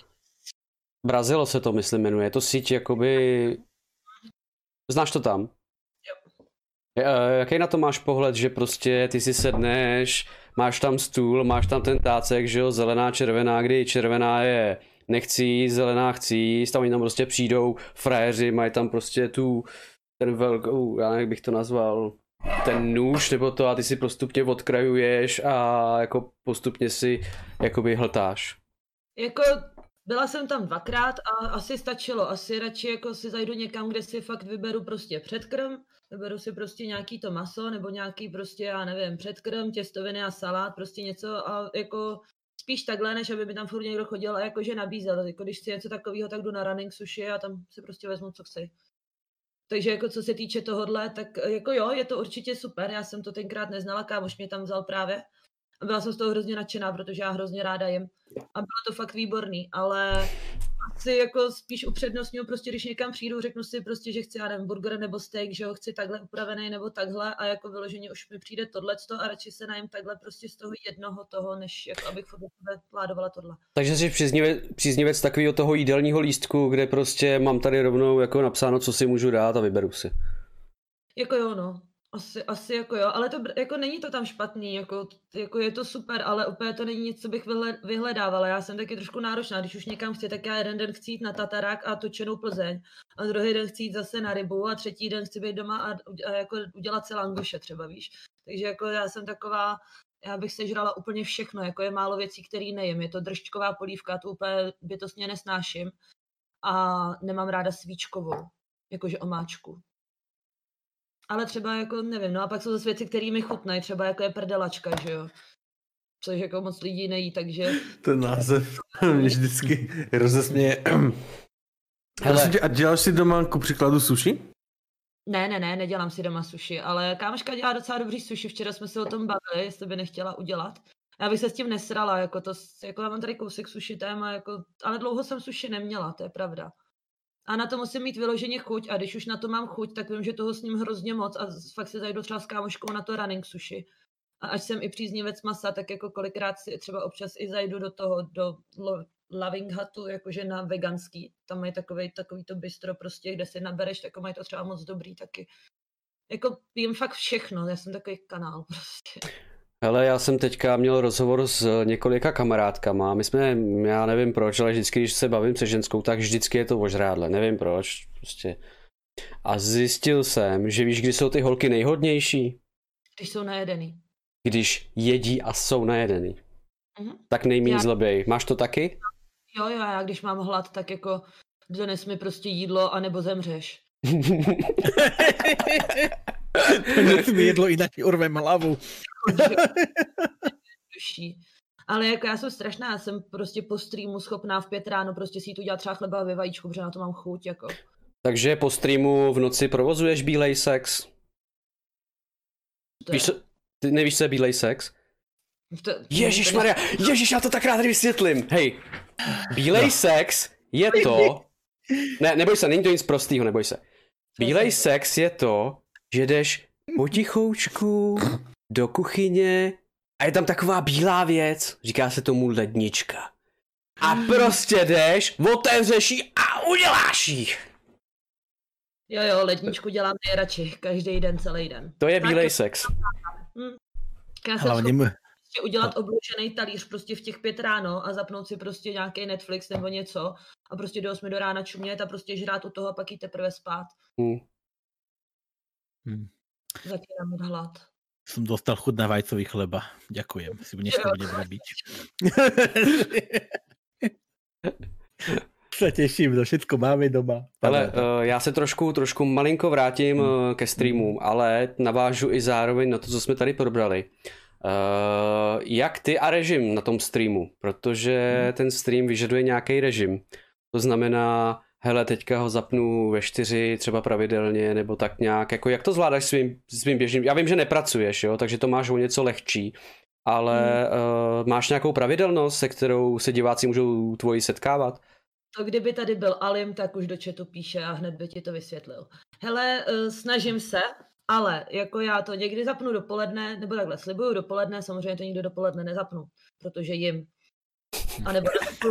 Brazilo se to, myslím, jmenuje, je to síť jakoby, znáš to tam? Jo. Jaký na to máš pohled, že prostě ty si sedneš, máš tam stůl, máš tam ten tácek, že jo, zelená, červená, kdy červená je nechci, zelená chci, tam tam prostě přijdou frajeři, mají tam prostě ten velkou, já nevím, jak bych to nazval, ten nůž nebo to a ty si postupně odkrajuješ a jako postupně si jakoby hltáš. Jako byla jsem tam 2krát a asi stačilo, asi radši jako si zajdu někam, kde si fakt vyberu prostě předkrm, vyberu si prostě nějaký to maso nebo nějaký prostě, já nevím, předkrm, těstoviny a salát, prostě něco a jako spíš takhle, než aby mi tam furt někdo chodil a jakože nabízel, jako když chci něco takového, tak jdu na running sushi a tam si prostě vezmu, co chci. Takže jako co se týče tohodle, tak jako jo, je to určitě super, já jsem to tenkrát neznala, kámoš mě tam vzal právě A byla jsem z toho hrozně nadšená, protože já hrozně ráda jim. A bylo to fakt výborný, ale asi jako spíš upřednostňuji prostě, když někam přijdu, řeknu si prostě, že chci, já nevím, burger nebo steak, že ho chci takhle upravený nebo takhle a jako vyloženě už mi přijde tohleto a radši se najím takhle prostě z toho jednoho toho, než jako abych furt pládovala tohle. Takže jsi příznivec takového toho jídelního lístku, kde prostě mám tady rovnou jako napsáno, co si můžu dát a vyberu si. Jako jo, no. Asi jako jo, ale to jako není to tam špatný, jako je to super, ale úplně to není nic, co bych vyhledávala. Já jsem taky trošku náročná, když už někam chci, tak já jeden den chci jít na Tatarák a točenou Plzeň a druhý den chci jít zase na rybu a třetí den chci být doma a jako udělat si langoše třeba, víš. Takže jako já jsem taková, já bych sežrala úplně všechno, jako je málo věcí, které nejím. Je to držčková polívka, tu úplně bytostně nesnáším a nemám ráda svíčkovou, jakože omáčku. Ale třeba jako, nevím, no a pak jsou zase věci, které mi chutnají, třeba jako je prdelačka, že jo. Což jako moc lidí nejí, takže... Ten název mě vždycky rozesměje. Hele. A děláš si doma ku příkladu sushi? Ne, nedělám si doma sushi, ale kámoška dělá docela dobrý sushi, včera jsme se o tom bavili, jestli by nechtěla udělat. Já bych se s tím nesrala, jako já mám tady kousek sushi téma, jako, ale dlouho jsem sushi neměla, to je pravda. A na to musím mít vyloženě chuť a když už na to mám chuť, tak vím, že toho s ním hrozně moc a fakt si zajdu třeba s kámoškou na to running sushi. A až jsem i příznivec masa, tak jako kolikrát si třeba občas i zajdu do Loving Hutu, jakože na veganský. Tam mají takový to bistro prostě, kde si nabereš, tak mají to třeba moc dobrý taky. Jako jím fakt všechno, já jsem takový kanál prostě. Hele, já jsem teďka měl rozhovor s několika kamarádkama. My jsme, já nevím proč, ale vždycky, když se bavím se ženskou, tak vždycky je to ožrádle. Nevím proč, prostě. A zjistil jsem, že víš, kdy jsou ty holky nejhodnější? Když jsou najedený. Když jedí a jsou najedený. Tak nejméně zloběj. Máš to taky? Jo, já když mám hlad, tak jako dones mi prostě jídlo, anebo zemřeš. Dones mi jedlo, jinak urvem hlavu. Ale jako já jsem strašná, já jsem prostě po streamu schopná v 5 ráno prostě si jít udělat třeba chleba ve vajíčku, protože na to mám chuť, jako. Takže po streamu v noci provozuješ bílej sex? Ty nevíš, co je bílej sex? Ježišmarja, já to tak rád vysvětlím. Hej, bílej sex je to... Ne, neboj se, není to nic prostýho, neboj se. Bílej sex je to, že jdeš potichoučku do kuchyně a je tam taková bílá věc, říká se tomu lednička. A prostě jdeš, otevřeš ji a uděláš ji. Jo, ledničku dělám nejradši, každý den, celý den. To je bílej sex. Já jsem schopná udělat obložený talíř prostě v těch 5 ráno a zapnout si prostě nějaký Netflix nebo něco a prostě do 8 do rána čumět a prostě žrát u toho a pak jít teprve spát. Zatím mít hlad. Som dostal chuť na vajcový chleba. Ďakujem. Si dneska budem robiť. Se těším, to všetko máme doma. Ale já se trošku malinko vrátím ke streamům, ale navážu i zároveň na to, co jsme tady probrali. Jak ty a režim na tom streamu? Protože ten stream vyžaduje nějaký režim. To znamená, hele, teďka ho zapnu ve 4 třeba pravidelně, nebo tak nějak. Jako jak to zvládáš svým běžným? Já vím, že nepracuješ, jo, takže to máš o něco lehčí. Ale máš nějakou pravidelnost, se kterou se diváci můžou tvoji setkávat? To kdyby tady byl Alim, tak už do chatu píše a hned by ti to vysvětlil. Hele, snažím se, ale jako já to někdy zapnu dopoledne, nebo takhle slibuju dopoledne, samozřejmě to nikdo dopoledne nezapnu, protože jim. A nebo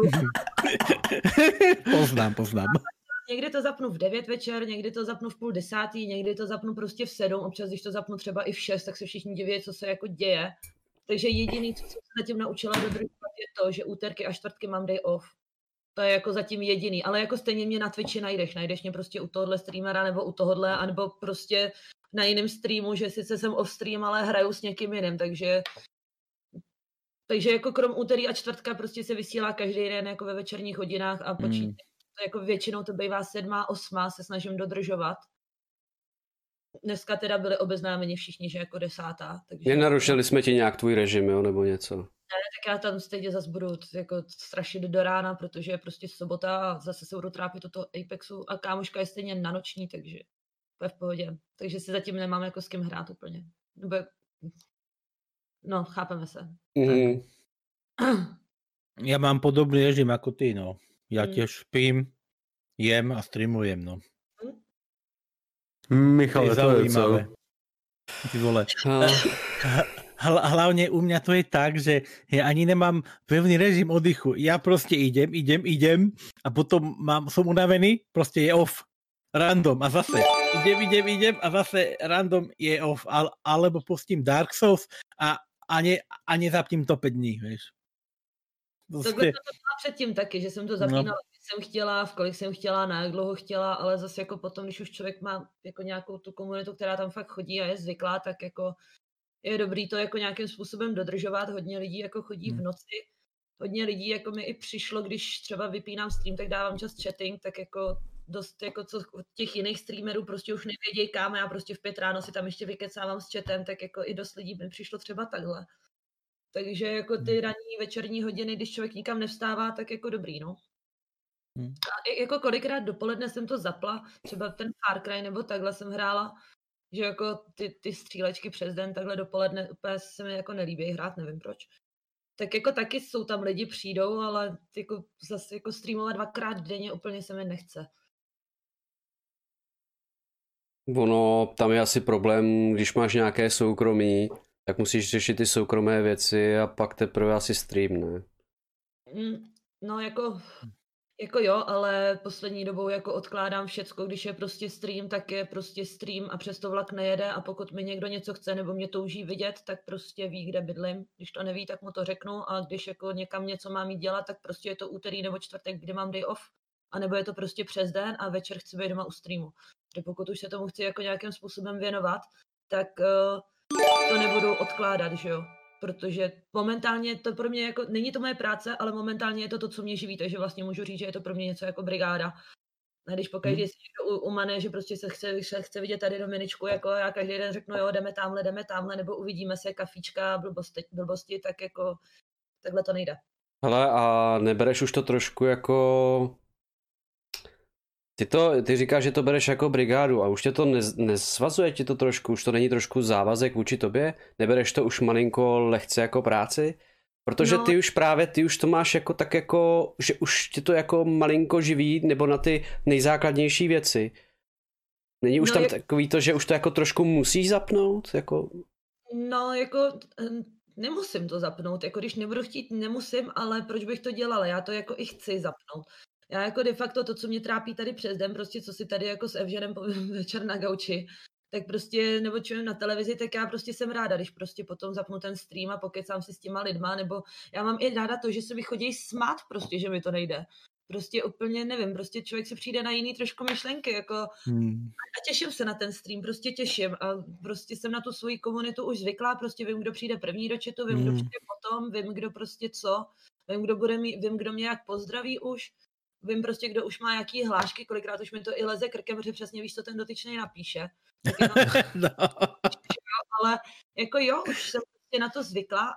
Poznám. Někdy to zapnu v 9 večer, někdy to zapnu v 9:30, někdy to zapnu prostě v 7, občas když to zapnu třeba i v 6, tak se všichni diví, co se jako děje. Takže jediný, co jsem se zatím naučila dodržovat, je to, že úterky a čtvrtky mám day off. To je jako zatím jediný, ale jako stejně mě na Twitchi najdeš mě prostě u tohohle streamera nebo u tohohle, anebo prostě na jiném streamu, že sice jsem off stream, ale hraju s někým jiným, takže jako krom úterý a čtvrtka prostě se vysílá každý den jako ve večerních hodinách a jako většinou to bývá 7, 8 se snažím dodržovat. Dneska teda byli obeznámeni všichni, že jako 10. Takže... Nenarušili jsme ti nějak tvůj režim, jo, nebo něco? Ne, tak já tam stejně zase budu jako strašit do rána, protože je prostě sobota a zase se budu trápit o toho Apexu a kámoška je stejně na noční, takže to je v pohodě. Takže si zatím nemám jako s kým hrát úplně. No, chápeme se. Ja mám podobný režim ako ty, no. Ja tiež spím, jem a streamujem, no. Michal, to je co? Ty vole. Hlavne u mňa to je tak, že ja ani nemám pevný režim oddychu. Ja proste idem a potom som unavený, proste je off. Random a zase idem a zase random je off. Alebo pustím Dark Souls a nezapním to 5 dní, vieš. Takhle to byla předtím taky, že jsem to zapínala, když jsem chtěla, v kolik jsem chtěla, na jak dlouho chtěla, ale zase jako potom, když už člověk má jako nějakou tu komunitu, která tam fakt chodí a je zvyklá, tak jako je dobrý to jako nějakým způsobem dodržovat. Hodně lidí jako chodí v noci, hodně lidí jako mi i přišlo, když třeba vypínám stream, tak dávám čas chatting, tak jako dost jako co od těch jiných streamerů prostě už nevědějí kam, já prostě v 5 ráno si tam ještě vykecávám s chatem, tak jako i dost lidí mi přišlo třeba takhle. Takže jako ty ranní večerní hodiny, když člověk nikam nevstává, tak jako dobrý, no. A jako kolikrát dopoledne jsem to zapla, třeba ten Far Cry nebo takhle jsem hrála, že jako ty střílečky přes den takhle dopoledne úplně se mi jako nelíbí hrát, nevím proč. Tak jako taky jsou tam lidi, přijdou, ale jako zase jako streamovat 2krát denně úplně se mi nechce. Ono, tam je asi problém, když máš nějaké soukromí, tak musíš řešit ty soukromé věci a pak teprve asi stream, ne? No jako jo, ale poslední dobou jako odkládám všecko, když je prostě stream, tak je prostě stream a přesto vlak nejede a pokud mi někdo něco chce nebo mě touží vidět, tak prostě ví, kde bydlím. Když to neví, tak mu to řeknu a když jako někam něco mám jít dělat, tak prostě je to úterý nebo čtvrtek, kdy mám day off, anebo je to prostě přes den a večer chci být doma u streamu. Protože pokud už se tomu chci jako nějakým způsobem věnovat, tak to nebudu odkládat, že jo. Protože momentálně to pro mě jako, není to moje práce, ale momentálně je to, co mě živí, takže vlastně můžu říct, že je to pro mě něco jako brigáda. A když pokaždý si někdo umane, že prostě se chce vidět tady Dominičku, jako já každý den řeknu, jo, jdeme tamhle, nebo uvidíme se, kafíčka, blbosti, tak jako takhle to nejde. Hele, a nebereš už to trošku jako... Ty říkáš, že to bereš jako brigádu a už tě to nesvazuje ti to trošku, už to není trošku závazek vůči tobě? Nebereš to už malinko lehce jako práci? Protože ty už to máš jako tak jako, že už tě to jako malinko živí nebo na ty nejzákladnější věci. Není už tam takový to, že už to jako trošku musíš zapnout? Jako... No jako nemusím to zapnout, jako když nebudu chtít, nemusím, ale proč bych to dělala? Já to jako i chci zapnout. Já jako de facto to, co mě trápí tady přes den, prostě co si tady jako s Evženem večer na gauči, tak prostě, nebo čujem na televizi, tak já prostě jsem ráda, když prostě potom zapnu ten stream a pokecám si s těma lidma, nebo já mám i ráda to, že se mi chodí smát prostě, že mi to nejde. Prostě úplně nevím, prostě člověk se přijde na jiný trošku myšlenky, jako a těším se na ten stream, prostě těším a prostě jsem na tu svoji komunitu už zvyklá, prostě vím, kdo přijde první do chatu, vím, kdo přijde potom, vím, kdo prostě co, vím, kdo mě jak pozdraví už. Vím prostě, kdo už má jaký hlášky, kolikrát už mi to i leze krkem, protože přesně víš, co ten dotyčný napíše. No. Ale jako jo, už jsem prostě na to zvykla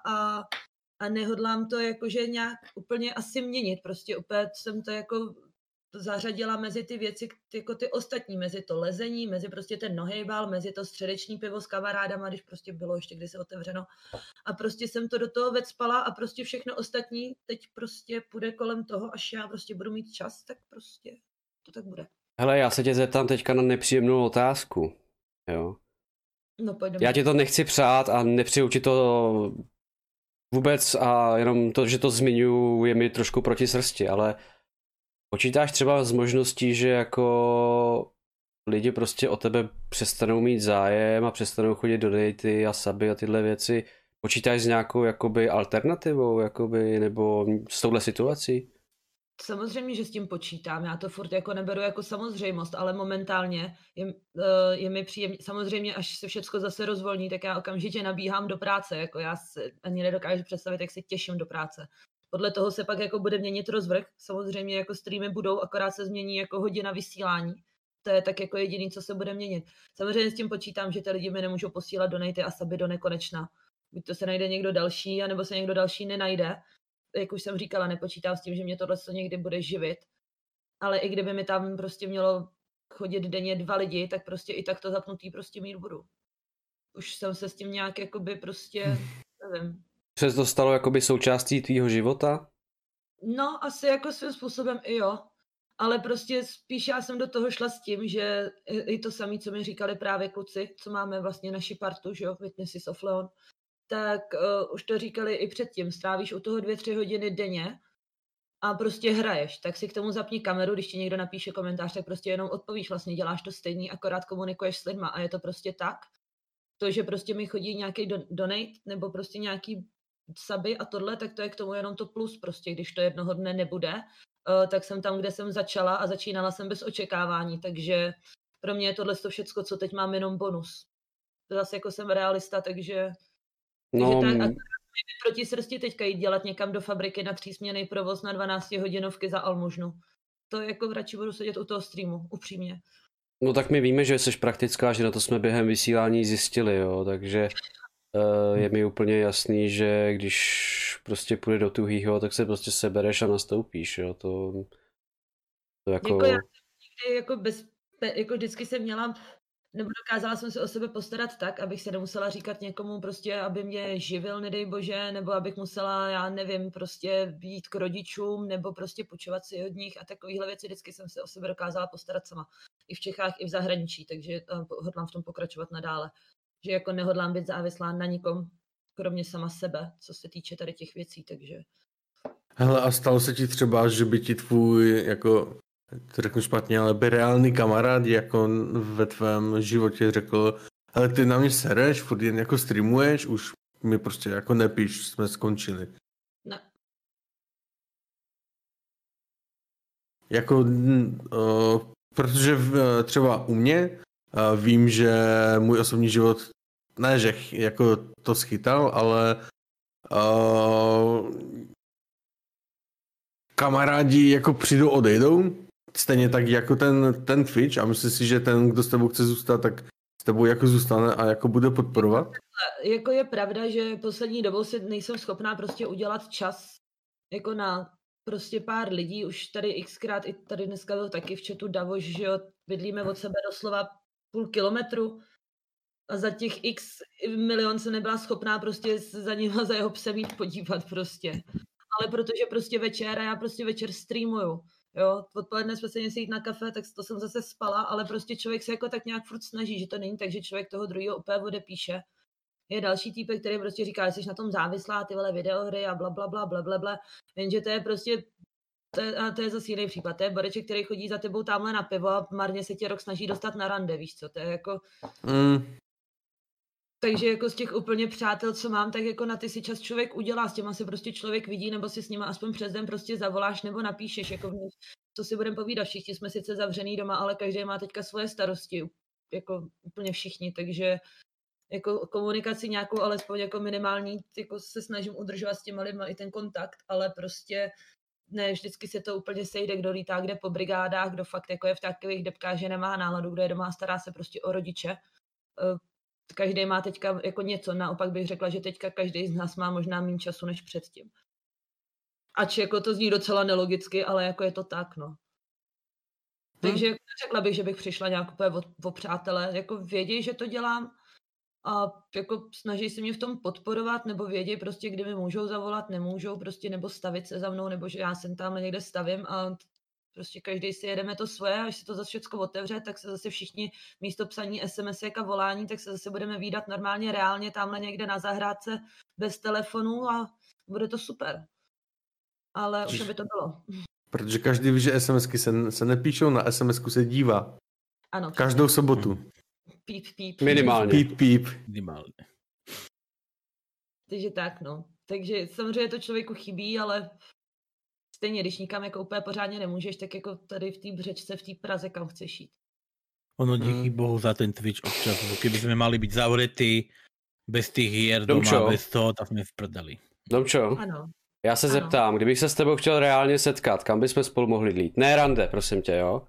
a nehodlám to jakože nějak úplně asi měnit. Prostě úplně jsem to jako zařadila mezi ty věci, jako ty ostatní, mezi to lezení, mezi prostě ten nohejbal, mezi to středeční pivo s kamarádama, když prostě bylo ještě kdysi otevřeno. A prostě jsem to do toho vecpala a prostě všechno ostatní teď prostě půjde kolem toho, až já prostě budu mít čas, tak prostě to tak bude. Hele, já se tě zeptám teďka na nepříjemnou otázku, jo. No pojďme. Já ti to nechci přát a nepřeju ti to vůbec a jenom to, že to zmiňuji, je mi trošku proti srsti, ale počítáš třeba s možností, že jako lidi prostě o tebe přestanou mít zájem a přestanou chodit do daty a suby a tyhle věci. Počítáš s nějakou jakoby alternativou jakoby, nebo s touhle situací? Samozřejmě, že s tím počítám. Já to furt jako neberu jako samozřejmost, ale momentálně je mi příjemně. Samozřejmě, až se všecko zase rozvolní, tak já okamžitě nabíhám do práce. Jako já si ani nedokážu představit, jak se těším do práce. Podle toho se pak jako bude měnit rozvrh. Samozřejmě jako streamy budou, akorát se změní jako hodina vysílání. To je tak jako jediný, co se bude měnit. Samozřejmě s tím počítám, že ty lidi mi nemůžou posílat donaty a suby do nekonečna. Buď to se najde někdo další, anebo se někdo další nenajde. Jak už jsem říkala, nepočítám s tím, že mě tohle někdy bude živit. Ale i kdyby mi tam prostě mělo chodit denně 2 lidi, tak prostě i tak to zapnutý prostě mít budu. Už jsem se s tím nějak jakoby prostě nevím. Se to stalo jakoby součástí tvýho života? No, asi jako svým způsobem i jo. Ale prostě spíš já jsem do toho šla s tím, že i to samé, co mi říkali právě kluci, co máme vlastně naši partu, že jo, Witnesses of Leon, tak už to říkali i předtím, strávíš u toho 2-3 hodiny denně a prostě hraješ, tak si k tomu zapni kameru, když ti někdo napíše komentář, tak prostě jenom odpovíš, vlastně děláš to stejný, akorát komunikuješ s lidma a je to prostě tak. To, že prostě mi chodí nějaký donate nebo prostě nějaký suby a tohle, tak to je k tomu jenom to plus prostě, když to jednoho dne nebude, tak jsem tam, kde jsem začala a začínala jsem bez očekávání, takže pro mě je tohle všecko, co teď mám, jenom bonus. Zase jako jsem realista, takže tak. A proti srsti teďka jít dělat někam do fabriky na 3směnný provoz na 12 hodinovky za almužnu. To jako radši budu sedět u toho streamu, upřímně. No tak my víme, že jsi praktická, že na to jsme během vysílání zjistili, jo, takže je mi úplně jasný, že když prostě půjde do tuhýho, tak se prostě sebereš a nastoupíš, jo, to jako... já jsem nikdy jako vždycky jsem měla, nebo dokázala jsem se o sebe postarat tak, abych se nemusela říkat někomu prostě, aby mě živil, nedej bože, nebo abych musela, já nevím, prostě jít k rodičům, nebo prostě půjčovat si od nich a takovýhle věci, vždycky jsem se o sebe dokázala postarat sama. I v Čechách, i v zahraničí, takže hodlám v tom pokračovat nadále. Že jako nehodlám být závislá na nikom, kromě sama sebe, co se týče tady těch věcí, takže... Hele, a stalo se ti třeba, že by ti tvůj, jako, to řeknu špatně, ale by reálný kamarád jako ve tvém životě řekl, hele, ty na mě sereš, furt jen jako streamuješ, už mi prostě jako nepíš, jsme skončili. Ne. Jako, protože třeba u mě vím, že můj osobní život, ne, že jako to schytal, ale kamarádi jako přijdou, odejdou, stejně tak jako ten Twitch a myslím si, že ten, kdo s tebou chce zůstat, tak s tebou jako zůstane a jako bude podporovat. Jako je pravda, že poslední dobou si nejsem schopná prostě udělat čas jako na prostě pár lidí, už tady xkrát i tady dneska byl taky v chatu Davoš, že jo, bydlíme od sebe doslova 0,5 kilometru a za těch x milion se nebyla schopná prostě za ním a za jeho psem jít podívat prostě. Ale protože prostě večer a já prostě večer streamuju, jo, odpoledne jsme se měli jít na kafe, tak to jsem zase spala, ale prostě člověk se jako tak nějak furt snaží, že to není tak, že člověk toho druhého úplně odepíše. Je další týpek, který prostě říká, že jsi na tom závislá, ty vole videohry a blablabla, jenže to je prostě, to je zase jiný případ, to je boreček, který chodí za tebou tamhle na pivo a marně se tě rok snaží dostat na rande, víš co, to je jako... Takže jako z těch úplně přátel, co mám, tak jako na ty si čas člověk udělá, s těma se prostě člověk vidí, nebo si s nima aspoň přes den prostě zavoláš nebo napíšeš, jako co si budeme povídat, všichni jsme sice zavřený doma, ale každý má teďka svoje starosti, jako úplně všichni, takže jako komunikaci nějakou, alespoň jako minimální, jako se snažím udržovat s těma lidma i ten kontakt, ale prostě ne, vždycky se to úplně sejde, kdo lítá kde po brigádách, kdo fakt jako je v takových depkách, že nemá náladu, kdo je doma a stará se prostě o rodiče. Každý má teďka jako něco, naopak bych řekla, že teďka každý z nás má možná méně času než předtím. Ač jako to zní docela nelogicky, ale jako je to tak, no. Takže řekla bych, že bych přišla nějak úplně o přátelé, jako vědějí, že to dělám a jako snaží se mě v tom podporovat, nebo vědějí prostě, kdy mi můžou zavolat, nemůžou prostě, nebo stavit se za mnou, nebo že já jsem tam někde stavím a prostě každý si jedeme to svoje, až se to zase všechno otevře, tak se zase všichni místo psaní SMS-ek a volání, tak se zase budeme vídat normálně, reálně tamhle někde na zahrádce bez telefonu a bude to super. Ale už by to bylo. Protože každý ví, že SMSky se nepíšou, na SMSku se dívá. Ano. Každou sobotu. Píp, píp. Minimálně. Píp, píp. Minimálně. Takže tak, no. Takže samozřejmě to člověku chybí, ale stejně, když nikam jako úplně pořádně nemůžeš, tak jako tady v té Břečce, v té Praze, kam chceš jít. Ono díky bohu za ten Twitch občas, keby sme mali byť zavretí bez tých hier doma, bez toho, tak sme v prdeli. Domčo, ano. Já se zeptám, kdybych se s tebou chtěl reálně setkat, kam bychom spolu mohli jít? Ne rande, prosím tě, jo?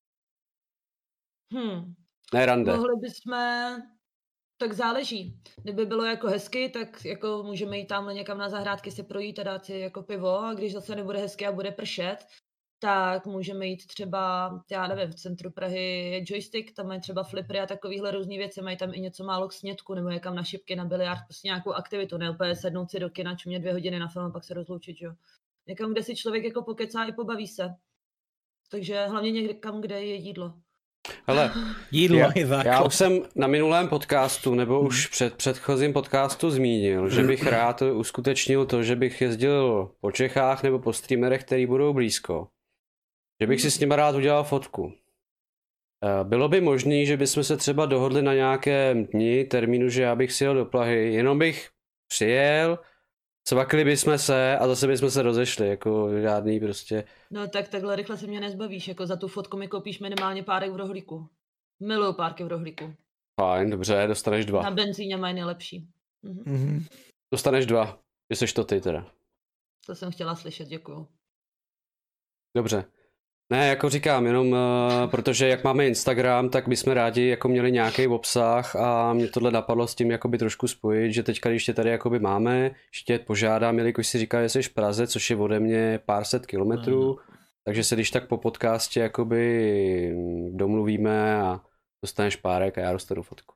Ne rande. Mohli bychom, tak záleží. Kdyby bylo jako hezky, tak jako můžeme jít tamhle někam na zahrádky se projít a dát si jako pivo a když zase nebude hezky a bude pršet, tak můžeme jít třeba, já nevím, v centru Prahy je Joystick, tam mají třeba flipry a takovýhle různý věci, mají tam i něco málo k snědku, nebo někam na šipky, na biliard, prostě nějakou aktivitu, ne úplně sednout si do kina, čumět 2 hodiny na film a pak se rozloučit, jo. Někam, kde si člověk jako pokecá i pobaví se. Takže hlavně někam, kde je jídlo. Hele, já už jsem na minulém podcastu, nebo už předchozím podcastu zmínil, že bych rád uskutečnil to, že bych jezdil po Čechách nebo po streamerech, který budou blízko. Že bych si s nimi rád udělal fotku. Bylo by možné, že bychom se třeba dohodli na nějakém dni, termínu, že já bych si jel do Prahy, jenom bych přijel, cvakli bychom se a zase bychom se rozešli, jako žádný prostě. No tak takhle rychle se mě nezbavíš, jako za tu fotku mi koupíš minimálně párek v rohlíku. Miluju párky v rohlíku. Fajn, dobře, dostaneš 2. Na benzíně mají nejlepší. Dostaneš 2, že seš to ty teda. To jsem chtěla slyšet, děkuju. Dobře. Ne, jako říkám, jenom protože jak máme Instagram, tak bychom rádi jako měli nějaký obsah a mě tohle napadlo s tím jakoby trošku spojit, že teďka, když tě tady jakoby máme, ještě požádám, jelikož si říká, že jsi v Praze, což je ode mě pár set kilometrů, takže se když tak po podcastě jakoby domluvíme a dostaneš párek a já dostanu fotku.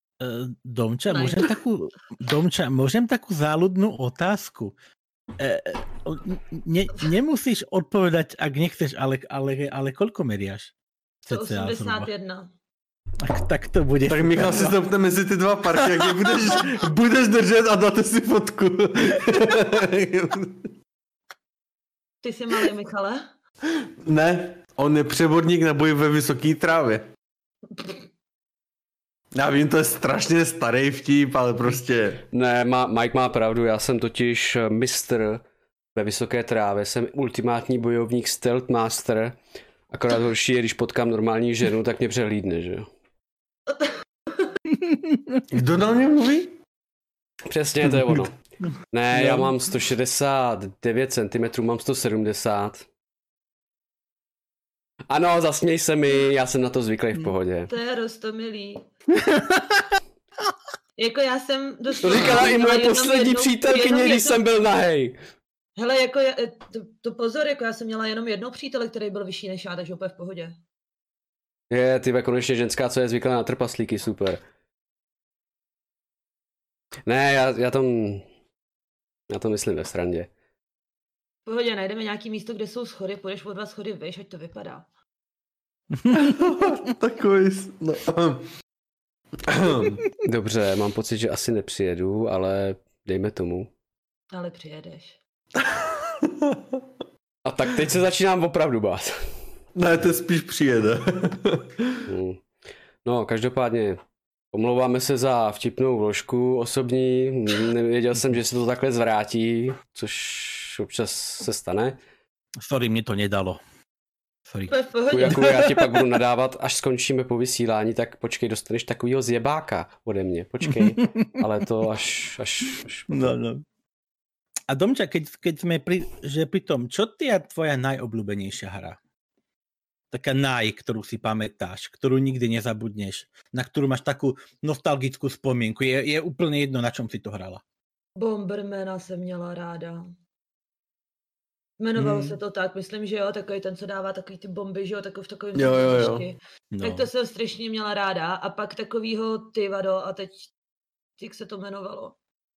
Domča, môžem takú záľudnú otázku? Nemusíš odpovedať, ak nechceš, ale koľko meriaš? 181. Tak to bude. Tak Michal si stopne mezi ty dva parky, jak budeš držet a dáte si fotku. Ty jsi malý, Michale? Ne, on je převodník na boj ve vysoké trávě. Já vím, to je strašně starý vtip, ale prostě... Ne, Mike má pravdu, já jsem totiž mistr ve vysoké trávě, jsem ultimátní bojovník stealth master, akorát horší je, když potkám normální ženu, tak mě přehlídne, že jo. Kdo na mě mluví? Přesně, to je ono. Ne, já mám 169 cm, mám 170. Ano, zasměj se mi, já jsem na to zvyklý v pohodě. To je roztomilý. Jako já jsem dost... To říkala i moje poslední přítelkyně, když jsem byl nahej. Hele, jako to pozor, jako já jsem měla jenom jednou přítele, který byl vyšší než já, takže úplně v pohodě. Je, ty konečně ženská, co je zvyklá na trpaslíky, super. Ne, já to myslím ve srandě. V pohodě, najdeme nějaký místo, kde jsou schody, půjdeš o 2 schody vyš, ať to vypadá. Takový... No. Dobře, mám pocit, že asi nepřijedu, ale dejme tomu. Ale přijedeš. A tak teď se začínám opravdu bát. Ne, to spíš přijede. No, každopádně omlouváme se za vtipnou vložku osobní. Nevěděl jsem, že se to takhle zvrátí, což občas se stane. Sorry, mě to nedalo. Sorry. Jako já ti pak budu nadávat, až skončíme po vysílání, tak počkej, dostaneš takovýho zjebáka ode mě, počkej. Ale to až no. A Domča, keď sme pri tom, čo je tvoja najobľúbenejšia hra? Taká ktorú si pamätáš, ktorú nikdy nezabudneš, na ktorú máš takú nostalgickú spomienku. Je úplne jedno, na čom si to hrala. Bombermana jsem měla ráda. Jmenovalo se to tak, myslím, že jo, takový ten, co dává takový ty bomby, že jo, takový jo. No. Tak to jsem strašně měla ráda. A pak takovýho ty vado, a teď, jak se to jmenovalo?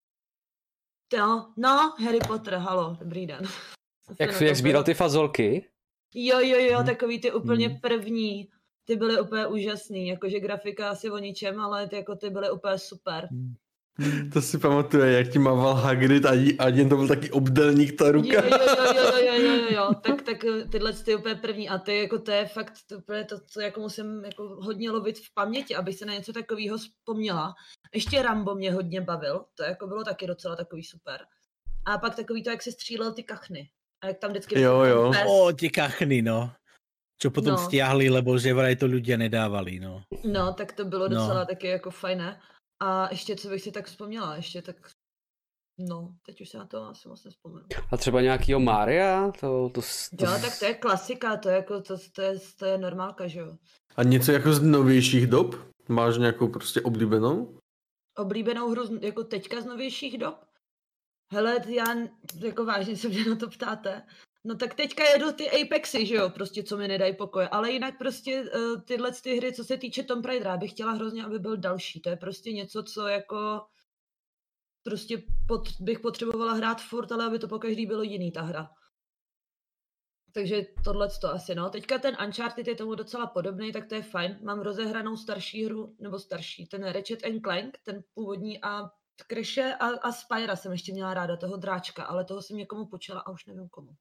No, Harry Potter, halo, dobrý den. Jak sbíral ty fazolky? Jo, takový ty úplně první. Ty byly úplně úžasný, jakože grafika asi o ničem, ale ty byly úplně super. To si pamatuje, jak ti mával Hagrid a jen to byl taky obdelník ta ruka. Jo, tak tyhle ty úplně první a ty jako to je fakt úplně to, co jako musím jako hodně lovit v paměti, abych se na něco takového vzpomněla. Ještě Rambo mě hodně bavil, to jako bylo taky docela takový super. A pak takový to, jak se střílel ty kachny. A jak tam vždycky... Jo. Ty kachny, no. Čo potom stiahli, lebo že vraj to ľudia nedávali, no. No, tak to bylo docela taky jako fajné. A ještě, co bych si tak vzpomněla, no, teď už se na to asi moc nespomenu. A třeba nějakýho Mária? Jo, tak to je klasika, to je normálka, že jo. A něco jako z novějších dob? Máš nějakou prostě oblíbenou? Oblíbenou hru jako teďka z novějších dob? Hele, já jako vážně se mě na to ptáte. No tak teďka jedu ty Apexy, že jo, prostě co mi nedají pokoje, ale jinak prostě tyhle ty hry, co se týče Tomb Raidera, bych chtěla hrozně, aby byl další, to je prostě něco, co jako prostě bych potřebovala hrát furt, ale aby to pokaždý bylo jiný ta hra. Takže tohle to asi, no. Teďka ten Uncharted je tomu docela podobný, tak to je fajn. Mám rozehranou starší hru, nebo starší, ten Ratchet & Clank, ten původní a Crashe a Spyra jsem ještě měla ráda, toho dráčka, ale toho jsem někomu počala a už nevím komu.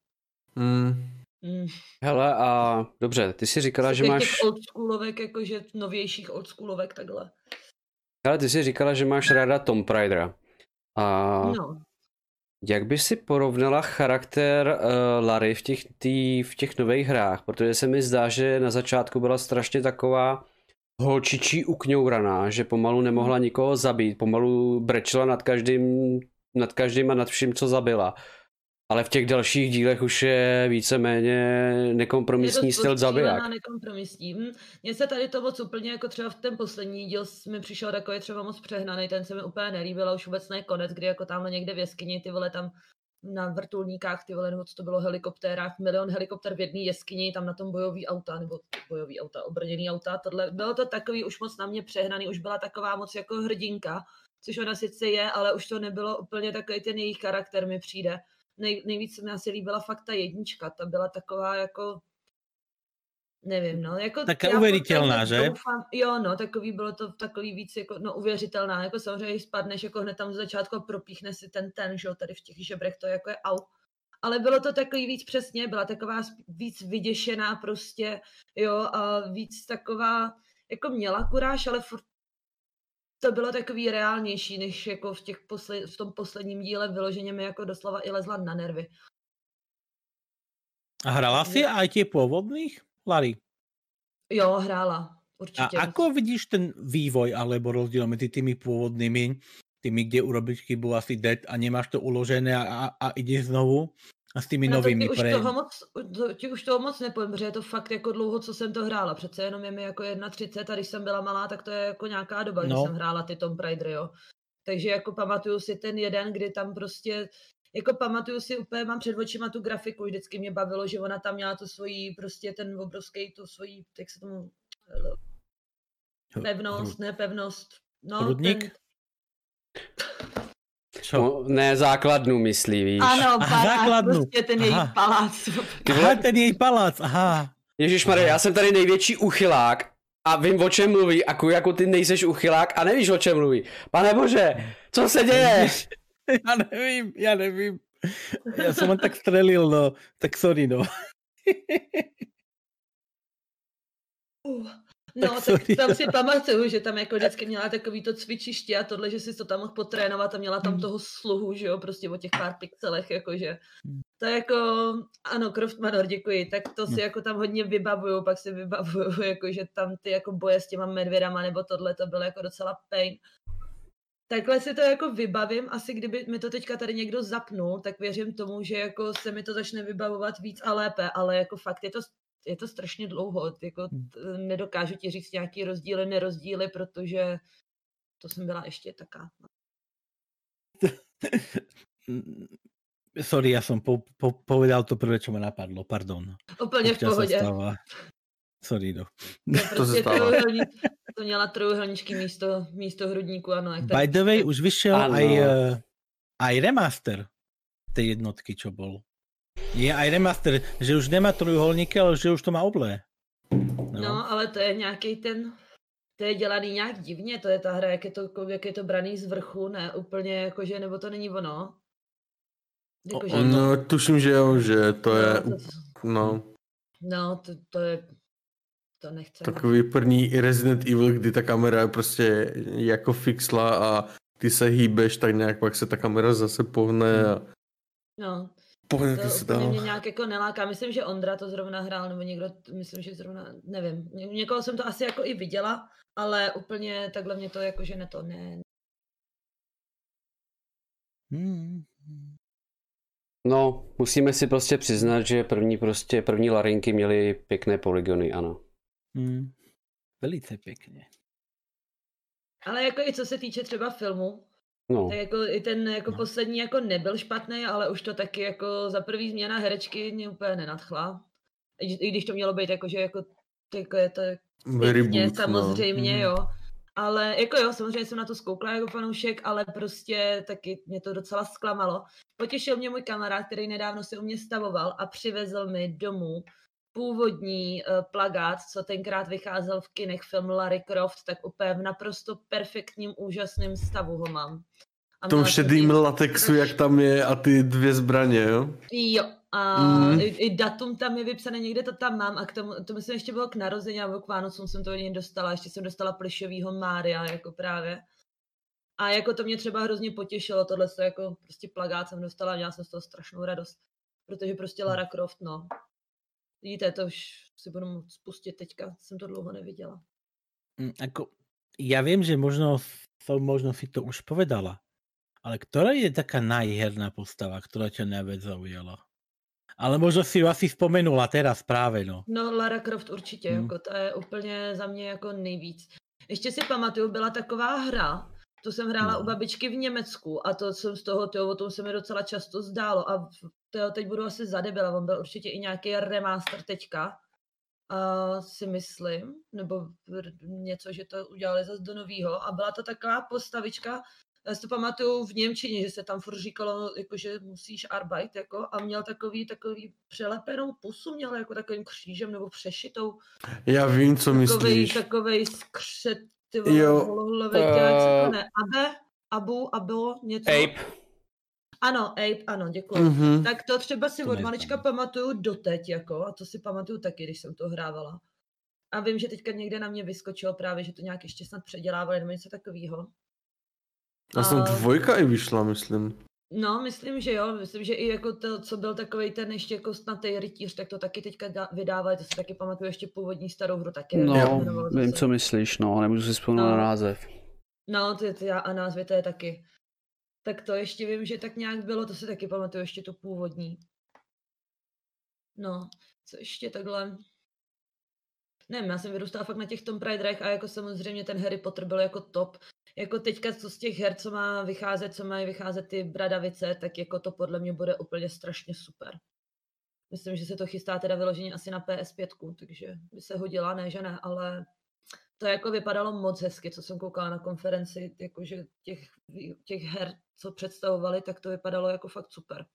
Hele, a dobře, ty jsi říkala, že máš... Těch oldschoolovek, jakože novějších oldschoolovek, takhle. Hele, ty jsi říkala, že máš ráda Tomb Raidera. A no. Jak bys si porovnala charakter Larry v těch nových hrách? Protože se mi zdá, že na začátku byla strašně taková holčičí ukňouraná, že pomalu nemohla nikoho zabít, pomalu brečela nad každým a nad vším, co zabila. Ale v těch dalších dílech už je víceméně nekompromisní styl zabiják. Nekompromisní. Mně se tady to moc úplně, jako třeba v ten poslední díl mi přišel takový třeba moc přehnaný, ten se mi úplně nelíbil a už vůbec ne konec, kdy jako tamhle někde v jeskyni, ty vole tam na vrtulníkách, ty vole, nebo co to bylo, helikoptérách, milion helikopter v jedné jeskyni, tam na tom bojový auta, obrněný auta, tohle, bylo to takový už moc na mě přehnaný, už byla taková moc jako hrdinka, což ona sice je, ale už to nebylo úplně takový ten jejich charakter mi přijde. Nejvíc se mi asi líbila fakt ta jednička, ta byla taková jako, nevím, no. Jako taká uvěřitelná, že? Doufám, jo, no, bylo to takový víc jako, no, uvěřitelná, jako samozřejmě, když spadneš jako hned tam z začátku a propíchne si ten, že jo, tady v těch žebrech, to jako je au. Ale bylo to takový víc přesně, byla taková víc vyděšená prostě, jo, a víc taková, jako měla kuráž, ale furt to bylo takový reálnější, než jako v tom posledním díle vyloženě mi jako doslova i lezla na nervy. A hrala si aj tie pôvodných, Larry? Jo, hrála, určitě. A ako vidíš ten vývoj alebo rozdiel medzi tými pôvodnými, tými, kde urobiš chybu asi dead a nemáš to uložené a ideš znovu? A s tými novými. Ti už toho moc nepovím, protože je to fakt jako dlouho, co jsem to hrála. Přece jenom je mi jako 31 a když jsem byla malá, tak to je jako nějaká doba, když jsem hrála ty Tomb Raider, jo. Takže jako pamatuju si ten jeden, kdy tam prostě, jako pamatuju si úplně, mám před očima tu grafiku, vždycky mě bavilo, že ona tam měla tu svoji, prostě ten obrovský, tu svoji, jak se tomu, pevnost, no. Hrudník? No, ne, základnu myslí, víš. Ano, palác, prostě ten její palác. Aha, ten její palác, aha. Ježišmarja, já jsem tady největší uchylák a vím, o čem mluví, a jako ty nejseš uchylák a nevíš, o čem mluví. Pane bože, co se děje? Já nevím. Já jsem ho tak střelil, no. Tak sorry, no. No, tak tam si pamatuju, že tam jako vždycky měla takový to cvičiště a tohle, že si to tam mohl potrénovat a měla tam toho sluhu, že jo, prostě o těch pár pixelech, jakože. To jako, ano, Croft Manor, děkuji, tak to si jako tam hodně vybavuju, pak si vybavuju, jakože tam ty jako boje s těma medvědama nebo tohle, to bylo jako docela pain. Takhle si to jako vybavím, asi kdyby mi to teďka tady někdo zapnul, tak věřím tomu, že jako se mi to začne vybavovat víc a lépe, ale jako fakt je to strašně dlouho, jako nedokážu ti říct nějaký rozdíly, nerozdíly, protože to jsem byla ještě taká. Sorry, já jsem povedal to prvé, čo ma napadlo, pardon. Úplně v pohodě. Sorry, no. To se stává. To měla trojuhelníčky místo hrudníku, ano. By the way, už vyšel aj remaster tej jednotky, čo bol. Je aj remaster, že už nemá trojuholníky, ale že už to má oblé. No, ale to je nějaký to je dělaný nějak divně, to je ta hra, jak je to braný z vrchu, ne úplně jakože, nebo to není ono. Jakože no, tuším, že jo, že to je, No, to je, to nechcem. Takový první Resident Evil, kdy ta kamera prostě jako fixla a ty se hýbeš, tak nějak pak se ta kamera zase pohne a... No. Pohne to se úplně mě nějak jako neláká. Myslím, že Ondra to zrovna hrál, nebo někdo, myslím, že zrovna, nevím. Někoho jsem to asi jako i viděla, ale úplně takhle mě to jako, že ne. No, musíme si prostě přiznat, že první Larinky měly pěkné polygony, ano. Velice pěkně. Ale jako i co se týče třeba filmu, No. Tak jako i ten jako poslední jako nebyl špatný, ale už to taky jako za prvý změna herečky mě úplně nenadchla. I když to mělo být jako, že jako je to pěkně, samozřejmě, jo. Ale jako jo, samozřejmě jsem na to zkoukla jako fanoušek, ale prostě taky mě to docela zklamalo. Potěšil mě můj kamarád, který nedávno si u mě stavoval a přivezl mi domů původní plakát, co tenkrát vycházel v kinech, film Lara Croft, tak úplně v naprosto perfektním, úžasném stavu ho mám. V tom šedým latexu, jak tam je, a ty 2 zbraně, jo? Jo, a i datum tam je vypsané, někde to tam mám a k tomu, to myslím ještě bylo k narození, nebo k Vánocům jsem to od něj dostala, ještě jsem dostala plyšovýho Mária, jako právě. A jako to mě třeba hrozně potěšilo, tohle jako prostě plakát jsem dostala a měla jsem z toho strašnou radost, protože prostě Lara Croft, no. Vidíte, to už si budu moct spustit teďka, jsem to dlouho neviděla. Ako, ja viem, že možno si to už povedala, ale ktorá je taká najherná postava, ktorá ťa najviac zaujala? Ale možno si ju asi vzpomenula teraz práve, no. No Lara Croft určitě, jako to je úplně za mě jako nejvíc. Ještě si pamatuju, byla taková hra, to jsem hrála u babičky v Německu a to jsem z toho, o tom se mi docela často zdálo a teď budu asi zadebila, on byl určitě i nějaký remaster teďka, si myslím, nebo něco, že to udělali zase do novýho a byla to taková postavička, já si to pamatuju v němčině, že se tam furt říkalo, jako, že musíš arbeit, jako, a měl takový přelepenou pusu, měl jako takovým křížem nebo přešitou. Já vím, co myslíš. Takovej skřet, Abo, něco. Ape. Ano, Ape, ano, děkuji. Tak to třeba si od malička pamatuju doteď, jako, a to si pamatuju taky, když jsem to hrávala. A vím, že teďka někde na mě vyskočilo právě, že to nějak ještě snad předělávali nebo něco takového. A jsem 2 i vyšla, myslím. No, myslím, že jo. Myslím, že i jako to, co byl takovej ten ještě jako snad tej rytíř, tak to taky teďka vydávají. To si taky pamatuju ještě původní starou hru taky. No, vím, co myslíš, no, nemůžu si vzpomenout na název. No, a názvy to je taky. Tak to ještě vím, že tak nějak bylo, to si taky pamatuju ještě to původní. No, co ještě takhle... Nevím, já jsem vyrůstala fakt na těch Tomb Raiderech a jako samozřejmě ten Harry Potter byl jako top. Jako teďka co z těch her, co mají vycházet ty bradavice, tak jako to podle mě bude úplně strašně super. Myslím, že se to chystá teda vyloženě asi na PS5, takže by se hodila, ne, že ne, ale to jako vypadalo moc hezky, co jsem koukala na konferenci, jakože těch her, co představovali, tak to vypadalo jako fakt super.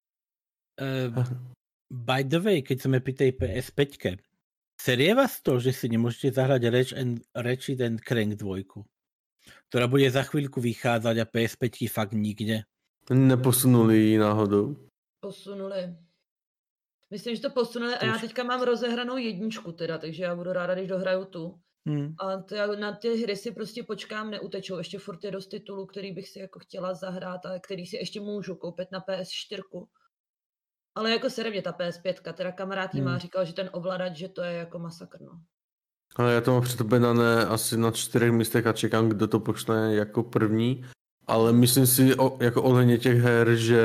By the way, keď sme pri tej PS5, serie vás to, že si nemôžete zahrať Ratchet and Clank 2, ktorá bude za chvíľku vychádzať a PS5 fakt nikde. Neposunuli ji náhodou? Posunuli. Myslím, že to posunuli a já teďka mám rozehranou 1 teda, takže já budu ráda, když dohraju tu. A na ty hry si prostě počkám, neutečou. Ještě furt je dost titulů, který bych si jako chtěla zahrát a který si ještě můžu koupit na PS4. Ale jako sere mě ta PS5, teda kamarád jí má říkal, že ten ovladač, že to je jako masakr, no. Ale já to mám předobedané asi na 4 místech a čekám, kdo to pošle jako první. Ale myslím si jako ohledně těch her, že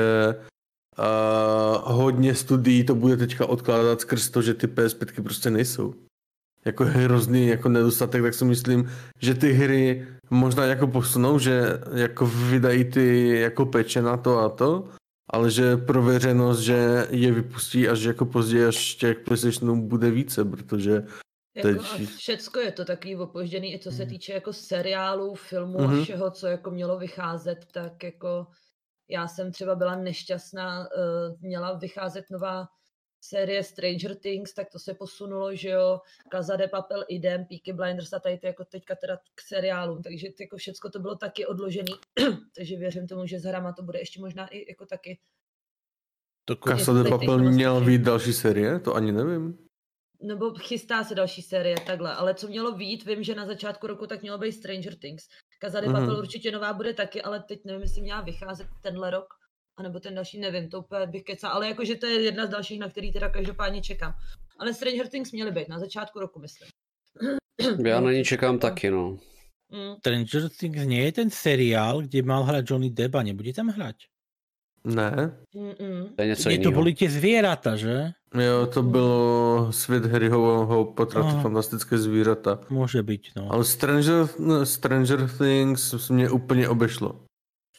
hodně studií to bude teďka odkládat skrz to, že ty PS5 prostě nejsou. Jako hrozný jako nedostatek, tak si myslím, že ty hry možná jako posunou, že jako vydají ty jako peče na to a to, ale že pro veřejnost, že je vypustí až jako později, až těch PlayStationů bude více, protože teď... Jako všecko je to takový opožděný, i co se týče jako seriálů, filmů a všeho, co jako mělo vycházet, tak jako já jsem třeba byla nešťastná, měla vycházet nová série Stranger Things, tak to se posunulo, že jo, Casa de Papel idem, Peaky Blinders a tady jako teďka teda k seriálům, takže jako všecko to bylo taky odložený, takže věřím tomu, že s hrama to bude ještě možná i jako taky. To Casa de Papel měl být další série? To ani nevím. Nebo chystá se další série, takhle, ale co mělo být, vím, že na začátku roku tak mělo být Stranger Things. Casa de Papel určitě nová bude taky, ale teď nevím, jestli měla vycházet tenhle rok, anebo ten další, nevím, to úplně bych kecal, ale jakože to je jedna z dalších, na který teda každopádně čekám. Ale Stranger Things měly být na začátku roku, myslím. Já na ní čekám taky, no. Stranger Things nie je ten seriál, kde mal hrať Johnny Depp a nebude tam hrať? Ne. To je něco jiného. To byly tie zvieratá, že? Jo, to bylo svět Harryho potratu fantastické zvířata. Může být, no. Ale Stranger Things mě úplně obešlo.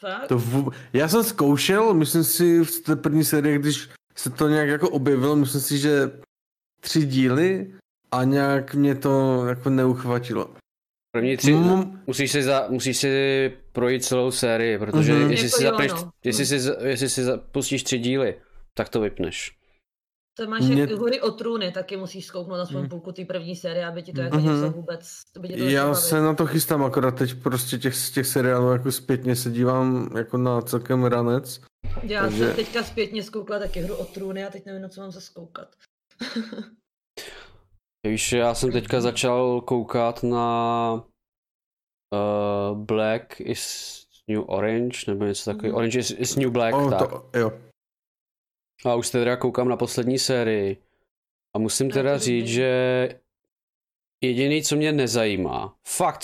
Fakt? Já jsem zkoušel, myslím si v té první sérii, když se to nějak jako objevilo, myslím si, že 3 díly a nějak mě to jako neuchvatilo. První 3, musíš si projít celou sérii, protože jestli si pustíš 3 díly, tak to vypneš. To máš jak Hory o trůny, taky musíš zkouknout aspoň půlku té první série, aby ti to jako něco vůbec... Já se na to chystám, akorát teď prostě těch seriálů jako zpětně se dívám jako na celkem ranec. Já jsem teďka zpětně zkoukla taky Hru o trůny a teď nevím, co mám zaskoukat. Víš, já jsem teďka začal koukat na Black is New Orange, nebo něco takového. Orange is New Black, tak. Jo. A už teda koukám na poslední sérii. A musím teda říct, že jediný, co mě nezajímá,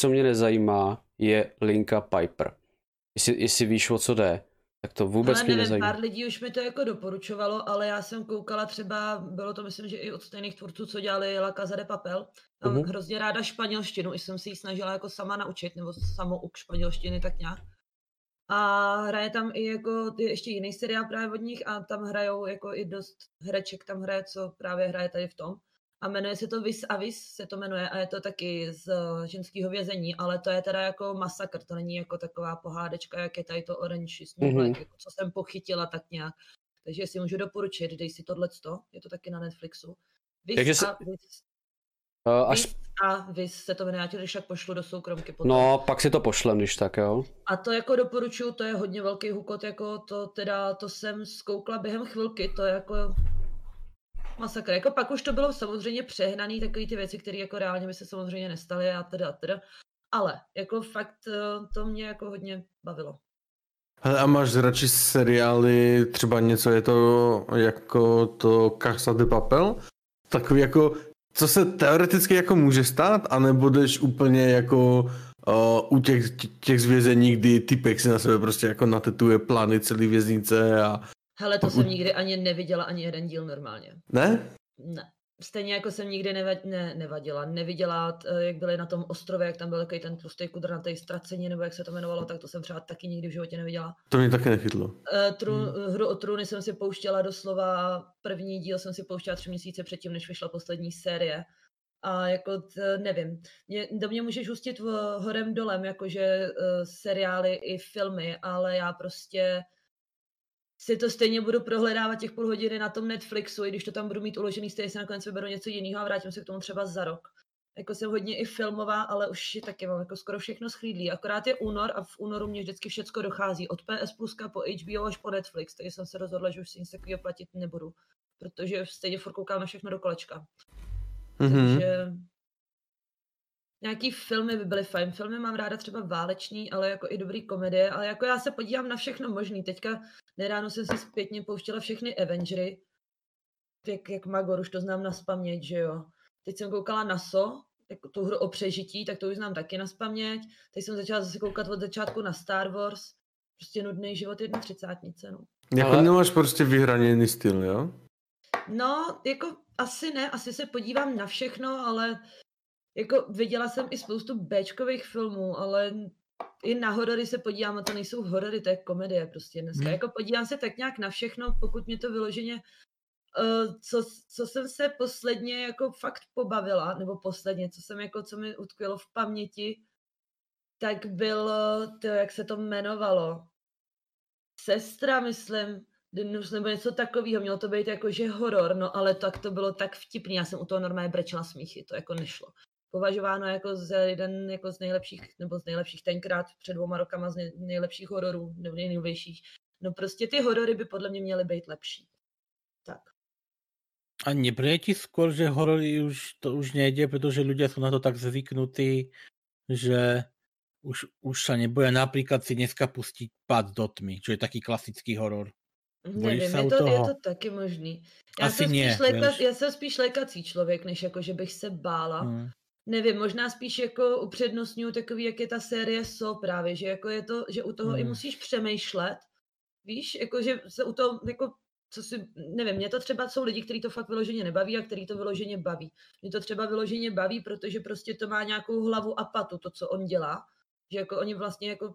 je Linka Piper. Jestli víš, o co jde, tak to vůbec mě nezajímá. Pár lidí už mi to jako doporučovalo, ale já jsem koukala třeba, bylo to myslím, že i od stejných tvůrců, co dělali La Casa de Papel. Mám hrozně ráda španělštinu, i jsem si ji snažila jako sama naučit, nebo samouk španělštiny tak nějak. A hraje tam i jako ještě jiný seriál právě od nich a tam hrajou jako i dost hereček tam hraje, co právě hraje tady v tom. A jmenuje se to Vis a Vis, se to jmenuje a je to taky z ženského vězení, ale to je teda jako masakr, to není jako taková pohádečka, jak je tady to Orange is New Black, jako co jsem pochytila tak nějak. Takže si můžu doporučit, dej si tohleto, je to taky na Netflixu. Vis a Vis se to jmenuje, já ti když tak pošlu do soukromky potom. No, pak si to pošlem, když tak, jo. A to jako doporučuju, to je hodně velký hukot, jako to jsem zkoukla během chvilky, to je jako masakr. Jako pak už to bylo samozřejmě přehnaný, takový ty věci, které jako reálně by se samozřejmě nestaly a teda. Ale jako fakt to mě jako hodně bavilo. Hele, a máš radši seriály, třeba něco je to jako to Casa de Papel? Takový jako, co se teoreticky jako může stát, anebo jdeš úplně jako u těch zvězení, kdy typek si na sebe prostě jako natetuje plány celý věznice a... Hele, to jsem nikdy ani neviděla ani jeden díl normálně. Ne? Ne. Stejně jako jsem nikdy neviděla, jak byli na tom ostrově, jak tam byl takový ten tlustý kudrnatý ztracení, nebo jak se to jmenovalo, tak to jsem třeba taky nikdy v životě neviděla. To mě taky nechytlo. Hru o trůny jsem si pouštěla doslova, první díl jsem si pouštěla 3 měsíce předtím, než vyšla poslední série. A jako nevím, do mě můžeš hustit horem dolem, jakože seriály i filmy, ale já prostě si to stejně budu prohledávat těch půl hodiny na tom Netflixu, i když to tam budu mít uložený, stejně si nakonec vyberu něco jiného a vrátím se k tomu třeba za rok. Jako jsem hodně i filmová, ale už taky mám jako skoro všechno schlídlý. Akorát je únor a v únoru mě vždycky všecko dochází. Od PS Pluska po HBO až po Netflix, takže jsem se rozhodla, že už si nic takového platit nebudu. Protože stejně furt koukám na všechno do kolečka. Takže nějaký filmy by byly fajn. Filmy mám ráda třeba váleční, ale jako i dobrý komedie, ale jako já se podívám na všechno možný. Teďka nedávno jsem si zpětně pouštěla všechny Avengery, jak Magor, už to znám nazpaměť, že jo. Teď jsem koukala na jako tu hru o přežití, tak to už znám taky nazpaměť. Teď jsem začala zase koukat od začátku na Star Wars. Prostě nudný život 31. No. Jako nemáš prostě vyhraněný styl, jo? No, jako asi ne, asi se podívám na všechno, ale jako viděla jsem i spoustu béčkových filmů, ale i na horory se podívám, a to nejsou horory, to je komedie prostě dneska. Jako podívám se tak nějak na všechno, pokud mě to vyloženě, co jsem se posledně jako fakt pobavila, nebo posledně, co mi utkvělo v paměti, tak bylo to, jak se to jmenovalo. Sestra, myslím, nebo něco takového, mělo to být jakože horor, no ale tak to bylo tak vtipný, já jsem u toho normálně brečela smíchy, to jako nešlo. Považováno jako za jeden jako z nejlepších tenkrát před 2 rokama z nejlepších hororů, nebo nejnovějších. No prostě ty horory by podle mě měly být lepší. Tak. A nepríde ti skôr, že horory už nejde, protože ľudia sú na to tak zvyknutí, že už sa neboja napríklad si dneska pustiť Pád do tmy, čo je taký klasický horor. Nevím, je to taky možný. Já jsem spíš lékací člověk, než jako, že bych se bála. Nevím, možná spíš jako upřednostňuji takový, jak je ta série právě, že jako je to, že u toho i musíš přemýšlet, víš, jako že se u toho, jako nevím, mě to třeba jsou lidi, kteří to fakt vyloženě nebaví a kteří to vyloženě baví. Mě to třeba vyloženě baví, protože prostě to má nějakou hlavu a patu, to, co on dělá, že jako oni vlastně jako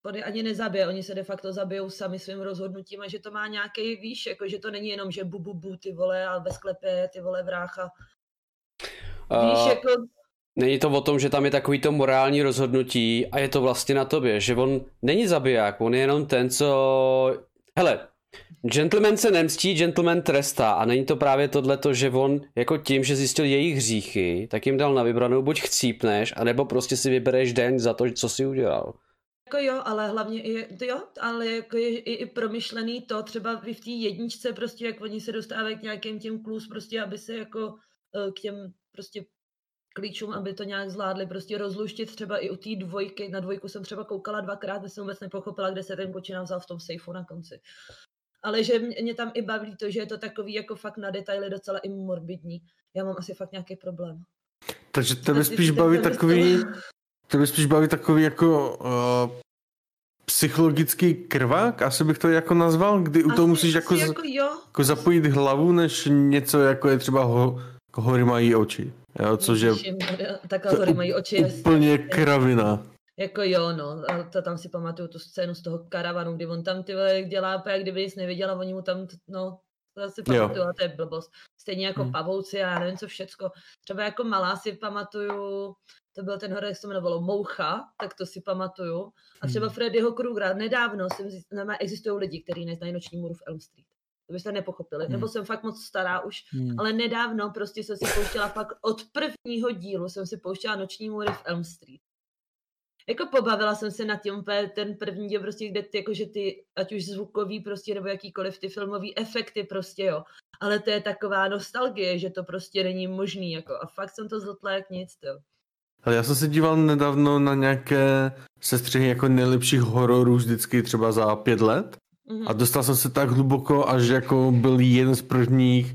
on ani nezabije, oni se de facto zabijou sami svým rozhodnutím a že to má nějaký, víš, jako že to není jenom, že bu, ty vole, a ve sklepě ty vole brácha. Víš, jako... Není to o tom, že tam je takový to morální rozhodnutí a je to vlastně na tobě, že on není zabiják, on je jenom ten, co... Hele, gentleman se nemstí, gentleman trestá a není to právě tohleto, že on jako tím, že zjistil jejich hříchy, tak jim dal na vybranou, buď chcípneš, anebo prostě si vybereš den za to, co si udělal. Jako jo, ale hlavně ale jako je i promyšlený to, třeba v té jedničce prostě, jak oni se dostávají k nějakým těm klus, prostě, aby se jako k těm prostě klíčům, aby to nějak zvládli prostě rozluštit třeba i u té dvojky. Na dvojku jsem třeba koukala 2krát, jsem vůbec nepochopila, kde se ten kočina vzal v tom sejfu na konci. Ale že mě tam i baví to, že je to takový jako fakt na detaily docela i morbidní. Já mám asi fakt nějaký problém. Takže tebe spíš baví takový jako psychologický krvák, asi bych to jako nazval, kdy u toho musíš jako zapojit hlavu, než něco jako je třeba hory mají oči. Jo, což je takhle hory mají oči. Úplně kravina. Jako jo, no, a to tam si pamatuju tu scénu z toho karavanu, kdy on tam ty vole dělá, jak kdyby nic neviděl a oni mu tam, no, to si pamatuju, a to je blbost. Stejně jako pavouci a já nevím co všecko. Třeba jako malá si pamatuju, to byl ten horor, jak se to jmenovalo, Moucha, tak to si pamatuju. A třeba Freddyho Krugera, nedávno existují lidi, kteří neznají Noční můru v Elm Street. To byste nepochopili, nebo jsem fakt moc stará už, ale nedávno prostě jsem si pouštěla fakt od prvního dílu jsem si pouštěla Noční můry v Elm Street. Jako pobavila jsem se nad tím ten první díl prostě, kde ty, jakože ty, ať už zvukový prostě, nebo jakýkoliv ty filmový efekty prostě, jo. Ale to je taková nostalgie, že to prostě není možný, jako a fakt jsem to zltla jak nic, jo. Ale já jsem se díval nedávno na nějaké sestřihy jako nejlepších hororů vždycky třeba za 5 let. A dostal jsem se tak hluboko, až jako byl jeden z prvních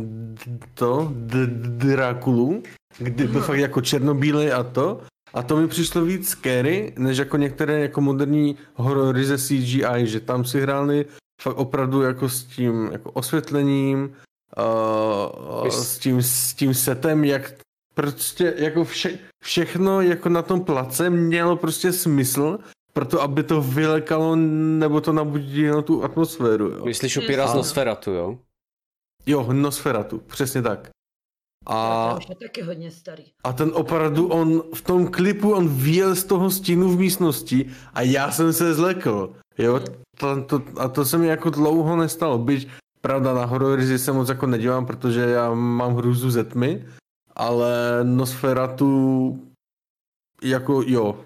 Drákulů, kdy byl fakt jako černobílej a to. A to mi přišlo víc scary, než jako některé jako moderní horory ze CGI, že tam si hráli fakt opravdu jako s tím jako osvětlením, s tím setem, jak prostě jako všechno jako na tom place mělo prostě smysl, proto aby to vylekalo nebo to nabudilo tu atmosféru. Jo. Myslíš upíra z Nosferatu, jo? Jo, Nosferatu, přesně tak. A to už je taky hodně starý. A ten opravdu, on v tom klipu, on vyjel z toho stínu v místnosti a já jsem se zlekl. Jo? To se mi jako dlouho nestalo. Byť, pravda, na horory se moc jako nedívám, protože já mám hrůzu ze tmy, ale Nosferatu jako jo.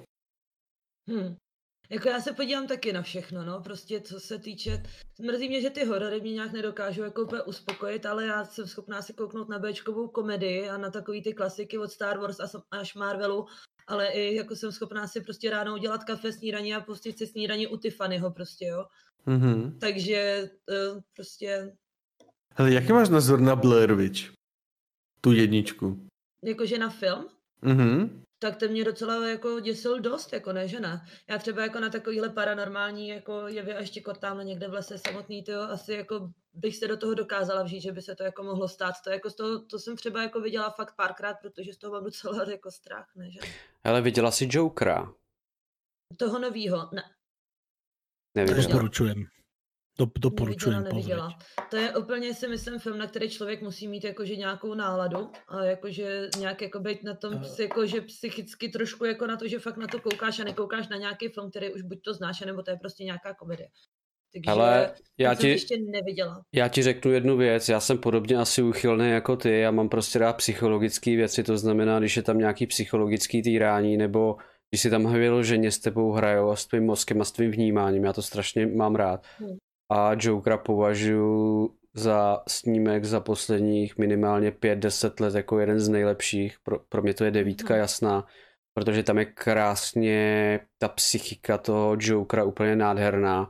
Jako já se podívám taky na všechno, no, prostě co se týče, mrzí mě, že ty horory mě nějak nedokážou jako úplně uspokojit, ale já jsem schopná si kouknout na Bčkovou komedii a na takový ty klasiky od Star Wars až Marvelu, ale i jako jsem schopná si prostě ráno udělat kafe, snídaní a pustit si snídaní u Tiffanyho prostě, jo. Takže prostě... Hele, jaký máš názor na Blair Witch? Tu jedničku. Jakože na film? Tak to mě docela jako děsil dost, jako ne, že ne. Já třeba jako na takovýhle paranormální jako jevy a ještě tamhle někde v lese samotný, tyjo, asi jako bych se do toho dokázala vžít, že by se to jako mohlo stát. To jako z toho, to jsem třeba jako viděla fakt párkrát, protože z toho mám docela jako strach, ne, že? Hele, viděla jsi Jokera? Toho novýho, ne. Neviděla. Doporučujem. Doporučujem neviděla. To je úplně, si myslím, film, na který člověk musí mít jakože nějakou náladu a jakože nějak jako být na tom jakože psychicky trošku jako na to, že fakt na to koukáš a nekoukáš na nějaký film, který už buď to znáš, nebo to je prostě nějaká komedie. Takže ale já jsem ještě neviděla. Já ti řeknu jednu věc, já jsem podobně asi uchylný jako ty, já mám prostě rád psychologické věci, to znamená, když je tam nějaký psychologický týrání, nebo když si tam vyloženě s tebou hrajou a s tvým mozkem a s tvým vnímáním, já to strašně mám rád. A Jokera považuji za snímek za posledních minimálně 5-10 let jako jeden z nejlepších. Pro mě to je 9 jasná, protože tam je krásně ta psychika toho Jokera úplně nádherná.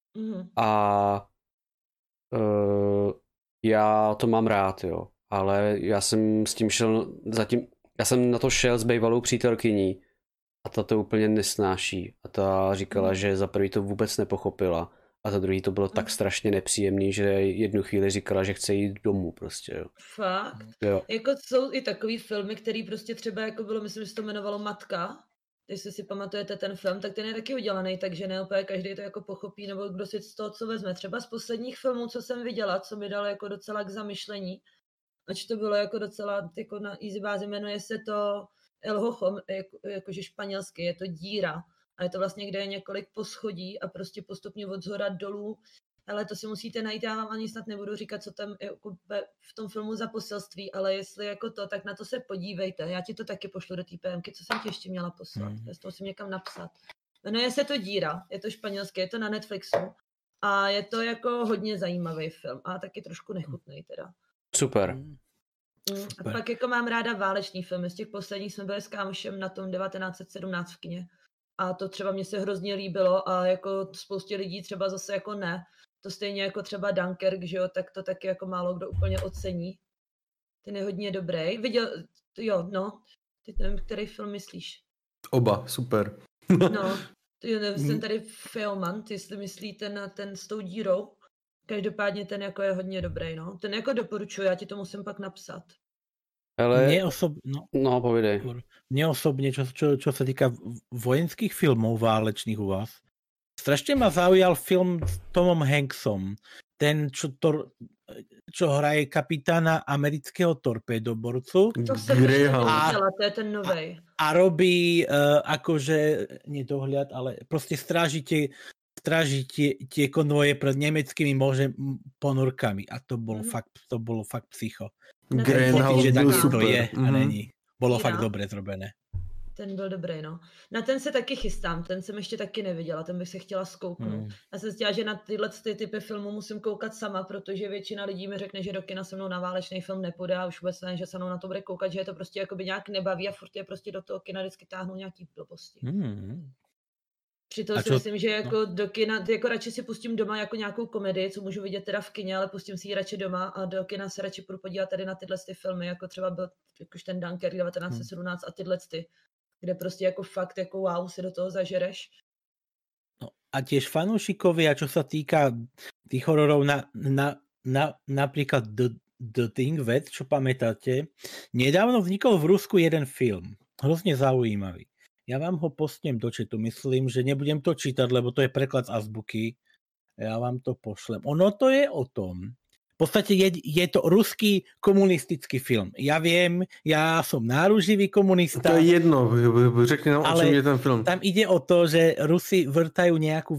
A já to mám rád, jo. Ale já jsem s tím šel já jsem na to šel s bývalou přítelkyní a ta to úplně nesnáší. A ta říkala, že za prvý to vůbec nepochopila. A za druhý to bylo tak strašně nepříjemný, že jednu chvíli říkala, že chce jít domů prostě, jo. Fakt? Jo. Jako jsou i takový filmy, který prostě třeba jako bylo, myslím, že se to jmenovalo Matka. jestli si pamatujete ten film, tak ten je taky udělaný, takže ne úplně každý to jako pochopí, nebo kdo si z toho, co vezme. Třeba z posledních filmů, co jsem viděla, co mi dalo jako docela k zamyšlení, ač to bylo jako docela jako na easy bázi, jmenuje se to El Hojo, jakože španělsky, je to díra. A je to vlastně, kde je několik poschodí a prostě postupně od zhora dolů. Ale to si musíte najít, já vám ani snad nebudu říkat, co tam je v tom filmu za poselství, ale jestli jako to, tak na to se podívejte. Já ti to taky pošlu do té PMky, co jsem ti ještě měla poslat. Já to musím někam napsat. Jmenuje se to Díra, je to španělské, je to na Netflixu. A je to jako hodně zajímavý film a taky trošku nechutnej teda. Super. A pak jako mám ráda válečný filmy. Z těch posledních jsme byli s kámošem na tom 1917 v kině. A to třeba mně se hrozně líbilo a jako spoustě lidí třeba zase jako ne. To stejně jako třeba Dunkirk, že jo, tak to taky jako málo kdo úplně ocení. Ten je hodně dobrý. Viděl, jo, no, ty nevím, který film myslíš. Oba, super. No, jsem tady filmant, jestli myslí ten s tou dírou. Každopádně ten jako je hodně dobrý, no. Ten jako doporučuji, já ti to musím pak napsat. Ale... No, povídej. Mne osobne, čo sa týka vojenských filmov válečných u vás, strašne ma zaujal film s Tomom Hanksom. Ten, čo hraje kapitána amerického torpédoborcu. To som nevidela, to je ten novej. A robí akože, nedohľad, ale proste stráži tie konvoje pred nemeckými ponorkami. A to bolo fakt psycho. Greenhouse byl super. To je a není. Bolo fakt dobre zrobené. Ten byl dobrý, no. Na ten se taky chystám, ten jsem ještě taky neviděla, ten bych se chtěla zkouknout. Já jsem chtěla, že na tyhle typy filmů musím koukat sama, protože většina lidí mi řekne, že do kina se mnou na válečný film nepůjde a už vůbec ne, že se mnou na to bude koukat, že je to prostě jakoby nějak nebaví a furt je prostě do toho kina vždycky táhnou nějaký blbosti. Přitom si myslím, že jako do kina, jako radši si pustím doma jako nějakou komedii, co můžu vidět teda v kině, ale pustím si ji radši doma a do kina se radši budu podívat tady na tyhle filmy, jako třeba byl jakož ten Dunkirk 1917 a tyhle kde prostě jako fakt jako wow, si do toho zažereš. No, a tiež fanúšikovia, čo sa týka tých hororov napríklad The Thing vec, čo pamätáte, nedávno vznikol v Rusku jeden film, hrozne zaujímavý. Ja vám ho postnem do chatu, myslím, že nebudem to čítať, lebo to je preklad z azbuky. Ja vám to pošlem. Ono to je o tom, v podstate je to ruský komunistický film. Ja viem, ja som náruživý komunista. To je jedno, řekni nám, o čem je ten film. Tam ide o to, že Rusi vrtajú nejakú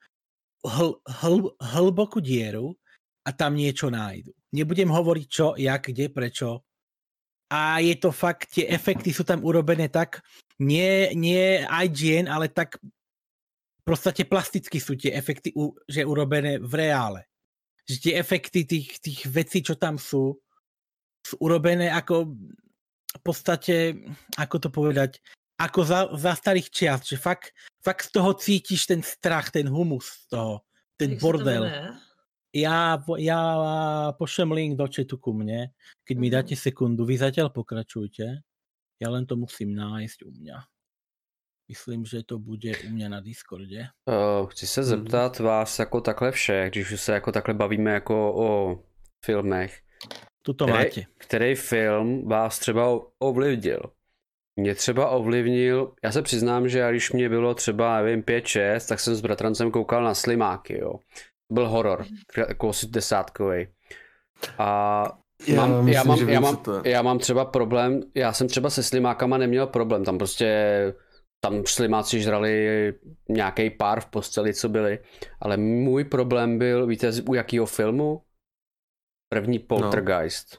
hlbokú dieru a tam niečo nájdu. Nebudem hovoriť čo, jak, kde, prečo. A je to fakt, tie efekty sú tam urobené tak, nie IGN, ale tak v podstate plasticky sú tie efekty, že urobené v reále. Že tie efekty tých vecí, čo tam sú urobené ako v podstate, ako to povedať, ako za starých čias, že fakt z toho cítiš ten strach, ten humus z toho, ten bordel. Ja pošlem link do chatu ku mne, keď mi dáte sekundu, vy zatiaľ pokračujte, ja len to musím nájsť u mňa. Myslím, že to bude u mě na Discordě. Chci se zeptat vás jako takhle všech, když už se jako takhle bavíme jako o filmech. Tuto máte. Který film vás třeba ovlivnil? Mě třeba ovlivnil, já se přiznám, že když mě bylo třeba, nevím, 5-6, tak jsem s bratrancem koukal na Slimáky, jo. Byl horor, jako 80kovej. A já mám třeba problém, já jsem třeba se Slimákama neměl problém, tam Slimáci žrali nějaký pár v posteli, co byli, ale můj problém byl, víte, u jakého filmu? První Poltergeist.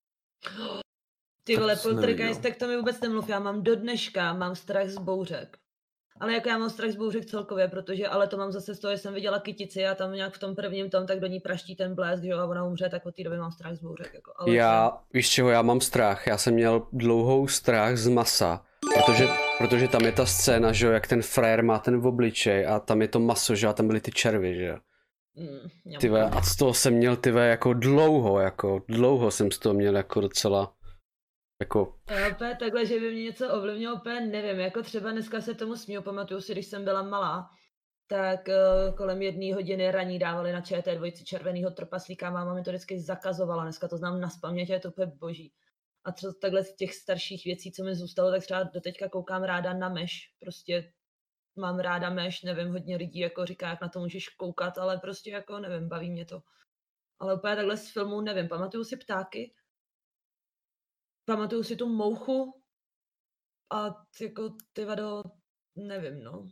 Ty vole, Poltergeist, tak to mi vůbec nemluv, já mám do dneška, mám strach z bouřek. Ale jako já mám strach z bouřek celkově, protože, ale to mám zase z toho, že jsem viděla Kytici a tam nějak v tom prvním tak do ní praští ten blesk, že jo, a ona umře, tak od té doby mám strach z bouřek. Jako, ale víš čeho, já mám strach, já jsem měl dlouhou strach z masa, protože tam je ta scéna, že jo, jak ten frér má ten obličej a tam je to maso, že jo, a tam byly ty červy, že jo. A z toho jsem měl, jako dlouho jsem z toho měl jako docela jako... Já opět takhle, že by mě něco ovlivnilo, opět nevím, jako třeba dneska se tomu směju, pamatuju si, když jsem byla malá, tak kolem 1 hodiny raní dávali na ČT2 červenýho trpaslíka, máma mi to vždycky zakazovala, dneska to znám nazpaměť, je to úplně boží. A co takhle z těch starších věcí, co mi zůstalo, tak třeba doteďka koukám ráda na Meš. Prostě mám ráda Meš, nevím, hodně lidí jako říká, jak na to můžeš koukat, ale prostě jako nevím, baví mě to. Ale úplně takhle z filmů nevím, pamatuju si Ptáky, pamatuju si tu Mouchu a jako ty vado, nevím, no.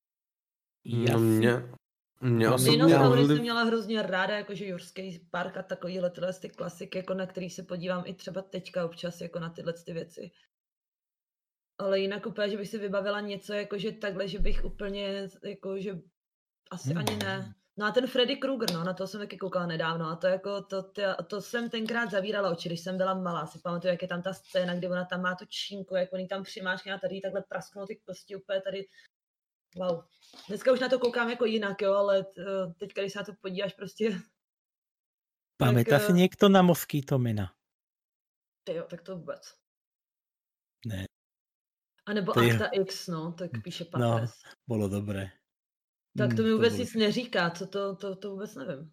Mě osobně Dinosaury jsem měla hrozně ráda, jakože Jurský park a takovýhle ty klasiky, jako na který se podívám i třeba teďka občas jako na tyhle ty věci. Ale jinak úplně, že bych si vybavila něco, jakože takhle, že bych úplně, jakože asi ani ne. No a ten Freddy Krueger, no, na to jsem taky koukala nedávno a to jako, to jsem tenkrát zavírala oči, když jsem byla malá, si pamatuju, jak je tam ta scéna, kdy ona tam má tu čínku, jak oni tam přimáčkne a tady takhle prasknou ty kosti úplně tady. Wow. Dneska už na to koukám jako jinak, jo, ale teď, když se na to podíváš prostě... Pamätá si niekto na Moskytomina? Jo, tak to vůbec. Ne. A nebo Akta X, no, tak píše Patres. No, bolo dobré. Tak to mi vůbec nic neříká, co to vůbec nevím.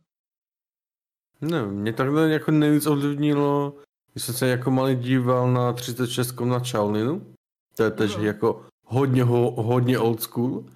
Ne, mě takhle jako nejvíc ovlivnilo, když jsem se jako malý díval na 36 na Shaolinu. To je tež jako hodně old school.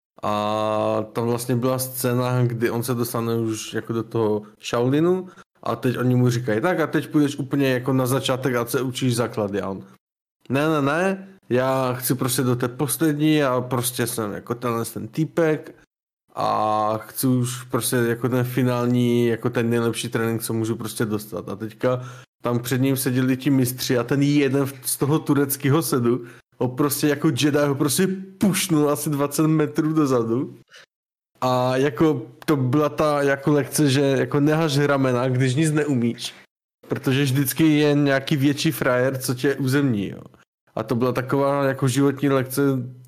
A tam vlastně byla scéna, kdy on se dostane už jako do toho Shaolinu a teď oni mu říkají, tak a teď půjdeš úplně jako na začátek a se učíš základy. A on, ne, já chci prostě do té poslední a prostě jsem jako ten týpek a chci už prostě jako ten finální, jako ten nejlepší trénink, co můžu prostě dostat. A teďka tam před ním seděli ti mistři a ten jeden z toho tureckého sedu ho prostě jako Jedi ho prostě pušnul asi 20 metrů dozadu. A jako to byla ta jako lekce, že jako nehaž ramena, když nic neumíš. Protože vždycky je nějaký větší frajer, co tě uzemní, jo. A to byla taková jako životní lekce,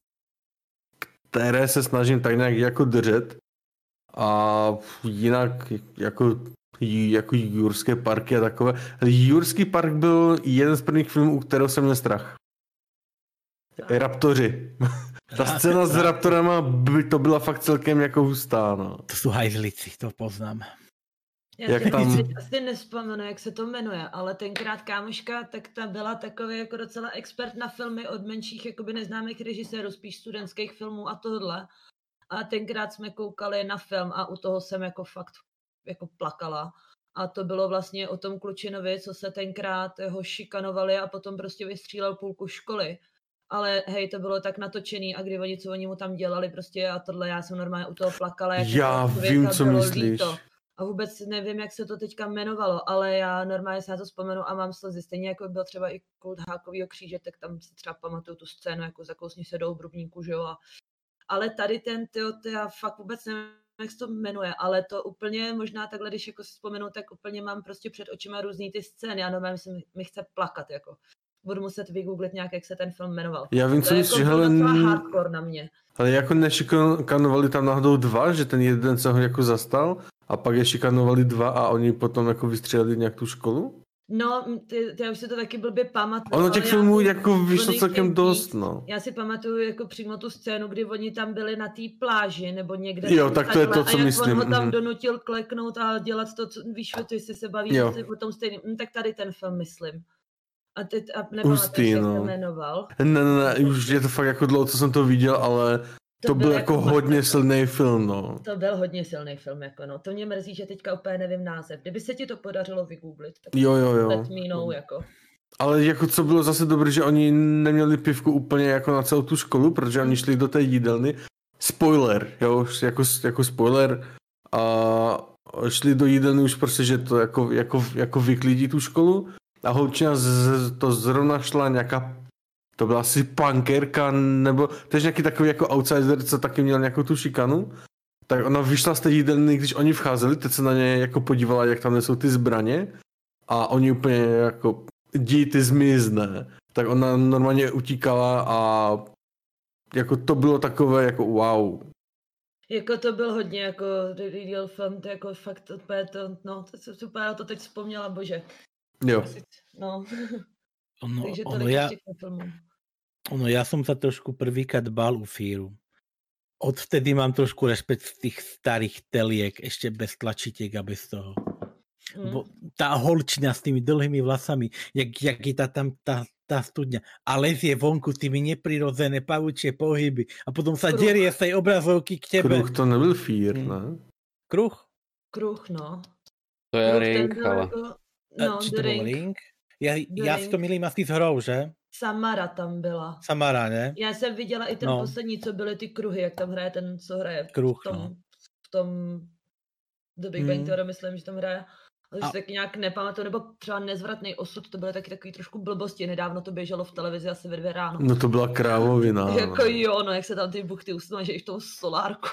které se snažím tak nějak jako držet. A jinak jako Jurské parky a takové. Jurský park byl jeden z prvních filmů, u kterého jsem měl strach. Raptoři. Ta scéna s raptorama, to byla fakt celkem jako hustá, no. To jsou hajzlici, to poznám. Já si tam... asi nespomenu, jak se to jmenuje, ale tenkrát kámoška, tak ta byla takový jako docela expert na filmy od menších jakoby neznámých režisérů, spíš studentských filmů a tohle. A tenkrát jsme koukali na film a u toho jsem jako fakt jako plakala. A to bylo vlastně o tom klučinovi, co se tenkrát ho šikanovali a potom prostě vystřílel půlku školy. Ale hej, to bylo tak natočený a kdy oni mu tam dělali prostě a tohle, já jsem normálně u toho plakala. Já vím, co myslíš. Líto. A vůbec nevím, jak se to teďka jmenovalo, ale já normálně se na to vzpomenu a mám slzy. Stejně jako byl třeba i Kult Hákovýho kříže, tak tam si třeba pamatuju tu scénu, jako zakousni se do obrubníku, že jo. Ale tady já fakt vůbec nevím, jak se to jmenuje, ale to úplně možná takhle, když jako si vzpomenu, tak úplně mám prostě před očima různý ty scény. Já normálně mi chce plakat, jako. Budu muset vygooglit nějak, jak se ten film jmenoval. Já vím, co myslíš, ale hardcore na mě. Ale jako nešikanovali tam náhodou dva, že ten jeden se ho jako zastal a pak je šikanovali dva a oni potom jako vystřelili nějak tu školu? No, já už si to taky blbě pamatuju. Ono těch filmů jako vyšlo celkem dost, no. Já si pamatuju jako přímo tu scénu, kdy oni tam byli na té pláži nebo někde. Jo, tak to je to, co myslím. A jak on ho tam donutil kleknout a dělat to, co, víš, to, jestli se baví o tom stejným. Tak tady ten film myslím. A teď nepamatuji, jak se jmenoval. Ne, už je to fakt jako dlouho, co jsem to viděl, ale to byl jako hodně silný film, no. To byl hodně silný film, jako no. To mě mrzí, že teďka úplně nevím název. Kdyby se ti to podařilo vygooglit, tak let me know, jako. Ale jako co bylo zase dobré, že oni neměli pivku úplně jako na celou tu školu, protože oni šli do té jídelny. Spoiler, jo, jako spoiler. A šli do jídelny už prostě, že to jako vyklidí tu školu. A holčina to zrovna šla nějaká, to byla asi punkerka, nebo tež nějaký takový jako outsider, co taky měl nějakou tu šikanu. Tak ona vyšla z té jídelny, když oni vcházeli, teď se na ně jako podívala, jak tam nesou ty zbraně. A oni úplně jako, ty zmizne. Tak ona normálně utíkala a jako to bylo takové jako wow. Jako to byl hodně jako real film, to jako fakt úplně to, no, to jsem super, to teď vzpomněla, bože. Jo. No. Takže to ja som sa trošku prvýkrát bál u Fíru. Odvtedy mám trošku rešpekt z tých starých teliek, ešte bez tlačitiek a bez toho. Bo tá holčina s tými dlhými vlasami, jak je tá studňa a lezie vonku s tými neprirodzené pavučie pohyby a potom sa derie z tej obrazovky k tebe. Kruh to nebyl Fear, ne? Kruh? Kruh, no. To je Kruh Ring, ten byl ale... jako, no, Či The to bol Ring. Ring? Já si to milím asi s hrou, že? Samara tam byla. Samara, ne? Já jsem viděla i ten poslední, co byly ty kruhy, jak tam hraje ten, co hraje Kruh, v tom The Big Bang Theory, myslím, že tam hraje. Ale už taky nějak nepamatuju, nebo třeba Nezvratný osud, to byly taky takový trošku blbosti. Nedávno to běželo v televizi asi ve 2 ráno. No to byla krávovina. Jako jo, no jak se tam ty buchty usnou, že i v tom solárku.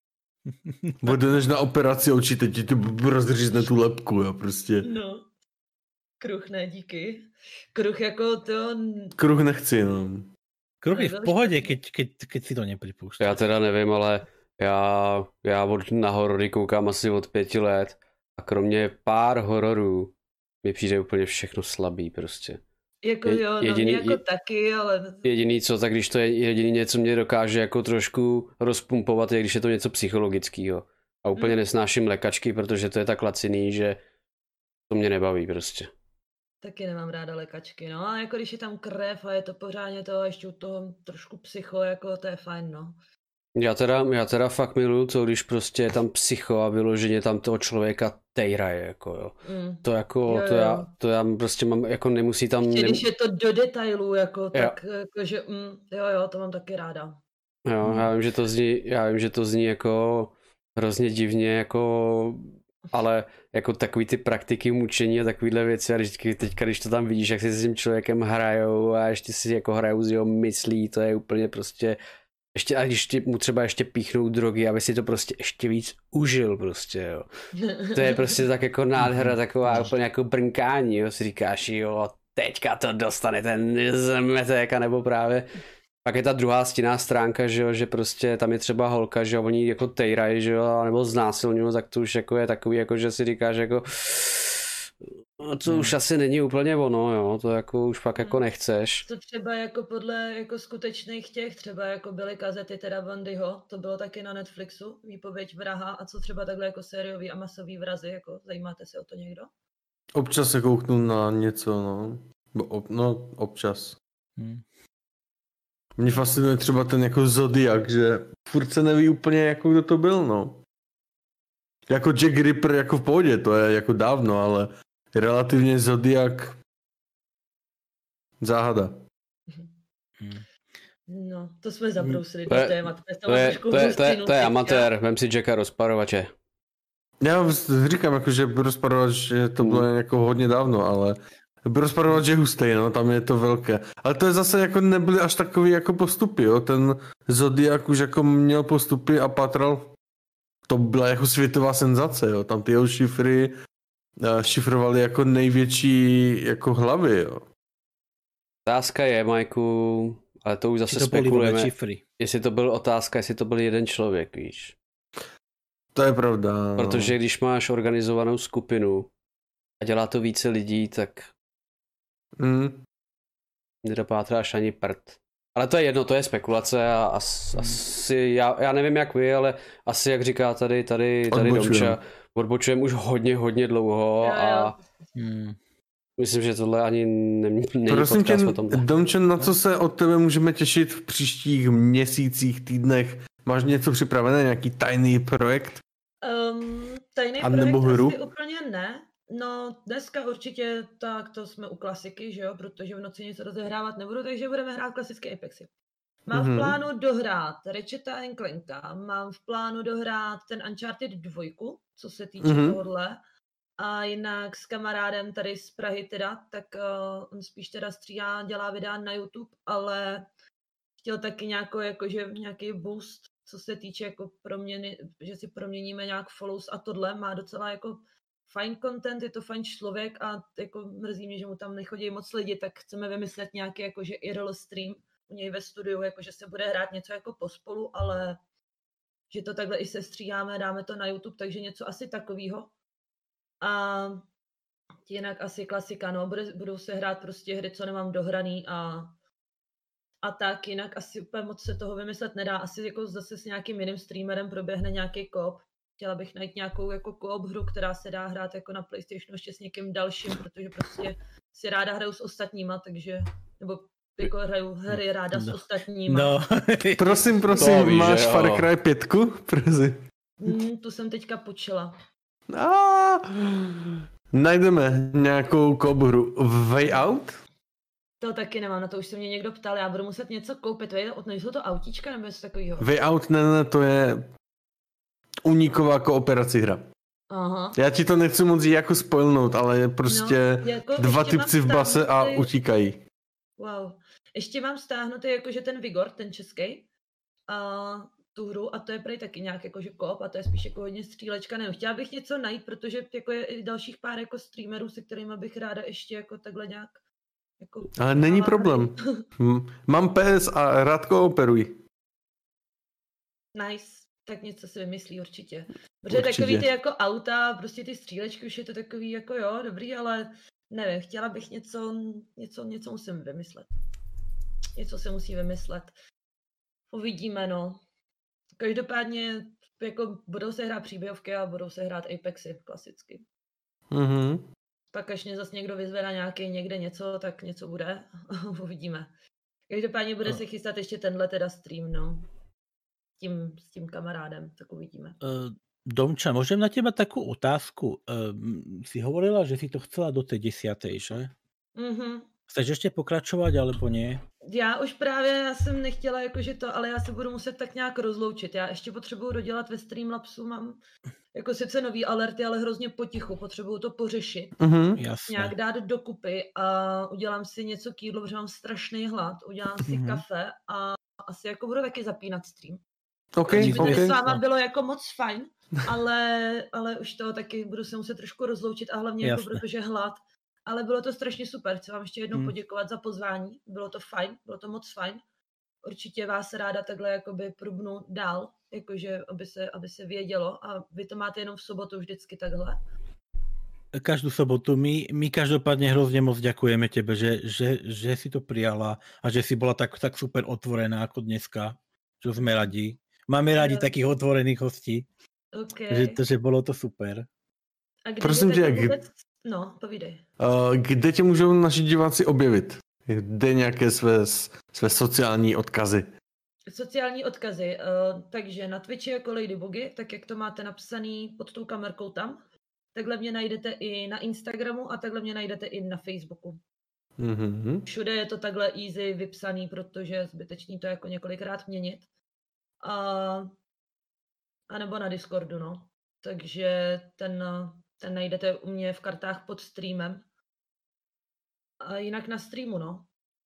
Jdeš na operaci očí, teď ti rozřízne tu lepku, jo, prostě. No. Kruh ne, díky. Kruh jako to... Kruh nechci, no. Kruh je v pohodě, keď si to nepripúšťa. Já teda nevím, ale já na horory koukám asi od 5 let a kromě pár hororů mi přijde úplně všechno slabý prostě. Jako jo, jediný, no jako taky, ale... Jediný co, tak když to je jediný něco mě dokáže jako trošku rozpumpovat, je když je to něco psychologického. A úplně nesnáším lékačky, protože to je tak laciný, že to mě nebaví prostě. Taky nemám ráda lékačky, no a jako když je tam krev a je to pořádně to ještě u toho trošku psycho, jako to je fajn, no. Já teda fakt miluju to, když prostě je tam psycho a vyloženě tam toho člověka tejraje, jako jo. To jako, jo. To já prostě mám, jako nemusí tam... Ještě když je to do detailů, jako, tak jakože, jo, to mám taky ráda. Jo, já vím, že to zní jako hrozně divně, jako... Ale jako takový ty praktiky mučení a takovýhle věci a když to tam vidíš, jak si s tím člověkem hrajou a ještě si jako hrajou z jeho myslí, to je úplně prostě ještě, a když mu třeba ještě píchnou drogy, aby si to prostě ještě víc užil prostě, jo. To je prostě tak jako nádhera, taková úplně jako brnkání, jo, si říkáš, jo, teďka to dostane ten zmetek, nebo právě pak je ta druhá stinná stránka, že jo, že prostě tam je třeba holka, že jo, oni jako tejrají, že jo, nebo znásilňují, tak to už jako je takový, jako že si říkáš, jako to už asi není úplně ono, jo, to jako už fakt jako nechceš. To třeba jako podle jako skutečných těch, třeba jako byly kazety teda Bundyho, to bylo taky na Netflixu, Výpověď vraha, a co třeba takhle jako sériový a masový vrazy, jako zajímáte se o to někdo? Občas se kouknu na něco, no, občas. Mě fascinuje třeba ten jako Zodiak, že furt se neví úplně jako kdo to byl, no. Jako Jack Ripper jako v pohodě, to je jako dávno, ale relativně Zodiak záhada. No, to jsme zabrousili do témat. To je amatér, vem si Jacka Rozparovače. Já říkám, jako, že Rozparovač, že to bylo jako hodně dávno, ale Rozparovač je hustý, no, tam je to velké. Ale to je zase jako nebyly až takový jako postupy, jo. Ten Zodiak už jako měl postupy a pátral, to byla jako světová senzace, jo. Tam ty jeho šifry šifrovali jako největší jako hlavy, jo. Otázka je, Majku, ale to už zase spekulujeme, jestli to byl otázka, jestli to byl jeden člověk, víš. To je pravda. Protože když máš organizovanou skupinu a dělá to více lidí, tak nedopátráš ani prd. Ale to je jedno, to je spekulace a asi, já nevím jak vy, ale asi jak říká tady Domča, odbočujeme už hodně dlouho a myslím, že tohle ani není podcast o tomhle. Domčo, na co se od tebe můžeme těšit v příštích měsících, týdnech? Máš něco připravené, nějaký tajný projekt? Tajný projekt hru? Asi úplně ne. No, dneska určitě tak to jsme u klasiky, že jo, protože v noci nic rozehrávat nebudu, takže budeme hrát klasické Apexy. Mám v plánu dohrát Ratcheta & Clanka, mám v plánu dohrát ten Uncharted 2, co se týče tohohle. A jinak s kamarádem tady z Prahy teda, tak on spíš teda stříhá, dělá videa na YouTube, ale chtěl taky nějaký boost, co se týče jako proměny, že si proměníme nějak follows a tohle, má docela jako fajn content, je to fajn člověk a jako mrzí mě, že mu tam nechodí moc lidi, tak chceme vymyslet nějaký jakože IRL stream u něj ve studiu, jakože se bude hrát něco jako pospolu, ale že to takhle i sestříháme, dáme to na YouTube, takže něco asi takového. A jinak asi klasika, no, budou se hrát prostě hry, co nemám dohraný a tak, jinak asi úplně moc se toho vymyslet nedá, asi jako zase s nějakým jiným streamerem proběhne nějaký kop, chtěla bych najít nějakou jako co-op hru, která se dá hrát jako na PlayStationu ještě s někým dalším, protože prostě si ráda hraju s ostatníma, takže, nebo jako hraju hry ráda s ostatníma. No. Prosím, víš, máš že jo. Far Cry 5? Prosím. Tu jsem teďka počela. Najdeme nějakou co-op hru. Way Out? To taky nemám, na to už se mě někdo ptal, já budu muset něco koupit, nejsou to autíčka nebo něco takového? Way Out, ne, to je uniková kooperaci hra. Aha. Já ti to nechci moc jako spoilnout, ale je prostě jako dva typci v base a utíkají. Wow. Ještě mám stáhnutý jakože ten Vigor, ten český, a tu hru, a to je prej taky nějak jakože koop, a to je spíš jako hodně střílečka. Nevím, chtěla bych něco najít, protože jako je i dalších pár jako streamerů, se kterými bych ráda ještě jako takhle nějak jako... Ale není problém. Mám PS a rád kooperuji. Nice. Tak něco si vymyslí určitě. Protože takový ty jako auta, prostě ty střílečky, už je to takový jako jo, dobrý, ale nevím, chtěla bych něco musím vymyslet. Něco se musí vymyslet. Uvidíme, no. Každopádně jako budou se hrát příběhovky a budou se hrát Apexy klasicky. Mhm. Pak až mě zase někdo vyzve na nějaký někde něco, tak něco bude. Uvidíme. Každopádně bude se chystat ještě tenhle teda stream, no. S tím kamarádem, tak uvidíme. Domča, môžem na teba takú otázku. Si hovorila, že si to chcela do tej 10., že? Mhm. Chceš ještě pokračovat, alebo nie? Já už právě, já jsem nechtěla jakože to, ale já se budu muset tak nějak rozloučit. Já ještě potřebuju dodělat ve Streamlabsu, mám jako sice nový alerty, ale hrozně potichu, potřebuju to pořešit. Jasne. Nějak dát dokupy a udělám si něco k jídlu, protože mám strašný hlad, udělám si kafe a asi jako budu taky zapínat stream. Okay. S váma bylo jako moc fajn, ale už to taky budu se muset trošku rozloučit a hlavně jako protože hlad. Ale bylo to strašně super, chci vám ještě jednou poděkovat za pozvání, bylo to fajn, bylo to moc fajn. Určitě vás ráda takhle jakoby prubnu dál, jakože aby se vědělo a vy to máte jenom v sobotu vždycky takhle. Každú sobotu. My každopádne hrozne moc ďakujeme tebe, že si to prijala a že si bola tak super otvorená ako dneska, čo sme radi. Máme radi takých otvorených hostí, že bolo to super. A prosím tě, no, povídej. Kde tě můžou naši diváci objevit? Kde nějaké své sociální odkazy? Sociální odkazy. Takže na Twitchi jako Ladybugy, tak jak to máte napsaný pod tou kamerkou tam, takhle mě najdete i na Instagramu a takhle mě najdete i na Facebooku. Mm-hmm. Všude je to takhle easy vypsaný, protože zbytečný to jako několikrát měnit. A nebo na Discordu, no. Takže ten najdete u mě v kartách pod streamem. A jinak na streamu, no.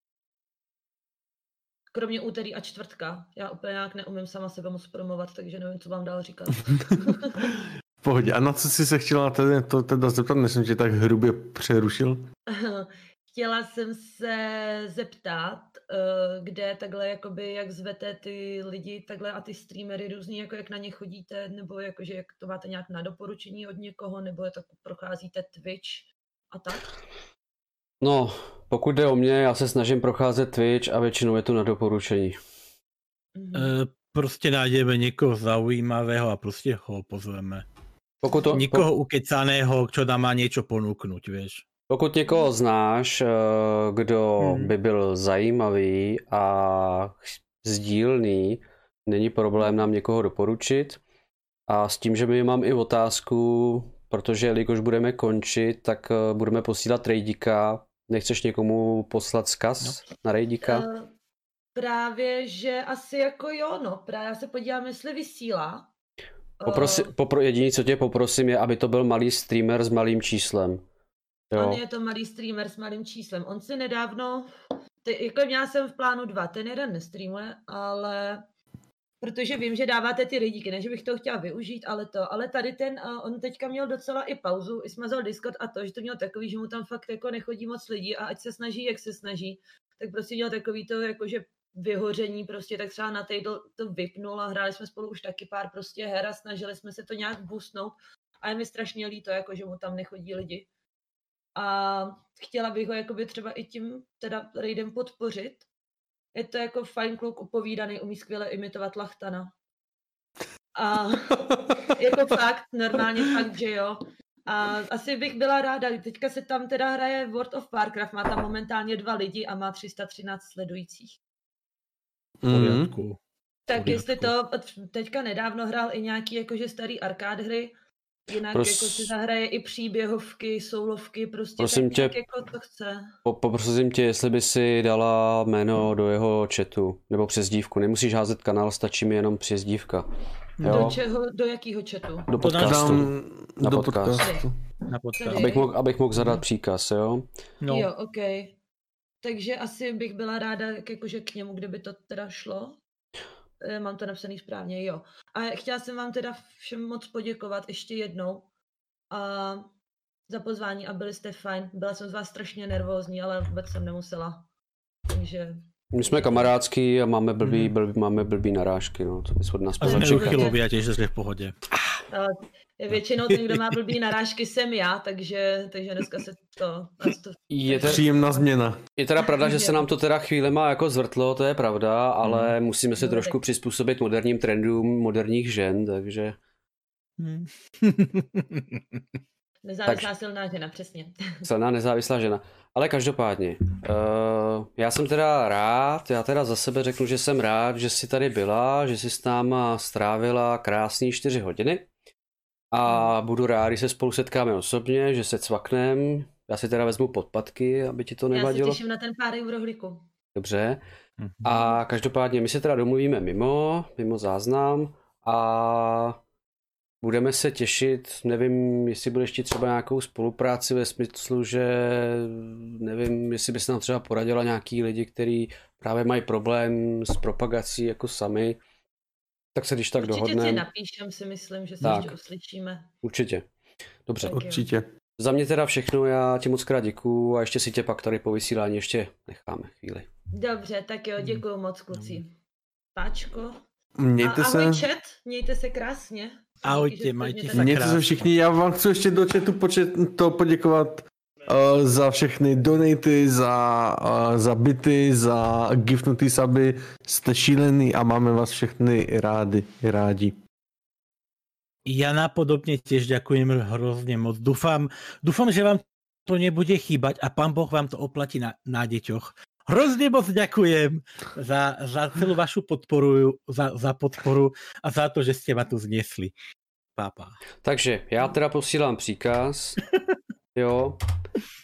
Kromě úterý a čtvrtka. Já úplně nějak neumím sama sebe moc promovat, takže nevím, co vám dál říkat. V pohodě. A na co jsi se chtěla teda zeptat, než jsem tě tak hrubě přerušil? Chtěla jsem se zeptat, kde takhle jakoby, jak zvete ty lidi takhle a ty streamery různý, jako jak na ně chodíte, nebo jakože jak to máte nějak na doporučení od někoho, nebo tak procházíte Twitch a tak? No, pokud jde o mě, já se snažím procházet Twitch a většinou je to na doporučení. Prostě nájdeme někoho zaujímavého a prostě ho pozveme. Nikoho ukecaného, čo nám má niečo ponúknuť, vieš. Pokud někoho znáš, kdo by byl zajímavý a sdílný, není problém nám někoho doporučit. A s tím, že my mám i otázku, protože jelikož budeme končit, tak budeme posílat raidíka. Nechceš někomu poslat vzkaz na raidíka? Právě, že asi jako jo, no. Právě já se podívám, jestli vysílá. Jediný, co tě poprosím, je, aby to byl malý streamer s malým číslem. Jo. On je to malý streamer s malým číslem. On si nedávno, jako měla jsem v plánu 2, ten jeden nestreamuje, ale protože vím, že dáváte ty raidíky, ne, že bych to chtěla využít, ale tady on teďka měl docela i pauzu, i smazal Discord a to, že to měl takový, že mu tam fakt jako nechodí moc lidí a ať se snaží, jak se snaží, tak prostě měl takový to jakože vyhoření prostě, tak třeba na Tidal to vypnul a hráli jsme spolu už taky pár prostě her a snažili jsme se to nějak boostnout a je mi strašně líto, jako že mu tam nechodí lidi. A chtěla bych ho jakoby třeba i tím teda raidem podpořit. Je to jako fajn kluk, upovídaný, umí skvěle imitovat Lachtana. A jako fakt, normálně fakt, že jo. A asi bych byla ráda, teďka se tam teda hraje World of Warcraft, má tam momentálně 2 lidi a má 313 sledujících. Poriadku. Tak jestli to teďka nedávno hrál i nějaký jakože starý arkád hry, jinak jako si zahraje i příběhovky, soulovky, prostě prosím tak tě, jako to chce. Poprosím tě, jestli by si dala jméno do jeho chatu, nebo přezdívku. Nemusíš házet kanál, stačí mi jenom přezdívka. Do čeho, do jakýho chatu? Do podcastu. Na do podcastu. Na podcast. Abych mohl zadat příkaz, jo? No. Jo, ok. Takže asi bych byla ráda jakože k němu, kdyby to teda šlo. Mám to napsaný správně, jo. A chtěla jsem vám teda všem moc poděkovat ještě jednou a za pozvání a byli jste fajn. Byla jsem z vás strašně nervózní, ale vůbec jsem nemusela. Takže... My jsme kamarádský a máme blbý narážky, no. To bys od nás pořád čekali. A těž jsi v pohodě. Většinou ten, kdo má blbý narážky, jsem já, takže dneska se to... Příjemná změna. Je teda pravda, že se nám to teda chvílema jako zvrtlo, to je pravda, ale musíme se trošku přizpůsobit moderním trendům moderních žen, takže... Nezávislá silná žena, přesně. Silná nezávislá žena. Ale každopádně, já jsem teda rád, já teda za sebe řeknu, že jsem rád, že jsi tady byla, že jsi s náma strávila krásný 4 hodiny a budu rád, když se spolu setkáme osobně, že se cvaknem, já si teda vezmu podpatky, aby ti to nevadilo. Já se těším na ten pár v rohlíku. Dobře. A každopádně my se teda domluvíme mimo záznam a budeme se těšit, nevím, jestli budeš ti třeba nějakou spolupráci ve smyslu, že nevím, jestli bys nám třeba poradila nějaký lidi, kteří právě mají problém s propagací jako sami, tak se když tak dohodneme. Určitě si napíšem, si myslím, že se ještě uslyšíme. Určitě. Dobře. Tak určitě. Za mě teda všechno, já ti moc krát děkuju a ještě si tě pak tady po vysílání ještě necháme chvíli. Dobře, tak jo, děkuju moc, kluci. Páčko. Mějte se. Ahoj chat, mějte se krásně. Ahojte, majte se. Mějte se všichni, já vám chci ještě do chatu poděkovat za všechny donaty, za bity, za giftnutý suby, jste šílený a máme vás všechny rádi. Ja napodobne tiež ďakujem hrozne moc. Dúfam, že vám to nebude chýbať a pán Boh vám to oplatí na deťoch. Hrozne moc ďakujem za celú vašu podporu, za podporu a za to, že ste ma tu znesli. Pápa. Takže já teda posílám příkaz. Jo.